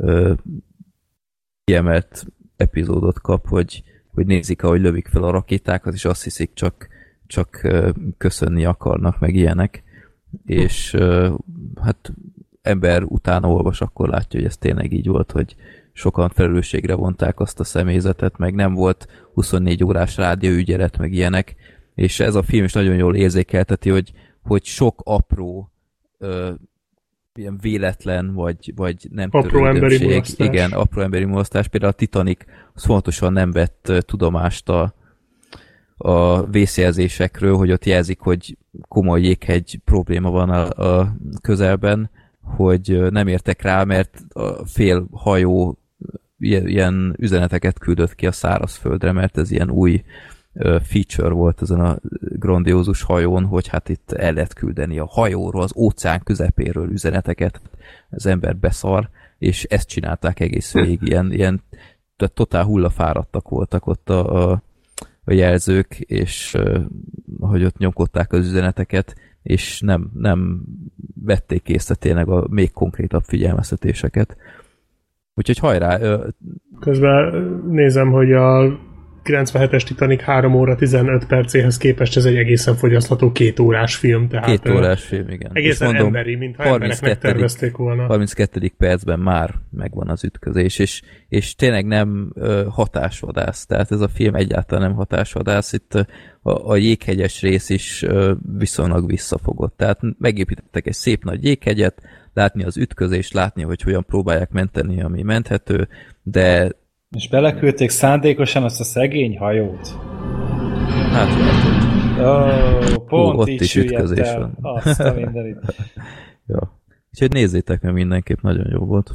S3: kiemelt epizódot kap, hogy nézik, ahogy lövik fel a rakétákat, és azt hiszik, csak köszönni akarnak, meg ilyenek. És hát ember utána olvas, akkor látja, hogy ez tényleg így volt, hogy sokan felelősségre vonták azt a személyzetet, meg nem volt 24 órás rádióügyelet, meg ilyenek, és ez a film is nagyon jól érzékelteti, hogy sok apró ilyen véletlen, vagy nem
S2: apró emberi mulasztás.
S3: Igen, apró emberi mulasztás. Például a Titanic az fontosan nem vett tudomást a vészjelzésekről, hogy ott jelzik, hogy komoly jéghegy probléma van a közelben, hogy nem értek rá, mert a fél hajó ilyen üzeneteket küldött ki a szárazföldre, mert ez ilyen új feature volt ezen a grandiózus hajón, hogy hát itt el lehet küldeni a hajóról, az óceán közepéről üzeneteket, az ember beszar, és ezt csinálták egész végig, ilyen tehát totál hullafáradtak voltak ott a jelzők, és hogy ott nyomkodták az üzeneteket, és nem vették észre tényleg a még konkrétabb figyelmeztetéseket. Úgyhogy hajrá!
S2: Közben nézem, hogy a 97-es Titanic 3 óra 15 percéhez képest ez egy egészen fogyasztható 2 órás film. Tehát
S3: 2 órás film, igen.
S2: Egészen mondom, emberi, mintha emberek megtervezték volna.
S3: 32. percben már megvan az ütközés, és tényleg nem hatásvadász, tehát ez a film egyáltalán nem hatásvadász, itt a jéghegyes rész is viszonylag visszafogott, tehát megépítettek egy szép nagy jéghegyet, látni az ütközést, látni, hogy hogyan próbálják menteni, ami menthető, de
S4: és beleküldték szándékosan azt a szegény hajót.
S3: Hát lehet,
S4: pont
S3: ott
S4: így
S3: is ütközés van.
S4: Azt a mindenit.
S3: Ja. Úgyhogy nézzétek meg, mindenképp nagyon jó volt.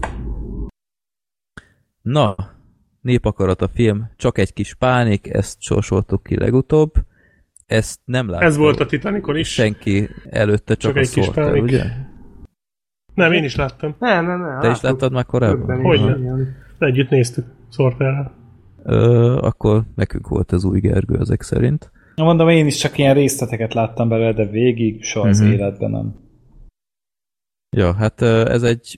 S3: Na, Népakarat a film, csak egy kis pánik, ezt sorsoltuk ki legutóbb. Ezt nem látta.
S2: Ez volt a Titanicon is.
S3: Senki előtte csak a Sorter, ugye?
S2: Nem, én is láttam.
S6: Nem.
S3: Te is láttad már korábban?
S2: Hogyne. Együtt néztük Sorterrel.
S3: Akkor nekünk volt ez új Gergő ezek szerint.
S4: Mondom, én is csak ilyen részleteket láttam belőle, de végig soha az életben nem.
S3: Ja, hát ez egy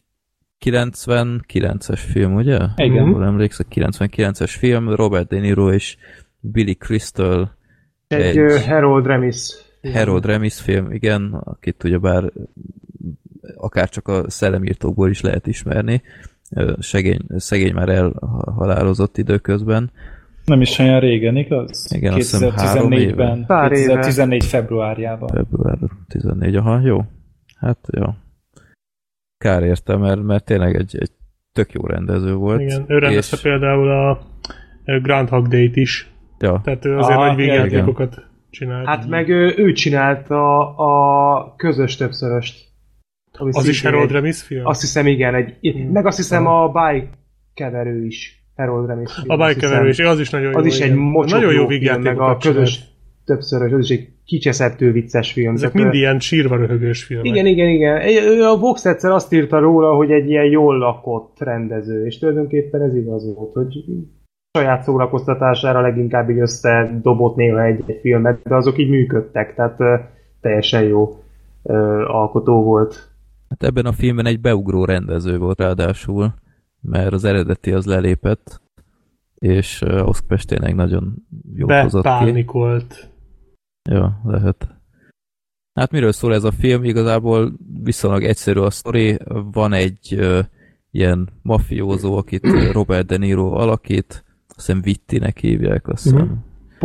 S3: 99-es film, ugye?
S4: Igen.
S3: Jól emlékszek, 99-es film, Robert De Niro és Billy Crystal.
S6: Egy Harold Ramis.
S3: Harold Ramis film, igen, akit ugyebár akár csak a Szellemírtókból is lehet ismerni. Szegény már elhalálozott időközben.
S4: Nem is olyan régen, igaz?
S3: Igen,
S4: 2014-ben, 2014 februárjában.
S3: Február 14, aha, jó. Hát jó. Kár érte, mert tényleg egy tök jó rendező volt.
S2: Igen, ő rendezte például a Groundhog Day-t is.
S3: Ja.
S2: Tehát ő azért nagy végjátékokat csinált.
S6: Hát meg ő csinálta a közös többszöröst.
S2: Az is Harold Ramis film?
S6: Azt hiszem, igen. Meg azt hiszem a bájkeverő is Harold Ramis film.
S2: A bájkeverő is, az is nagyon jó.
S6: Az is egy mocsok
S2: nagyon jó
S6: film, meg a közös többszörös, az is egy kicseszettő vicces film.
S2: Ezek mind ilyen sírva röhögős filmek.
S6: Igen. A Vox egyszer azt írta róla, hogy egy ilyen jól lakott rendező, és tulajdonképpen ez igaz volt, hogy saját szórakoztatására leginkább így összedobott néha egy filmet, de azok így működtek, tehát teljesen jó alkotó volt.
S3: Hát ebben a filmben egy beugró rendező volt ráadásul, mert az eredeti az lelépett, és ahhoz képest tényleg nagyon jól hozott ki.
S2: Bepánikolt.
S3: Ja, lehet. Hát miről szól ez a film? Igazából viszonylag egyszerű a sztori. Van egy ilyen mafiózó, akit Robert De Niro alakít, azt hiszem Vittinek hívják, azt hiszem.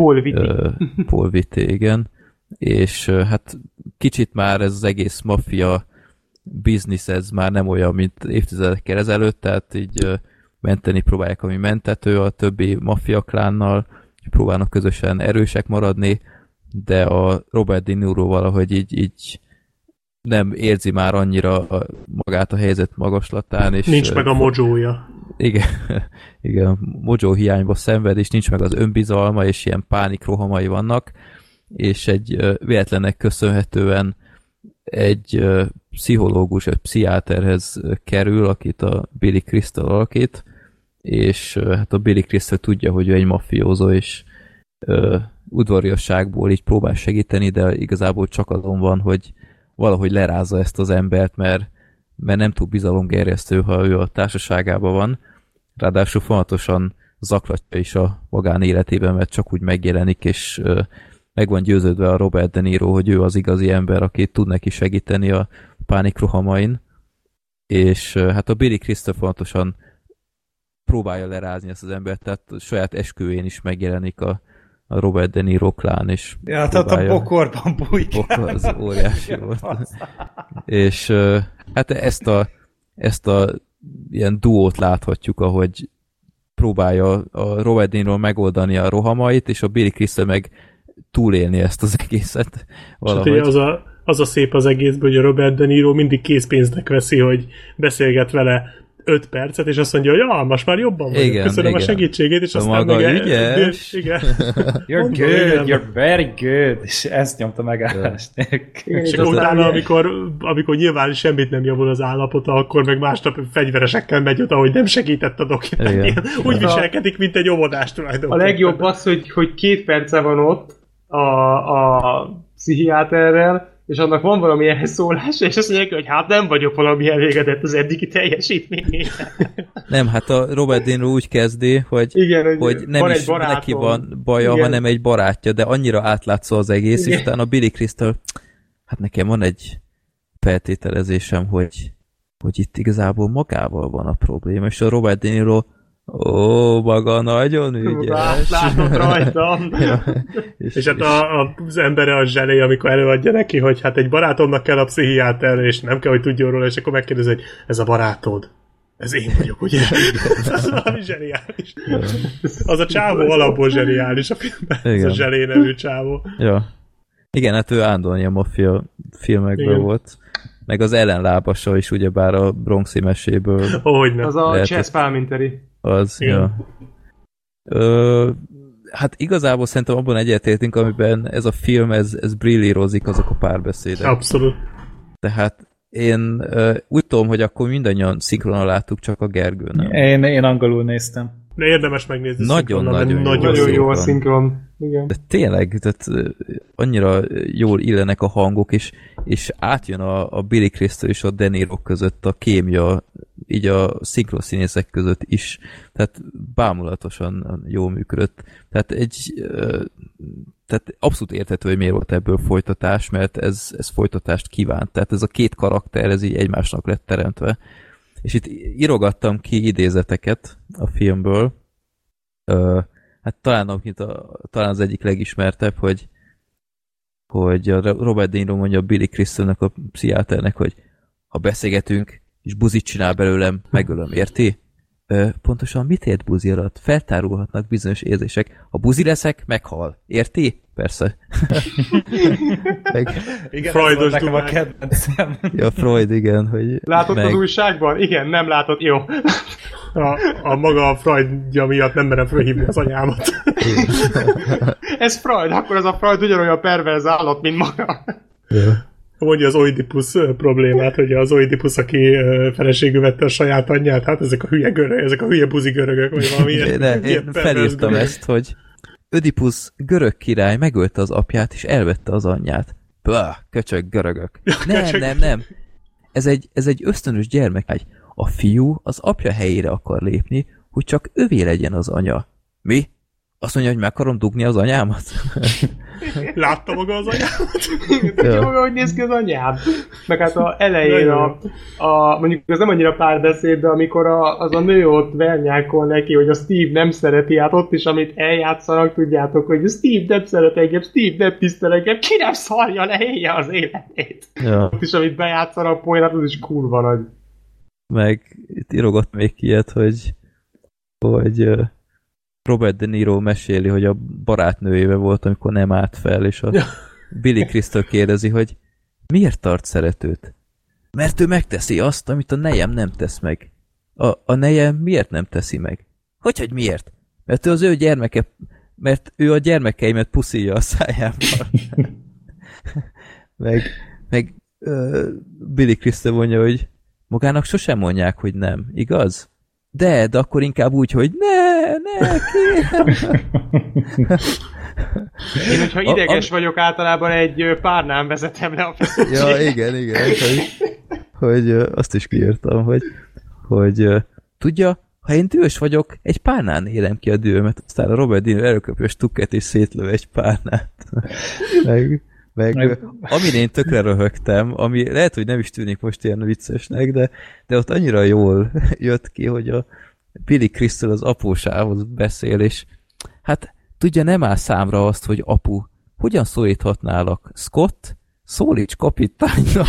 S3: Paul Vitti, igen. És hát kicsit már ez az egész maffia biznisz, ez már nem olyan, mint évtizedekkel ezelőtt, tehát így menteni próbálják, ami mentető a többi maffia klánnal, próbálnak közösen erősek maradni, de a Robert De Niro valahogy így nem érzi már annyira magát a helyzet magaslatán. És
S2: nincs meg a mojója.
S3: Igen, mojo hiányba szenved, és nincs meg az önbizalma, és ilyen pánikrohamai vannak, és egy véletlennek köszönhetően egy pszichológus, egy pszichiáterhez kerül, akit a Billy Crystal alakít, és hát a Billy Crystal tudja, hogy ő egy mafiózó, és udvariasságból így próbál segíteni, de igazából csak azon van, hogy valahogy lerázza ezt az embert, mert nem túl bizalomgerjesztő, ha ő a társaságában van. Ráadásul fontosan zaklatja is a magánéletében, mert csak úgy megjelenik, és meg van győződve a Robert De Niro, hogy ő az igazi ember, aki tud neki segíteni a pánikrohamain. És hát a Billy Crystal fontosan próbálja lerázni ezt az embert, tehát a saját esküvőjén is megjelenik a Robert De Niro klán, és
S4: ja, tehát a bokorban bújkál.
S3: Bokor az óriási volt. És hát ezt a ilyen duót láthatjuk, ahogy próbálja a Robert De Niro megoldani a rohamait, és a Billy Crystal meg túlélni ezt az egészet valahogy.
S2: És az a szép az egészben, hogy a Robert De Niro mindig készpénznek veszi, hogy beszélget vele 5 percet, és azt mondja, hogy ja, most már jobban vagyok.
S3: Igen,
S2: köszönöm
S3: igen.
S2: a segítségét, és aztán
S3: maga
S2: meg...
S3: ügyes.
S2: Igen.
S4: You're good, you're very good. És ezt nyomta megállást.
S2: És utána, amikor nyilván semmit nem javul az állapota, akkor meg másnap fegyveresekkel megy oda, hogy nem segített a doki. Úgy viselkedik, mint egy óvodás tulajdonképpen.
S6: A legjobb az, hogy 2 perce van ott a pszichiáterrel, és annak van valami elszólása, és azt mondják, hogy hát nem vagyok valami elégedett az eddigi teljesítményével.
S3: Nem, hát a Robert De Niro úgy kezdi, hogy,
S6: igen,
S3: hogy nem
S6: van
S3: is neki van baja,
S6: igen.
S3: hanem egy barátja, de annyira átlátszó az egész,
S6: Igen.
S3: és utána a Billy Crystal, hát nekem van egy feltételezésem, hogy itt igazából magával van a probléma, és a Robert De Niro maga nagyon ügyes.
S6: Látod rajtam.
S3: Ja,
S2: és hát az embere a zselé, amikor előadja neki, hogy hát egy barátomnak kell a pszichiáterre, és nem kell, hogy tudjon róla, és akkor megkérdezi, hogy ez a barátod. Ez én vagyok, ugye? Ez valami zseniális. Az a csávó alapból zseniális a filmben. Ez a zselé nevű csávó.
S3: Ja. Igen, hát ő állandóan ilyen maffia filmekben volt. Meg az ellenlábasa is, ugyebár a Bronxi meséből.
S2: Hogyne.
S6: Az a Chess Palminteri.
S3: Az, ja. Hát igazából szerintem abban egyetértünk, amiben ez a film, ez brillírozik, azok a párbeszédek.
S2: Abszolút.
S3: Tehát én úgy tudom, hogy akkor mindannyian szinkronon láttuk, csak a Gergő, nem?
S4: Én angolul néztem.
S2: De érdemes megnézni.
S3: Nagyon
S6: jó a szinkron. Igen.
S3: De tényleg, tehát annyira jól illenek a hangok, és átjön a Billy Crystal és a De Niro között a kémia, így a szinkronszínészek között is. Tehát bámulatosan jól működött. Tehát abszolút érthető, hogy miért volt ebből folytatás, mert ez folytatást kívánt. Tehát ez a 2 karakter, ez így egymásnak lett teremtve. És itt írogattam ki idézeteket a filmből. Hát talán az egyik legismertebb, hogy a Robert De Niro mondja a Billy Crystalnek, a pszichiáternek, hogy ha beszélgetünk, és buzit csinál belőlem, megölöm, érti? Pontosan mit ért buzi alatt? Feltárulhatnak bizonyos érzések. Ha buzi leszek, meghal. Érti? Persze.
S6: Igen,
S2: Freudos
S4: nekem a kedvencem.
S3: Ja, Freud, igen. Hogy
S6: látod az újságban? Igen, nem látod. Jó.
S2: A maga a Freudja miatt nem merem fölhívni az anyámat.
S6: Ez Freud, akkor ez a Freud ugyanolyan perverz állat, mint maga.
S3: Ja.
S2: Mondja az Oidipus problémát, hogy az Oidipus, aki feleségül vette a saját anyját, hát ezek a hülye görögök, ezek a hülye buzi görögök, vagy valami
S3: én felírtam ezt, hogy Ödipusz görög király megölte az apját, és elvette az anyját. Blah, köcsög görögök. Nem. Ez egy ösztönös gyermek. A fiú az apja helyére akar lépni, hogy csak övé legyen az anya. Mi? Azt mondja, hogy meg akarom dugni az anyámat?
S2: Látta maga az anyámat?
S6: Tudja maga, hogy néz ki az anyád? Meg hát az elején mondjuk ez nem annyira párbeszéd, de amikor az a nő ott vernyákol neki, hogy a Steve nem szereti, hát ott is, amit eljátszanak, tudjátok, hogy Steve nem szeret engem, Steve nem tisztel engem, ki nem szarja le, élje az életét.
S3: Ja.
S6: Ott is, amit bejátszanak poénát, az is kurva nagy.
S3: Meg itt írogott még ilyet, hogy Robert De Niro meséli, hogy a barátnőjével volt, amikor nem állt fel, és a Billy Crystal kérdezi, hogy miért tart szeretőt? Mert ő megteszi azt, amit a nejem nem tesz meg. A nejem miért nem teszi meg? Hogy miért? Mert ő az ő gyermeke, mert ő a gyermekeimet puszilja a szájával. meg Billy Crystal mondja, hogy magának sosem mondják, hogy nem, igaz? De akkor inkább úgy, hogy kérem.
S6: Én, hogyha ideges vagyok, általában egy párnán vezetem le a feszültséget.
S3: Ja, igen, hogy azt is kiírtam, hogy tudja, ha én dühös vagyok, egy párnán élem ki a dühömet, aztán a Robert De Niro előköpő a stukket és szétlöv egy párnát. Meg amin én tökre röhögtem, ami lehet, hogy nem is tűnik most ilyen viccesnek, de ott annyira jól jött ki, hogy Billy Crystal az apósához beszél, és hát tudja, nem áll számra azt, hogy apu, hogyan szólíthatnálak? Scott? Szólíts kapitánynak!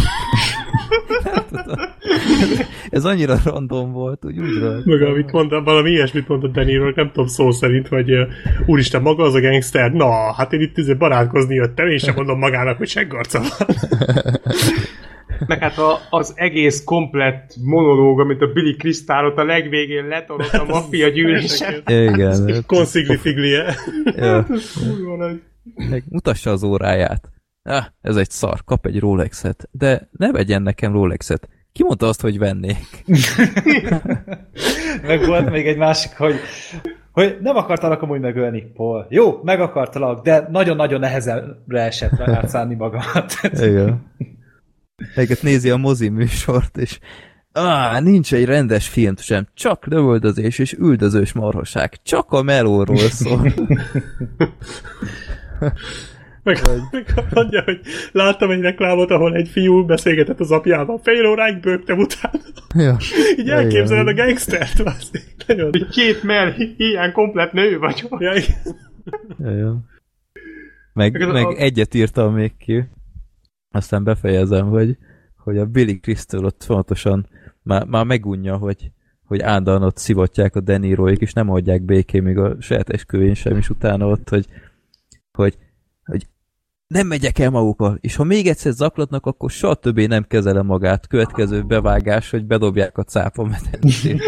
S3: Ez annyira random volt, úgy rajta.
S2: Meg amit mondta, valami ilyesmit mondott De Niro, nem tudom szó szerint, hogy úristen, maga az a gangster, na, hát én itt barátkozni jöttem, én sem mondom magának, hogy seggarca van.
S6: Meg hát az egész komplett monológ, amit a Billy Crystalot a legvégén letolott a maffia gyűlésen.
S3: Igen.
S2: Consigli figlie.
S3: Ja. Mutassa az óráját. Ez egy szar, kap egy Rolexet. De ne vegyen nekem Rolexet. Ki mondta azt, hogy vennék?
S4: Meg volt még egy másik, hogy nem akartalak amúgy megölni, Paul. Jó, meg akartalak, de nagyon-nagyon nehezebbre esett átszánni magamat.
S3: Igen. Egyet nézi a mozi műsort, és nincs egy rendes film sem, csak lövöldözés és üldözős marhaság. Csak a melóról szól.
S2: Meg mondja, hogy láttam egy reklámot, ahol egy fiú beszélgetett az apjával, fél óráig bőgtem utána.
S3: Ja.
S2: Így elképzeled a gangstert, nagyon.
S6: Két ilyen komplett nő vagyok.
S3: Ja. Meg egyet írtam még ki, aztán befejezem, hogy a Billy Crystal ott fontosan már megunja, hogy állandóan ott szivatják a De Niroék, és nem adják békén még a saját esküvén sem, és utána ott, hogy nem megyek el magukkal, és ha még egyszer zaklatnak, akkor soha többé nem kezelem magát. Következő bevágás, hogy bedobják a cápa medencét.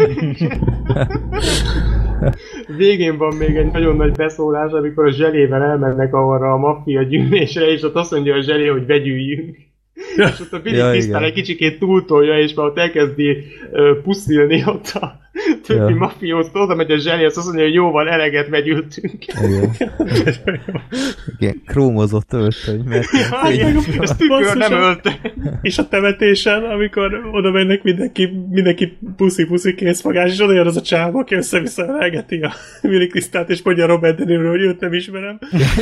S6: Végén van még egy nagyon nagy beszólás, amikor a zselével elmennek arra a maffia gyűlésre, és ott azt mondja a zselé, hogy vegyüljünk. És ott a Billy Crystal egy kicsikét túltolja, és már ott elkezdi puszilni ott a többi mafióztól, oda megy a zselé, azt mondja, hogy jó van, eleget vegyültünk.
S3: Igen, krómozott öltöny, mert...
S6: Ez tükör nem ölte.
S2: És a temetésen, amikor oda mennek mindenki puszi-puszi készfogás, és oda jön az a csáva, aki össze-vissza elengeti a Billy Crystalt, és mondja Robert De Niro, hogy őt nem ismerem.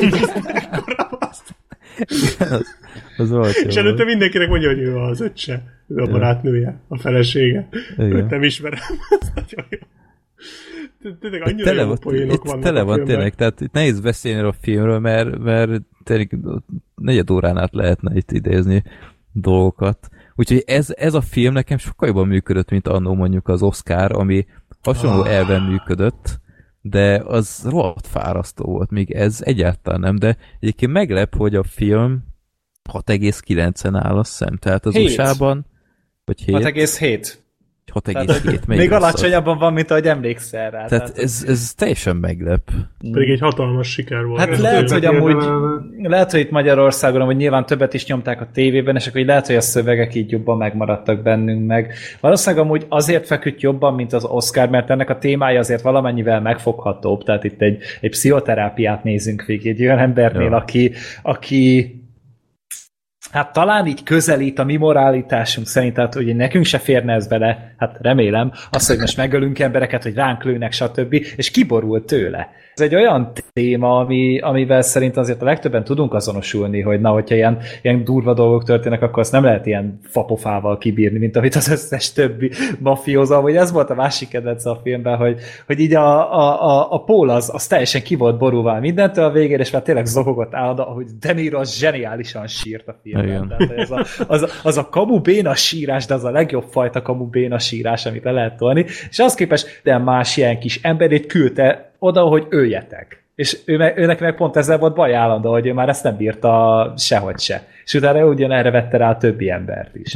S3: Az
S2: és előtte mindenkinek mondja, hogy ő az öccse, ő a barátnője, a felesége. Őt nem ismerem. Ez nagyon jó. Tényleg annyira jó poénok vannak
S3: tele van tényleg, tehát itt nehéz beszélni a filmről, mert tényleg negyed órán át lehetne itt idézni dolgokat. Úgyhogy ez a film nekem sokkal jobban működött, mint annó mondjuk az Oscar, ami hasonló elven működött, de az rohadt fárasztó volt, még ez egyáltalán nem, de egyébként meglep, hogy a film 6,9-en áll, azt hiszem, tehát az USA-ban, vagy
S4: 6,7.
S3: 6,7.
S4: Még alacsonyabban van, mint ahogy emlékszel rá.
S3: Tehát ez teljesen meglep.
S2: Pedig egy hatalmas siker volt.
S4: Hát lehet, hogy itt Magyarországon, hogy nyilván többet is nyomták a tévében, és akkor így lehet, hogy a szövegek így jobban megmaradtak bennünk meg. Valószínűleg amúgy azért feküdt jobban, mint az Oscar, mert ennek a témája azért valamennyivel megfoghatóbb, tehát itt egy pszichoterápiát nézünk végig egy olyan embernél, aki hát talán így közelít a mi morálitásunk szerint, tehát hogy nekünk se férne ez bele, hát remélem, az, hogy most megölünk embereket, hogy ránk lőnek, stb. És kiborult tőle. Ez egy olyan téma, amivel szerint azért a legtöbben tudunk azonosulni, hogy na, hogyha ilyen durva dolgok történnek, akkor azt nem lehet ilyen fapofával kibírni, mint amit az összes többi mafiózó, hogy ez volt a másik kedvenc a filmben, hogy így a Paul az teljesen ki volt borulva mindentől a végén, és már tényleg zokogott állandóan, ahogy De Niro az zseniálisan sírt a filmben. Tehát, az a kamu béna sírás, de az a legjobb fajta kamu béna sírás, amit le lehet tolni, és az képest, de más ilyen kis emberét küldte oda, hogy öljetek. És őnek meg pont ezzel volt baj állandó, hogy ő már ezt nem bírta sehogy se. És utána ugyanerre vette rá a többi embert is.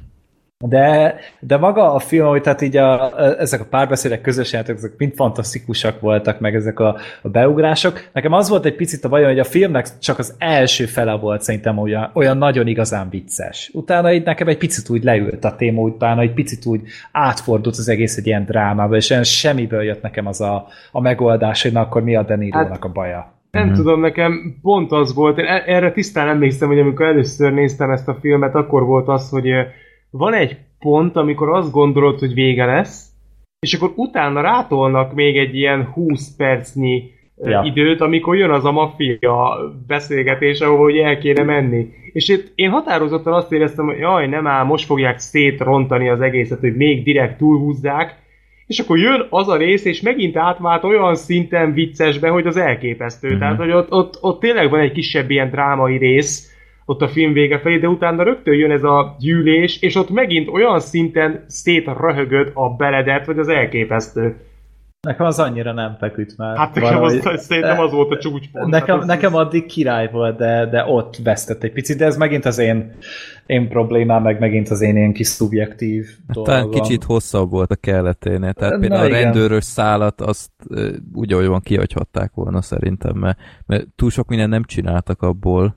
S4: De maga a film, hogy tehát így ezek a párbeszédek, közös játékok, ezek mind fantasztikusak voltak, meg ezek a beugrások. Nekem az volt egy picit a bajom, hogy a filmnek csak az első fele volt szerintem olyan nagyon igazán vicces. Utána így nekem egy picit úgy leült a téma, utána egy picit úgy átfordult az egész egy ilyen drámába, és olyan semmiből jött nekem az a megoldás, hogy na akkor mi a De Nirónak a baja.
S6: Nem tudom, nekem pont az volt, én erre tisztán emlékszem, hogy amikor először néztem ezt a filmet, akkor volt az, hogy van egy pont, amikor azt gondolod, hogy vége lesz, és akkor utána rátolnak még egy ilyen 20 percnyi időt, amikor jön az a maffia beszélgetés, ahol el kéne menni. És itt én határozottan azt éreztem, hogy jaj, nem áll, most fogják szétrontani az egészet, hogy még direkt túlhúzzák, és akkor jön az a rész, és megint átvált olyan szinten viccesbe, hogy az elképesztő. Tehát, hogy ott tényleg van egy kisebb ilyen drámai rész, ott a film vége felé, de utána rögtön jön ez a gyűlés, és ott megint olyan szinten szétröhögött a beledet, hogy az elképesztő.
S4: Nekem az annyira nem feküdt már.
S6: Hát nekem szerintem az volt a csúcspont.
S4: Nekem addig király volt, de ott vesztett egy picit, de ez megint az én problémám, meg megint az én ilyen kis szubjektív dolgom.
S3: Talán kicsit hosszabb volt a kelleténél, tehát például a rendőrös szálat azt úgy, ahogy van, kihagyhatták volna szerintem, mert túl sok minden nem csináltak abból.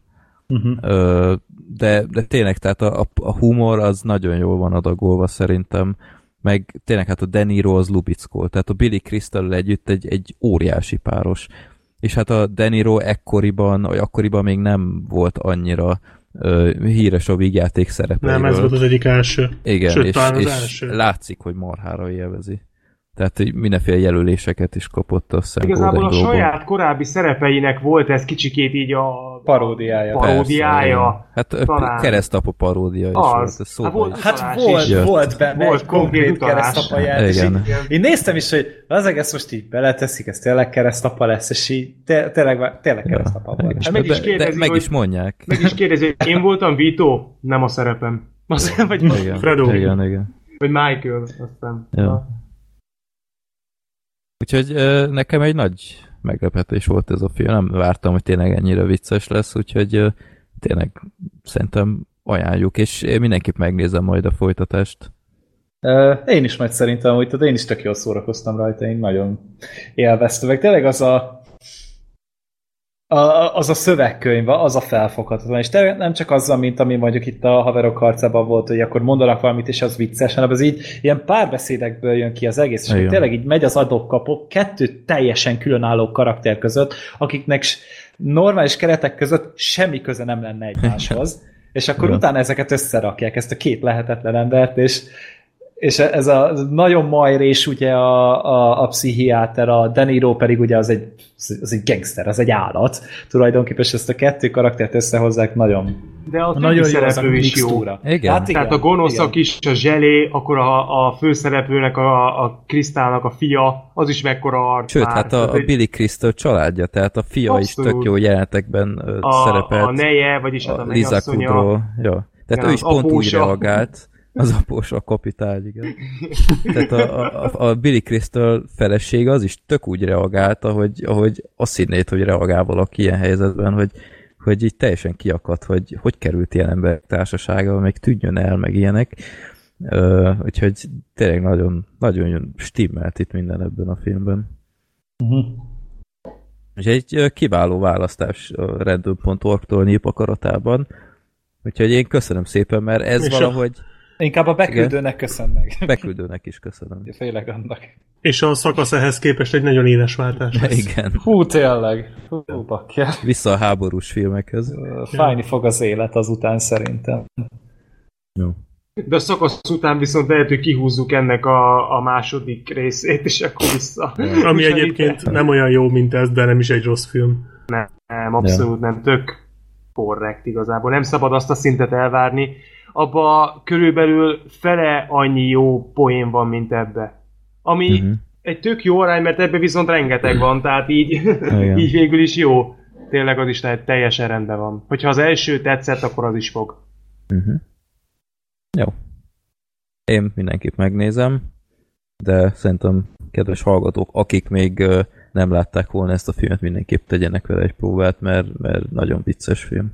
S3: De tényleg, tehát a humor az nagyon jól van adagolva szerintem, meg tényleg hát a De Niro az Lubicko, tehát a Billy Crystal együtt egy óriási páros. És hát a De Niro akkoriban még nem volt annyira híres a vígjáték szerepeiről.
S2: Nem, ez volt az egyik első.
S3: Igen,
S2: sőt,
S3: és
S2: első.
S3: látszik, hogy marhára élvezi. Tehát mindenféle jelöléseket is kapott a Sam
S6: Igazából
S3: Golden
S6: a
S3: Globe-on.
S6: saját korábbi szerepeinek volt ez kicsikét így a
S4: paródiája.
S6: Paródiája.
S3: Hát keresztapa paródia is volt.
S4: Volt benne egy konkrét keresztapa jelent. Én néztem is, hogy azeg ezt most így beleteszik, ez tényleg keresztapa lesz, és így tényleg keresztapa volt.
S6: Hát
S3: meg is mondják.
S6: Meg is kérdezi, hogy én voltam Vito, nem a szerepem. Vagy Fredo.
S3: Igen.
S6: Vagy Michael, aztán.
S3: Ja. Úgyhogy nekem egy nagy meglepetés volt ez a film. Nem vártam, hogy tényleg ennyire vicces lesz, úgyhogy tényleg szerintem ajánljuk, és én mindenképp megnézem majd a folytatást.
S4: Én is majd szerintem, hogy én is tök jól szórakoztam rajta, én nagyon élveztem. Meg tényleg az a szövegkönyv, az a felfoghatatlan, és nem csak azzal, mint ami mondjuk itt a Haverok harcában volt, hogy akkor mondanak valamit, és az vicces, hanem az így ilyen párbeszédekből jön ki az egész, és tényleg így megy az adok-kapok kettő teljesen különálló karakter között, akiknek normális keretek között semmi köze nem lenne egymáshoz, és akkor utána ezeket összerakják, ezt a két lehetetlen embert, és ez a nagyon majrés ugye a pszichiáter, a De Niro pedig ugye az egy gangster, az egy állat. Tulajdonképpen ezt a kettő karaktert összehozzák nagyon.
S6: De a nagyon szereplő is jó.
S3: Igen.
S6: Hát igen, tehát a gonoszak is, a zselé, akkor a főszereplőnek, a Krisztálnak a fia, az is mekkora arc.
S3: Sőt, hát a Billy Crystal családja, tehát a fia abszolút. Is tök jó jelenetekben szerepelt.
S6: A neje, vagyis hát a
S3: Lisa Kudrow. Ja. Tehát ő is pont úgy reagált. Az apósa, a kapitány, igen. Tehát a Billy Crystal felesége az is tök úgy reagált, ahogy azt hinnéd, hogy reagál valaki ilyen helyzetben, hogy így teljesen kiakadt, hogy került ilyen ember társasága, még tűnjön el, meg ilyenek. Úgyhogy tényleg nagyon, nagyon stimmelt itt minden ebben a filmben. Úgyhogy egy kiváló választás a Random.org-tól népakaratában. Úgyhogy én köszönöm szépen, mert ez valahogy...
S4: Inkább a beküldőnek köszön meg.
S3: Beküldőnek is köszönöm.
S4: Félek annak.
S2: És a szakasz ehhez képest egy nagyon éles váltás lesz.
S3: Igen.
S4: Hú, tényleg. Hú, bakker.
S3: Vissza a háborús filmekhez.
S4: Fájni fog az élet azután szerintem.
S3: Jó.
S6: De a szakasz után viszont lehet, hogy kihúzzuk ennek a második részét, és akkor vissza.
S2: Ja. Ami egyébként nem olyan jó, mint ez, de nem is egy rossz film.
S6: Nem, abszolút nem. Tök korrekt igazából. Nem szabad azt a szintet elvárni. Abba körülbelül fele annyi jó poén van, mint ebbe. Ami egy tök jó arány, mert ebbe viszont rengeteg van, tehát így végül is jó. Tényleg az is teljesen rendben van. Hogyha az első tetszett, akkor az is fog.
S3: Jó. Én mindenképp megnézem, de szerintem kedves hallgatók, akik még nem látták volna ezt a filmet, mindenképp tegyenek vele egy próbát, mert nagyon vicces film.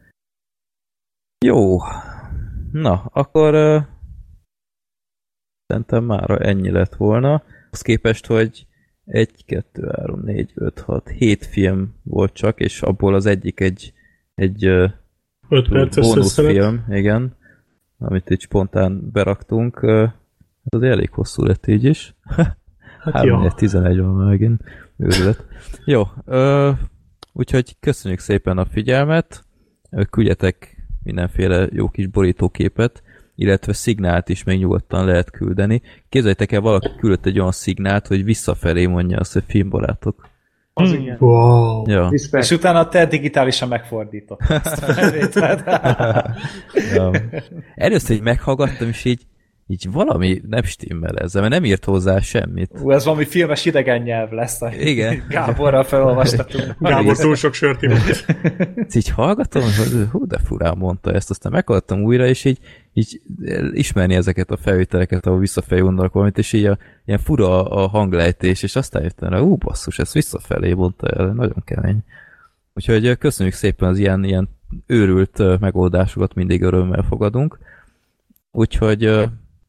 S3: Jó. Na, akkor szerintem már ennyi lett volna. Az képest, hogy 1, 2, 3, 4, 5, 6, 7 film volt csak, és abból az egyik egy
S2: 5 perces
S3: bónuszfilm, igen, amit így spontán beraktunk. Hát az elég hosszú lett így is. Hát 3-4-11 van megint. Őrület. Jó, úgyhogy köszönjük szépen a figyelmet. Küldjetek mindenféle jó kis borítóképet, illetve szignált is még nyugodtan lehet küldeni. Képzeljétek el, valaki küldött egy olyan szignált, hogy visszafelé mondja azt, hogy filmbarátok.
S6: Az igen.
S2: Wow.
S3: Ja.
S4: És utána te digitálisan megfordított ezt a felvételt.
S3: Ja. Először így meghallgattam, és így így valami nem stimmel ezzel, mert nem írt hozzá semmit.
S4: Ez valami filmes idegen nyelv lesz.
S3: Igen.
S4: Gáborral felolvastatunk.
S2: Gábor túl sok sört ivott.
S3: Így hallgatom, hogy hú, de furán mondta ezt, aztán meghallgattam újra, és így ismerni ezeket a felvételeket, ahol visszafelé mondanak valamit, és így ilyen fura a hanglejtés, és aztán jöttem rá, basszus, ez visszafelé mondta el, nagyon kemény. Úgyhogy köszönjük szépen az ilyen őrült megoldásokat, mindig örömmel fogadunk. Úgyhogy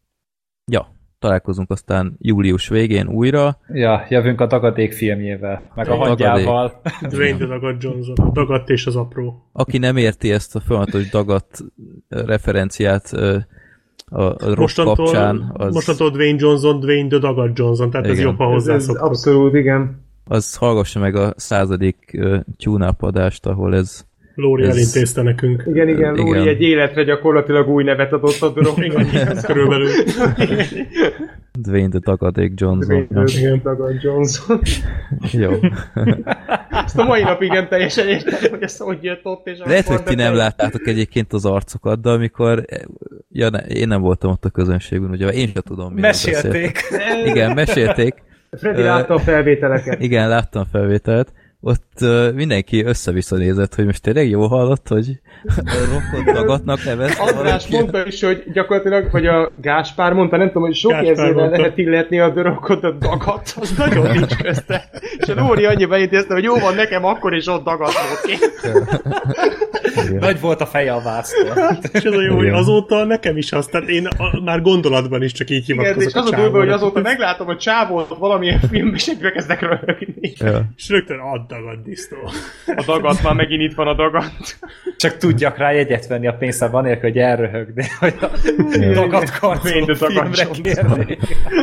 S3: találkozunk aztán július végén újra.
S4: Ja, jövünk a Dagadék filmjével, meg a hangyával.
S2: Dwayne the Dagat Johnson, a Dagat és az apró.
S3: Aki nem érti ezt a folyamatos Dagat referenciát a rock kapcsán, az...
S2: Mostantól Dwayne Johnson, Dwayne the Dagat Johnson, tehát igen. Ez jobb, ha hozzászoktok.
S6: Abszolút, igen.
S3: Az hallgassa meg a 100. tune-up adást, ahol ez...
S2: Lóri elintézte nekünk.
S6: Igen, Lóri egy életre gyakorlatilag új nevet adott a dolognak.
S2: Körülbelül.
S3: Dwayne the Dagadék Johnson.
S6: Dwayne the Dagat Johnson.
S3: Jó.
S6: Ezt a mai napig nem teljesen értem, hogy ez hogy jött ott. És
S3: lehet, hogy ti nem láttátok egyébként az arcokat, de amikor... én nem voltam ott a közönségben, ugye én sem tudom,
S4: mesélték.
S3: Igen, mesélték.
S6: Freddy látta a felvételeket.
S3: Igen, láttam a felvételt. Ott mindenki össze-vissza nézett, hogy most tényleg jól hallott, hogy rokkot Dagatnak nevezte.
S6: András mondta is, hogy gyakorlatilag, vagy a Gáspár mondta, nem tudom, hogy sok érzével lehet illetni a rokkot a Dagat, az nagyon nincs közte. És a Lóri annyi beintézte, hogy jó van, nekem akkor is ott Dagat volt ki.
S4: Nagy volt a feje a vásztól.
S2: És ez a jó, hogy azóta nekem is az, tehát én már gondolatban is csak így hivatkozok.
S6: És az a durva, hogy azóta meglátom, hogy csávót valamilyen filmben, és egybe kezdek röhögni.
S3: Ja.
S2: És rögtön a Dagat disznó.
S6: A Dagat, már megint itt van a Dagat.
S4: Csak tudjak rá jegyet venni a pénztárban, anélkül, hogy elröhögni, hogy a Dagat karcoló filmre kérni.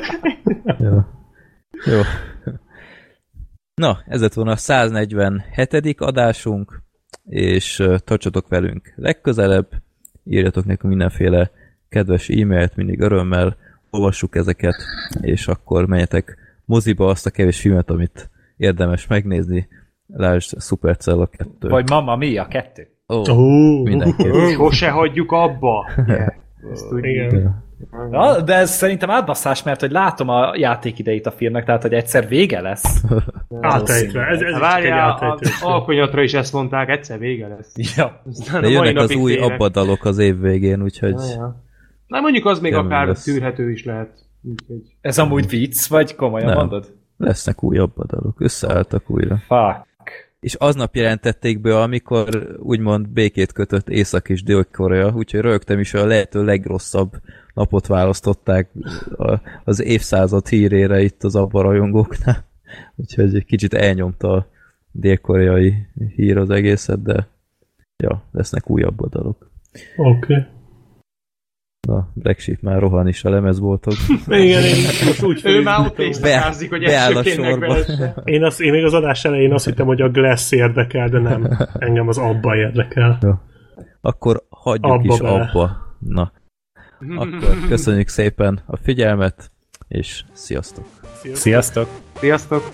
S3: Jó. Na, ez lett volna a 147. adásunk, és tartsatok velünk legközelebb, írjatok nekünk mindenféle kedves e-mailt, mindig örömmel olvassuk ezeket, és akkor menjetek moziba azt a kevés filmet, amit érdemes megnézni. Lásd Supercell 2.
S4: Vagy Mamma Mia 2.
S3: Mindenképp.
S6: Sose hagyjuk abba.
S2: Igen.
S4: Ja, de ez szerintem átbasszás, mert hogy látom a játékidejét a filmnek, tehát hogy egyszer vége lesz.
S2: Átejtve. Ez
S6: várjál, az alkonyatra is ezt mondták, egyszer vége lesz.
S4: Ja.
S3: De jönnek az új abbadalok az év végén, úgyhogy...
S6: Na mondjuk az még akár lesz. Tűrhető is lehet.
S4: Ez amúgy vicc, vagy komolyan mondod?
S3: Lesznek új abbadalok, összeálltak újra.
S4: Fuck.
S3: És aznap jelentették be, amikor úgymond békét kötött Észak- és Dél-Korea, úgyhogy rögtem is, a lehető legrosszabb napot választották az évszázad hírére itt az abba rajongóknál. Úgyhogy egy kicsit elnyomta a dél-koreai hír az egészet, de ja, lesznek újabb dalok.
S2: Oké.
S3: Na, Black Sheep már rohan is a lemezboltok.
S2: Igen, én most úgy
S6: ő már ott éjszakázik, hogy
S3: beáll a sorba.
S2: Én még az adás elején azt hittem, hogy a Glass érdekel, de nem. Engem az abba érdekel.
S3: Ja. Akkor hagyjuk abba is bele. Abba. Na. Akkor köszönjük szépen a figyelmet, és sziasztok!
S4: Sziasztok!
S6: Sziasztok!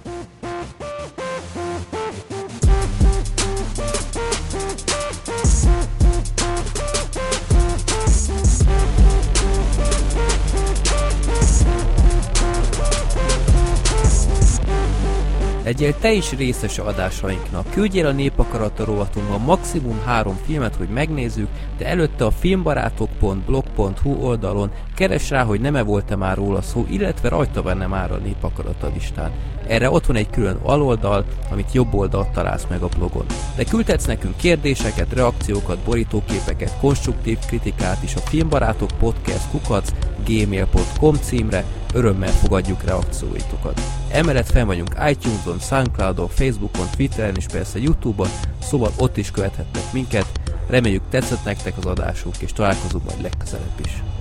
S3: Legyél te is részes adásainknak. Küldjél a Népakarata rovatunkban maximum 3 filmet, hogy megnézzük, de előtte a filmbarátok.blog.hu oldalon keres rá, hogy nem-e volt-e már róla szó, illetve rajta benne már a Népakarata listán. Erre ott van egy külön aloldal, amit jobb oldalt találsz meg a blogon. De küldhetsz nekünk kérdéseket, reakciókat, borítóképeket, konstruktív kritikát is a filmbarátok podcast @gmail.com címre, örömmel fogadjuk reakcióitokat. Emellett fenn vagyunk iTunes-on, Soundcloud-on, Facebookon, Twitteren és persze YouTube-on, szóval ott is követhettek minket. Reméljük tetszett nektek az adásunk, és találkozunk majd legközelebb is.